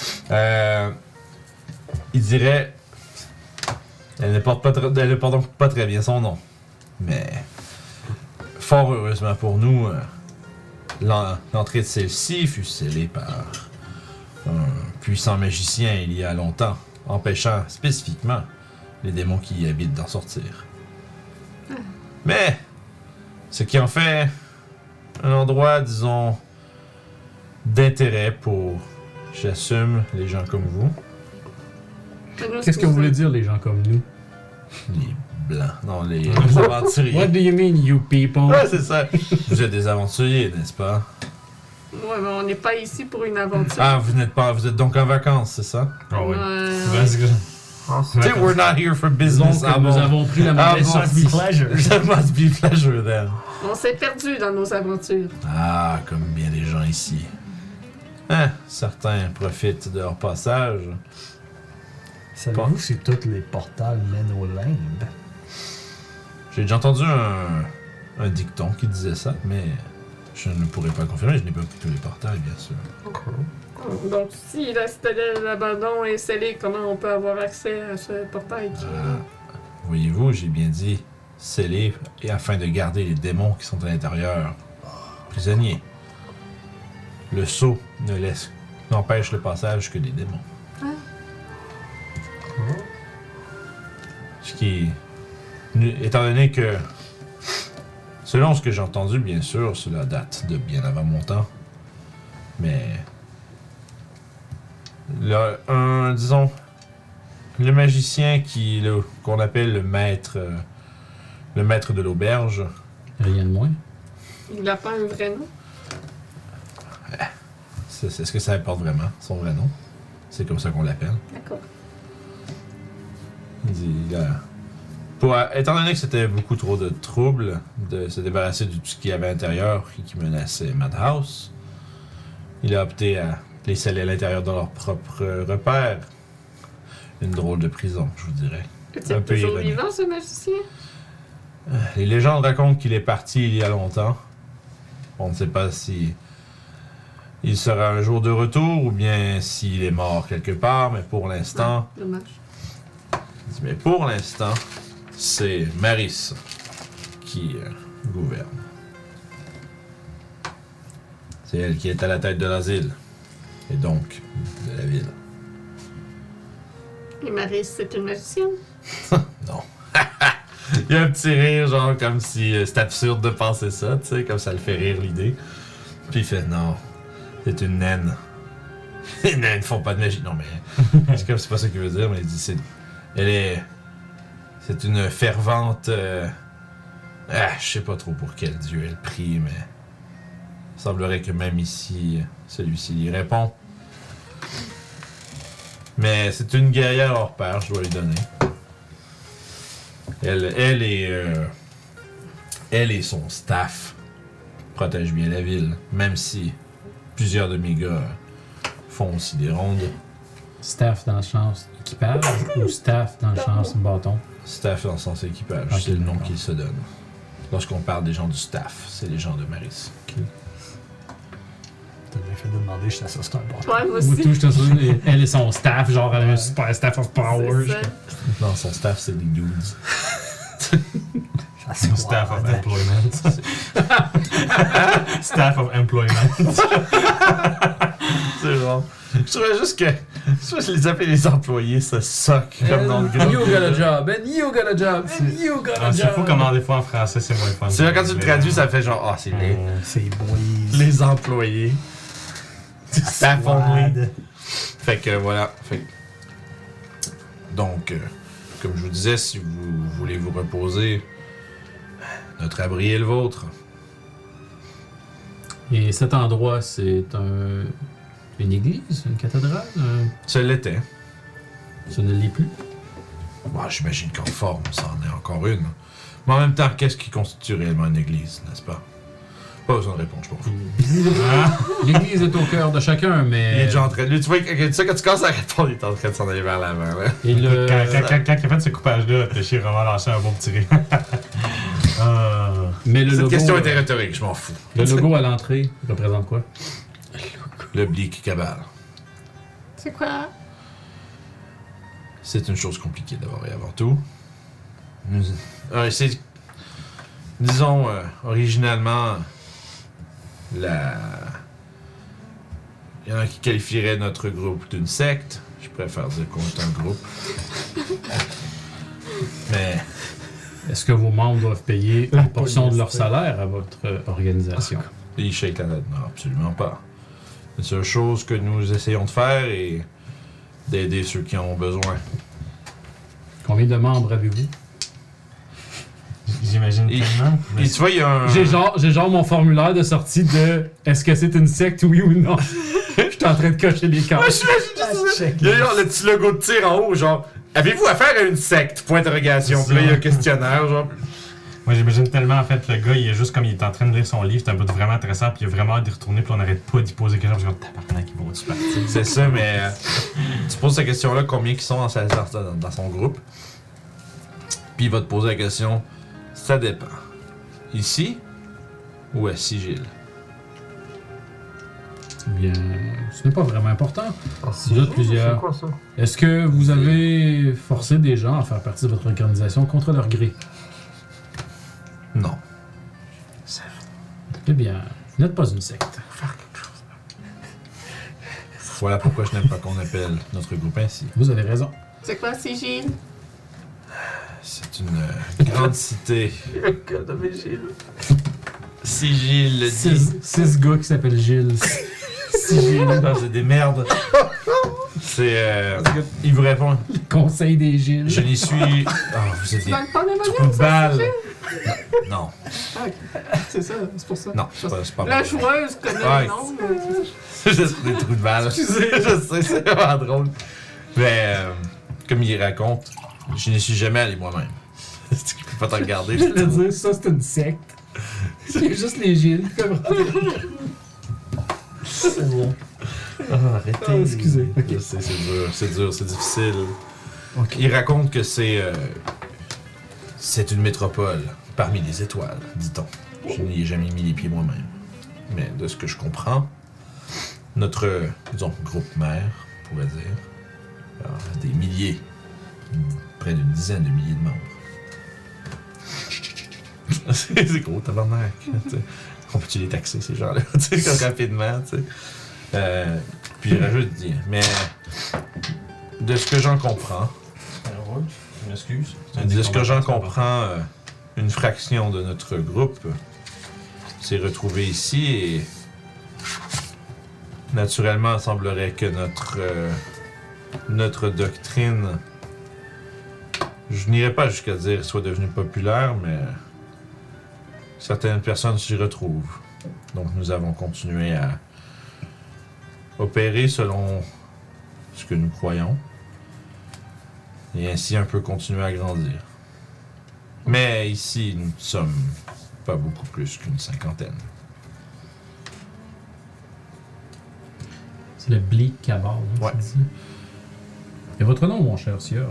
Il dirait. Elle ne porte donc pas très bien son nom. Mais. Fort heureusement pour nous, l'entrée de celle-ci fut scellée par un puissant magicien il y a longtemps, empêchant spécifiquement les démons qui y habitent d'en sortir. Mais. Ce qui en fait un endroit, disons, d'intérêt pour, j'assume, les gens comme vous. Qu'est-ce que vous voulez dire, les gens comme nous? Les blancs, non, les aventuriers. What do you mean, you people? Ouais, c'est ça. Vous êtes des aventuriers, n'est-ce pas? Ouais, mais on n'est pas ici pour une aventure. Ah, vous êtes donc en vacances, c'est ça? Ah oui. Ouais. Vas-y, Ah, Tu sais, we're not here for business. Donc, nous avons pris la mauvaise bon, surprise. Pleasure. That must be pleasure then. On s'est perdu dans nos aventures. Ah, comme bien des gens ici. Hein, certains profitent de leur passage. Savez-vous si tous les portals mènent au limbe? J'ai déjà entendu un dicton qui disait ça, mais je ne pourrais pas confirmer, je n'ai pas pris tous les portails, bien sûr. Donc, si la citadelle de l'abandon est scellée, comment on peut avoir accès à ce portail qui Voyez-vous, j'ai bien dit scellé et afin de garder les démons qui sont à l'intérieur prisonniers. Le sceau n'empêche le passage que des démons. Ce qui, étant donné que, selon ce que j'ai entendu, bien sûr, cela date de bien avant mon temps, mais disons, le magicien qu'on appelle le maître de l'auberge. Rien de moins. Il n'a pas un vrai nom? C'est ce que ça apporte vraiment, son vrai nom. C'est comme ça qu'on l'appelle. D'accord. Il dit, étant donné que c'était beaucoup trop de troubles, de se débarrasser de tout ce qu'il y avait à l'intérieur et qui menaçait Madhouse, il a opté à les sceller à l'intérieur de leur propre repère. Une drôle de prison, je vous dirais. Est-il Un peu toujours ironique. vivant, ce magicien? Les légendes racontent qu'il est parti il y a longtemps. On ne sait pas si il sera un jour de retour ou bien s'il est mort quelque part, mais pour l'instant... Dommage. Mais pour l'instant, c'est Maris qui gouverne. C'est elle qui est à la tête de l'asile. Et donc, de la ville. Et Marie, c'est une magicienne? Non. Il y a un petit rire, genre comme si c'est absurde de penser ça, tu sais, comme ça le fait rire l'idée. Puis il fait non, c'est une naine. Les naines font pas de magie. Non, mais c'est comme c'est pas ça qu'il veut dire, mais il dit c'est une fervente. Je sais pas trop pour quel dieu elle prie, mais il semblerait que même ici, celui-ci y répond. Mais c'est une guerrière hors pair, je dois lui donner. Elle et son staff protègent bien la ville, même si plusieurs de mes gars font aussi des rondes. Staff dans le sens équipage ou staff dans le sens bâton? Staff dans le sens équipage, Ok, c'est le nom d'accord. qu'ils se donnent. Lorsqu'on parle des gens du staff, c'est les gens de Maris. T'as bien fait de demander, je t'assure, c'est un portal. Ouais, moi Ou aussi. tout, je te souviens, elle et son staff, genre elle a un super staff of power. C'est ça. Non, son staff, c'est des dudes. Staff of employment. Staff of employment. C'est genre. Je trouvais juste que. Je les appeler les employés, ça soque comme dans le groupe. You got a job, and you got a job, and you got a Ah, c'est job. fou comment des fois en français c'est moins fun. C'est là quand tu le traduis, ça fait genre, ah, c'est C'est boys. les employés. Staff only. Swad. Fait que voilà. Donc, comme je vous disais, si vous voulez vous reposer, notre abri est le vôtre. Et cet endroit, c'est une église, une cathédrale? Ça l'était. Ça ne l'est plus. Bon, j'imagine qu'en forme, ça en est encore une. Mais en même temps, qu'est-ce qui constitue réellement une église, n'est-ce pas? Pas besoin de répondre, je m'en fous. L'église est au cœur de chacun, mais... Il est déjà en train de... Tu vois, quand tu commences à répondre, il est en train de s'en aller vers l'avant, là. Et le... Quand il a fait ce coupage-là, Toshi a vraiment lancé un bon petit rire. Mais le Cette logo, question était rhétorique, je m'en fous. Le logo à l'entrée représente quoi? L'oblique cabale. C'est quoi? C'est une chose compliquée d'abord et avant tout. C'est... Disons, originalement, il y en a qui qualifieraient notre groupe d'une secte. Je préfère dire qu'on est un groupe. Mais... Est-ce que vos membres doivent payer une portion de leur salaire à votre organisation? Ils shake la tête. Non, absolument pas. La seule chose que nous essayons de faire est d'aider ceux qui en ont besoin. Combien de membres avez-vous? J'imagine tellement. Et tu vois, il y a un... J'ai genre mon formulaire de sortie de est-ce que c'est une secte, oui ou non? Je suis en train de cocher les cases. Il y a genre le petit logo de tir en haut, genre avez-vous affaire à une secte? Point d'interrogation. Puis là, il y a un questionnaire, genre. Moi, j'imagine tellement, en fait, le gars, il est juste comme il est en train de lire son livre, c'est un bout vraiment intéressant, puis il a vraiment hâte d'y retourner, puis on n'arrête pas d'y poser quelque chose, parce qu'on tabarnak, il va-tu partir? C'est ça, mais tu poses cette question-là, combien qui sont dans son groupe? Puis il va te poser la question, ça dépend. Ici ou à Sigil? Bien, ce n'est pas vraiment important. C'est Vous êtes plusieurs. C'est quoi ça? Est-ce que vous avez forcé des gens à faire partie de votre organisation contre leur gré? Non. Eh bien, vous n'êtes pas une secte. Voilà pourquoi je n'aime pas qu'on appelle notre groupe ainsi. Vous avez raison. C'est quoi, Sigil? C'est une grande cité. Que de mes Gilles. Sigil le dit. Six gars qui s'appellent Gilles. Sigil, non, c'est des merdes. C'est. Il vous répond. Le conseil des Gilles. Je n'y suis. Oh, vous êtes Tu des manques pas trous d'ammonia, de balle. Non, Ah, ok. C'est ça, c'est pour ça. non, c'est pas La bon. joueuse connaît Ouais. le nom, mais... C'est juste des trous de balle. Excusez. Je sais, c'est vraiment drôle. Mais, comme il raconte, je n'y suis jamais allé moi-même. C'est que je peux pas te regarder. Je veux dire, ça c'est une secte. C'est juste les Gilles qui peuvent rentrer. C'est bon. Arrêtez. Ah, excusez. Je sais, c'est dur, c'est difficile. Il raconte que c'est une métropole parmi les étoiles, dit-on. Je n'y ai jamais mis les pieds moi-même. Mais de ce que je comprends, notre, disons, groupe mère, on pourrait dire, a des milliers, près d'une dizaine de milliers de membres. C'est gros, tabarnak. T'sais. On peut-tu les taxer, ces gens-là, comme rapidement, tu sais. Puis il rajoute, dit, mais de ce que j'en comprends, Je m'excuse. de ce que j'en comprends, une fraction de notre groupe s'est retrouvée ici et naturellement, il semblerait que notre doctrine, je n'irai pas jusqu'à dire soit devenue populaire, mais certaines personnes s'y retrouvent. Donc nous avons continué à opérer selon ce que nous croyons et ainsi un peu continuer à grandir. Mais ici, nous sommes pas beaucoup plus qu'une cinquantaine. C'est le Bleak Cabal, hein, Ouais. tu dis. Et votre nom, mon cher sieur?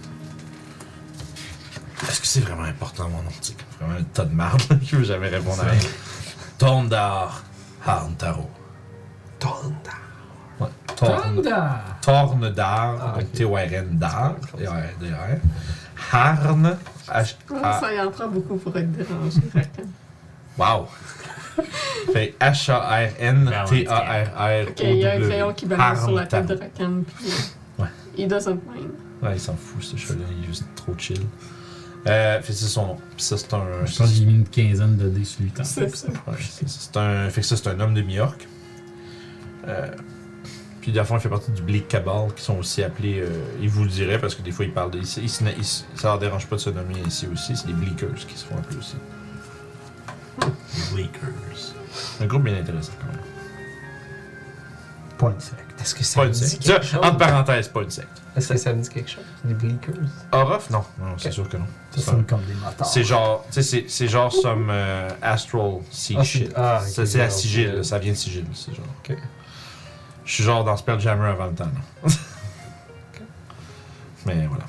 Est-ce que c'est vraiment important mon nom? C'est vraiment un tas de marde qui veut jamais répondre à rien. Tondar Harntaro. Tondar. Ouais. Tanda! Tornedar, donc T-O-R-N-Dar, D-R. Harn, Ah, ça y en prend beaucoup pour être dérangé. Wow! Fait H-A-R-N-T-A-R-R-O-W. Ok, il y a un crayon qui balance sur la tête de Harntaro. Rakan, puis Ouais. il doesn't mind. Ouais, il s'en fout, ce chat-là, il est juste trop chill. Fait c'est son nom. Puis ça, c'est un. Je pense que j'ai mis une quinzaine de dés sur lui. C'est ça. Ouais, c'est un. Fait que ça, c'est un homme de New York. Puis, dans le fond, il fait partie du Bleak Cabal, qui sont aussi appelés, ils vous le diraient, parce que des fois, ils parlent ça leur dérange pas de se nommer ici aussi, c'est les Bleakers qui se font appeler aussi. Les Bleakers. Un groupe bien intéressant, quand même. Pas une secte. Est-ce que Pas ça une me dit secte. quelque Ça, chose? entre parenthèses, pas une secte. Est-ce que ça me dit quelque chose? Des Bleakers? Orof? Non, c'est sûr que non. Ça sonne comme des motards. C'est genre, tu sais, c'est genre some Astral Sea Ah, shit. c'est- ah, ok, c'est la ok. sigil, là, ça vient de sigil, c'est genre. Ok. Je suis genre dans Spelljammer avant le temps, là. Mais voilà.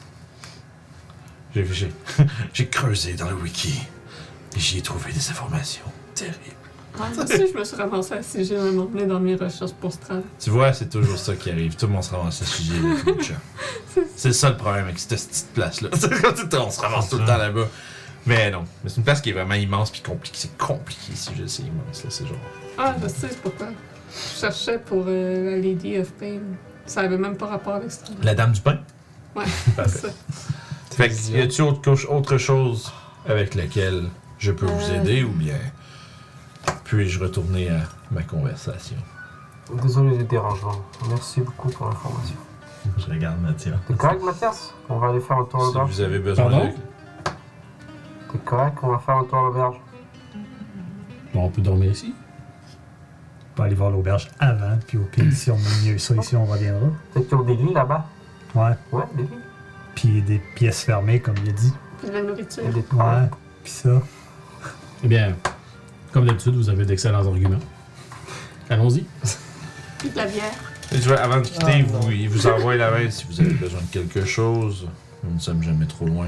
J'ai creusé dans le wiki et j'y ai trouvé des informations terribles. Ah, moi aussi, je me suis ramassée à CG à un moment donné dans mes recherches pour Strad. Tu vois, c'est toujours ça qui arrive. Tout le monde se ramasse à sigil, les gens. C'est ça le problème avec cette petite place-là. On se ramasse tout le temps là-bas. Mais non, mais c'est une place qui est vraiment immense puis compliquée. C'est compliqué si je sais immense, là, c'est genre. Ah, je sais pourquoi. Je cherchais pour la Lady of Pain. Ça avait même pas rapport avec Strad. La Dame du Pain? Ouais, Parfait. ça. Fait que, y a-tu autre chose avec laquelle je peux vous aider ou bien puis-je retourner à ma conversation? Désolé du dérangement. Merci beaucoup pour l'information. Je regarde Mathias. T'es correct, Mathias? On va aller faire un tour à Si l'auberge. vous avez besoin Pardon? de... T'es correct? On va faire un tour à l'auberge. Bon, on peut dormir ici. On peut aller voir l'auberge avant, puis au pire, si on met mieux ça ici, on reviendra. Peut-être qu'ils ont des lits là-bas. Ouais. Ouais, des lits. Puis des pièces fermées, comme il a dit. Puis de la nourriture. Il y a des Ouais. toilettes. Puis ça. Eh bien, comme d'habitude, vous avez d'excellents arguments. Allons-y. Puis de la bière. Et tu vois, avant de quitter, il vous envoie la main si vous avez besoin de quelque chose. Nous ne sommes jamais trop loin.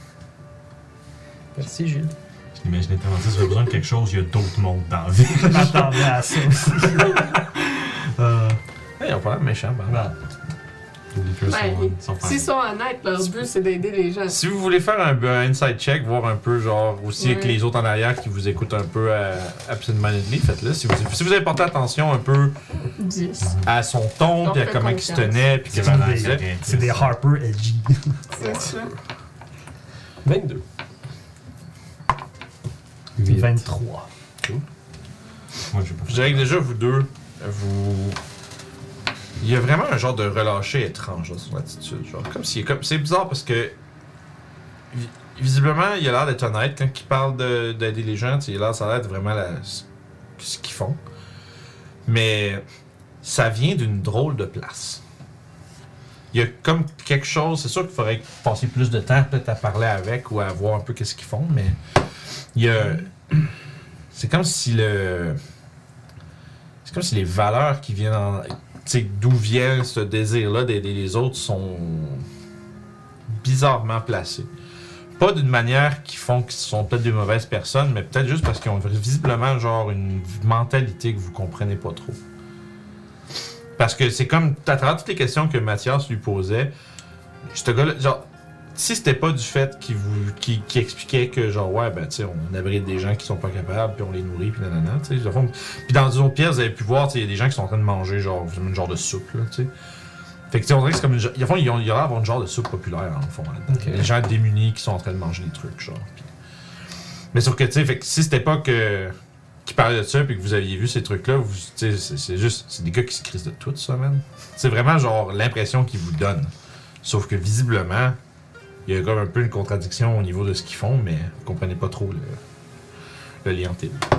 Merci, Gilles. Je l'imaginais tellement si tu as besoin de quelque chose, il y a d'autres mondes dans la vie. Je m'attendais à ça aussi. Hey, on parle de méchant, ben. Les Bleakers Ben, sont s'ils sont honnêtes, leur but c'est d'aider les gens. Si vous voulez faire un inside check, voir un peu, genre, aussi avec Ouais. les autres en arrière qui vous écoutent un peu absent-mindedly, faites-le. Si vous avez porté attention un peu 10. à son ton, On puis à fait comment il confiance. se tenait, puis C'est comment malade, il disait. C'est des Harper edgy. C'est ça. 22. 23. Moi, je vais pas Je dirais que déjà, vous deux, il y a vraiment un genre de relâché étrange dans son attitude. Genre, comme si, c'est bizarre parce que visiblement, il a l'air d'être honnête quand il parle d'aider les gens. Ça a l'air d'être vraiment ce qu'ils font. Mais ça vient d'une drôle de place. Il y a comme quelque chose. C'est sûr qu'il faudrait passer plus de temps peut-être à parler avec ou à voir un peu qu'est-ce qu'ils font, mais il y a. C'est comme si c'est comme si les valeurs qui viennent d'où vient ce désir-là d'aider les autres sont bizarrement placées. Pas d'une manière qui font qu'ils sont peut-être des mauvaises personnes, mais peut-être juste parce qu'ils ont visiblement genre une mentalité que vous comprenez pas trop. Parce que c'est comme, à travers toutes les questions que Mathias lui posait, ce gars-là, genre, si c'était pas du fait qu'il expliquait que genre ouais ben tu sais on abrite des gens qui sont pas capables puis on les nourrit puis nanana tu sais puis dans une autre pièce vous avez pu voir tu sais il y a des gens qui sont en train de manger genre une genre de soupe là tu sais fait que tu sais on dirait que c'est comme il y a l'air d'avoir une genre de soupe populaire en fond là-dedans. Okay. Les gens démunis qui sont en train de manger des trucs genre puis... mais sauf que tu sais fait que si c'était pas que qui parlait de ça puis que vous aviez vu ces trucs là tu sais c'est juste c'est des gars qui se crissent de tout ça man c'est vraiment genre l'impression qu'ils vous donnent sauf que visiblement il y a comme un peu une contradiction au niveau de ce qu'ils font, mais vous comprenez pas trop le lien entre les deux.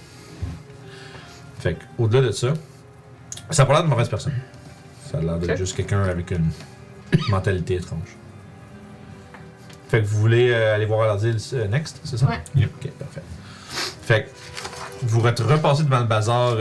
Fait qu'au-delà de ça, ça a pas l'air de mauvaise personne. Ça a l'air d'être juste quelqu'un avec une mentalité étrange. Fait que vous voulez aller voir Aladil next, c'est ça? Ouais. Yep. Ok, parfait. Fait que vous repassez devant le bazar,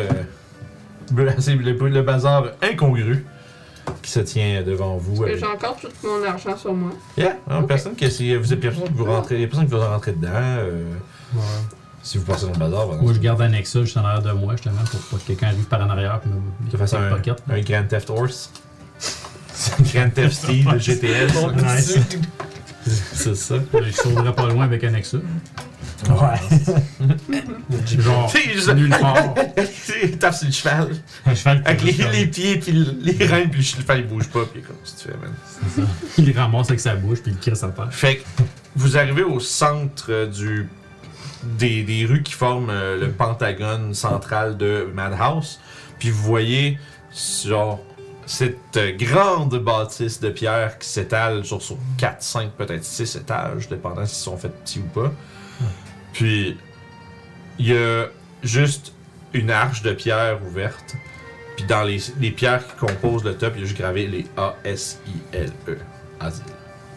le bazar incongru qui se tient devant vous. Parce que j'ai encore tout mon argent sur moi. Yeah, non, Ok. personne qui vous êtes personne qui vous rentrez, les personnes qui vous rentrez dedans. Si vous passez dans le bazar, Moi, je garde un Nexa juste en arrière de moi, justement, pour pas que quelqu'un arrive par en arrière et me de fasse une un pocket. Grand Theft Horse. Grand Theft Steve de GTS. Nice. C'est ça. Je sauverais pas loin avec un Nexa. Ouais. Genre, Tu sais, juste nulle part. il tape sur le cheval. Un cheval qui Avec fait juste les pieds puis les reins puis le cheval il bouge pas puis comme si tu fais man. Il les ramasse avec sa bouche puis il crisse à terre. Fait que vous arrivez au centre des rues qui forment le pentagone central de Madhouse. Puis vous voyez, genre, cette grande bâtisse de pierre qui s'étale sur 4, 5, peut-être 6 étages, dépendant s'ils sont faits petits ou pas. Puis, il y a juste une arche de pierre ouverte. Puis dans les pierres qui composent le top, il y a juste gravé les A-S-I-L-E. Asile.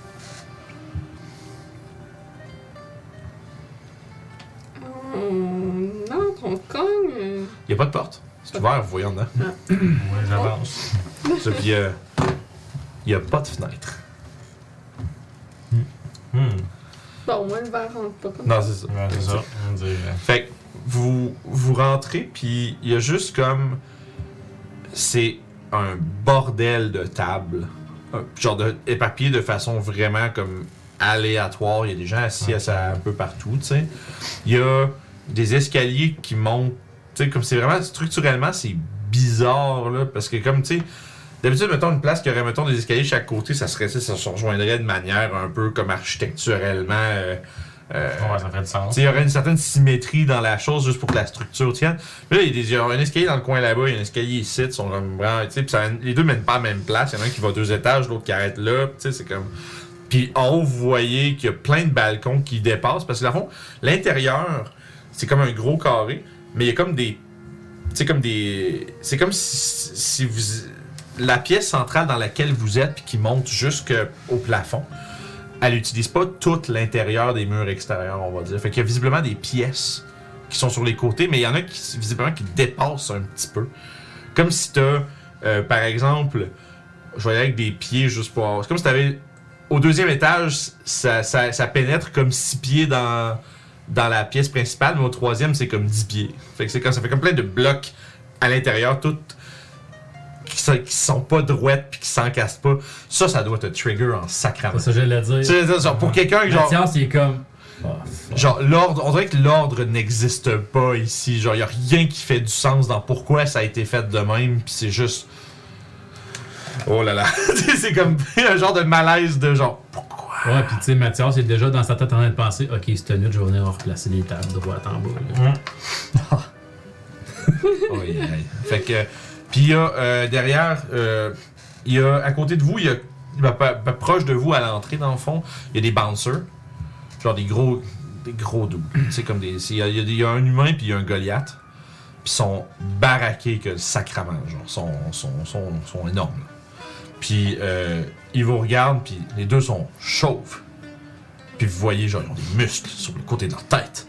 Non, on cogne. Il n'y a pas de porte. C'est ouvert, vous voyez en dedans. Ouais, j'avance. Ça, puis il n'y a pas de fenêtre. Bon, au moins le verre rentre pas comme Non, c'est ça. Ouais, c'est ça. On dirait. Fait que vous rentrez, puis il y a juste comme... C'est un bordel de tables. Genre de éparpillé de façon vraiment comme aléatoire. Il y a des gens assis à ça un peu partout, tu sais. Il y a des escaliers qui montent. Tu sais, comme c'est vraiment... Structurellement, c'est bizarre, là. Parce que comme, tu sais... D'habitude, mettons une place qui aurait, mettons, des escaliers de chaque côté, ça se rejoindrait de manière un peu comme architecturellement... Ouais, ça fait du sens. Il y aurait une certaine symétrie dans la chose juste pour que la structure tienne. Mais là, il y a un escalier dans le coin là-bas, il y a un escalier ici, ils sont comme vraiment, puis les deux mènent pas à la même place. Il y en a un qui va 2 étages, l'autre qui arrête là. C'est comme. Puis en haut, vous voyez qu'il y a plein de balcons qui dépassent. Parce que dans le fond, l'intérieur, c'est comme un gros carré, mais il y a comme des. C'est comme si vous. La pièce centrale dans laquelle vous êtes, puis qui monte jusqu'au plafond. Elle n'utilise pas tout l'intérieur des murs extérieurs, on va dire. Fait qu'il y a visiblement des pièces qui sont sur les côtés, mais il y en a qui visiblement qui dépassent un petit peu. Comme si t'as, par exemple, je voyais avec des pieds juste pour avoir... C'est comme si t'avais... Au 2e étage, ça pénètre comme 6 pieds dans la pièce principale, mais au 3e, c'est comme 10 pieds. Fait que ça fait comme plein de blocs à l'intérieur, toutes... qui sont pas droites puis qui s'encassent pas. Ça doit te trigger en sacrament. C'est ça que j'allais dire. C'est genre, pour quelqu'un que genre... Mathias, il est comme... Genre, l'ordre... On dirait que l'ordre n'existe pas ici. Genre, y a rien qui fait du sens dans pourquoi ça a été fait de même, pis c'est juste... Oh là là. C'est comme un genre de malaise de genre... Pourquoi? Ouais, pis tu sais, Mathias, il est déjà dans sa tête en train de penser, ok, cette nuit, je vais venir replacer les tables droites en bas. Oh, yeah. Fait que... Puis il y a derrière, il y a à côté de vous, il y a proche de vous à l'entrée dans le fond, il y a des bouncers, genre des gros doubles. C'est comme des, il y a un humain puis il y a un Goliath, puis ils sont baraqués que le sacrament, genre sont énormes. Puis ils vous regardent puis les deux sont chauves. Puis vous voyez genre ils ont des muscles sur le côté de leur tête.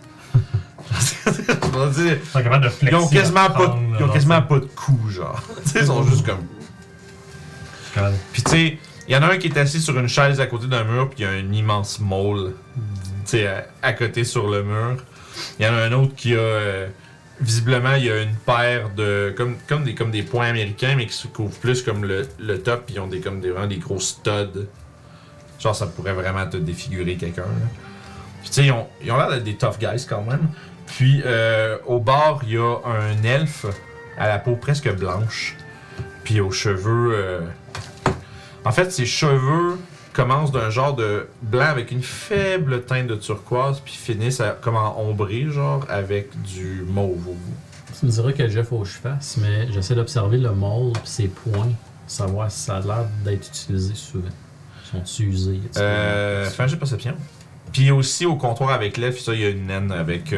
Ils ont quasiment pas de cou, genre. Ils sont juste comme. Puis tu sais, il y en a un qui est assis sur une chaise à côté d'un mur, puis il y a un immense mole, tu sais, à côté sur le mur. Il y en a un autre qui a. Visiblement, il y a une paire de. Comme des poings américains, mais qui se couvrent plus comme le top, puis ils ont vraiment des gros studs. Genre, ça pourrait vraiment te défigurer quelqu'un, là. Puis tu sais, ils ont l'air d'être des tough guys quand même. Puis au bord, il y a un elfe à la peau presque blanche. Puis aux cheveux... En fait, ses cheveux commencent d'un genre de blanc avec une faible teinte de turquoise, puis finissent comme en ombré, genre, avec du mauve au bout. Tu me diras quel jet faut que je fasse, mais j'essaie d'observer le mauve et ses points, savoir si ça a l'air d'être utilisé souvent. Sont-ils usés? Fais un jet de perception. Puis aussi au comptoir avec l'elfe, ça, il y a une naine avec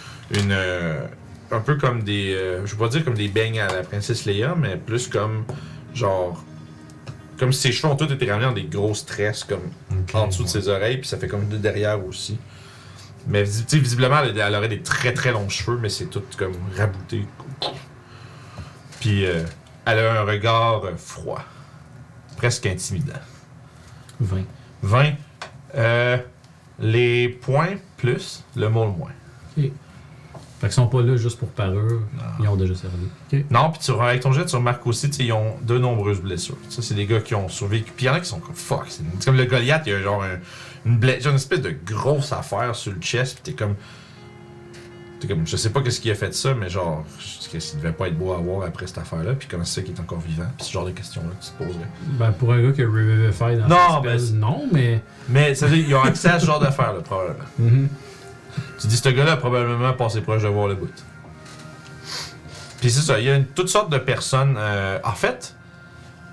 un peu comme des... je vais pas dire comme des beignes à la princesse Leia, mais plus comme genre... Comme si ses cheveux ont tous été ramenés dans des grosses tresses comme en dessous de ses oreilles, puis ça fait comme de derrière aussi. Mais visiblement, elle aurait des très très longs cheveux, mais c'est tout comme rabouté. Puis elle a un regard froid, presque intimidant. 20. Les points plus, le mot le moins. Ok. Fait qu'ils sont pas là juste pour parure, ils ont déjà servi. Okay. Non, puis avec ton jet, tu remarques aussi, ils ont de nombreuses blessures. Ça, c'est des gars qui ont survécu. Puis il y en a qui sont comme fuck. C'est comme le Goliath, il y a genre une espèce de grosse affaire sur le chest, puis t'es comme, je sais pas qu'est-ce qui a fait ça, mais genre, qu'il devait pas être beau à voir après cette affaire-là, puis comment c'est ça qu'il est encore vivant, puis ce genre de questions-là que tu te poserais. Ben, pour un gars qui a Revivify dans non, spell, non, mais... Mais, ça veut dire, ils ont accès à ce genre d'affaires-là, probablement. Mm-hmm. Tu dis, ce gars-là a probablement passé proche de voir le bout. Puis c'est ça, il y a toutes sortes de personnes. En fait,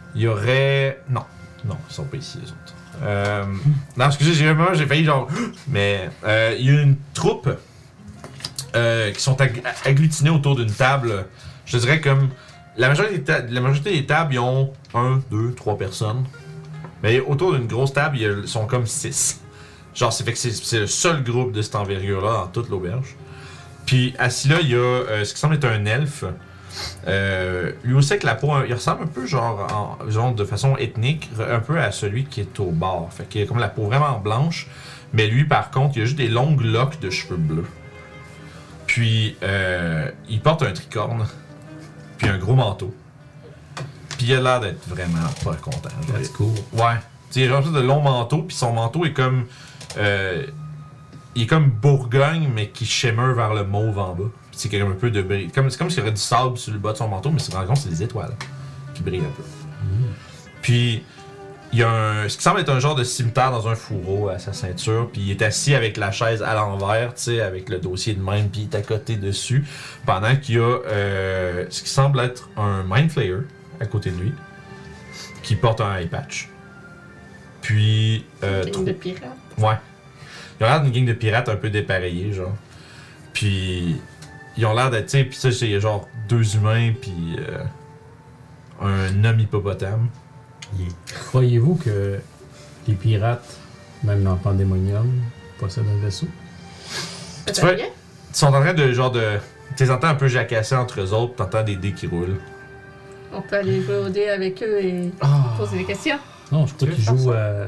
il y aurait... Non, ils sont pas ici, les autres. Non, excusez, j'ai failli genre... Mais il y a une troupe qui sont agglutinés autour d'une table. Je dirais comme... La majorité des tables, ils ont 1, 2, 3 personnes. Mais autour d'une grosse table, ils sont comme 6. Genre, c'est le seul groupe de cette envergure-là dans toute l'auberge. Puis assis là, il y a ce qui semble être un elfe. Lui aussi avec la peau, il ressemble un peu genre de façon ethnique, un peu à celui qui est au bord. Fait qu'il a comme la peau vraiment blanche. Mais lui, par contre, il a juste des longues locks de cheveux bleus. Puis il porte un tricorne. Puis un gros manteau. Puis il a l'air d'être vraiment pas content. That's cool. Ouais. Tu sais, il a genre de long manteau, puis son manteau est comme... il est comme Bourgogne, mais qui shimmer vers le mauve en bas. Puis c'est comme un peu de bris. C'est comme s'il y aurait du sable sur le bas de son manteau, mais c'est vraiment c'est des étoiles qui brillent un peu. Puis il y a ce qui semble être un genre de cimetière dans un fourreau à sa ceinture, puis il est assis avec la chaise à l'envers, tu sais, avec le dossier de même, puis il est à côté dessus, pendant qu'il y a ce qui semble être un Mind Flayer à côté de lui, qui porte un eye patch. Puis... Une gang de pirates. Ouais. Ils ont l'air d'une gang de pirates un peu dépareillés, genre. Puis... Ils ont l'air d'être, tu sais, pis ça, c'est genre 2 humains, puis un homme hippopotame. Croyez-vous que les pirates, même dans Pandemonium, possèdent un vaisseau? Tu vois, ils sont en train de, genre de... Tu les entends un peu jacasser entre eux autres, t'entends des dés qui roulent. On peut aller jouer au dé avec eux et poser des questions. Non, je crois qu'ils jouent à...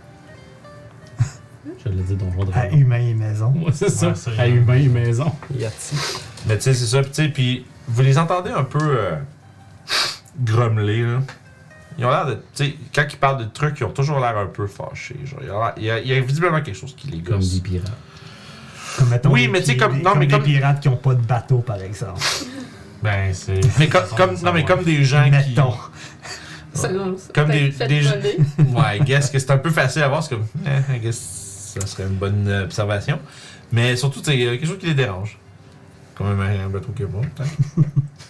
Je l'ai dit, Donjon À Dragon. humain et maison. Ouais, c'est ça. Ouais, c'est À humain et maison. Yati. Mais tu sais, c'est ça, pis tu sais, puis vous les entendez un peu grommeler, là. Ils ont l'air de, tu sais, quand ils parlent de trucs, ils ont toujours l'air un peu fâchés, genre. Il y a visiblement quelque chose qui les Comme gosse. des pirates. Comme, mettons, Oui, mais tu sais, comme- non, mais des comme- pirates qui n'ont pas de bateau, par exemple. Ben, c'est. Mais comme des gens Mettons. Comme des gens... Voler. Ouais, I guess que c'est un peu facile à voir, c'est comme... I guess ça serait une bonne observation. Mais surtout, c'est quelque chose qui les dérange. Comme un bateau qui est bon, peut-être.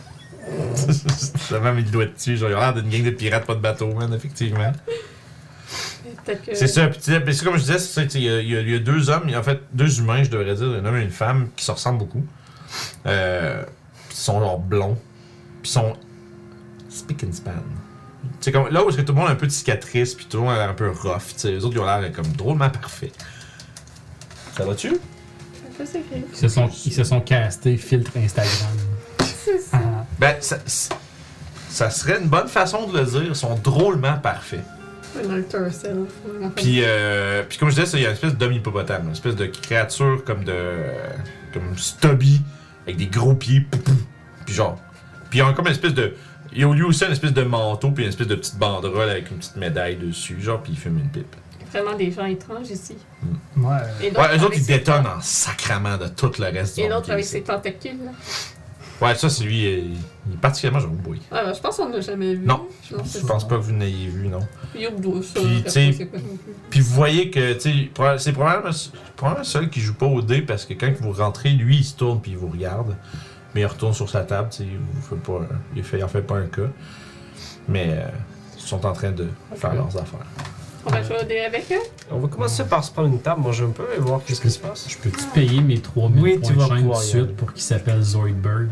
Ça m'a mis le doigt dessus, genre, il a l'air d'une gang de pirates, pas de bateau, man, effectivement. Peut-être que... C'est ça, puis comme je disais, c'est ça, il y a 2 hommes, en fait 2 humains, je devrais dire, un homme et une femme, qui se ressemblent beaucoup. Ils sont genre blonds, puis ils sont spick and span. C'est comme là où est-ce que tout le monde a un peu de cicatrices, puis tout le monde a l'air un peu rough, tu sais, les autres ils ont l'air comme drôlement parfaits. Ça va-tu? Ça, c'est vrai. Ils se sont castés filtre Instagram. C'est ça. Ben, ça serait une bonne façon de le dire, ils sont drôlement parfaits. Un alter self. Puis comme je disais, il y a une espèce d'homme hippopotame, une espèce de créature comme Stubby, avec des gros pieds, puis genre. Puis il y a comme une espèce de. Il y a lui aussi une espèce de manteau, puis une espèce de petite banderole avec une petite médaille dessus, genre, puis il fume une pipe. Vraiment des gens étranges ici. Ouais. Et l'autre Ouais, eux autres avec ils ses détonnent en sacrament de tout le reste du Et monde l'autre qui est avec ici. ses tentacules. Là. Ouais, ça c'est lui, il est particulièrement genre boy. Ah, ben, je pense qu'on l'a jamais vu. Non, c'est Je pense pas que vous n'ayez vu, non. Youbdo, ça. Puis, je tu sais, sais pas c'est quoi non plus. Puis vous voyez que, tu sais, c'est probablement le seul qui joue pas au dé parce que quand vous rentrez, lui il se tourne puis il vous regarde. Mais il retourne sur sa table, tu sais, il en fait pas un cas. Mais ils sont en train de faire leurs affaires. On va jouer au dé avec eux? On va commencer par se prendre une table, manger un peu et voir qu'est-ce qui se passe. Je peux-tu payer mes 3000 Oui, points tu de vas chaîne tout pouvoir de y suite aller. pour qu'il s'appelle Zoidberg?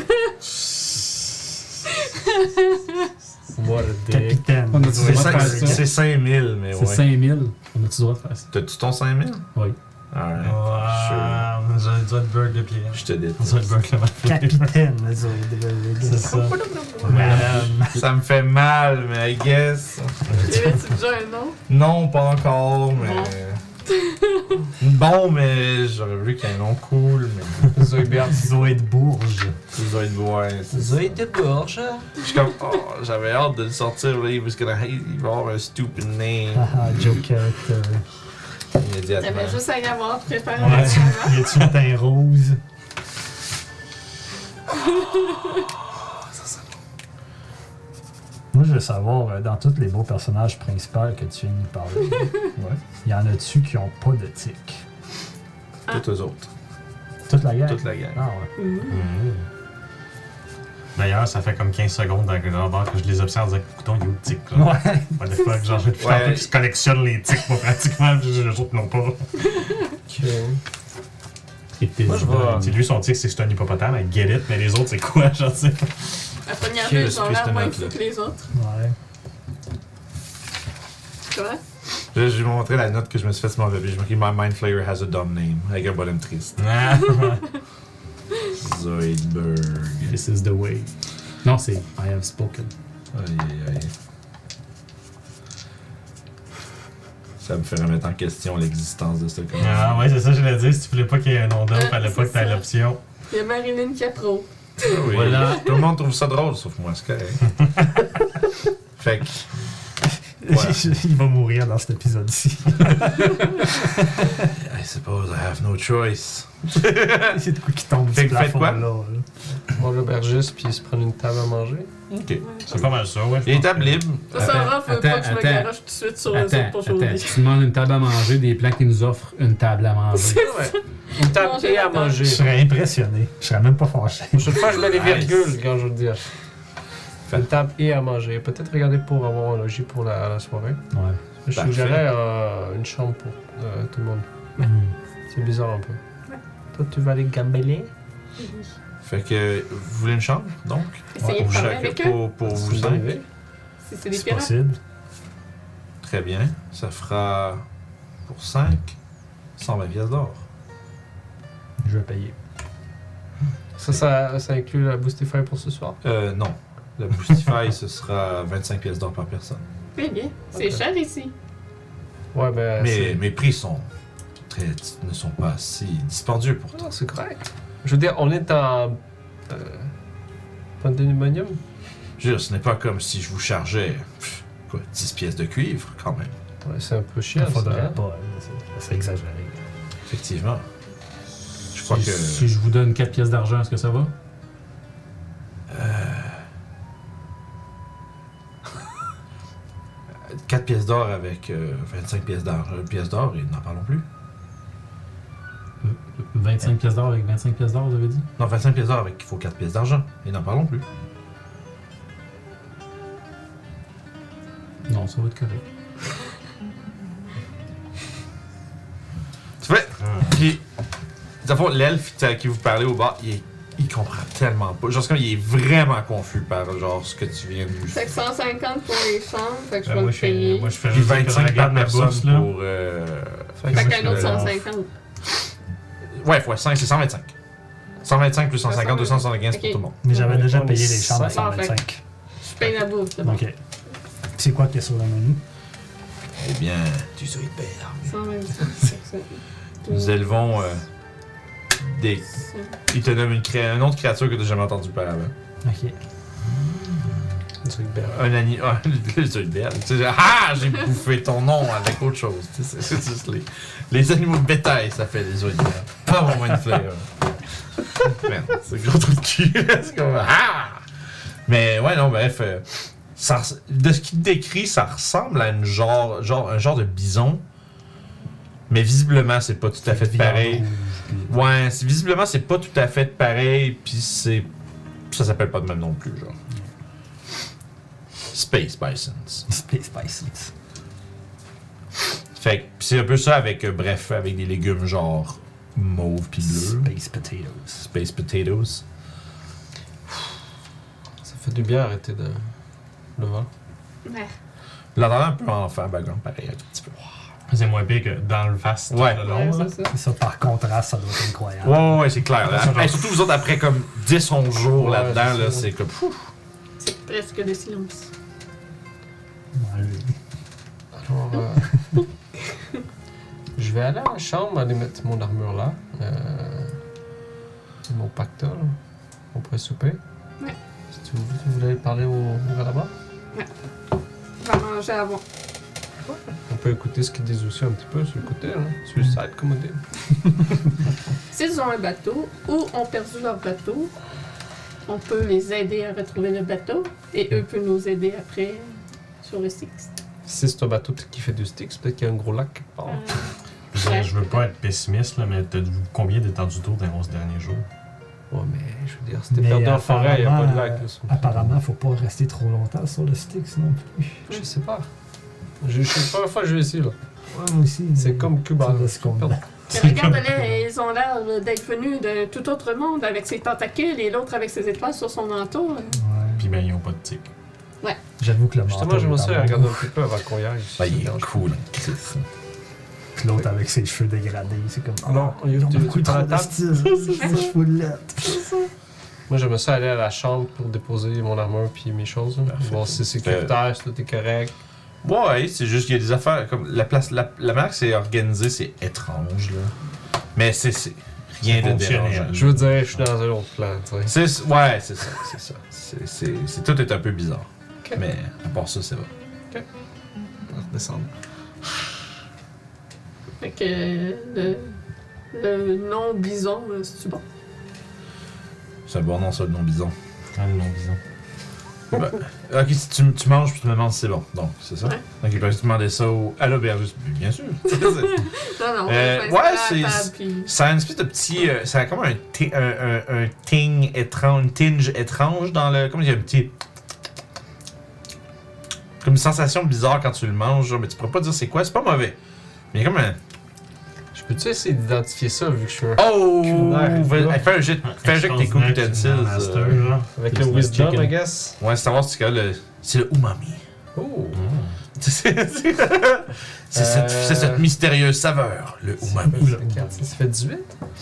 What a day. Capitaine. On a-tu le droit de faire ça? C'est 5000, mais C'est ouais. 5000. On a-tu le droit de faire ça? T'as-tu ton 5000? Oui. Alright. Wow, j'ai le Zoidberg de pierre. Je te déteste. Zoidberg le mal. Capitaine, Zoidberg. C'est ça. Madame. Ça me fait mal, mais I guess. Y'avais-tu déjà un nom? Non, pas encore, mais. Bon, mais j'aurais voulu qu'il y ait un nom cool, mais. Zoidbourge. Ça doit être ouais. Zoidberg. Je suis comme, oh, j'avais hâte de le sortir, là, il va avoir un stupid name. Haha, Joe character. Immédiatement. T'avais juste à y avoir préparé Ouais. un avant. Y a-tu un teint rose? Moi, je veux savoir, dans tous les beaux personnages principaux que tu viens de nous parler, Ouais. y en a-tu qui ont pas de tic? Toutes eux autres. Toute la gang? Toute la gang. Ah ouais. D'ailleurs, ça fait comme 15 secondes dans que je les observe en disant que Couton, il est où le tic là? Ouais. What the fuck, genre, depuis tantôt qu'ils se collectionnent les tics, moi, pratiquement, puis les autres non pas. Ok. Moi, je vais- C'est lui, son tic, c'est que c'est un hippopotame, elle get it, mais les autres, c'est quoi, genre, tu sais? La première Quelle ils ont espèce de l'air moins note, fous là. que les autres. Ouais. Quoi? Je vais vous montrer la note que je me suis faite sur mon papier. Je me dis My Mind Flayer has a dumb name. Avec un bonhomme triste. Ah, Zoidberg. This is the way. Non, c'est I have spoken. Aïe, aïe, aïe. Ça me fait remettre en question l'existence de ce commandant. Ah ouais, c'est ça, je l'ai dit. Si tu voulais pas qu'il y ait un nom d'homme, fallait pas que c'est t'aies ça. l'option. Il y a Marilyn Capro. Oui, Voilà. tout le monde trouve ça drôle, sauf moi, c'est correct. Fait que. Voilà. Il va mourir dans cet épisode-ci. I suppose I have no choice. C'est de quoi qui tombe Fait du que faites plafond quoi? là. On l'aubergiste, puis se prendre une table à manger. Ok. C'est pas mal ça, ouais. je Les pense tables que- libres. Ça, Sarah veut pas que je me attends. garoche tout de suite sur eux autres pour Attends, chauffer. si tu demandes une table à manger, des plans qui nous offrent une table à manger. Une table Manger et à là-dedans. manger. Je serais impressionné. Je serais même pas fâché. Chaque fois, je mets des Nice. virgules quand je veux dire. Une table et à manger. Peut-être regarder pour avoir un logis pour la soirée. Ouais. Je Parfait. suggérais une chambre pour tout le monde. C'est bizarre un peu. Toi, tu vas aller gambeler? Fait que vous voulez une chambre, donc? Essayez de Pour parler chacun, avec eux. pour C'est vous une bonne cinq. idée. Si c'est des C'est pirates. possible. Très bien. Ça fera pour 5, 120 pièces d'or. Je vais payer. Ça inclut la Boostify pour ce soir? Non. Le Boostify, ce sera 25 pièces d'or par personne. Très bien. C'est Ok. cher ici. Ouais, ben. Mais mes prix sont ne sont pas si dispendieux pour toi. Non, c'est correct. Je veux dire, on est en. Pandémonium? Je veux dire, ce n'est pas comme si je vous chargeais, 10 pièces de cuivre, quand même. Ouais, c'est un peu chiant. Il faudrait ça, hein? pas. Ça serait exagéré. Effectivement. Je crois que... Si je vous donne 4 pièces d'argent, est-ce que ça va? 4 pièces d'or avec 25 pièces d'or, et n'en parlons plus. 25 pièces d'or avec 25 pièces d'or, vous avez dit? Non, 25 pièces d'or avec il faut 4 pièces d'argent, et n'en parlons plus. Non, ça va être correct. Tu vois, puis, dans le fond, l'elfe à qui vous parlez au bar, il comprend tellement pas. Genre, c'est comme, il est vraiment confus par genre ce que tu viens de lui Fait faire. que 150 pour les chambres. Fait que je vais moi, le je fais, payer. moi, je fais Puis juste 25 par ma personne bourse, là. pour... Fait qu'un autre euh, 150. Ouais, fois 5, c'est 125. 125 plus 150, 275 pour Ok. tout le monde. Mais j'avais déjà On payé est les chambres à cinq. 125. Je paye la bouffe, c'est bon. Ok. C'est quoi qui est sur le menu? Eh bien, tu serais père. 125. Nous élevons des... Il te nomme une autre créature que tu n'as jamais entendue auparavant. Ok. Un truc bien. Un animal. Le Zoidberg. Tu sais, ah, j'ai bouffé ton nom avec autre chose. Tu sais, c'est juste les animaux de bétail, ça fait les Zoidberg. Pas mon Mind Flayer. Merde, c'est gros trou de cul. C'est comme. Ah! Mais ouais, non, bref. De ce qu'il décrit, ça ressemble à un genre de bison. Mais visiblement, c'est pas tout à fait pareil. Ouais, visiblement, c'est pas tout à fait pareil. Puis c'est. Ça s'appelle pas de même non plus, genre. Space Bisons. Space Bisons. Fait que c'est un peu ça avec, bref, avec des légumes genre mauve pis bleu. Space Potatoes. Space Potatoes. Ça fait du bien arrêter de le voir. Ouais. L'entendant un peu enfant, background pareil, un tout petit peu. C'est moins pire que dans le fast Ouais. tout le long, là. c'est ça. Et ça, par contraste, ça doit être incroyable. Ouais, c'est clair. Là. Ouais, Hey, surtout vous autres, après comme 10-11 jours Ouais, là-dedans, c'est là, ça. c'est comme. Pfff. C'est presque de silence. Ouais, Alors, je vais aller à la chambre, aller mettre mon armure là. Et mon pactole. On pourrait souper. Ouais. Si tu voulais parler au gars là-bas, On va manger avant. on peut écouter ce qu'ils disent aussi un petit peu sur le côté, hein, sur le side, comme on dit. S'ils ont un bateau ou ont perdu leur bateau, on peut les aider à retrouver le bateau et eux peuvent nous aider après sur le Styx. Si c'est un bateau qui fait du Styx, peut-être qu'il y a un gros lac quelque part. Ouais. Je veux pas être pessimiste, là, mais t'as vu combien d'étendues d'eau dans les 11 derniers jours? Ouais, mais je veux dire, si t'es Mais perdu en forêt, il n'y a pas de lac. Là, Apparemment, faut pas rester trop longtemps sur le Styx non plus. Je sais pas. Je sais pas la fois que je vais ici, là. Ouais, moi aussi. C'est comme Cuba. C'est ce qu'on a. Mais regarde-les, ils ont l'air d'être venus de tout autre monde avec ses tentacules et l'autre avec ses étoiles sur son manteau. Ouais. Puis ben, ils ont pas de tic. J'avoue que le Justement, manteau j'aimerais est ça en regarder un haut. petit peu avant qu'on y aille. Ben, il est cool. C'est ça. Puis l'autre avec ses cheveux dégradés, c'est comme. Non, ils ont tu beaucoup prends trop la de table? style. Ses cheveux lettres. Moi, j'aimerais ça aller à la chambre pour déposer mon armure puis mes choses. Là. Voir si c'est sécuritaire, si tout est correct. Ouais, c'est juste qu'il y a des affaires comme la place, la manière que c'est organisé, c'est étrange là. Mais c'est rien de fonctionnel. dérangeant. Je veux dire, je suis dans un autre plan, tu sais. Ouais, c'est ça. Tout est un peu bizarre. Ok. Mais à part ça, c'est vrai. On va redescendre. Fait que le nom bison, c'est-tu bon? C'est un bon nom, ça, le nom bison. Ah, le nom bison. Ok, si tu manges puis tu me demandes si c'est bon. Donc, c'est ça. Ouais. Donc, il peut juste demander ça à l'aubergiste. Bien sûr. Non, Ouais, puis... Ça a une espèce de petit. Ça a comme un ting étrange, une tinge étrange dans le. Comme il y a un petit. Comme une sensation bizarre quand tu le manges, genre, mais tu pourrais pas dire c'est quoi, c'est pas mauvais. Mais il y a comme un. Je peux-tu essayer d'identifier ça vu que je suis un... Oh! culinaire, Fais un jet avec tes cook utensils. Avec le wisdom, I guess? Ouais, c'est savoir si c'est le umami. Oh! C'est cette mystérieuse saveur, le umami. Ça fait 18?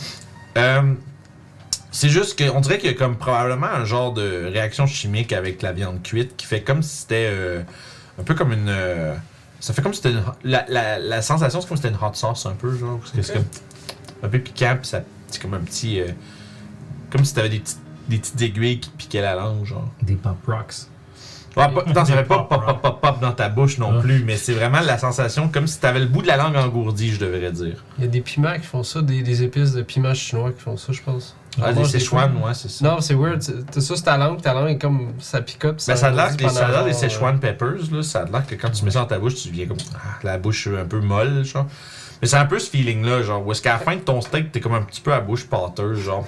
C'est juste qu'on dirait qu'il y a comme probablement un genre de réaction chimique avec la viande cuite qui fait comme si c'était un peu comme une... ça fait comme si c'était la sensation, c'est comme si c'était une hot sauce un peu, genre. Parce que c'est comme un peu piquant, puis c'est comme un petit... comme si t'avais des petites aiguilles qui te piquaient la langue, genre. Des pop rocks. Ouais, non, ça fait pas pop dans ta bouche non plus, mais c'est vraiment la sensation comme si t'avais le bout de la langue engourdi, je devrais dire. Il y a des piments qui font ça, des épices de piment chinois qui font ça, je pense. Ah, des Szechuan, ouais, c'est ça. Non, c'est weird. T'as ça, c'est ta langue est comme ça picote. Ben, ça a l'air pendant des genre, Szechuan peppers, là. Ça a l'air que quand tu mets ça dans ta bouche, tu deviens comme la bouche un peu molle, genre. Mais c'est un peu ce feeling-là, genre, où est-ce qu'à la fin de ton steak, t'es comme un petit peu à la bouche pâteuse, genre.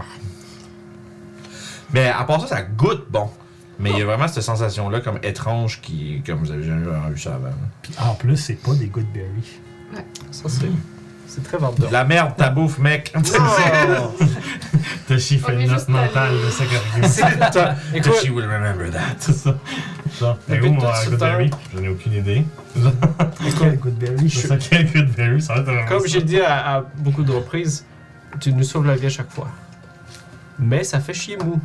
Mais à part ça, ça goûte bon. Mais il y a vraiment cette sensation-là, comme étrange, qui, comme vous avez jamais vraiment vu ça avant. Puis en plus, c'est pas des good berries. Ça, c'est très vendeur. De la merde, ta bouffe, mec! Toshi fait On est une note juste mentale allé. de sécurité. Écoute, She will remember that. C'est ça. Genre, mais où mon Goodberry? J'en ai aucune idée. C'est quel good berry? C'est ça, quel Goodberry? Ça va être vraiment comme ça. j'ai dit à beaucoup de reprises, tu nous sauves la vie à chaque fois. Mais ça fait chier mou.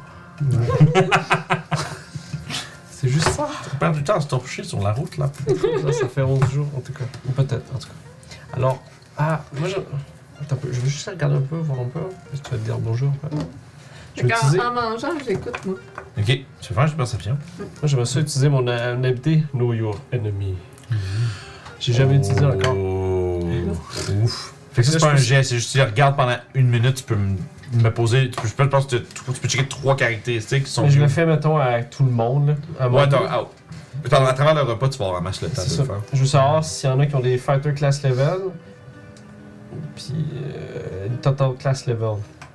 C'est juste ça. Tu perds du temps à se torcher sur la route, là. Là, ça fait 11 jours, en tout cas. Ou peut-être, en tout cas. Alors, moi, attends un peu, je vais juste regarder un peu, voir un peu. Est-ce que tu vas te dire bonjour? Je vais utiliser... En mangeant, j'écoute, moi. Ok, tu veux faire une perception? Moi, j'aimerais ça utiliser mon habilité Know Your Enemy. J'ai jamais utilisé encore. Ouf. Fait que ça, c'est pas un jet, c'est juste tu le regardes pendant une minute, tu peux me poser. Je pense que tu peux checker 3 caractéristiques qui sont. Mais je le fais, mettons, avec tout le monde. Là, à mon Ouais, goût. attends, à travers le repas, tu vas avoir masse le temps de C'est le ça. faire. Je veux savoir s'il y en a qui ont des fighter class level. Puis total class level.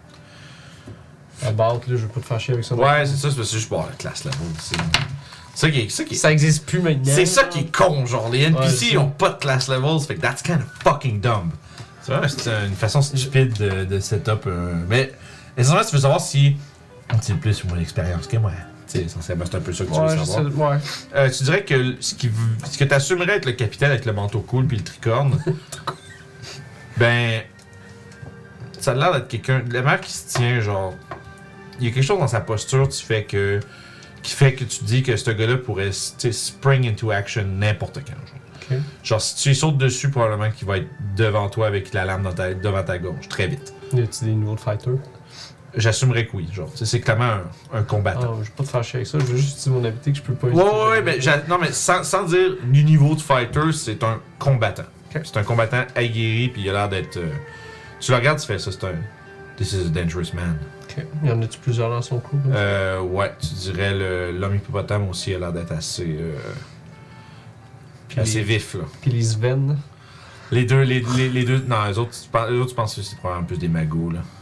À battre, là, je veux pas te faire chier avec ça. Ouais, c'est ça, c'est juste pour la classe là. C'est ça qui est. Ça existe plus maintenant. C'est ça qui est con, genre. Les NPC Ouais, ils ont pas de class levels, fait que that's kind of fucking dumb. C'est vraiment une façon stupide de setup. Mais essentiellement, tu veux savoir si. C'est plus ou moins d'expérience que moi. Tu sais, essentiellement, c'est un peu ça que tu veux savoir. Ouais. Tu dirais que ce que t'assumerais être le capitaine avec le manteau cool puis le tricorne, ben. Ça a l'air d'être quelqu'un. La mère qui se tient, genre. Il y a quelque chose dans sa posture qui fait que tu dis que ce gars-là pourrait spring into action n'importe quand. Genre. Ok. Genre, si tu lui sautes dessus, probablement qu'il va être devant toi avec la lame devant ta gorge, très vite. Y a-tu des nouveaux fighters? J'assumerais que oui, genre. C'est clairement un combattant. Je veux pas te faire chier avec ça, je veux juste utiliser mon habilité que je peux pas utiliser. Ouais, mais non, mais sans dire du niveau de fighter, c'est un combattant. Ok. C'est un combattant aguerri, puis il a l'air d'être. Tu le regardes, tu fais ça, c'est un. This is a dangerous man. Ok. Y en a-tu plusieurs dans son coup? Ouais, tu dirais l'homme hippopotame aussi a l'air d'être assez. Puis assez vif, là. Puis les Sven. Les deux. Non, les autres, tu penses que c'est probablement plus des magos, là.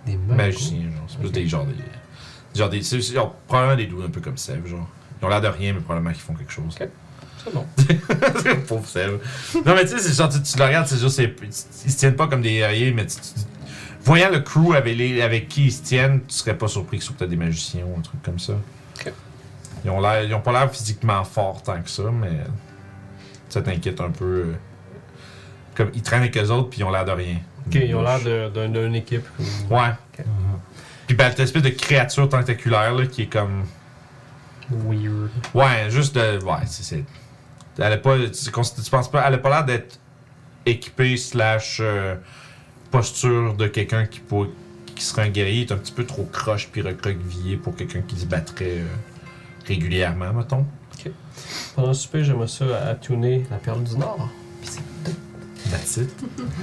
Des magos. magiciens, genre. C'est plus Ok. des genres des. C'est probablement des doux un peu comme Sèvres, genre. Ils ont l'air de rien, mais probablement qu'ils font quelque chose. Ok. C'est bon. Pauvre Sèvres. Non, mais tu sais, c'est genre, tu le regardes, c'est juste, ils se tiennent pas comme des guerriers, mais voyant le crew avec qui ils se tiennent, tu serais pas surpris que ce soit peut-être des magiciens ou un truc comme ça. Ok. Ils ont pas l'air physiquement forts tant que ça, mais ça t'inquiète un peu. Comme ils traînent avec eux autres, puis ils ont l'air de rien. Ok, ils ont l'air d'une équipe. Ouais. Ok. Puis ben, cette espèce de créature tentaculaire là, qui est comme. Weird. Ouais, juste de. Ouais, c'est. Elle a pas. Tu penses pas. Elle a pas l'air d'être équipée / posture de quelqu'un qui serait un guerrier. Elle est un petit peu trop croche puis recroquevillé pour quelqu'un qui se battrait régulièrement, mettons. Pendant le souper, j'aimerais ça attuner la perle du Nord. Puis c'est tout. That's it.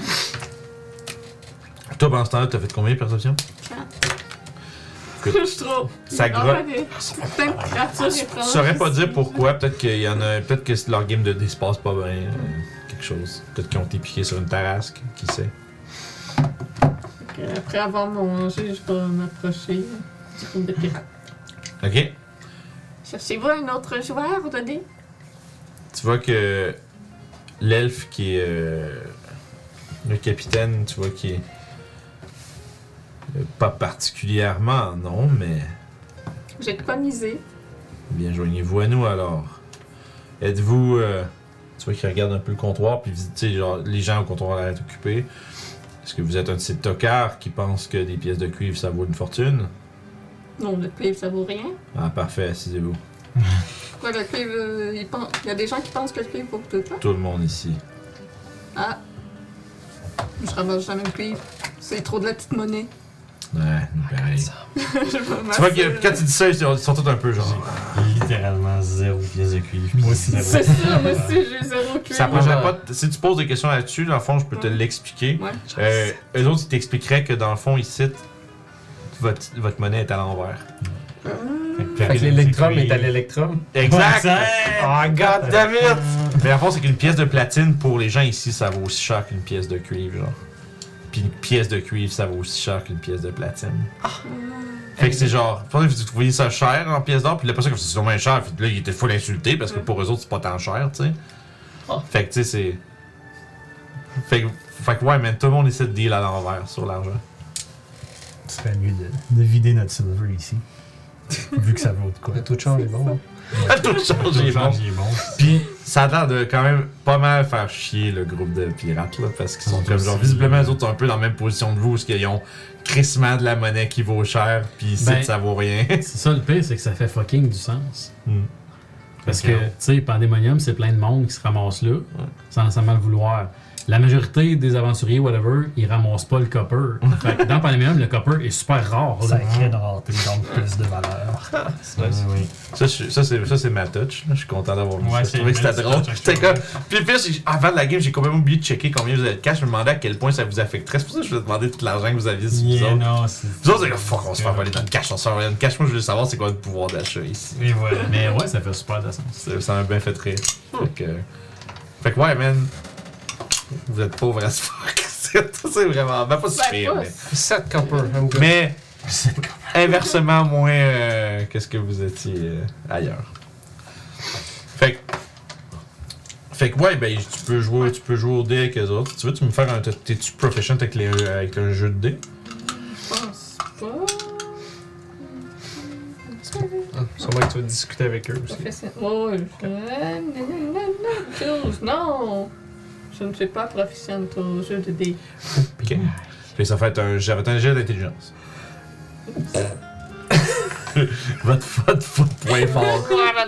Toi, pendant ce temps-là, t'as fait combien de perceptions? Je suis trop. Ça grotte. Plein de créatures Je étranges. saurais pas dire pourquoi. Peut-être qu'il y en a. Peut-être que leur game de dés se passe pas bien. Quelque chose. Peut-être qu'ils ont été piqués sur une tarasque. Qui sait? Ok, après avoir mangé, je vais m'approcher du groupe de pirates. Ok. Cherchez-vous un autre joueur de dés? Tu vois que l'elfe qui est le capitaine, tu vois qui est pas particulièrement, non, mais J'ai de quoi miser. bien joignez-vous à nous alors. Êtes-vous, tu vois qu'il regarde un peu le comptoir, puis tu sais, genre les gens au comptoir ont l'air d'être occupés. Est-ce que vous êtes un de ces tocards qui pensent que des pièces de cuivre ça vaut une fortune? Non, le cuivre, ça vaut rien. Ah parfait, assisez-vous. Pourquoi le cuivre, il y a des gens qui pensent que le cuivre vaut tout ça? Tout le monde ici. Ah. Je ramasse jamais le cuivre. C'est trop de la petite monnaie. Ouais, pareil. Je vais Tu vois que quand tu dis ça, ils sont tous un peu genre. Littéralement 0 pièce de cuivre. Moi aussi. Zéro. C'est ça, moi aussi, j'ai zéro cuivre. Ça approcherait pas. Si tu poses des questions là-dessus, dans le fond, je peux te Ouais. l'expliquer. Ouais. Eux autres, ils t'expliqueraient que dans le fond, ici, votre monnaie est à l'envers. Fait que l'électrum est à l'électrum. Exact! Oh, god damn it! Mais en fond, c'est qu'une pièce de platine pour les gens ici, ça vaut aussi cher qu'une pièce de cuivre, genre. Puis une pièce de cuivre, ça vaut aussi cher qu'une pièce de platine. Fait que c'est genre, je pense que vous trouviez ça cher en pièce d'or, puis là, pas ça que c'est sûrement cher, puis là, il était full insulté parce que pour eux autres, c'est pas tant cher, tu sais. Ah. Fait que tu sais, c'est. Fait que ouais, man, tout le monde essaie de deal à l'envers sur l'argent. Ce serait mieux de vider notre silver ici. Vu que ça vaut de quoi. Le taux de change est bon. Hein? Tout change, il est bon. Il est bon. Puis ça a l'air de quand même pas mal faire chier le groupe de pirates là, parce qu'ils sont comme genre visiblement les autres sont un peu dans la même position que vous, parce qu'ils ont crissement de la monnaie qui vaut cher, puis ici Ben, ça vaut rien. C'est ça le pire, c'est que ça fait fucking du sens. Hmm. Parce que, tu sais, Pandemonium, c'est plein de monde qui se ramasse là, sans nécessairement le vouloir. La majorité des aventuriers, whatever, ils ramassent pas le copper. Fait que dans Pandemonium, le copper est super rare. Ça Là. crée de rareté, donc plus de valeur. Oui. Ça c'est ma touch, là. Je suis content d'avoir vu Ouais, ça. Je c'est trouvais que c'était une drôle. belle J'étais touch, comme. Puis le pire, c'est que avant de la game, j'ai complètement oublié de checker combien vous avez de cash. Je me demandais à quel point ça vous affecterait. C'est pour ça que je vous ai demandé tout l'argent que vous aviez sur vous Yeah, autres. non, c'est. Vous autres, c'est comme fuck, on se fait voler dans le cash, on se fait voler dans le cash. Moi, je veux savoir c'est quoi le pouvoir d'achat ici. Et voilà. Mais ouais, ça fait super de sens. Ça m'a bien fait rire. Fait que ouais, man. Vous êtes pauvres as fuck. C'est vraiment. Ben, pas si pire, mais. 7 copper, I'm good. Mais. Inversement moins que ce que vous étiez ailleurs. Fait que ouais, ben tu peux jouer au dé avec les autres. Tu veux me faire un. T'es-tu proficient avec un jeu de dés? Je pense pas. Ah, sûrement que tu vas discuter avec eux aussi. Professionnel. Oh, non! Je ne suis pas proficiente au jeu de dés. Ok. Puis ça fait j'avais un jet d'intelligence. votre point fort.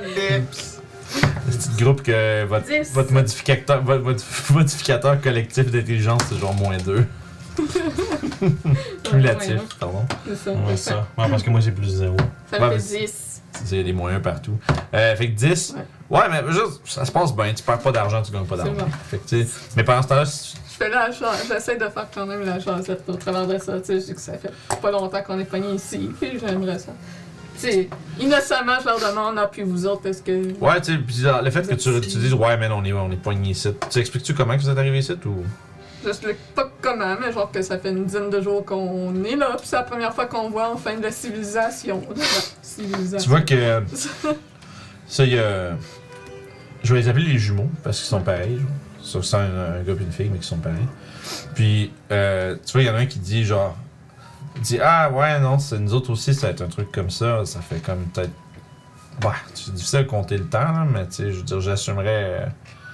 C'est un groupe que votre modificateur collectif d'intelligence c'est genre -2. Cumulatif, pardon. C'est ça. Ouais, ça. Ouais, parce que moi j'ai plus 0. Ça Ouais, me mais fait 10. Il y a des moyens partout. Fait que 10. Ouais, mais juste, ça se passe bien. Tu perds pas d'argent, tu gagnes pas d'argent. C'est bon. Fait que, tu sais, mais pendant ce temps-là, Je fais la chance. J'essaie de faire quand même la chasette au travers de ça. Tu sais, je dis que ça fait pas longtemps qu'on est pogné ici. Puis j'aimerais ça. Tu sais, innocemment, je leur demande, ah, puis vous autres, est-ce que. ouais, tu sais, le fait que tu dises, ouais, man, on est poigné ici. Tu expliques-tu comment que vous êtes arrivé ici ou. Je sais pas comment, mais genre que ça fait une dizaine de jours qu'on est là, puis c'est la première fois qu'on voit enfin de la civilisation. Tu vois que. Ça, il y a. Je vais les appeler les jumeaux, parce qu'ils sont pareils. Genre. Sauf que c'est un gars et une fille, mais qui sont pareils. Puis, tu vois, il y en a un qui dit genre. Il dit ah ouais, non, c'est nous autres aussi, ça va être un truc comme ça. Ça fait comme peut-être. Bah, c'est difficile de compter le temps, là, mais tu sais, je veux dire, j'assumerais.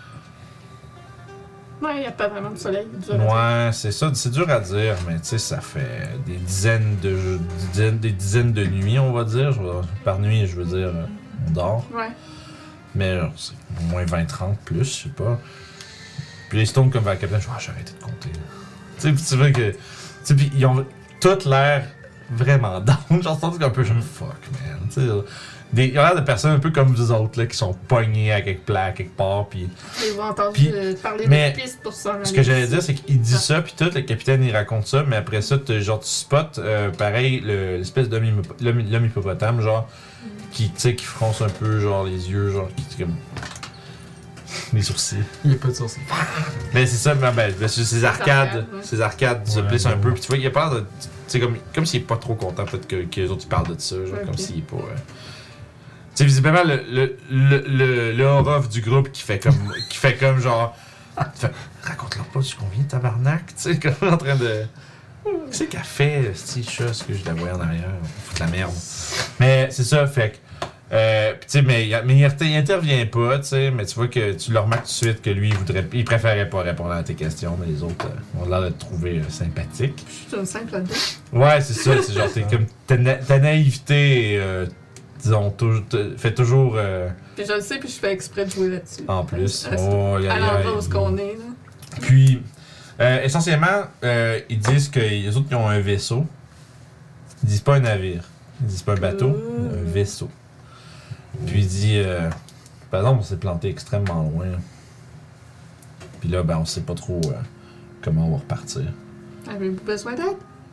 Ouais, y a pas vraiment de soleil. Ouais, c'est ça, c'est dur à dire, mais tu sais, ça fait des dizaines de nuits, on va dire. Par nuit, je veux dire, on dort. Ouais. Mais genre, c'est au moins 20-30 plus, je sais pas. Puis les stones comme vers le capitaine, je dis, j'ai arrêté de compter. Tu sais, tu vois que. Tu sais, puis ils ont toute l'air vraiment down. Genre, c'est un peu genre, fuck, man. Tu sais, ils ont l'air de personnes un peu comme vous autres, là, qui sont pognés à quelque place, à quelque part, puis. Ils vont entendre parler mais de pistes pour ça. Ce que j'allais dire, c'est qu'il dit ça, puis tout, le capitaine, il raconte ça, mais après ça, genre, tu spots, pareil, l'espèce l'homme hippopotame, genre, qui, tu sais, qui fronce un peu, genre, les yeux, genre, qui, comme. Les sourcils. Il n'y a pas de sourcils. Mais c'est ça, ben, ces arcades, ouais. ces arcades se plissent un peu, puis tu vois, il a peur de. Tu sais, comme s'il est pas trop content, peut-être que les autres, ils parlent de ça, genre, comme s'il est pas. Tu sais, visiblement, le Orof du groupe qui fait comme genre. Raconte-leur pas du combien, tabarnak, tu sais, comme en train de. Qu'est-ce qu'elle fait, cette chat, ce que je la vois en arrière, on fout de la merde. Mais c'est ça, fait que. Pis tu sais, mais il intervient pas, tu sais, mais tu vois que tu le remarques tout de suite que lui, il préférait pas répondre à tes questions, mais les autres ont l'air de te trouver sympathique. C'est une simple là-dedans. Ouais, c'est ça, c'est genre, t'es comme. Ta naïveté, disons, fait toujours. Puis je le sais, puis je fais exprès de jouer là-dessus. En plus. À l'endroit où on est, là. Puis, essentiellement, ils disent que les autres, ils ont un vaisseau. Ils disent pas un navire. Ils disent pas un bateau, un vaisseau. Puis il dit, par exemple, on s'est planté extrêmement loin. Puis là, ben, on sait pas trop comment on va repartir. Avez-vous besoin d'aide?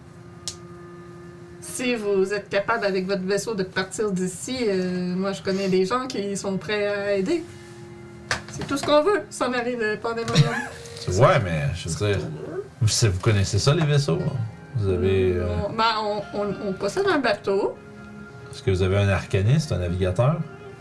Si vous êtes capable avec votre vaisseau de partir d'ici, moi je connais des gens qui sont prêts à aider. C'est tout ce qu'on veut, s'en aller de Pandemonium. Ouais, mais je veux dire, vous connaissez ça, les vaisseaux? Vous avez... on possède un bateau. Est-ce que vous avez un arcaniste, un navigateur?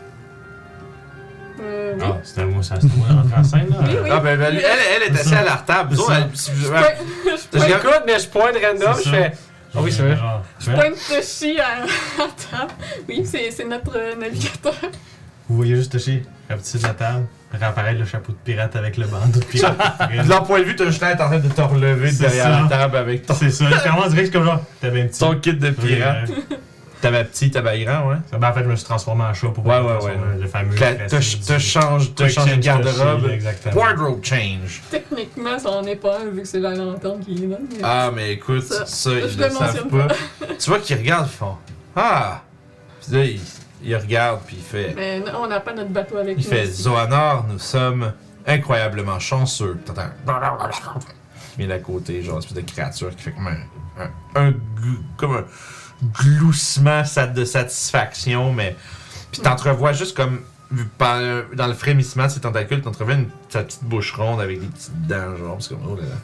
Oui. Ah, c'était moi, ça se trouvait rentrer en scène, là. Oui, oui. Ah, ben, elle est assise à la table. J'écoute, mais je pointe random, je fais. Ah oui, c'est vrai. Je pointe Toshi à la table. Oui, c'est notre navigateur. Vous voyez juste Toshi, rapetissé de la table, réapparaître le chapeau de pirate avec le bandeau de pirate. De leur point de vue, t'as juste l'air en train de te relever C'est derrière ça. la table avec ton, C'est ça, clairement, on dirait que c'est comme genre, t'avais un petit. ton kit de pirate. T'avais petit, t'avais grand, ouais. Ben, en fait, je me suis transformé en chat pour Ouais, pouvoir ouais. le fameux. Te change de garde-robe. Exactement. Wardrobe change. Techniquement, ça en est pas un, vu que c'est la lanterne qui est là. Mais... Ah, mais écoute, ça ils je le le savent mentionne pas. Tu vois qu'ils regardent, ils font ah! Puis là, il regarde, puis il fait. Mais non, on n'a pas notre bateau avec Il nous. fait aussi. Zoanor, nous sommes incroyablement chanceux. T'entends. Il met à côté, genre, une espèce de créature qui fait comme un gloussement de satisfaction, mais. Puis t'entrevois juste comme. Dans le frémissement de ses tentacules, t'entrevois sa petite bouche ronde avec des petites dents, genre, c'est comme oh là là.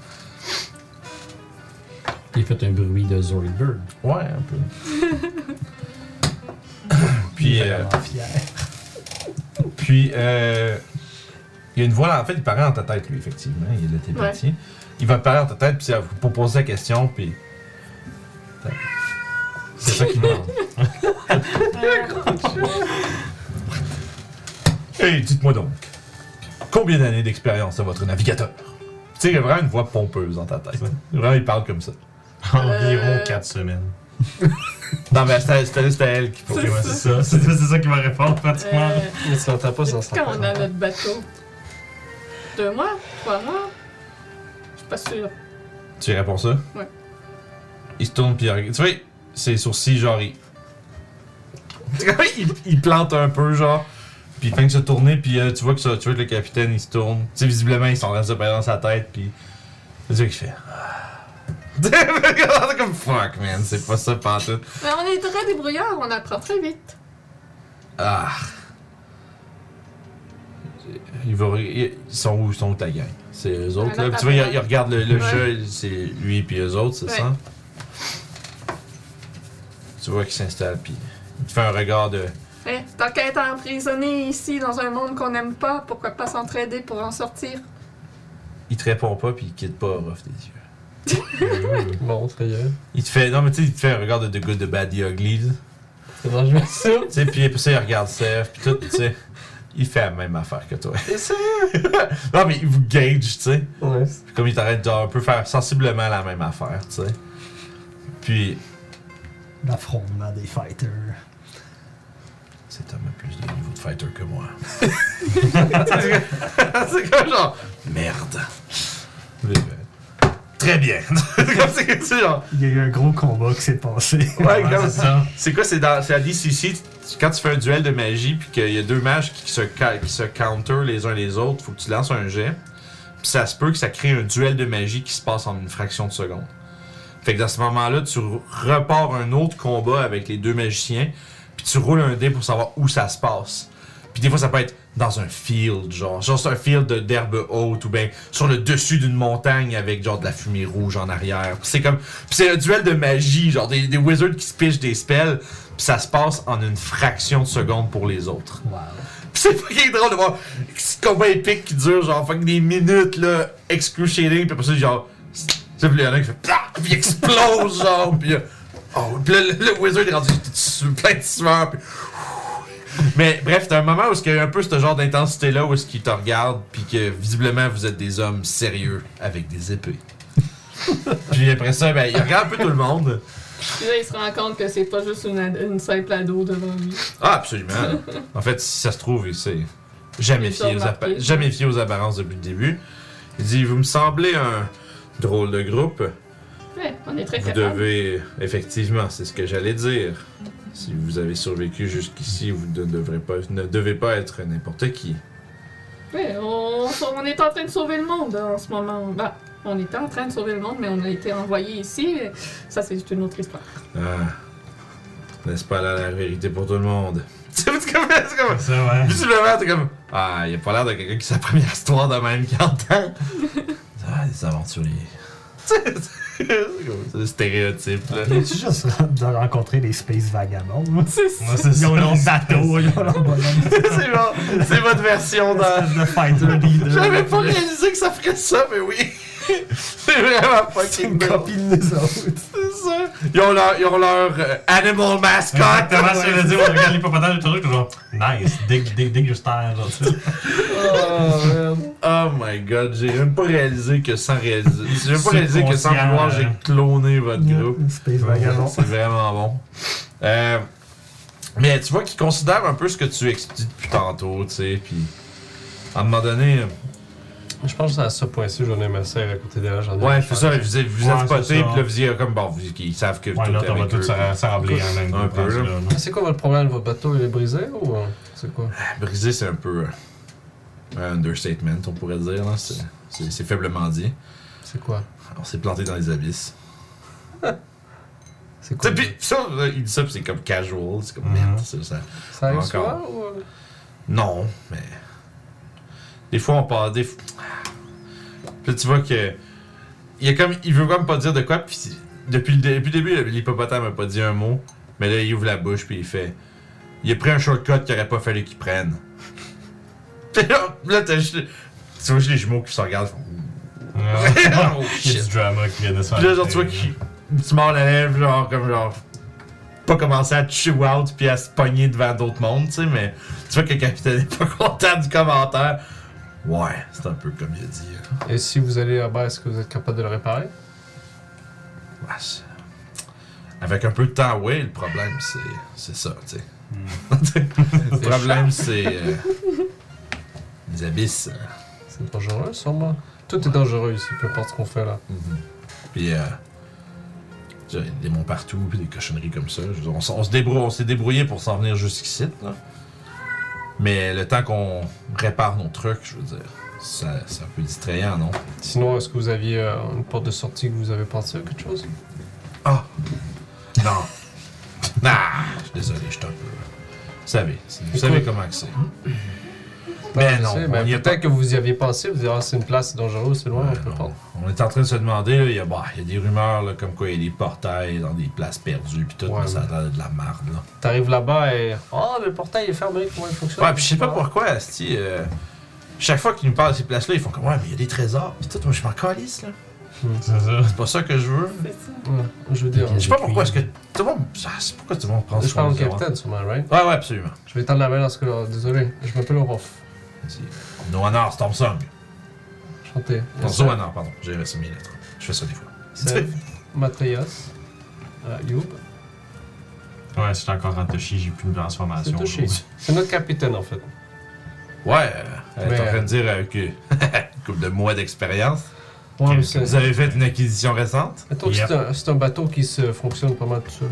Il fait un bruit de Zoidberg. Ouais, un peu. Puis. Puis, il y a une voix, en fait, il paraît dans ta tête, lui, effectivement. Il est de télépathie. Ouais. Il va te parler dans ta tête, puis pour poser la question, puis. C'est ça qu'il demande. Hey, dites-moi donc, combien d'années d'expérience a votre navigateur? Tu sais, il y a vraiment une voix pompeuse dans ta tête. Vraiment, il parle comme ça. Environ 4 semaines. Non, mais c'était elle qui faut. Ok, ouais, c'est ça. C'est ça qui va répondre pratiquement. Mais tu l'entends pas sans Quand on a notre bateau. 2 mois? 3 mois? Je suis pas sûre. Tu réponds ça? Ouais. Il se tourne, puis il regarde. Tu vois, ses sourcils, genre, il plante un peu, genre. Puis il fait que se tourner, puis tu vois que le capitaine, il se tourne. Tu sais, visiblement, il s'en reste pas dans sa tête, puis. C'est ça qu'il fait. C'est comme fuck, man, c'est pas ça pantoute. Mais on est très débrouillard, on apprend très vite. Ah. Ils sont où ta gang? C'est eux autres, À là. la Puis tu vois, ils table. regardent le Ouais. jeu, c'est lui puis eux autres, c'est Ouais. ça? Tu vois qu'ils s'installent, puis il te fait un regard de... Eh, tant qu'à être emprisonné ici dans un monde qu'on n'aime pas, pourquoi pas s'entraider pour en sortir? Il te répond pas, puis il quitte pas Ruff des yeux. Bon, ça y est. Il te fait... Non, mais tu sais, il te fait un regard de The Good, The Bad, The Ugly, là. C'est dangereux ça. Tu sais, puis après ça, il regarde Seth, puis tout, tu sais. Il fait la même affaire que toi. C'est sûr. Non, mais il vous gauge, tu sais. Ouais. Comme il t'arrête de un peu faire sensiblement la même affaire, tu sais. Puis, L'affrontement des fighters. cet homme a plus de niveau de fighter que moi. C'est comme genre, merde. Très bien. C'est genre, Il y a eu un gros combat qui s'est passé. ouais, comme c'est ça. c'est quoi, c'est à DCC, quand tu fais un duel de magie, puis qu'il y a deux mages qui se counter les uns les autres, faut que tu lances un jet. Puis ça se peut que ça crée un duel de magie qui se passe en une fraction de seconde. Fait que dans ce moment-là, tu repars un autre combat avec les deux magiciens, puis tu roules un dé pour savoir où ça se passe. Puis des fois, ça peut être dans un field, genre c'est un field d'herbe haute, ou bien sur le dessus d'une montagne avec genre de la fumée rouge en arrière. Puis c'est comme, puis c'est un duel de magie, genre des wizards qui se pichent des spells, puis ça se passe en une fraction de seconde pour les autres. Wow. Pis c'est fucking drôle de voir ce combat épique qui dure genre fucking des minutes là, excruciating, pis après ça genre, tu sais, pis il y en a qui fait plah, pis il explose genre, pis oh, pis là, le wizard est rendu plein de sueur, pis mais bref, t'as un moment où il y a un peu ce genre d'intensité là où est-ce qu'il te regarde, pis que visiblement vous êtes des hommes sérieux avec des épées. Puis après ça, ben il regarde un peu tout le monde. Puis là, il se rend compte que c'est pas juste une simple ado devant lui. Ah, absolument. En fait, si ça se trouve, il s'est jamais Il fié, s'est remarqué. jamais fié aux apparences depuis le début. Il dit, vous me semblez un drôle de groupe. Ouais, on est très Vous capable. devez... Effectivement, c'est ce que j'allais dire. Si vous avez survécu jusqu'ici, vous ne devez pas être n'importe qui. Ouais, on est en train de sauver le monde en ce moment. Bah, on était en train de sauver le monde, mais on a été envoyé ici. Mais ça, c'est une autre histoire. Ah. N'est-ce pas là la vérité pour tout le monde? C'est comme... C'est ça, ouais. Visiblement, t'es comme... Ah, il a pas l'air de quelqu'un qui sa première histoire de même qui entend. Ah, des aventuriers. C'est le stéréotype, là. Tu juste de rencontrer des space vagabonds. C'est ça. Ouais, c'est Ils ont ça. leur bateau, ils ont leur bonhomme. C'est votre version dans... De fighter leader. J'avais pas réalisé que ça ferait ça, mais oui. C'est vraiment C'est fucking une drôle. copine des autres. C'est ça. Ils ont leur animal mascot. Exactement ce que je dis, on regarde l'hippopotame et tout le truc, genre, nice, dig your style, genre, tu sais. Oh, man. Oh my god, j'ai même pas réalisé que sans réaliser. J'ai même pas réalisé que sans Subconscient, vouloir, j'ai cloné votre groupe. Space vagabond. C'est vraiment bon. Mais tu vois qu'ils considèrent un peu ce que tu expliques depuis tantôt, tu sais, puis à un moment donné, Je pense que à ce point-ci, j'en ai ma sœur à côté d'elle. j'en ai ouais, un c'est ça, vous êtes Ouais, spoté, c'est puis ça. là vous dites comme bon, ils savent que Ouais, tout là, est on va avec tous eux. s'arrambler en même Un groupe, peu, rendu là. là. Ah, c'est quoi votre problème? Votre bateau, il est brisé ou c'est quoi? Brisé, c'est un peu un understatement, on pourrait dire, là. C'est faiblement dit. C'est quoi? On s'est planté dans les abysses. C'est Tu quoi? sais, puis ça, il dit ça, puis c'est comme casual, c'est comme Mhm. merde, c'est ça. Ça arrive Encore. souvent ou... Non, mais. Des fois, on parle. Puis là, tu vois que. Il veut comme pas dire de quoi, puis depuis le début, l'hippopotame a pas dit un mot, mais là, il ouvre la bouche, puis il fait. Il a pris un shortcut qu'il aurait pas fallu qu'il prenne. Puis là, t'as juste. Tu vois juste les jumeaux qui se regardent. Ouais. Oh Il y a shit. du drama qui vient de se faire. Puis là, genre, tu vois qu'il. Tu mords la lèvre, genre, comme genre. Pas commencer à te chew out puis à se pogner devant d'autres mondes, tu sais, mais tu vois que le capitaine est pas content du commentaire. Ouais, c'est un peu comme il a dit. Là. Et si vous allez là-bas, est-ce que vous êtes capable de le réparer? Ouais, avec un peu de temps, oui, le problème, c'est ça, tu sais. Le problème, c'est. Les abysses. C'est dangereux, sûrement. Tout est dangereux ici, peu importe ce qu'on fait là. Puis, il y a des démons partout, puis des cochonneries comme ça. Je veux dire, on s'est débrouillé pour s'en venir jusqu'ici, là. Mais le temps qu'on répare nos trucs, je veux dire, c'est un peu distrayant, non? Sinon, est-ce que vous aviez une porte de sortie que vous avez pensé à quelque chose? Ah! Non! Je suis désolé, je suis un peu. Vous savez comment que c'est. Mais je non, sais, on mais y est peut-être que vous y aviez pensé, vous dites, ah, c'est une place dangereuse, c'est loin, on peut non. prendre. On est en train de se demander, là, il y a des rumeurs là, comme quoi il y a des portails dans des places perdues pis tout, Ouais, mais ça a l'air de la marde là. T'arrives là-bas et. Oh, le portail est fermé, comment il fonctionne? Ouais, pis je sais pas pourquoi, asti, chaque fois qu'ils nous parlent de ces places-là, ils font comme ouais, mais il y a des trésors pis tout, moi je m'en calisse là. C'est ça. C'est pas ça que je veux. C'est ça. Ouais, je veux dire. Je sais pas pourquoi est-ce que tout le monde. C'est pourquoi tout le monde prend Je parle au soin de capitaine, sûrement, right? Ouais, absolument. Je vais tendre la main dans ce cas-là. Désolé, je m'appelle Orof. Noanar Stormsong. Chanté. Non, Zoanar, pardon. J'ai inversé mes lettres. Je fais ça des fois. Sev, Mathias, Youb. Ouais, si j'étais encore en Toshi, j'ai plus une transformation. C'est touché. aujourd'hui. C'est notre capitaine, en fait. Ouais, elle est Mais, en train de dire que une couple de mois d'expérience. Ouais, mais Vous avez fait une acquisition récente. Mettons que Yep. c'est un bateau qui se fonctionne pas mal tout seul.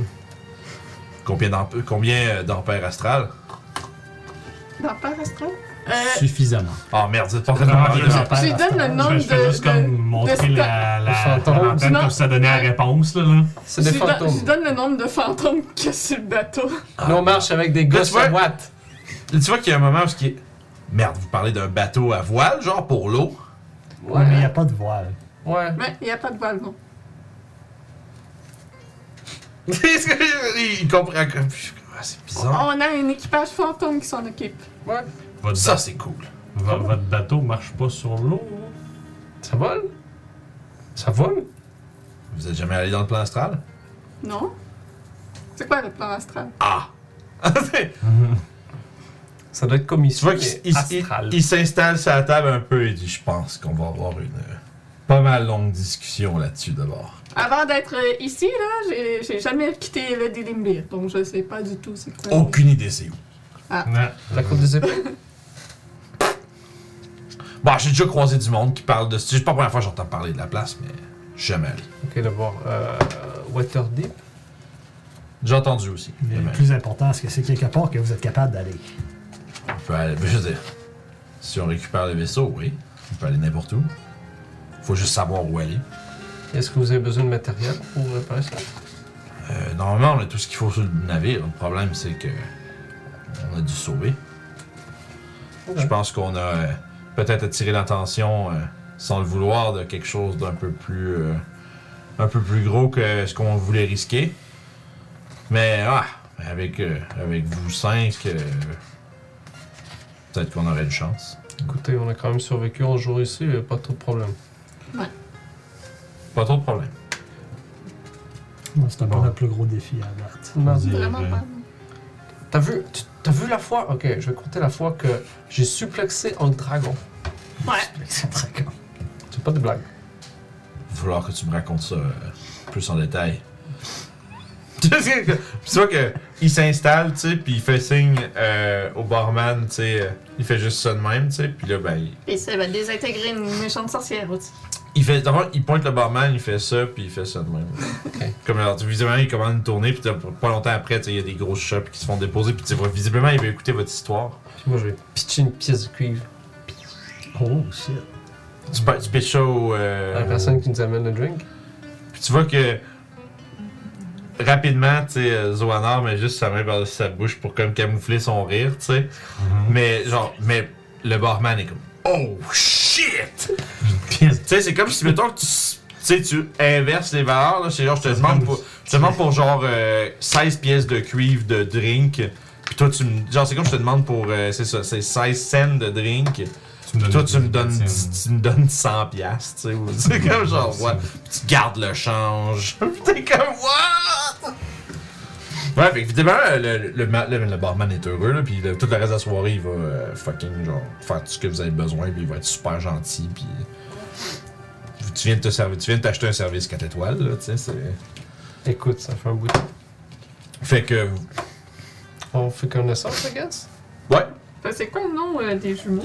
Combien d'ampères astral? Dans Père Astral? Suffisamment. Oh merde, c'est pas tellement Ah, bien. Je lui donne le nombre Je fais juste comme montrer la fantôme. l'antenne Non. comme ça donnait la réponse, là. C'est des Je lui fantômes. donne le nombre de fantômes qu'il y a sur le bateau. Nous, on marche avec des Là, gosses tu vois- à boîte. Tu vois qu'il y a un moment où ce qui est. Merde, vous parlez d'un bateau à voile, genre pour l'eau? Ouais, mais il n'y a pas de voile. Ouais. Mais il n'y a pas de voile, non. Il comprend comme. Ah, c'est bizarre. On a un équipage fantôme qui s'en occupe. Ouais. Votre, Ça, c'est cool. votre bateau marche pas sur l'eau. hein? Ça vole? Ça vole? Vous êtes jamais allé dans le plan astral? Non? C'est quoi le plan astral? Ah! Ça doit être comme ici. Tu vois mais qu'il astral. il s'installe sur la table un peu et dit je pense qu'on va avoir une pas mal longue discussion là-dessus d'abord. Avant d'être ici, là, j'ai jamais quitté le Dilimbir, donc je sais pas du tout c'est quoi. Aucune idée c'est où. Non. La côte des épées? Bon, j'ai déjà croisé du monde qui parle de. C'est pas la première fois que j'entends parler de la place, mais jamais allé. Ok, d'abord. Waterdeep. J'ai entendu aussi. Mais Jamais le allé. plus important, c'est que c'est quelque part que vous êtes capable d'aller. On peut aller. Je veux dire, si on récupère le vaisseau, oui. On peut aller n'importe où. Faut juste savoir où aller. Est-ce que vous avez besoin de matériel pour réparer ça? Normalement, on a tout ce qu'il faut sur le navire. Le problème, c'est que. On a dû sauver. Ok. Je pense qu'on a peut-être attiré l'attention, sans le vouloir, de quelque chose d'un peu plus gros que ce qu'on voulait risquer. Mais avec vous cinq, peut-être qu'on aurait une chance. Écoutez, on a quand même survécu 11 jours ici, pas trop de problème. Pas trop de problème. C'est un peu Bon. notre plus gros défi à date. Mardi. Vraiment pas. T'as vu la fois? Ok, je vais compter la fois que j'ai suplexé un dragon. Ouais. C'est très con. C'est pas de blague. Il va falloir que tu me racontes ça plus en détail. Tu vois qu'il s'installe, tu sais, puis il fait signe au barman, tu sais, il fait juste ça de même, tu sais, puis là, ben, Et ça va désintégrer une méchante sorcière aussi. d'abord, il pointe le barman, il fait ça, puis il fait ça de même. Ok. Comme alors, visiblement, il commande une tournée, puis pas longtemps après, tu sais, il y a des grosses shops qui se font déposer, puis tu vois, visiblement, il va écouter votre histoire. Puis moi, je vais pitcher une pièce de cuivre Oh shit. Tu pitches ça à la personne qui nous amène le drink. Puis tu vois que rapidement, tu sais, Zoanar met juste sa main par-dessus sa bouche pour comme camoufler son rire, tu sais. Mais le barman est comme oh shit! Tu sais, c'est comme si mettons que tu inverses les valeurs, là, c'est genre je te demande pour genre 16 pièces de cuivre de drink. Puis toi genre c'est comme je te demande pour c'est ça, c'est 16 cents de drink. Toi, tu me donnes 100 piastres, tu sais, ou c'est comme genre, ouais, tu gardes le change. T'es comme, what? Ouais, fait évidemment, le barman est heureux, là, pis tout le reste de la soirée, il va fucking, genre, faire tout ce que vous avez besoin, pis il va être super gentil, pis tu viens de t'acheter un service 4 étoiles, là, tu sais, c'est... Écoute, ça fait un bout de temps. Fait que, On fait connaissance, I guess? ouais, C'est quoi le nom des jumeaux?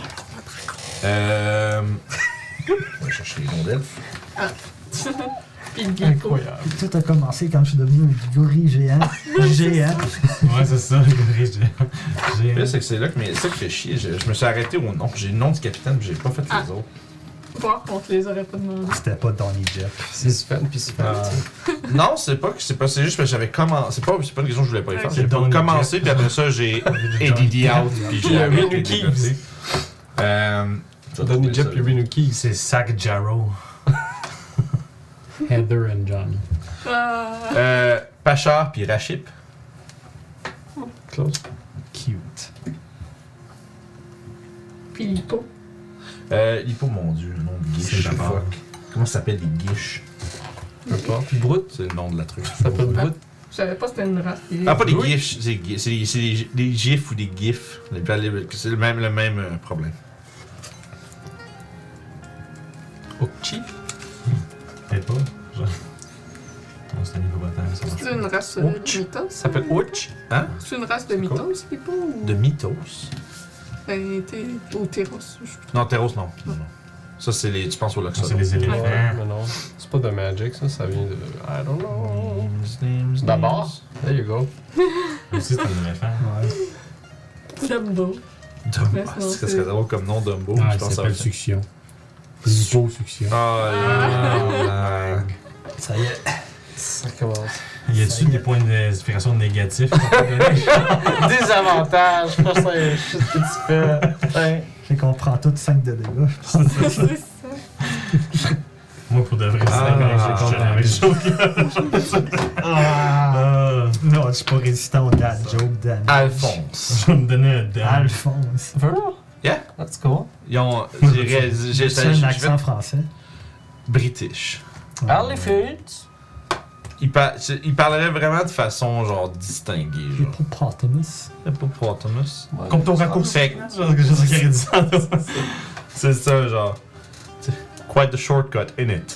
on va chercher les noms d'elfes. Puis le gecko. Incroyable. Tout a commencé quand je suis devenu un gorille géant. Géant. Ouais, c'est ça, le Le pire, c'est que c'est là que c'est ça qui fait chier. Je me suis arrêté au nom. J'ai le nom du capitaine, mais j'ai pas fait les autres. Voir qu'on te les aurait pas demandé. C'était pas Donnie Jeff. C'est Sven, puis Sven. Non, c'est juste parce que j'avais commencé. C'est pas une question que je voulais pas les faire. Ok. J'ai pas Donny commencé, Jeff. puis après ça, j'ai ADD out, puis j'ai Puis, arrêté Keeves. d'écouter. Donny Jep et Rinuki. C'est Sack Jarrow. Heather and Johnny. Pacha puis Raship. Close. Cute. Puis l'hippo. L'hippo, mon dieu, le nom de C'est guiche. d'abord. Fuck. Comment ça s'appelle les guiches? Peu importe. Brute. C'est le nom de la truc. Ça s'appelle Brute. Je savais pas que c'était une race. Ah, pas des Oui. guiches, c'est des gifs ou des gifs. C'est le même problème. Okchi. Peut-être pas. Genre. Non, c'est un hippopotame, ça marche C'est pas. une race de Ouch. mythos. Ça s'appelle Ouch. Hein? C'est une race de mythos, l'hippo? Ou... De mythos? Ben, t'es au Terros. Non, Terros, non. Non. Ça, c'est les. Tu penses au Ça, Loxodon. c'est les éléphants. Mais non. C'est pas de Magic, ça vient de. I don't know. D'abord. There you go. Aussi, c'est un éléphant. Ouais. Dumbo. Dumbo. Mais Ah, sinon, ça c'est- serait drôle comme nom, Dumbo. Ah, Je pense ça que ça s'appelle va faire. Succion. L'hypo Succion. Ah, Ça y est. Ça commence. Y a-tu des points d'inspiration négatifs qu'on peut donner? Désavantage. Je pense que c'est juste ce que tu fais. Ouais. Fait qu'on prend toutes 5 de dégâts. C'est ça. Moi, pour de vrai, c'est Ah, quand j'ai avec Joker. Ah. Non, je suis pas résistant au dad joke, Dan. Alphonse. Je vais me donner un dame. Alphonse. For real? Yeah. That's cool. Ils ont. J'ai C'est un accent français. British. Elephant. Il parlerait vraiment de façon genre distinguée. Genre. Hippopotamus. Hippopotamus. Comme ton raccourci. Fait Je sais qu'il y a dit ça. c'est ça, genre. Quite the shortcut in it.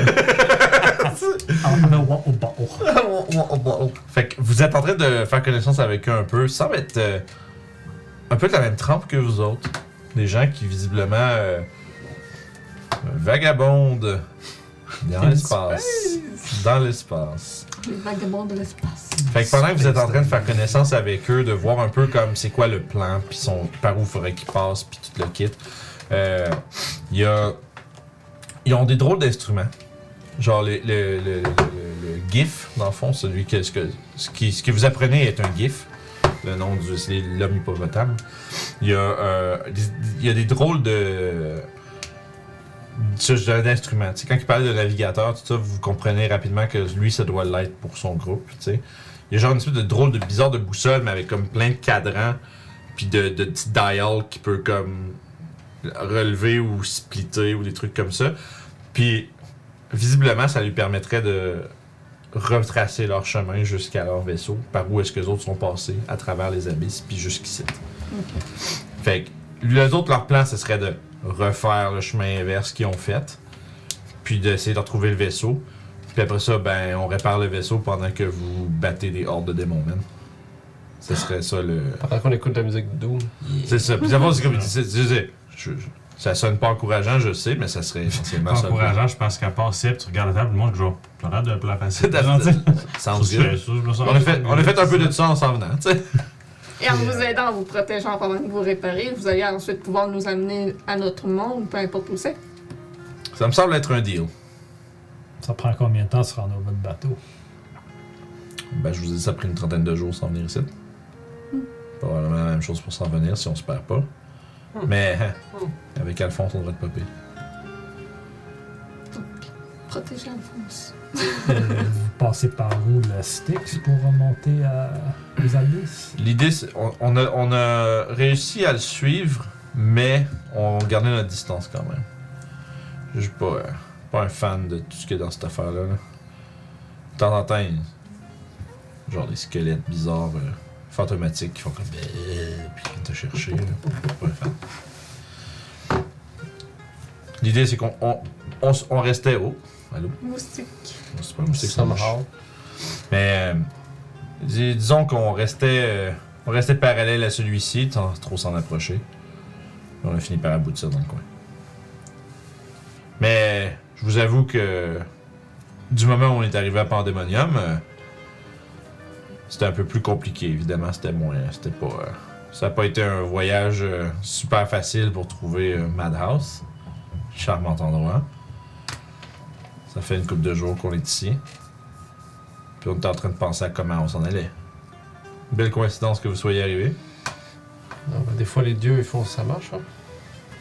Fait que vous êtes en train de faire connaissance avec eux un peu. Ça semble être un peu de la même trempe que vous autres. Des gens qui visiblement vagabondent dans l'espace. Dans l'espace. Les vagabonds de l'espace. Fait que pendant que vous êtes en train de faire connaissance avec eux, de voir un peu comme c'est quoi le plan, puis par où il faudrait qu'ils passent, puis tout le kit, ils ont des drôles d'instruments. Genre le GIF, dans le fond, celui que ce que vous apprenez est un GIF. Le nom c'est l'homme hippopotame. Il y a des drôles d'instruments. Tu sais, quand il parlait de navigateur, tout ça, vous comprenez rapidement que lui, ça doit l'être pour son groupe. Tu sais. Il y a genre une espèce de drôle de bizarre de boussole, mais avec comme plein de cadrans, puis de petits dials qui peut comme relever ou splitter ou des trucs comme ça. Puis visiblement, ça lui permettrait de retracer leur chemin jusqu'à leur vaisseau, par où est-ce que les autres sont passés à travers les abysses, puis jusqu'ici. Fait que les autres, leur plan, ce serait de refaire le chemin inverse qu'ils ont fait, puis d'essayer de retrouver le vaisseau. Puis après ça, ben, on répare le vaisseau pendant que vous battez des hordes de démons, man. Ce serait ça le. Pendant qu'on écoute de la musique de Doom. C'est ça. Puis d'abord, c'est comme. Ça sonne pas encourageant, je sais, mais ça serait essentiellement ça. Encourageant, je pense qu'à part ça, tu regardes la table, le monde joue. T'as l'air de plat facile. Sounds good. On a fait un peu de ça en s'en venant, tu sais. Et en vous aidant, en vous protégeant pendant que vous réparez, vous allez ensuite pouvoir nous amener à notre monde, peu importe où c'est. Ça me semble être un deal. Ça prend combien de temps se rendre au votre bateau? Ben, je vous ai dit, ça a pris une trentaine de jours sans venir ici. Probablement la même chose pour s'en venir si on se perd pas. Mais avec Alphonse, on devrait être pas pire. Protéger Alphonse. Vous passez par où le Styx pour remonter aux abysses? L'idée, c'est on a réussi à le suivre, mais on gardait notre distance quand même. Je suis pas un fan de tout ce qu'il y a dans cette affaire-là. Là. De temps en temps, genre des squelettes bizarres, fantomatiques qui font comme puis qui viennent te chercher. Là. Pas un fan. L'idée, c'est on restait haut. Allô? Moustique. C'est pas un moustique, ça marche. Somehow. Mais disons qu'on restait parallèle à celui-ci, sans trop s'en approcher. On a fini par aboutir dans le coin. Mais je vous avoue que du moment où on est arrivé à Pandemonium, c'était un peu plus compliqué. Évidemment, ça n'a pas été un voyage super facile pour trouver Madhouse. Charmant endroit. Ça fait une couple de jours qu'on est ici. Puis on était en train de penser à comment on s'en allait. Belle coïncidence que vous soyez arrivé. Non, ben, des fois, les dieux, ils font ça marche. Hein?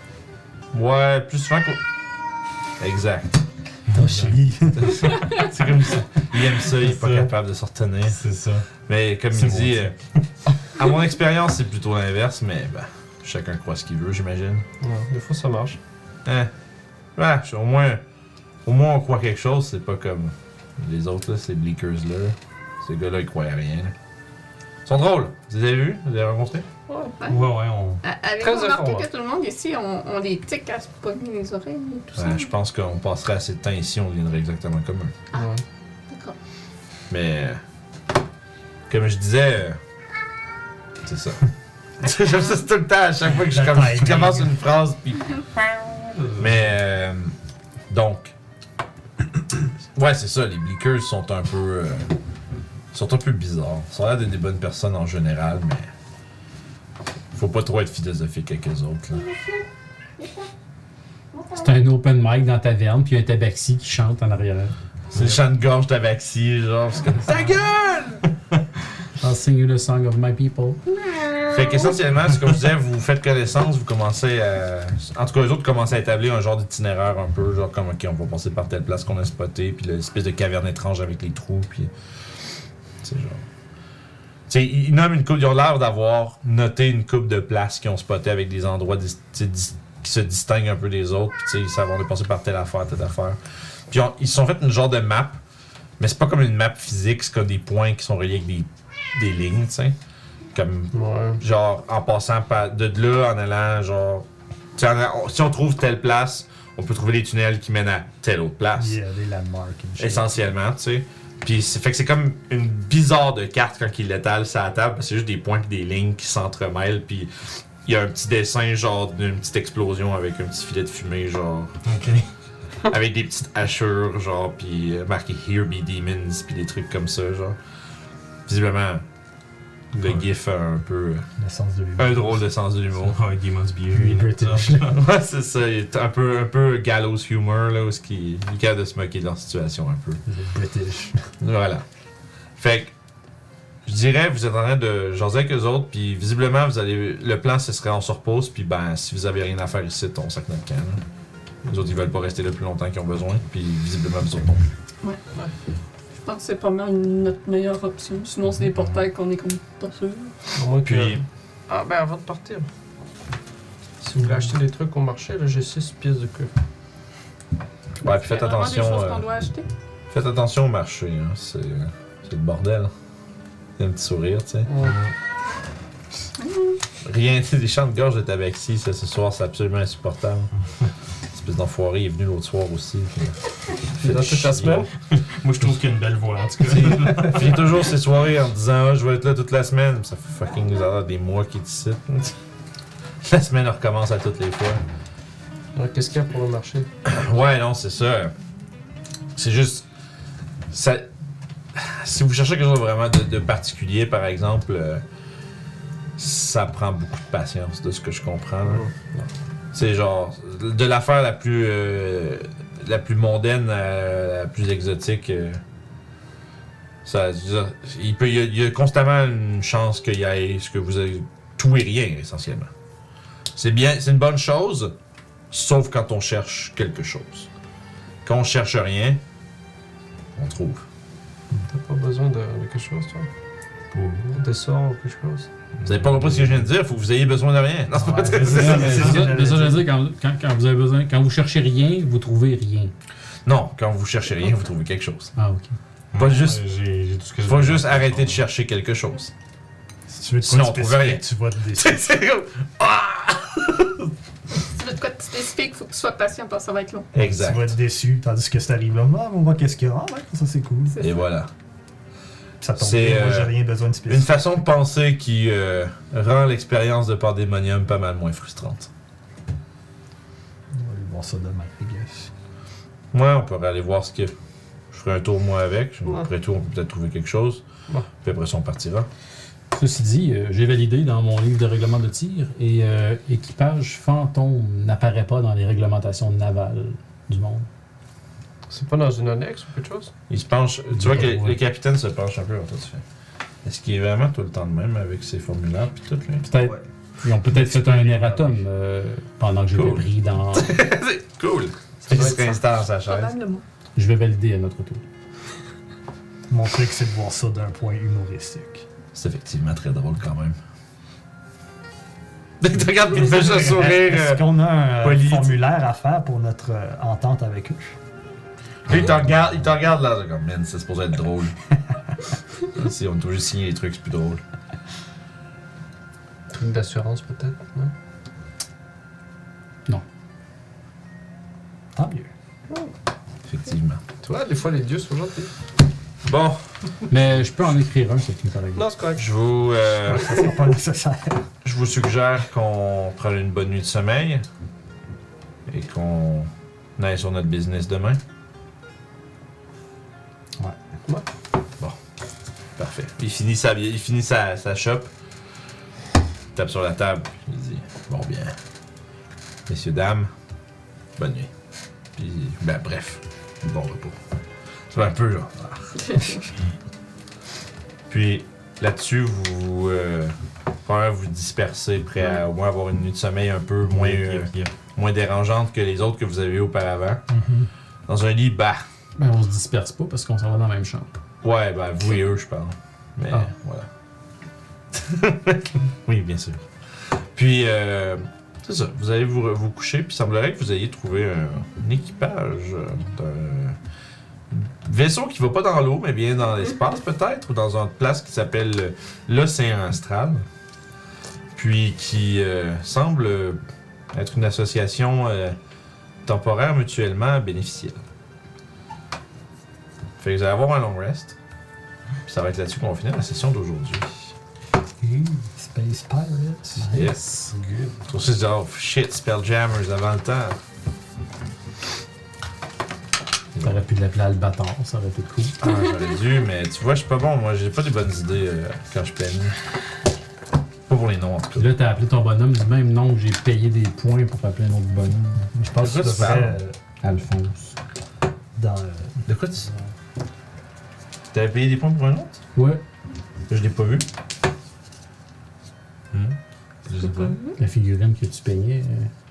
Ouais, plus souvent que. Exact. Toshi. C'est comme ça. Il aime ça, il est pas ça. capable de se retenir. C'est ça. Mais comme C'est il dit, bon, à mon expérience, c'est plutôt l'inverse, mais ben, chacun croit ce qu'il veut, j'imagine. Ouais, des fois ça marche. Hein? Ouais, au moins on croit quelque chose, c'est pas comme les autres, là, ces Bleakers là. Ces gars-là, ils croient à rien. Là. Ils sont drôles. Vous les avez vus? Vous les avez rencontrés? Ouais. Ouais, on. Avez-vous Très remarqué informant. que tout le monde ici ont des tics à se pogner les oreilles et tout ça? Ouais, je pense qu'on passerait assez de temps ici, on deviendrait exactement comme eux. Ouais. D'accord. Mais comme je disais, c'est ça. J'aime ça c'est tout le temps, à chaque fois que je commence une phrase, puis. Mais donc, ouais, c'est ça. Les Bleakers sont un peu, bizarres. Ils sont l'air d'être des bonnes personnes en général, mais faut pas trop être philosophique avec eux autres. Là. C'est un open mic dans ta taverne, puis un tabaxi qui chante en arrière. C'est le chant de gorge tabaxi, genre, c'est comme ta gueule! I'll sing you the song of my people. Fait qu'essentiellement, c'est comme je disais, vous faites connaissance, vous commencez à. En tout cas, eux autres commencent à établir un genre d'itinéraire un peu, genre comme, ok, on va passer par telle place qu'on a spoté, puis l'espèce de caverne étrange avec les trous, puis. C'est genre. Tu sais, ils nomment une coupe, ils ont l'air d'avoir noté une coupe de places qu'ils ont spoté avec des endroits qui se distinguent un peu des autres, puis tu sais, ils savent, on est passé par telle affaire. Puis ils se sont fait une genre de map, mais c'est pas comme une map physique, c'est comme des points qui sont reliés avec des lignes, tu sais. Comme, Ouais. genre, en passant de là, en allant, genre. Si on trouve telle place, on peut trouver des tunnels qui mènent à telle autre place. Il y a des landmarks. and shit. Essentiellement, tu sais. Puis fait que c'est comme une bizarre de carte quand il l'étale sur la table, parce que c'est juste des points et des lignes qui s'entremêlent, puis il y a un petit dessin, genre, d'une petite explosion avec un petit filet de fumée, genre. Ok. Avec des petites hachures, genre, puis marqué Here be Demons, puis des trucs comme ça, genre. Visiblement, le gif a un peu. Le sens de l'humour. Un drôle de sens de l'humour. Ouais, Demons Beer. Les British. Ouais, c'est ça. Il est un peu gallows humor, là, où il est capable de se moquer de leur situation un peu. Les British. Voilà. Fait que, je dirais, vous êtes en train de jaser avec eux autres, puis visiblement, le plan, ce serait on se repose, puis ben, si vous avez rien à faire ici, on sac notre camp. Là. Les autres, ils veulent pas rester là plus longtemps qu'ils ont besoin, puis visiblement, vous autres, non. Je pense que c'est pas mal notre meilleure option. Sinon, c'est des portails qu'on est comme pas sûr. Au moins que- Puis, Ah, ben avant de partir. Si vous voulez acheter des trucs au marché, là, j'ai 6 pièces de cuivre. ouais, puis faites Il y a vraiment attention. des choses qu'on doit acheter. Faites attention au marché, hein. C'est le bordel. Il y a un petit sourire, tu sais. Rien, des chants de gorge de tabaxi, ça, ce soir, c'est absolument insupportable. Espèce d'enfoiré, il est venu l'autre soir aussi. C'est dans toute la semaine. Moi, je trouve qu'il y a une belle voix, en tout cas. Il finit toujours ses soirées en disant ah, je vais être là toute la semaine. Ça fait fucking des mois qu'il est ici. La semaine recommence à toutes les fois. Alors, qu'est-ce qu'il y a pour le marché? Ouais, non, c'est ça. C'est juste. Ça, si vous cherchez quelque chose vraiment de particulier, par exemple, ça prend beaucoup de patience, de ce que je comprends. là. C'est genre, de l'affaire la plus mondaine à la plus exotique. Ça, je veux dire, il y a constamment une chance qu'il y ait ce que vous avez. Tout et rien, essentiellement. C'est bien, c'est une bonne chose, sauf quand on cherche quelque chose. Quand on cherche rien, on trouve. T'as pas besoin de quelque chose, toi? Des sorts ou quelque chose? Vous avez pas compris ce que je viens de dire, faut que vous ayez besoin de rien. Non, c'est pas très C'est ça, mais ça, je veux dire, quand vous avez besoin, quand vous cherchez rien, vous trouvez rien. Non, quand vous cherchez rien, vous trouvez quelque chose. Ah, ok. Pas juste- J'ai tout ce que je Faut veux. juste arrêter de chercher quelque chose. Si tu veux de Sinon, quoi on de trouve rien. spécifique, tu vas te décider. C'est comme. Si tu veux de quoi de spécifique, faut que tu sois patient parce que ça va être long. Exact. Tu vas être déçu, tandis que si t'arrives là, ah, on voit qu'est-ce qu'il y a. Ah ouais, ça c'est cool. C'est Et ça. voilà. Ça tombe C'est, bien, moi j'ai rien besoin de Une spécifique. façon de penser qui rend l'expérience de Pandémonium pas mal moins frustrante. On va aller voir ça demain, I guess. Ouais, on pourrait aller voir ce que. Je ferai un tour moi avec. Ouais. Après tout, on peut peut-être trouver quelque chose. Ouais. Puis après ça, on partira. Ceci dit, j'ai validé dans mon livre de règlement de tir et équipage fantôme n'apparaît pas dans les réglementations navales du monde. C'est pas dans une annexe ou quelque chose? Il se penche. Tu vois que Ouais. le capitaine se penche un peu. Toi, tu fais. Est-ce qu'il est vraiment tout le temps de même avec ses formulaires puis tout, là? Peut-être. Ouais. Ils ont peut-être fait un erratum pendant que j'étais Cool. pris dans. Cool. Il se réinstalle dans sa chaise. Probablement. Je vais valider à notre tour. Mon truc, c'est de voir ça d'un point humoristique. C'est effectivement très drôle quand même. Tu regardes, il me fait juste sourire. Est-ce qu'on a un poli. formulaire à faire pour notre entente avec eux? Lui, il te regarde là, c'est comme, man, c'est supposé être drôle. Si on est obligé de signer les trucs, c'est plus drôle. Truc d'assurance, peut-être, non? Tant mieux. Effectivement. Tu vois, des fois, les dieux sont gentils. Bon, Mais je peux en écrire un, c'est une correcte. Non, c'est correct. je vous, Ça sera pas nécessaire. je vous suggère qu'on prenne une bonne nuit de sommeil et qu'on aille sur notre business demain. Ouais. Bon, parfait. Il finit sa shop, il tape sur la table, il dit bon bien, messieurs dames, bonne nuit. Puis ben bref, bon repos. C'est un peu genre. Puis là-dessus, vous probablement vous dispersez, prêt à au moins avoir une nuit de sommeil un peu moins, moins dérangeante que les autres que vous avez eu auparavant. Dans un lit bas. Ben, on se disperse pas parce qu'on s'en va dans la même chambre. Ouais, ben vous et eux, je pense. Mais Ah. voilà. Oui, bien sûr. Puis, c'est ça, vous allez vous coucher, puis il semblerait que vous ayez trouvé un équipage d'un vaisseau qui va pas dans l'eau, mais bien dans l'espace peut-être, ou dans une place qui s'appelle l'Océan Astral. Puis qui semble être une association temporaire mutuellement bénéficielle. Fait que vous allez avoir un long rest. Puis ça va être là-dessus qu'on va finir la session d'aujourd'hui. Space Pirates. Yes. Good. Toi aussi, c'est oh shit, Spelljammers avant le temps. T'aurais pu l'appeler Albator, ça aurait été cool. Ah, j'aurais dû, mais tu vois, je suis pas bon. Moi, j'ai pas des bonnes idées quand je planifie. Pas pour les noms, en tout Puis cas. là, t'as appelé ton bonhomme du même nom que j'ai payé des points pour appeler un autre bonhomme. Je pense que De quoi tu tu parles? devrais Alphonse. dans. De quoi tu. T'avais payé des points pour un autre? Ouais, Je l'ai pas vu. Je sais pas. la figurine que tu payais.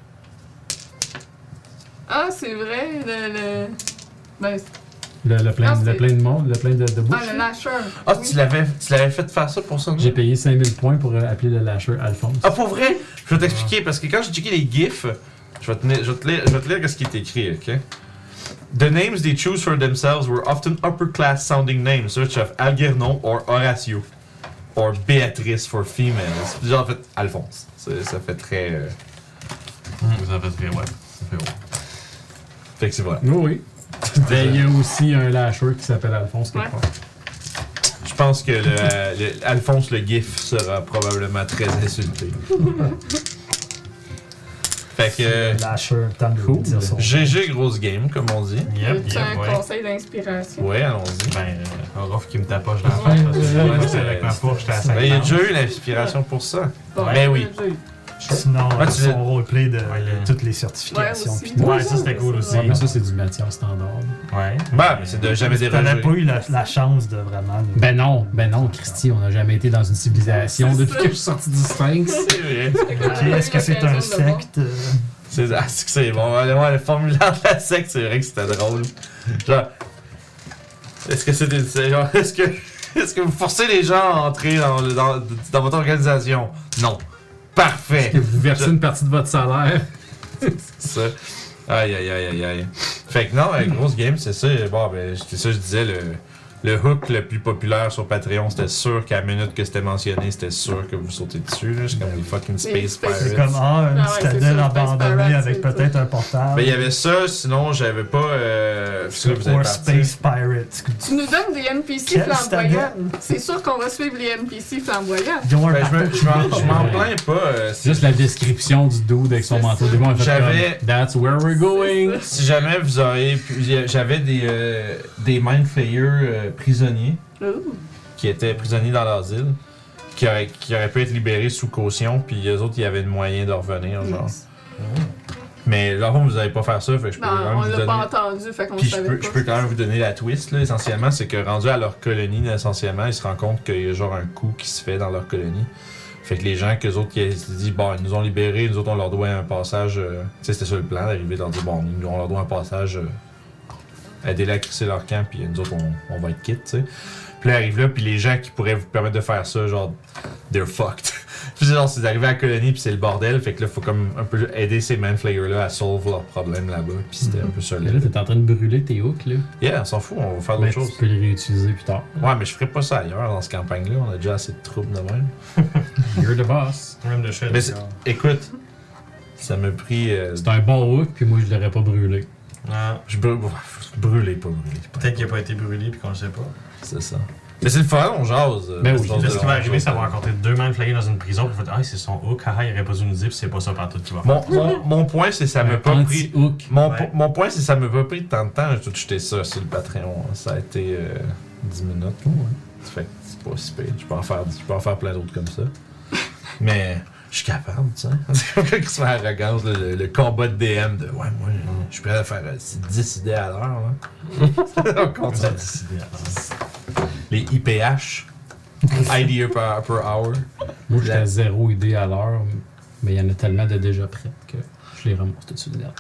Ah, c'est vrai, Ben, Le plein, Ah, c'est- le plein de monde, le plein de bouche. ah, le Lasher. Ah, Oui. tu l'avais fait faire ça pour ça? J'ai payé 5000 points pour appeler le lasher Alphonse. Ah, pour vrai? Je vais t'expliquer, parce que quand j'ai checké les gifs, je vais te lire ce qui est écrit, ok? The names they choose for themselves were often upper-class sounding names, such as Algernon or Horatio, or Béatrice for females. Puis genre, en fait, Alphonse. Ça fait très... Ça fait très, ouais. Ça fait ouais. Fait que c'est vrai. Oui, oui. Mais il y a aussi un lasher qui s'appelle Alphonse quelque Ouais. part. Je pense que Alphonse le gif sera probablement très insulté. Fait que... Lasher, temps de Cool. dire son. GG grosse game, comme on dit. Yep, C'est un yep, ouais. conseil d'inspiration. Ouais, allons-y. Ben, Orof qui me tapoche dans la face parce que Ouais, c'est avec ma fourche, j'étais à 5 Ben, il y a déjà eu l'inspiration pour ça. Bon, Ben oui. Sinon, Ah, tu son roleplay de Ouais, toutes les certifications. Ouais, aussi. pis tout. Ouais, ça c'était cool aussi. Ouais, mais ça, c'est du matière standard. Ouais. Bah, mais c'est de jamais T'avais déroger. pas eu la chance de vraiment. Ben non, Christy, on n'a jamais été dans une civilisation C'est depuis ça. que je suis sorti du Sphinx. C'est vrai. Ok, est-ce que c'est un secte? C'est que c'est bon. Ouais, le formulaire de la secte, c'est vrai que c'était drôle. Genre. Est-ce que c'est genre. Est-ce que vous forcez les gens à entrer dans votre organisation? Non. Parfait. Que vous versez une partie de votre salaire. C'est ça. Aïe, aïe, aïe, aïe, aïe. Fait que non, grosse game, c'est ça. Bon, ben, c'est ça, je disais, le hook le plus populaire sur Patreon, c'était sûr qu'à la minute que c'était mentionné, c'était sûr que vous sautez dessus. Là. C'est comme les fucking Space Space C'est Pirates. comme une Ah ouais, citadelle c'est ça, abandonnée Space Pirates, avec c'est peut-être ça. un portable. Ben, il y avait ça, sinon j'avais pas. Parce que là, vous avez Or parti. Space Pirates. Tu nous donnes des NPC Quelle flamboyants. citadelle? C'est sûr qu'on va suivre les NPC flamboyants. Ils ont un Ben, je m'en Ouais. plains pas. C'est juste la description du dude avec son C'est manteau. ça. Des fois, on fait J'avais- comme, That's where we're going. Si jamais vous auriez pu. J'avais des Mind Flayers prisonniers Ouh. qui étaient prisonniers dans leurs îles, qui auraient pu être libérés sous caution, puis eux autres, il y avait le moyen de revenir, genre. Yes. Mais là, vous n'allez pas faire ça, fait que je peux Non, quand même on vous l'a donner. pas entendu, fait qu'on Puis savait pas. je peux quand même vous donner la twist, là, essentiellement, c'est que rendu à leur colonie, là, essentiellement, ils se rendent compte qu'il y a genre un coup qui se fait dans leur colonie. Fait que les gens, qu'eux autres, qui se disent, bon, ils nous ont libérés, nous autres, on leur doit un passage. Tu sais, c'était ça le plan, d'arriver, de leur dire, bon, on leur doit un passage, aider-les à crisser leur camp, puis nous autres, on va être quittes, tu sais. Puis là, ils arrivent là, puis les gens qui pourraient vous permettre de faire ça, genre, they're fucked. Puis genre, c'est arrivé à la colonie, puis c'est le bordel, fait que là, faut comme un peu aider ces manflayers-là à solve leurs problèmes là-bas, puis c'était un peu ça. Mais là, t'es en train de brûler tes hooks, là. Yeah, on s'en fout, on va faire Mais d'autres choses. tu peux les réutiliser plus tard. Ouais, mais je ferais pas ça ailleurs, dans cette campagne-là, on a déjà assez de troupes de même. You're the boss. Même de shit. Mais écoute, ça m'a pris... C'est un bon hook, puis moi, je l'aurais pas brûlé. Ah, Brûlé, pas brûlé. peut-être qu'il a pas été brûlé puis qu'on le sait pas. C'est ça. Mais c'est le fun, on jase. Ben oui. Là, ce qui va arriver, ça va rencontrer deux manflayers dans une prison pour faire ah, c'est son hook, haha, il aurait pas dû nous dire, puis c'est pas ça partout qui va faire. Mon point, c'est que ça m'a pas pris... Anti-hook. Mon point, c'est que ça m'a pas pris tant de temps. J'ai tout jeté ça sur le Patreon. Ça a été 10 minutes. Ouais. Ça fait que c'est pas si pire. Je peux en faire plein d'autres comme ça. Mais je suis capable, tu sais. C'est comme quelqu'un qui se fait arrogance, le combat de DM de ouais, moi, je suis prêt à faire 10 idées à l'heure. Là. On continue. 10 idées à l'heure. Les IPH. Idea per hour. Moi, j'étais à 0 idée à l'heure, mais il y en a tellement de déjà prêtes que je les ramasse tout de suite de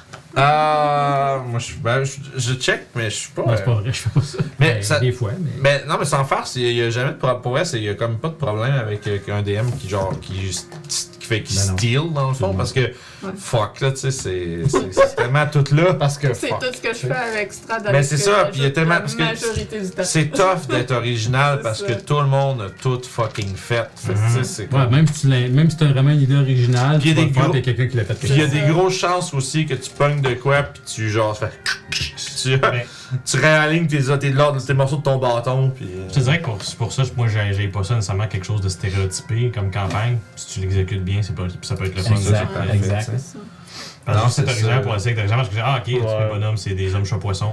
là. Moi, je check, mais je suis pas. Non, c'est pas vrai, je fais pas ça. Mais Ben, ça- des fois, mais. Mais non, mais sans farce, il y a jamais de problème. Pour vrai, il y a comme pas de problème avec un DM qui fait qu'il Ben non. steal dans le fond, Absolument. parce que fuck là, tu sais, c'est tellement tout là parce que C'est fuck. tout ce que je fais avec Strad. Mais c'est ça, puis il y a tellement- La parce que majorité du temps. C'est tough d'être original C'est parce ça. que tout le monde a tout fucking fait. Fait que, tu sais, c'est Ouais, comme- même si t'as vraiment une idée originale, Puis il y tu a vas des le faire, gros- puis il y a quelqu'un qui l'a fait. Puis il y a C'est des ça. grosses chances aussi que tu pognes de quoi, puis tu genre fais. Mais- Tu réalignes tes morceaux de ton bâton, puis. Je te dirais que pour ça, moi, j'ai pas ça nécessairement quelque chose de stéréotypé comme campagne. Si tu l'exécutes bien, ça peut être le fun. Exact, ça. exact. C'est ça. Parce que Non, c'est c'est original ça. pour essayer d'être original parce que je dis, ah, ok, tu Ouais. fais bonhomme, c'est des hommes chat-poissons.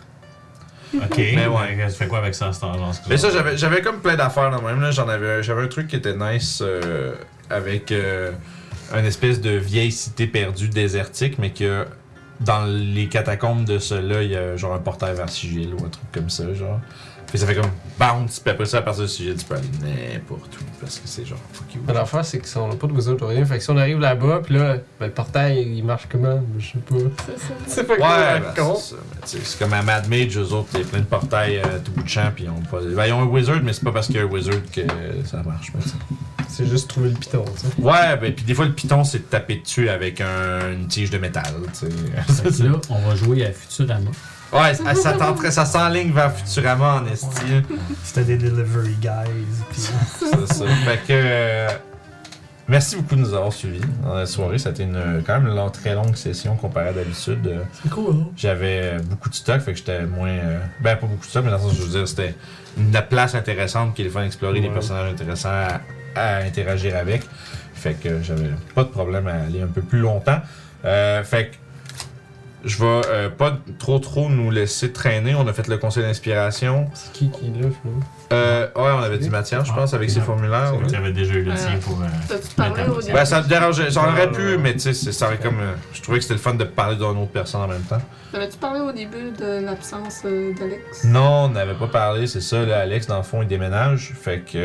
Ok, Mais ouais. mais tu fais quoi avec ça, cette agence? Mais ça, j'avais comme plein d'affaires là même. Là, j'avais un truc qui était nice avec une espèce de vieille cité perdue désertique, mais que dans les catacombes de cela, il y a genre un portail vers Sigil ou un truc comme ça, genre. Puis ça fait comme bounce, puis après ça, à partir de Sigil, tu peux aller n'importe où parce que c'est genre fuck you. Mais l'affaire, c'est qu'on n'a pas de wizard ou rien. Fait que si on arrive là-bas, pis là, ben, le portail, il marche comment? Je sais pas. C'est ça. C'est pas Ouais, ben, con. c'est ça. Mais tu sais, c'est comme à Mad Mage, eux autres, il y a plein de portails à tout bout de champ, puis ils ont pas. Ben, ils ont un wizard, mais c'est pas parce qu'il y a un wizard que ça marche. Mais, tu sais. C'est juste trouver le piton, tu sais. Ouais, ben, puis des fois, le piton, c'est de taper dessus avec une tige de métal, tu Fait sais. que là, on va jouer à Futurama. Ouais, ça s'enligne vers Futurama en esti. C'était des delivery guys. Puis, C'est ça. Fait que. Merci beaucoup de nous avoir suivis dans la soirée. Ça a été quand même une très longue session comparée à d'habitude. C'est cool, hein? J'avais beaucoup de stock, fait que j'étais moins. Ben, pas beaucoup de stock, mais dans le sens, je veux dire, c'était une place intéressante qui est le fun d'explorer, des Ouais. personnages intéressants à interagir avec. Fait que j'avais pas de problème à aller un peu plus longtemps. Fait que je vais pas trop nous laisser traîner. On a fait le conseil d'inspiration. C'est qui est là, finalement? Ouais, on avait dit Mathias, je pense, avec ses formulaires. C'est là. tu avais déjà eu le tien pour. T'as-tu parlé au début? Ben, ça me dérangeait. J'en aurais pu, mais tu sais, ça aurait comme. Je trouvais que c'était le fun de parler d'une autre personne en même temps. T'avais-tu parlé au début de l'absence d'Alex? Non, on n'avait pas parlé, c'est ça. Là, Alex, dans le fond, il déménage. Fait que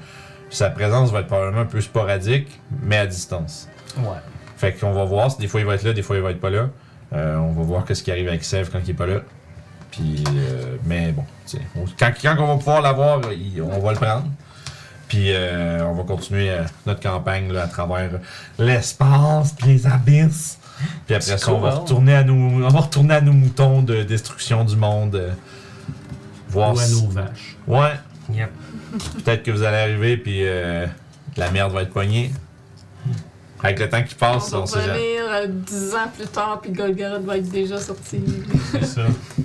sa présence va être probablement un peu sporadique, mais à distance. ouais. Fait qu'on va voir. Des fois, il va être là, des fois, il va être pas là. On va voir ce qui arrive avec Sev quand il est pas là. Puis, mais bon, tu sais, quand on va pouvoir l'avoir, on va le prendre. Puis, on va continuer notre campagne là, à travers l'espace, puis les abysses. Puis après C'est ça, on va cool, retourner à nos moutons de destruction du monde. Voir Ou à si- nos vaches. Ouais. Yep. Peut-être que vous allez arriver, puis la merde va être poignée. Avec le temps qui passe, On on va sait jamais. revenir 10 ans plus tard, puis Golgoroth va être déjà sorti. C'est ça.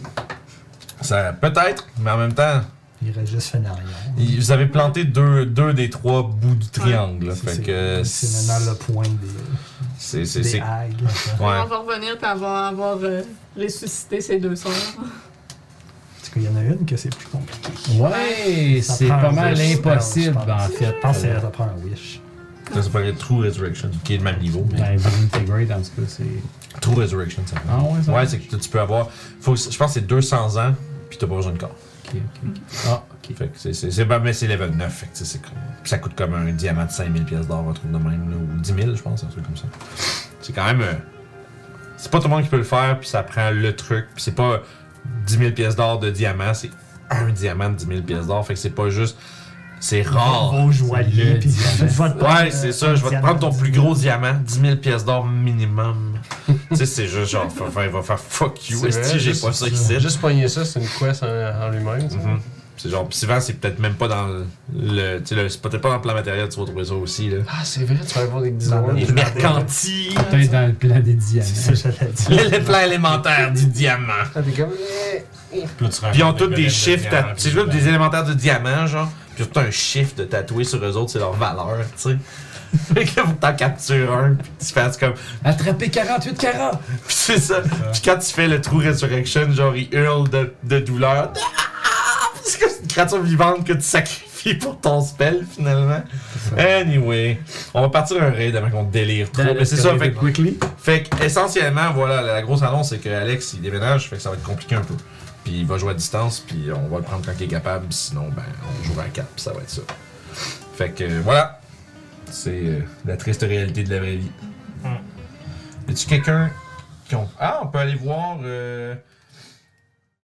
Ça, peut-être, mais en même temps, Il reste juste Fenarion. vous avez planté deux des trois bouts du triangle. là, C'est- fait c'est- que c'est maintenant le point c'est des hags. Ouais. On va revenir, puis avoir ressuscité ces deux sœurs. Parce qu'il y en a une que c'est plus compliqué. Ouais, Ça c'est prend pas un mal wish, impossible, je pense. en fait. Je pense que ça prend un wish. Ça s'appelle True Resurrection, qui est le même niveau. Mais Ben, Disintegrate, en tout cas, c'est. True Resurrection, ça Ah ouais, ça Ouais, marche. c'est que tu peux avoir. Je pense que c'est 200 ans, puis t'as pas besoin de corps. Ok. Ah, ok. Fait que mais c'est level 9, fait que c'est comme, ça coûte comme un diamant de 5000 pièces d'or, un truc de même, là, ou 10 000, je pense, un truc comme ça. C'est quand même... c'est pas tout le monde qui peut le faire, puis ça prend le truc, puis c'est pas 10 000 pièces d'or de diamant, c'est un diamant de 10 000 pièces d'or, fait que c'est pas juste... C'est rare. Gros joaillier, puis Ouais, c'est ça, je vais te prendre ton plus gros diamant, 10 000 pièces d'or minimum. Tu sais, c'est juste genre, il va faire fuck you, est-ce que j'ai pas ça ici? Juste pogner ça, c'est une quest en lui-même. ça. Mhm. C'est genre, pis souvent, c'est peut-être même pas dans le. Tu sais, c'est peut-être pas dans le plan matériel, tu vas trouver ça aussi, là. Ah, c'est vrai, tu vas avoir des Dans designs. le- Les mercantiles! Peut-être dans le plan des diamants. C'est ça, j'allais dire. Le plan élémentaire du diamant. Ah, t'es comme. Puis là, tu Pis ils ont rencontres tous le des golem de chiffres, diamant, c'est puis juste ben, des élémentaires du diamant, genre. Pis tout un chiffre de tatoué sur eux autres, c'est leur valeur, tu sais. Fait que là, faut que t'en captures un, pis tu fais comme. Attraper 48 carats! Pis c'est ça. Pis quand tu fais le True Resurrection, genre, il hurle de douleur. C'est comme une créature vivante que tu sacrifies pour ton spell, finalement. Anyway, on va partir un raid avant qu'on délire trop. Mais c'est ça, fait que essentiellement, voilà, la grosse annonce, c'est que Alex, il déménage, fait que ça va être compliqué un peu. Puis il va jouer à distance, puis on va le prendre quand il est capable, sinon, ben, on jouera à 4, puis ça va être ça. Fait que, voilà. C'est la triste réalité de la vraie vie. Y a-tu quelqu'un qui ont... Ah, on peut aller voir...